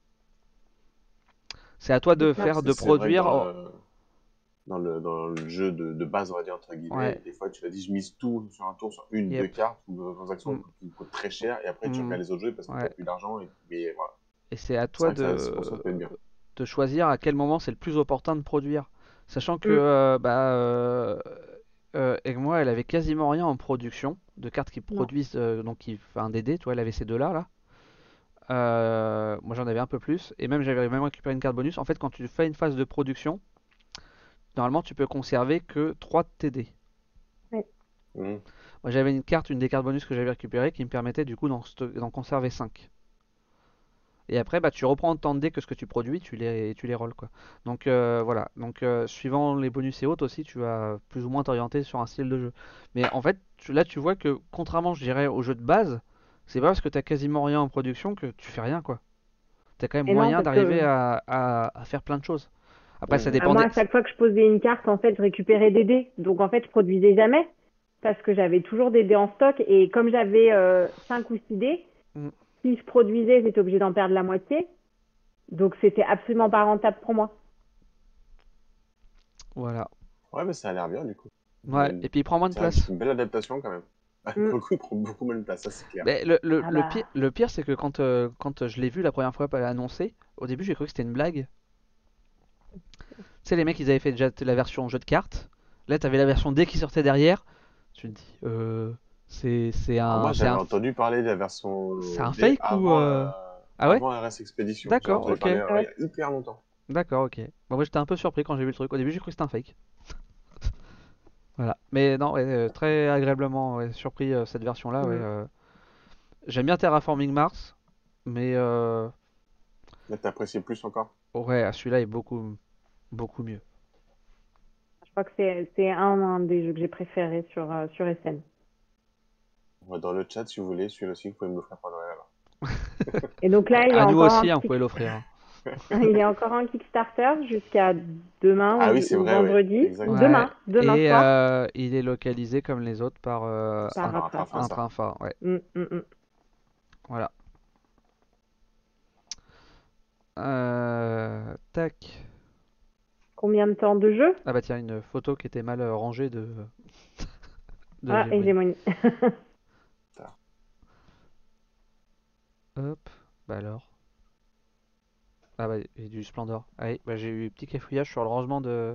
C'est à toi de C'est ça. faire, Parce que de c'est vrai que produire. dans Oh, le, dans le, dans le jeu de, de base, on va dire, entre guillemets, ouais, des fois, tu l'as dit, je mise tout sur un tour, sur une, deux yep. cartes ou deux transactions Mm, qui me coûtent très cher, et après, tu mm, regardes les autres jeux parce que t'as ouais. plus d'argent, et, mais voilà. Et c'est à C'est toi vrai que ça, c'est pour ça que de, ça peut être bien. de choisir à quel moment c'est le plus opportun de produire. Sachant que Mm. euh, bah, euh, euh, Egg-moi, elle avait quasiment rien en production de cartes qui Non. produisent, euh, donc qui fait un D D, tu vois, elle avait ces deux-là là. Euh, moi j'en avais un peu plus, et même j'avais même récupéré une carte bonus. En fait, quand tu fais une phase de production, normalement tu peux conserver que trois T D. Ouais. Mhm. Moi j'avais une carte, une des cartes bonus que j'avais récupérée qui me permettait du coup d'en sto- d'en conserver cinq. Et après, bah, tu reprends autant de dés que ce que tu produis, tu les, tu les rolls, quoi. Donc euh, voilà. Donc euh, suivant les bonus et autres aussi, tu vas plus ou moins t'orienter sur un style de jeu. Mais en fait, tu- là, tu vois que contrairement, je dirais, au jeu de base, c'est pas parce que t'as quasiment rien en production que tu fais rien, quoi. T'as quand même Et non, moyen parce d'arriver que à, à- à faire plein de choses. Après, ça Mhm. ah, dépend moi, des. à chaque fois que je posais une carte, en fait, je récupérais des dés. Donc, en fait, je produisais jamais parce que j'avais toujours des dés en stock. Et comme j'avais euh, cinq ou six dés, Mm, si je produisais, j'étais obligée d'en perdre la moitié. Donc, c'était absolument pas rentable pour moi. voilà. Ouais, mais ça a l'air bien, du coup. Ouais. Mais Et puis il prend moins de c'est vrai que c'est place. une belle adaptation, quand même. Mm. Pour le coup, il prend beaucoup moins de place, ça, c'est clair. Mais le, le, Ah le pire, bah, le pire c'est que quand, euh, quand je l'ai vu la première fois pas l'annoncer, au début j'ai cru que c'était une blague. Tu sais, les mecs, ils avaient fait déjà la version jeu de cartes. Là, t'avais la version dé qui sortait derrière. Tu te dis, euh, c'est c'est Alors moi, un, c'est j'avais un, entendu parler de la version c'est un D fake ou avant, euh, la... ah ouais? avant R S Expedition. J'ai D'accord, entendu ok, parler ah euh, il y ouais. a hyper longtemps. d'accord, ok. Bon, moi j'étais un peu surpris quand j'ai vu le truc. Au début, j'ai cru que c'était un fake. Voilà. Mais non, ouais, euh, très agréablement ouais, surpris euh, cette version-là. Ouais, Mm. euh. J'aime bien Terraforming Mars, mais euh, Là, t'apprécies plus encore. ouais, celui-là est beaucoup, beaucoup mieux. Je crois que c'est c'est un, un des jeux que j'ai préférés sur, euh, sur S N. On va dans le chat si vous voulez, celui-là aussi, vous pouvez me l'offrir pour Noël. Alors. Et donc là, il est À nous encore en aussi, hein, vous kick- pouvez l'offrir, hein. il est encore en Kickstarter jusqu'à demain Ah oui, ou, c'est ou vrai, oui, vendredi. exactement. Ouais. Demain, demain Et soir, euh, il est localisé comme les autres par euh, par un, Par rapport à Intrafa. un ça. train phare. Ouais. Mm, mm, mm. Voilà. Euh, tac. Combien de temps de jeu? Ah bah tiens, une photo qui était mal euh, rangée de, de Ah, Hégémonie. hégémonie. Hop. Bah alors. Ah bah, et du Splendor. Ah oui, bah, j'ai eu petit cafouillage sur le rangement de,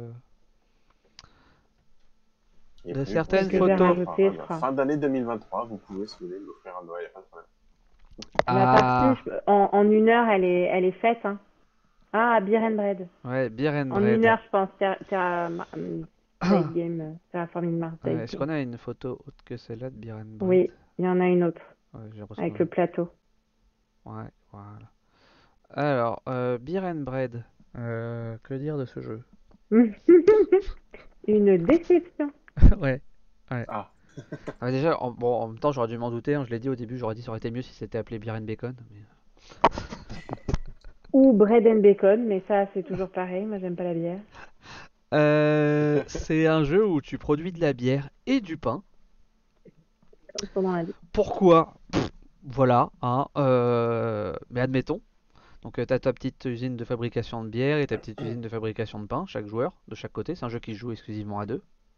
Il est de prévu pour Donc, certaines je vais photos. rajouter, ce fin, sera. fin d'année deux mille vingt-trois. Vous pouvez, si vous voulez, l'offrir à Noël, y a pas de problème. La partie, Ah, je- en, en une heure, elle est, elle est faite. Hein. Ah, Beer and Bread. ouais, Beer and En une Bread. heure, je pense. Terra, Terra, hum, Side Game, euh, Terraforming Mars Ouais, Side est-ce Game. qu'on a une photo autre que celle-là de Beer and Bread? Oui, il y en a une autre Ouais, j'ai l'impression avec que... le plateau. Ouais, voilà. Alors, euh, Beer and Bread. Euh, que dire de ce jeu? Une déception. Ouais, ouais. Ah, Ah, déjà, en, bon, en même temps, j'aurais dû m'en douter, hein, je l'ai dit au début, j'aurais dit ça aurait été mieux si c'était appelé Beer and Bacon. Mais... Ou Bread and Bacon, mais ça, c'est toujours pareil. Moi, j'aime pas la bière. Euh, c'est un jeu où tu produis de la bière et du pain. Comme son nom l'indique. Pourquoi? Pff, voilà, hein, euh, mais admettons. Donc, tu as ta petite usine de fabrication de bière et ta petite usine de fabrication de pain, chaque joueur, de chaque côté. C'est un jeu qui se joue exclusivement à deux.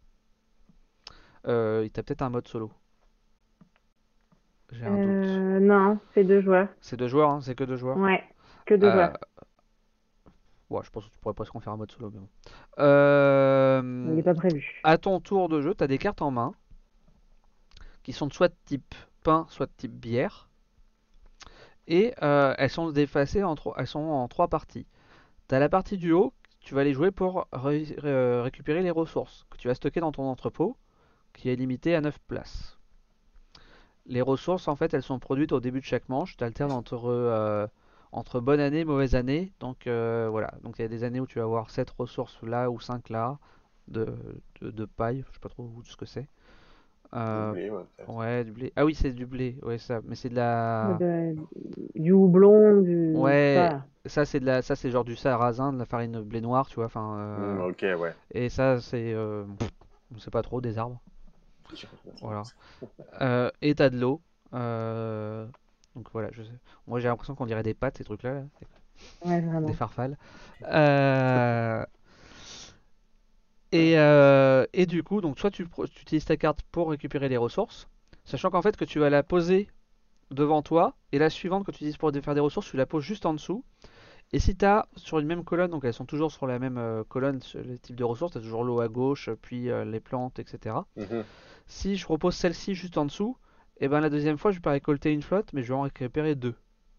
Euh, il t'a peut-être un mode solo. J'ai un doute. Euh, non, c'est deux joueurs. C'est deux joueurs, hein, c'est que deux joueurs. Ouais, que deux Euh, joueurs. ouais, je pense que tu pourrais presque en faire un mode solo, mais bon. Il Euh, n'est pas prévu. à ton tour de jeu, tu as des cartes en main qui sont soit de type pain, soit de type bière. Et euh, elles sont défacées en, tro- elles sont en trois parties. Tu as la partie du haut, tu vas les jouer pour ré- ré- récupérer les ressources que tu vas stocker dans ton entrepôt, qui est limité à neuf places. Les ressources, en fait, elles sont produites au début de chaque manche. Tu alternes entre, euh, entre bonne année et mauvaise année. Donc euh, voilà. Donc il y a des années où tu vas avoir sept ressources là ou cinq là de, de, de paille. Je sais pas trop ce que c'est. du Euh, blé, ouais, peut-être. ouais, du blé. Ah oui, c'est du blé. Ouais, ça. Mais c'est de la. De- du houblon, du. Ouais, Voilà. ça c'est de la. Ça c'est genre du sarrasin, de la farine blé noir, tu vois. Enfin. Hmm, euh, ok, ouais. Et ça c'est. Euh, on sait pas trop des arbres. J'ai pas fait Voilà. ça. Euh, et t'as de l'eau. Euh, donc voilà, je sais. Moi j'ai l'impression qu'on dirait des pâtes, ces trucs-là, là, Ouais, des vraiment. farfales. Euh, et, euh, et du coup, donc soit tu, pro- tu utilises ta carte pour récupérer les ressources, sachant qu'en fait que tu vas la poser devant toi, et la suivante que tu utilises pour dé- faire des ressources, tu la poses juste en dessous. Et si tu as sur une même colonne, donc elles sont toujours sur la même euh, colonne, sur les types de ressources, tu as toujours l'eau à gauche, puis euh, les plantes, et cetera. Mhm. Si je propose celle-ci juste en dessous, et ben la deuxième fois je vais pas récolter une flotte, mais je vais en récupérer deux.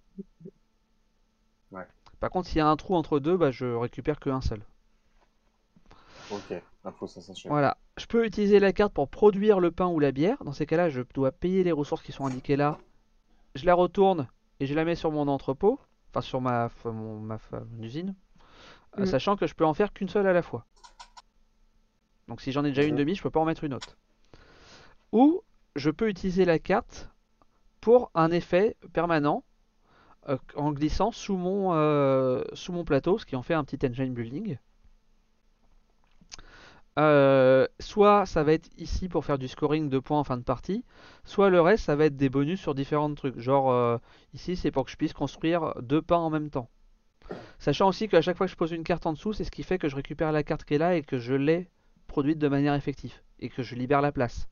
Ouais, Par contre, s'il y a un trou entre deux, bah, je récupère qu'un seul. ok. Info sensationnelle. Voilà. Je peux utiliser la carte pour produire le pain ou la bière. Dans ces cas-là, je dois payer les ressources qui sont indiquées là. Je la retourne et je la mets sur mon entrepôt, enfin sur ma, mon, ma, mon usine, Mm. sachant que je peux en faire qu'une seule à la fois. Donc si j'en ai déjà une Mhm. demi, je peux pas en mettre une autre. Ou je peux utiliser la carte pour un effet permanent euh, en glissant sous mon, euh, sous mon plateau, ce qui en fait un petit engine building. Euh, soit ça va être ici pour faire du scoring de points en fin de partie, soit le reste ça va être des bonus sur différents trucs. Genre euh, ici c'est pour que je puisse construire deux pains en même temps. Sachant aussi qu'à chaque fois que je pose une carte en dessous, c'est ce qui fait que je récupère la carte qui est là et que je l'ai produite de manière effective et que je libère la place.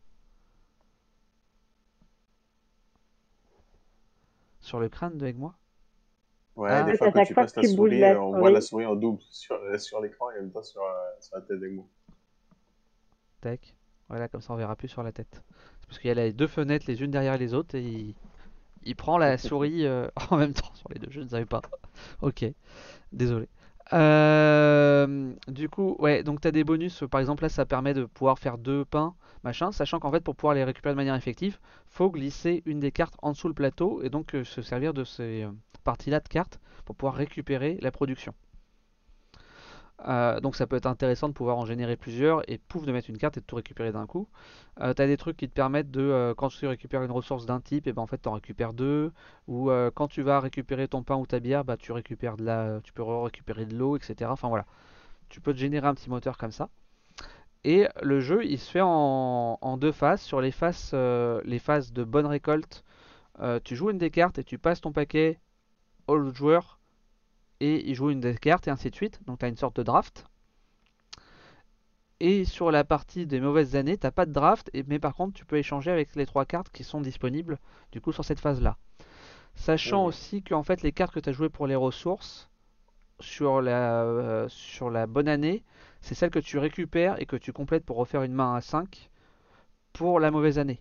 Sur le crâne de moi. Ouais, Ah, des En fait, fois, à quand chaque tu fois que passes la tu bouges souris, la euh, on voit la souris, souris en double sur, euh, sur l'écran et en même temps sur, euh, sur la tête d'Egmo. tac. Voilà, comme ça on verra plus sur la tête. C'est parce qu'il y a les deux fenêtres les unes derrière les autres et il, il prend la souris euh, en même temps sur les deux. Je ne savais pas. Ok. Désolé. Euh, du coup, ouais, donc tu as des bonus. Par exemple, là, ça permet de pouvoir faire deux pains, machin, sachant qu'en fait, pour pouvoir les récupérer de manière effective, faut glisser une des cartes en dessous le plateau et donc euh, se servir de ces euh, parties-là de cartes pour pouvoir récupérer la production. Euh, donc ça peut être intéressant de pouvoir en générer plusieurs et pouf de mettre une carte et de tout récupérer d'un coup. Euh, tu as des trucs qui te permettent de, euh, quand tu récupères une ressource d'un type, et ben en fait tu en récupères deux. Ou euh, quand tu vas récupérer ton pain ou ta bière, bah tu récupères de la, tu peux récupérer de l'eau, et cetera. Enfin voilà, tu peux te générer un petit moteur comme ça. Et le jeu il se fait en, en deux phases. Sur les phases, euh, les phases de bonne récolte, euh, tu joues une des cartes et tu passes ton paquet au joueur et il joue une des cartes et ainsi de suite. Donc tu as une sorte de draft. Et sur la partie des mauvaises années, t'as pas de draft, mais par contre tu peux échanger avec les trois cartes qui sont disponibles du coup sur cette phase là. Sachant Mhm. aussi qu'en fait les cartes que tu as jouées pour les ressources, sur la, euh, sur la bonne année, c'est celle que tu récupères et que tu complètes pour refaire une main à cinq pour la mauvaise année.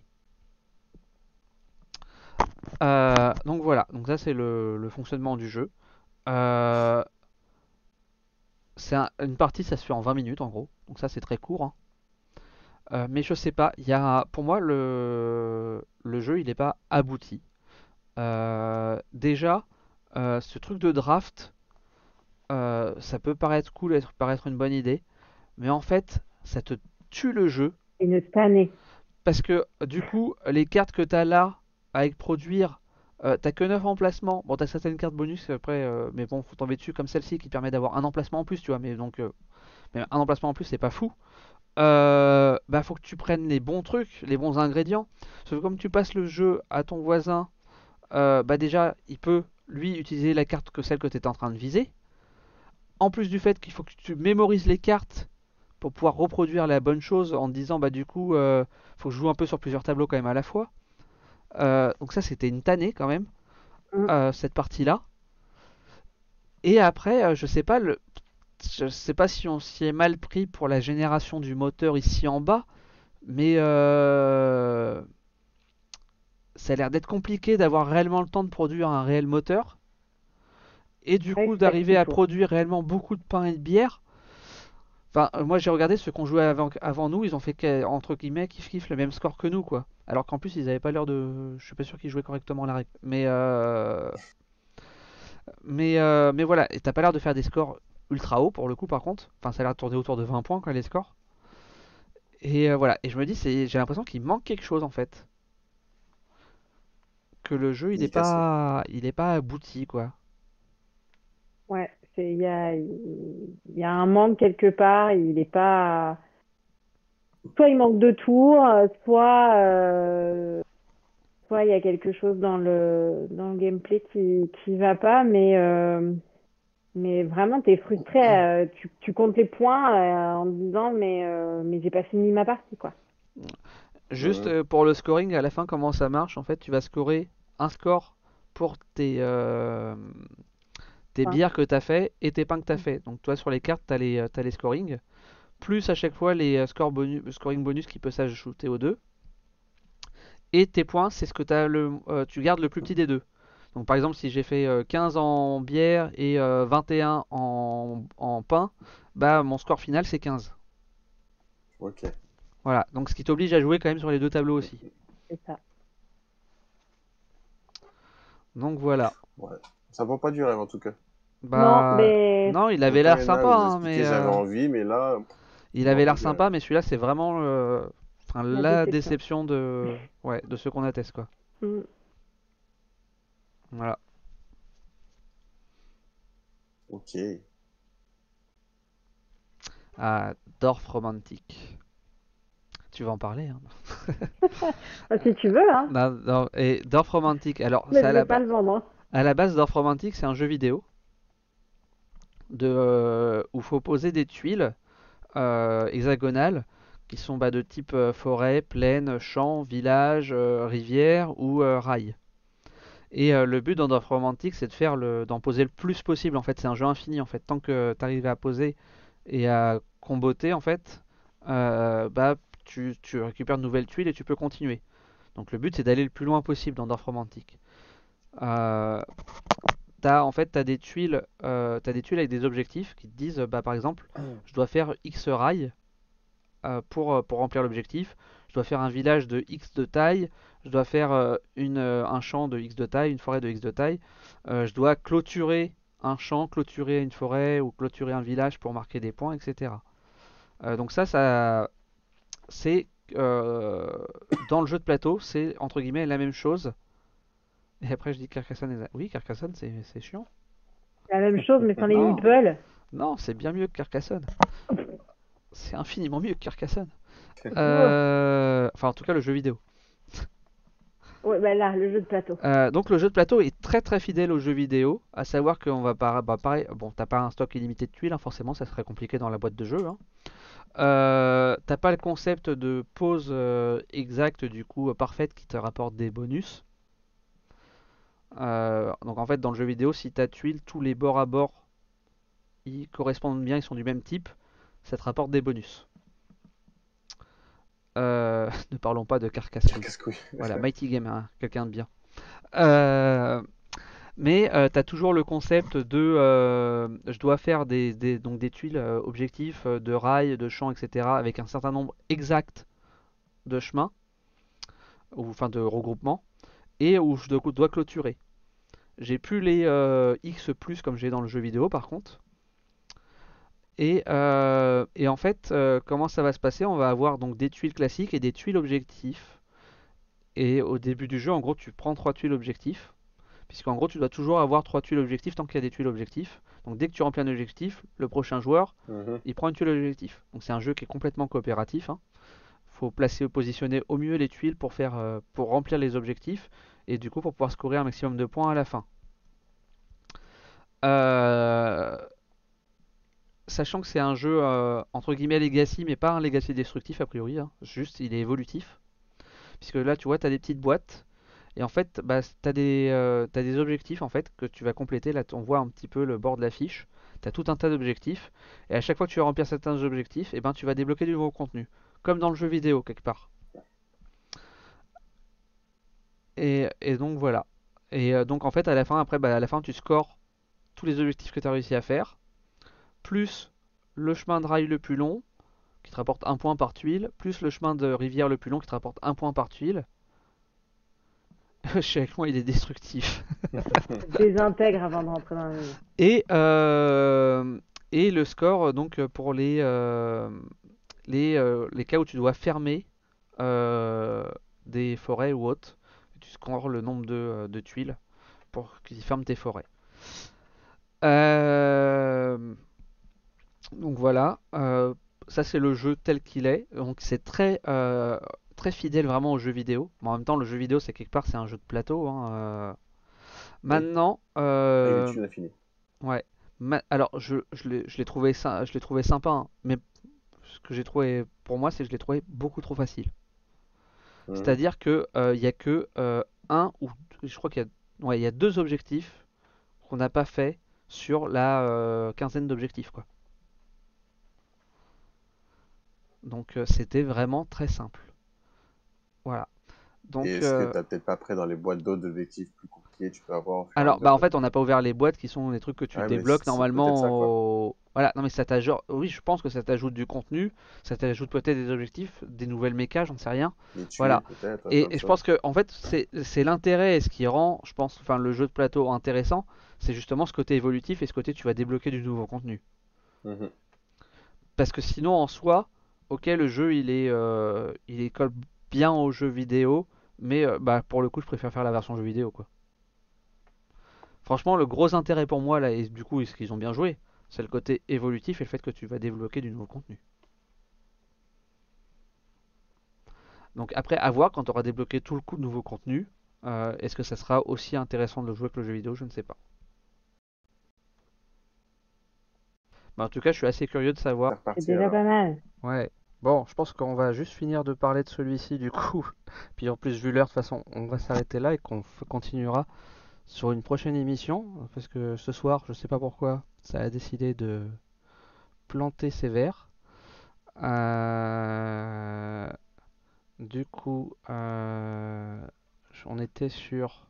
Euh, donc voilà, donc ça c'est le, le fonctionnement du jeu. Euh, c'est un- une partie, ça se fait en vingt minutes en gros, donc ça c'est très court, hein. Euh, mais je sais pas, il y a, pour moi le, le jeu il n'est pas abouti. Euh, déjà, euh, ce truc de draft, euh, ça peut paraître cool, être, paraître une bonne idée, mais en fait, ça te tue le jeu Une tannée. parce que du coup, les cartes que tu as là avec produire, euh, t'as que neuf emplacements. Bon, t'as certaines cartes bonus après, euh, mais bon, faut tomber dessus comme celle-ci qui permet d'avoir un emplacement en plus, tu vois. Mais donc, euh, mais un emplacement en plus, c'est pas fou. Euh, bah, faut que tu prennes les bons trucs, les bons ingrédients. Sauf que comme tu passes le jeu à ton voisin, euh, bah déjà, il peut lui utiliser la carte que celle que tu étais en train de viser. En plus du fait qu'il faut que tu mémorises les cartes pour pouvoir reproduire la bonne chose en te disant bah du coup euh, faut que je joue un peu sur plusieurs tableaux quand même à la fois. Euh, donc ça c'était une tannée quand même Mm. euh, cette partie là. Et après euh, je sais pas le je sais pas si on s'y est mal pris pour la génération du moteur ici en bas, mais euh, ça a l'air d'être compliqué d'avoir réellement le temps de produire un réel moteur et du Ouais, coup c'est ça d'arriver qu'il à faut. produire réellement beaucoup de pain et de bière. Enfin, euh, moi j'ai regardé ceux qu'on jouait avant, avant nous, ils ont fait que- entre guillemets kiff kiff le même score que nous quoi. Alors qu'en plus ils avaient pas l'air de, je suis pas sûr qu'ils jouaient correctement la règle. Mais euh... mais euh, mais voilà, et t'as pas l'air de faire des scores ultra hauts pour le coup par contre. Enfin ça a l'air de tourner autour de vingt points quand les scores. Et euh, voilà, et je me dis c'est, j'ai l'impression qu'il manque quelque chose en fait, que le jeu il Il est est cassé. pas, il est pas abouti quoi. Ouais, c'est, il y a, il y a un manque quelque part. Il est pas. Soit il manque de tours, euh, soit, euh, soit il y a quelque chose dans le dans le gameplay qui qui va pas. Mais euh, mais vraiment, t'es frustré. Euh, tu tu comptes les points euh, en te disant mais euh, mais j'ai pas fini ma partie quoi. Juste Mhm. euh, pour le scoring à la fin comment ça marche en fait, tu vas scorer un score pour tes euh, tes Enfin, bières que tu as fait et tes pains que tu as fait. Donc toi sur les cartes, tu as les, t'as les scorings, plus à chaque fois les euh, score bonus, scoring bonus qui peut s'ajouter aux deux. Et tes points, c'est ce que t'as le, euh, tu gardes le plus petit des deux. Donc par exemple si j'ai fait euh, quinze en bière et euh, vingt et un en, en pain, bah mon score final c'est quinze. Ok. Voilà, donc ce qui t'oblige à jouer quand même sur les deux tableaux aussi. c'est ça. Donc voilà. Ouais. Ça vend pas du rêve en tout cas. Non, Bah mais non, il avait Autant il l'air y en a sympa, où vous hein, mais expliquez j'avais euh, envie, mais là, il ça vend avait pas l'air du rêve. sympa, mais celui-là c'est vraiment le, enfin, la la déception. déception de, ouais, de ce qu'on atteste quoi. Mm. Voilà. Ok. À Dorf Romantique. Tu vas en parler, hein. Ah, si tu veux, hein. Non, non, et Dorf Romantique, alors Mais c'est je à vais la, pas ba- le vendre, hein. à la base Dorf Romantique, c'est un jeu vidéo de, euh, où il faut poser des tuiles euh, hexagonales qui sont bah, de type euh, forêt, plaine, champ, village, euh, rivière ou euh, rail. Et euh, le but dans Dorf Romantique, c'est de faire le, d'en poser le plus possible. En fait, c'est un jeu infini. En fait, tant que tu arrives à poser et à comboter, en fait, euh, bah tu, tu récupères de nouvelles tuiles et tu peux continuer. Donc le but c'est d'aller le plus loin possible dans Dorf Romantique. Euh, t'as, en fait, t'as des tuiles, euh, t'as des tuiles avec des objectifs qui te disent, bah, par exemple, je dois faire X rails euh, pour, euh, pour remplir l'objectif. Je dois faire un village de X de taille. Je dois faire euh, une, euh, un champ de X de taille, une forêt de X de taille. Euh, je dois clôturer un champ, clôturer une forêt ou clôturer un village pour marquer des points, et cetera. Euh, donc ça, ça c'est euh, dans le jeu de plateau, c'est entre guillemets la même chose. Et après, je dis Carcassonne. Est... Oui, Carcassonne, c'est c'est chiant. C'est la même chose, mais sans les Non, meeples. non, c'est bien mieux que Carcassonne. C'est infiniment mieux que Carcassonne. Oh. Euh, Enfin, en tout cas, le jeu vidéo. Ouais, bah là, le jeu de plateau. Euh, donc, le jeu de plateau est très très fidèle au jeu vidéo. À savoir qu'on va pas. Bah, pareil, bon, t'as pas un stock illimité de tuiles, hein, forcément, ça serait compliqué dans la boîte de jeu, hein. Euh, t'as pas le concept de pause euh, exacte, du coup, euh, parfaite qui te rapporte des bonus. Euh, donc en fait dans le jeu vidéo si ta tuile tous les bords à bord ils correspondent bien, ils sont du même type, ça te rapporte des bonus. Euh, ne parlons pas de Carcassouille. Casse-couille. Voilà, Mighty Game, hein, quelqu'un de bien. Euh, mais euh, tu as toujours le concept de euh, je dois faire des, des- donc des tuiles euh, objectifs euh, de rails, de champs, et cetera avec un certain nombre exact de chemins, ou enfin de regroupements, et où je dois dois clôturer. J'ai plus les euh, X plus comme j'ai dans le jeu vidéo par contre. Et, euh, et en fait, euh, comment ça va se passer? On va avoir donc des tuiles classiques et des tuiles objectifs. Et au début du jeu, en gros, tu prends trois tuiles objectifs. Puisqu'en gros, tu dois toujours avoir trois tuiles objectifs tant qu'il y a des tuiles objectifs. Donc dès que tu remplis un objectif, le prochain joueur, Mhm. il prend une tuile objectif. Donc c'est un jeu qui est complètement coopératif, hein. Faut placer, positionner au mieux les tuiles pour faire, euh, pour remplir les objectifs. Et du coup, pour pouvoir scorer un maximum de points à la fin. Euh, Sachant que c'est un jeu euh, entre guillemets legacy, mais pas un legacy destructif a priori, hein. Juste il est évolutif. Puisque là tu vois, tu as des petites boîtes, et en fait bah, tu as des, euh, t'as des objectifs en fait que tu vas compléter. Là on voit un petit peu le bord de la fiche. Tu as tout un tas d'objectifs, et à chaque fois que tu vas remplir certains objectifs, et ben, tu vas débloquer du nouveau contenu. Comme dans le jeu vidéo quelque part. Et, et donc voilà. Et euh, donc en fait à la fin, après, bah, à la fin tu scores tous les objectifs que tu as réussi à faire, plus le chemin de rail le plus long, qui te rapporte un point par tuile, plus le chemin de rivière le plus long qui te rapporte un point par tuile. Je suis avec moi, il est destructif. Désintègre avant de rentrer dans le jeu. Et, euh, et le score, donc pour les, euh, les, euh, les cas où tu dois fermer euh, des forêts ou autres, tu scores le nombre de, de tuiles pour qu'ils ferment tes forêts. Euh, donc voilà, euh, ça c'est le jeu tel qu'il est. Donc c'est très, euh, très fidèle vraiment au jeu vidéo. Mais en même temps, le jeu vidéo, c'est quelque part, c'est un jeu de plateau, hein, euh. Oui. Maintenant, Ah, il est euh, dessus, on a fini. ouais. Ma- alors je, je l'ai je l'ai trouvé, sy- je l'ai trouvé sympa, hein, mais ce que j'ai trouvé pour moi, c'est que je l'ai trouvé beaucoup trop facile. Mhm. C'est-à-dire que euh, il y a que euh, un ou deux- je crois qu'il y a, ouais, il y a deux objectifs qu'on n'a pas fait sur la euh, quinzaine d'objectifs, quoi. Donc euh, c'était vraiment très simple. Voilà. Et Donc, est-ce que euh, t'as peut-être pas après dans les boîtes d'autres objectifs plus compliqués, tu peux avoir au fur et à alors, mesure bah en de... fait, on n'a pas ouvert les boîtes qui sont les trucs que tu Ouais, mais c- débloques c'est peut-être ça, quoi. normalement au... Voilà, non mais ça t'ajoute... Oui, je pense que ça t'ajoute du contenu, ça t'ajoute peut-être des objectifs, des nouvelles mécas, j'en sais rien. Les Voilà. tuiles, peut-être, plein Et, de et je choses. pense que, en fait, c'est c'est l'intérêt et ce qui rend, je pense, enfin, le jeu de plateau intéressant, c'est justement ce côté évolutif et ce côté tu vas débloquer du nouveau contenu. Mhm. Parce que sinon, en soi, ok, le jeu, il est, euh, il est colle bien au jeu vidéo, mais euh, bah, pour le coup, je préfère faire la version jeu vidéo, quoi. Franchement, le gros intérêt pour moi, là, et du coup, ce qu'ils ont bien joué, c'est le côté évolutif et le fait que tu vas débloquer du nouveau contenu. Donc après, à voir quand tu auras débloqué tout le coup de nouveau contenu, euh, est-ce que ça sera aussi intéressant de le jouer que le jeu vidéo, je ne sais pas. Mais en tout cas, je suis assez curieux de savoir. C'est C'est reparti, déjà alors. pas mal. Ouais. Bon, je pense qu'on va juste finir de parler de celui-ci du coup. Puis en plus, vu l'heure, de toute façon, on va s'arrêter là et qu'on f- continuera sur une prochaine émission. Parce que ce soir, je sais pas pourquoi, ça a décidé de planter ses verres. Euh, Du coup, euh, on était sur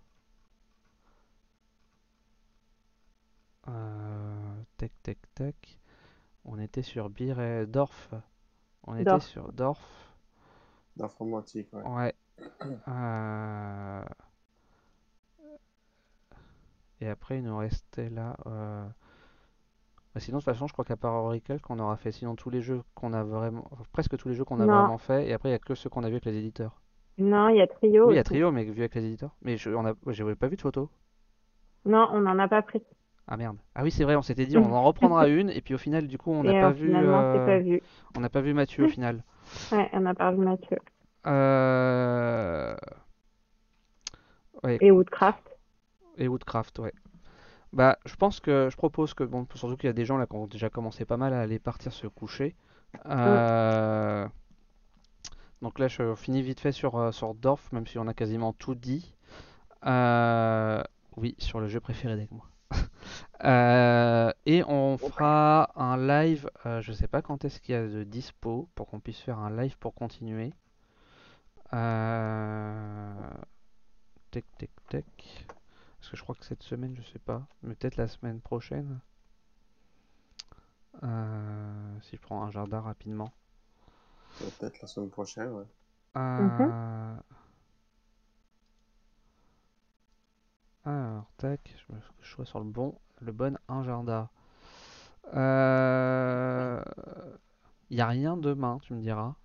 euh, tac tac tac. On était sur Bir et Dorf. On était Dorf. sur Dorf. D'informatique, ouais. Ouais. Euh, Et après, il nous restait là. euh, bah, sinon, de toute façon, je crois qu'à part Oracle qu'on aura fait. Sinon, tous les jeux qu'on a vraiment, enfin, presque tous les jeux qu'on a Non, vraiment fait. Et après, il y a que ceux qu'on a vus avec les éditeurs. non, il y a Trio Oui, il y a aussi. Trio, mais vu avec les éditeurs. Mais je, on a, ouais, j'avais pas vu de photo. Non, on n'en a pas pris. Ah merde. Ah oui, c'est vrai, on s'était dit on en reprendra une. Et puis au final, du coup, on n'a Et pas euh, vu, finalement, c'est euh, pas vu. on n'a pas vu Mathieu au final. Ouais, on a pas vu Mathieu. Euh... Ouais, Et écoute. Woodcraft. Et Woodcraft, ouais. Bah, je pense que je propose que, bon, surtout qu'il y a des gens là qui ont déjà commencé pas mal à aller partir se coucher. Mm. Euh, Donc là, je finis vite fait sur, euh, sur Dorf, même si on a quasiment tout dit. Euh, Oui, sur le jeu préféré d'Egg, moi. Euh, et on fera un live, euh, je sais pas quand est-ce qu'il y a de dispo pour qu'on puisse faire un live pour continuer. Euh... Tac, tac, tac. Parce que je crois que cette semaine, je sais pas, mais peut-être la semaine prochaine. Euh, Si je prends un jardin rapidement. Ouais, peut-être la semaine prochaine, ouais. Mhm. Euh, Alors, tac, je me que je sois sur le bon, le bon agenda. Euh... Il y a rien demain, tu me diras.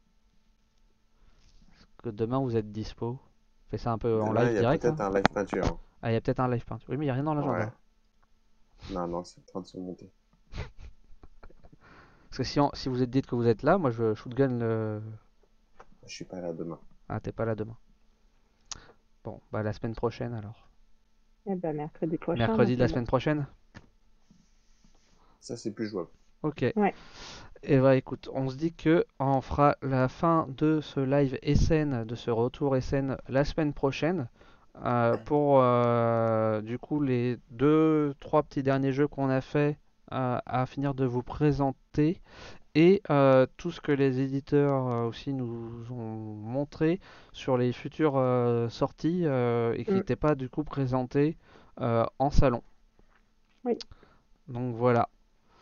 Que demain vous êtes dispo. Fais ça un peu en Demain, live il y a direct là. peut-être un live peinture, hein. Ah, il y a peut-être un live peinture. Oui, mais il y a rien dans Ouais. l'agenda. Non, non, c'est en train de se monter. Parce que si, on- si vous êtes dit que vous êtes là, moi je shotgun le. Je suis pas là demain. Ah, t'es pas là demain. Bon, bah la semaine prochaine alors. Eh ben, mercredi prochain, moi, Mercredi de c'est la bon. semaine prochaine? Ça, c'est plus jouable. Ok. Ouais. Et bah écoute, on se dit que on fera la fin de ce live Essen, de ce retour Essen la semaine prochaine. Euh, pour euh, du coup les deux, trois petits derniers jeux qu'on a fait euh, à finir de vous présenter et euh, tout ce que les éditeurs euh, aussi nous ont montré sur les futures euh, sorties euh, et qui Mm. n'étaient pas du coup présentés euh, en salon. Oui. Donc voilà.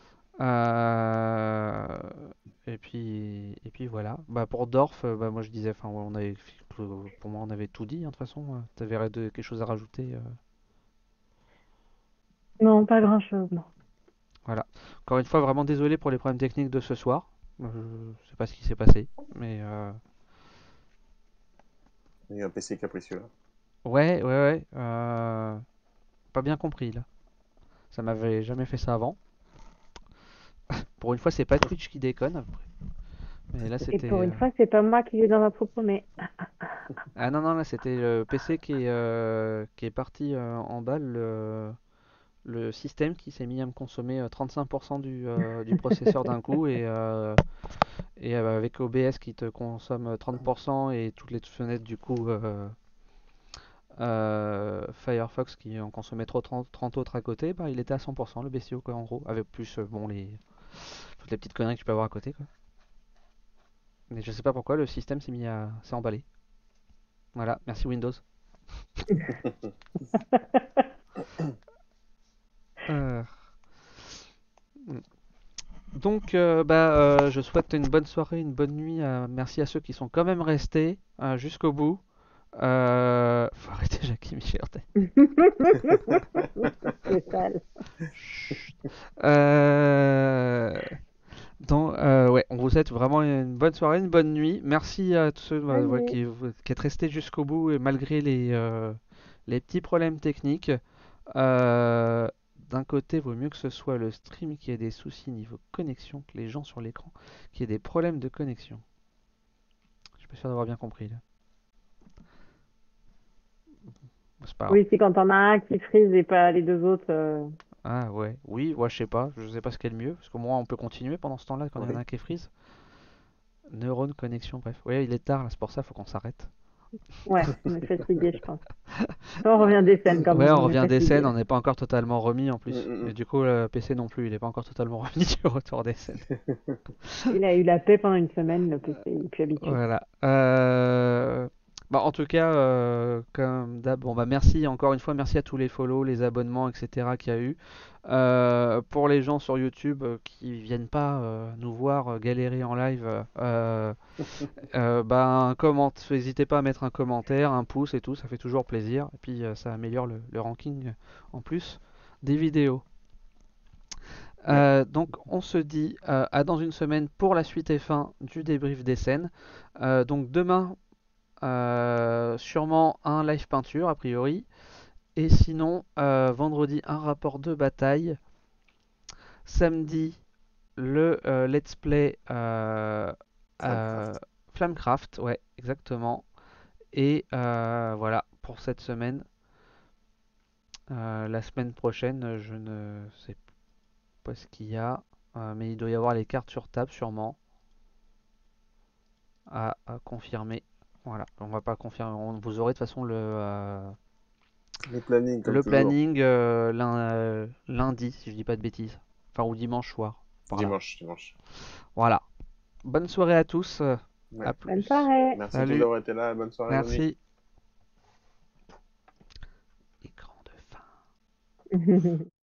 Euh, et puis, et puis voilà. Bah pour Dorf, euh, bah moi je disais, enfin ouais, on avait, pour moi on avait tout dit hein, de toute façon. Tu avais quelque chose à rajouter euh, Non, pas grand-chose, non. Voilà. Encore une fois, vraiment désolé pour les problèmes techniques de ce soir. Euh, Je sais pas ce qui s'est passé, mais euh, Il y a un P C capricieux, là. ouais, ouais, ouais. euh, Pas bien compris là. Ça m'avait jamais fait ça avant. Pour une fois, c'est pas Twitch qui déconne. Mais là, Et c'était. pour euh, une fois, c'est pas moi qui vais dans ma propos, mais Ah non, non, là, c'était le P C qui est, euh, qui est parti euh, en balle. Le, le système qui s'est mis à me consommer euh, trente-cinq pour cent du, euh, du processeur d'un coup. Et, euh, et euh, avec O B S qui te consomme trente pour cent et toutes les fenêtres du coup. euh, euh, Firefox qui en consommait trop trente, trente autres à côté, bah, il était à cent pour cent le bestiau quoi en gros, avec plus euh, bon les toutes les petites conneries que tu peux avoir à côté quoi. Mais je sais pas pourquoi le système s'est mis à s'est emballé. Voilà, merci Windows. Euh, Donc euh, bah euh, je souhaite une bonne soirée, une bonne nuit. euh, merci à ceux qui sont quand même restés euh, jusqu'au bout. Euh, Faut arrêter Jackie Michel. c'est sale. Chut. Euh, Donc, euh, ouais, on vous souhaite vraiment une bonne soirée, une bonne nuit. Merci à tous ceux euh, voilà, Allez. qui, qui êtes restés jusqu'au bout et malgré les, euh, les petits problèmes techniques. Euh, D'un côté, vaut mieux que ce soit le stream qui ait des soucis niveau connexion que les gens sur l'écran qui aient des problèmes de connexion. Je suis pas sûr d'avoir bien compris là. Bon, c'est pas grave. Oui, c'est quand on a un qui frise et pas les deux autres. euh, Ah ouais, oui, ouais, je sais pas, je sais pas ce qui est le mieux, parce qu'au moins on peut continuer pendant ce temps-là quand il y en a Oui. un qui freeze. Neurone, connexion, bref. Ouais, il est tard là, c'est pour ça, faut qu'on s'arrête. Ouais, on est fatigué, je pense. On revient des scènes quand Ouais, même, on on est revient des fatigué scènes, là. on n'est pas encore totalement remis en Mm, plus. mm, Et mm. du coup, le P C non plus, il n'est pas encore totalement remis du retour des scènes. Il a eu la paix pendant une semaine, le P C, il est plus habitué. Voilà. Euh, Bah, en tout cas, euh, comme d'hab, bon, bah, merci encore une fois, merci à tous les follow, les abonnements, et cetera qu'il y a eu. Euh, pour les gens sur YouTube euh, qui viennent pas euh, nous voir euh, galérer en live, euh, euh, bah, un comment... n'hésitez pas à mettre un commentaire, un pouce et tout, ça fait toujours plaisir. Et puis euh, ça améliore le, le ranking en plus des vidéos. Ouais. Euh, donc on se dit euh, à dans une semaine pour la suite et fin du débrief des scènes. Euh, donc demain, euh, sûrement un live peinture a priori. Et sinon, euh, vendredi, un rapport de bataille. Samedi, le euh, let's play euh, euh, Flamecraft. Flamecraft, ouais, exactement. Et euh, voilà pour cette semaine. Euh, la semaine prochaine, je ne sais pas ce qu'il y a, euh, mais il doit y avoir les cartes sur table sûrement à, à confirmer. Voilà, on va pas confirmer. On, vous aurez de toute façon le, euh, Le planning, comme Le toujours. planning euh, lin- euh, lundi, si je dis pas de bêtises. Enfin, ou dimanche soir. Par là. Dimanche, dimanche. Voilà. Bonne soirée à tous. euh, Ouais. À Bonne plus. soirée. Merci à tous Salut. d'avoir été là. Bonne soirée, les amis. Merci. Écran de fin.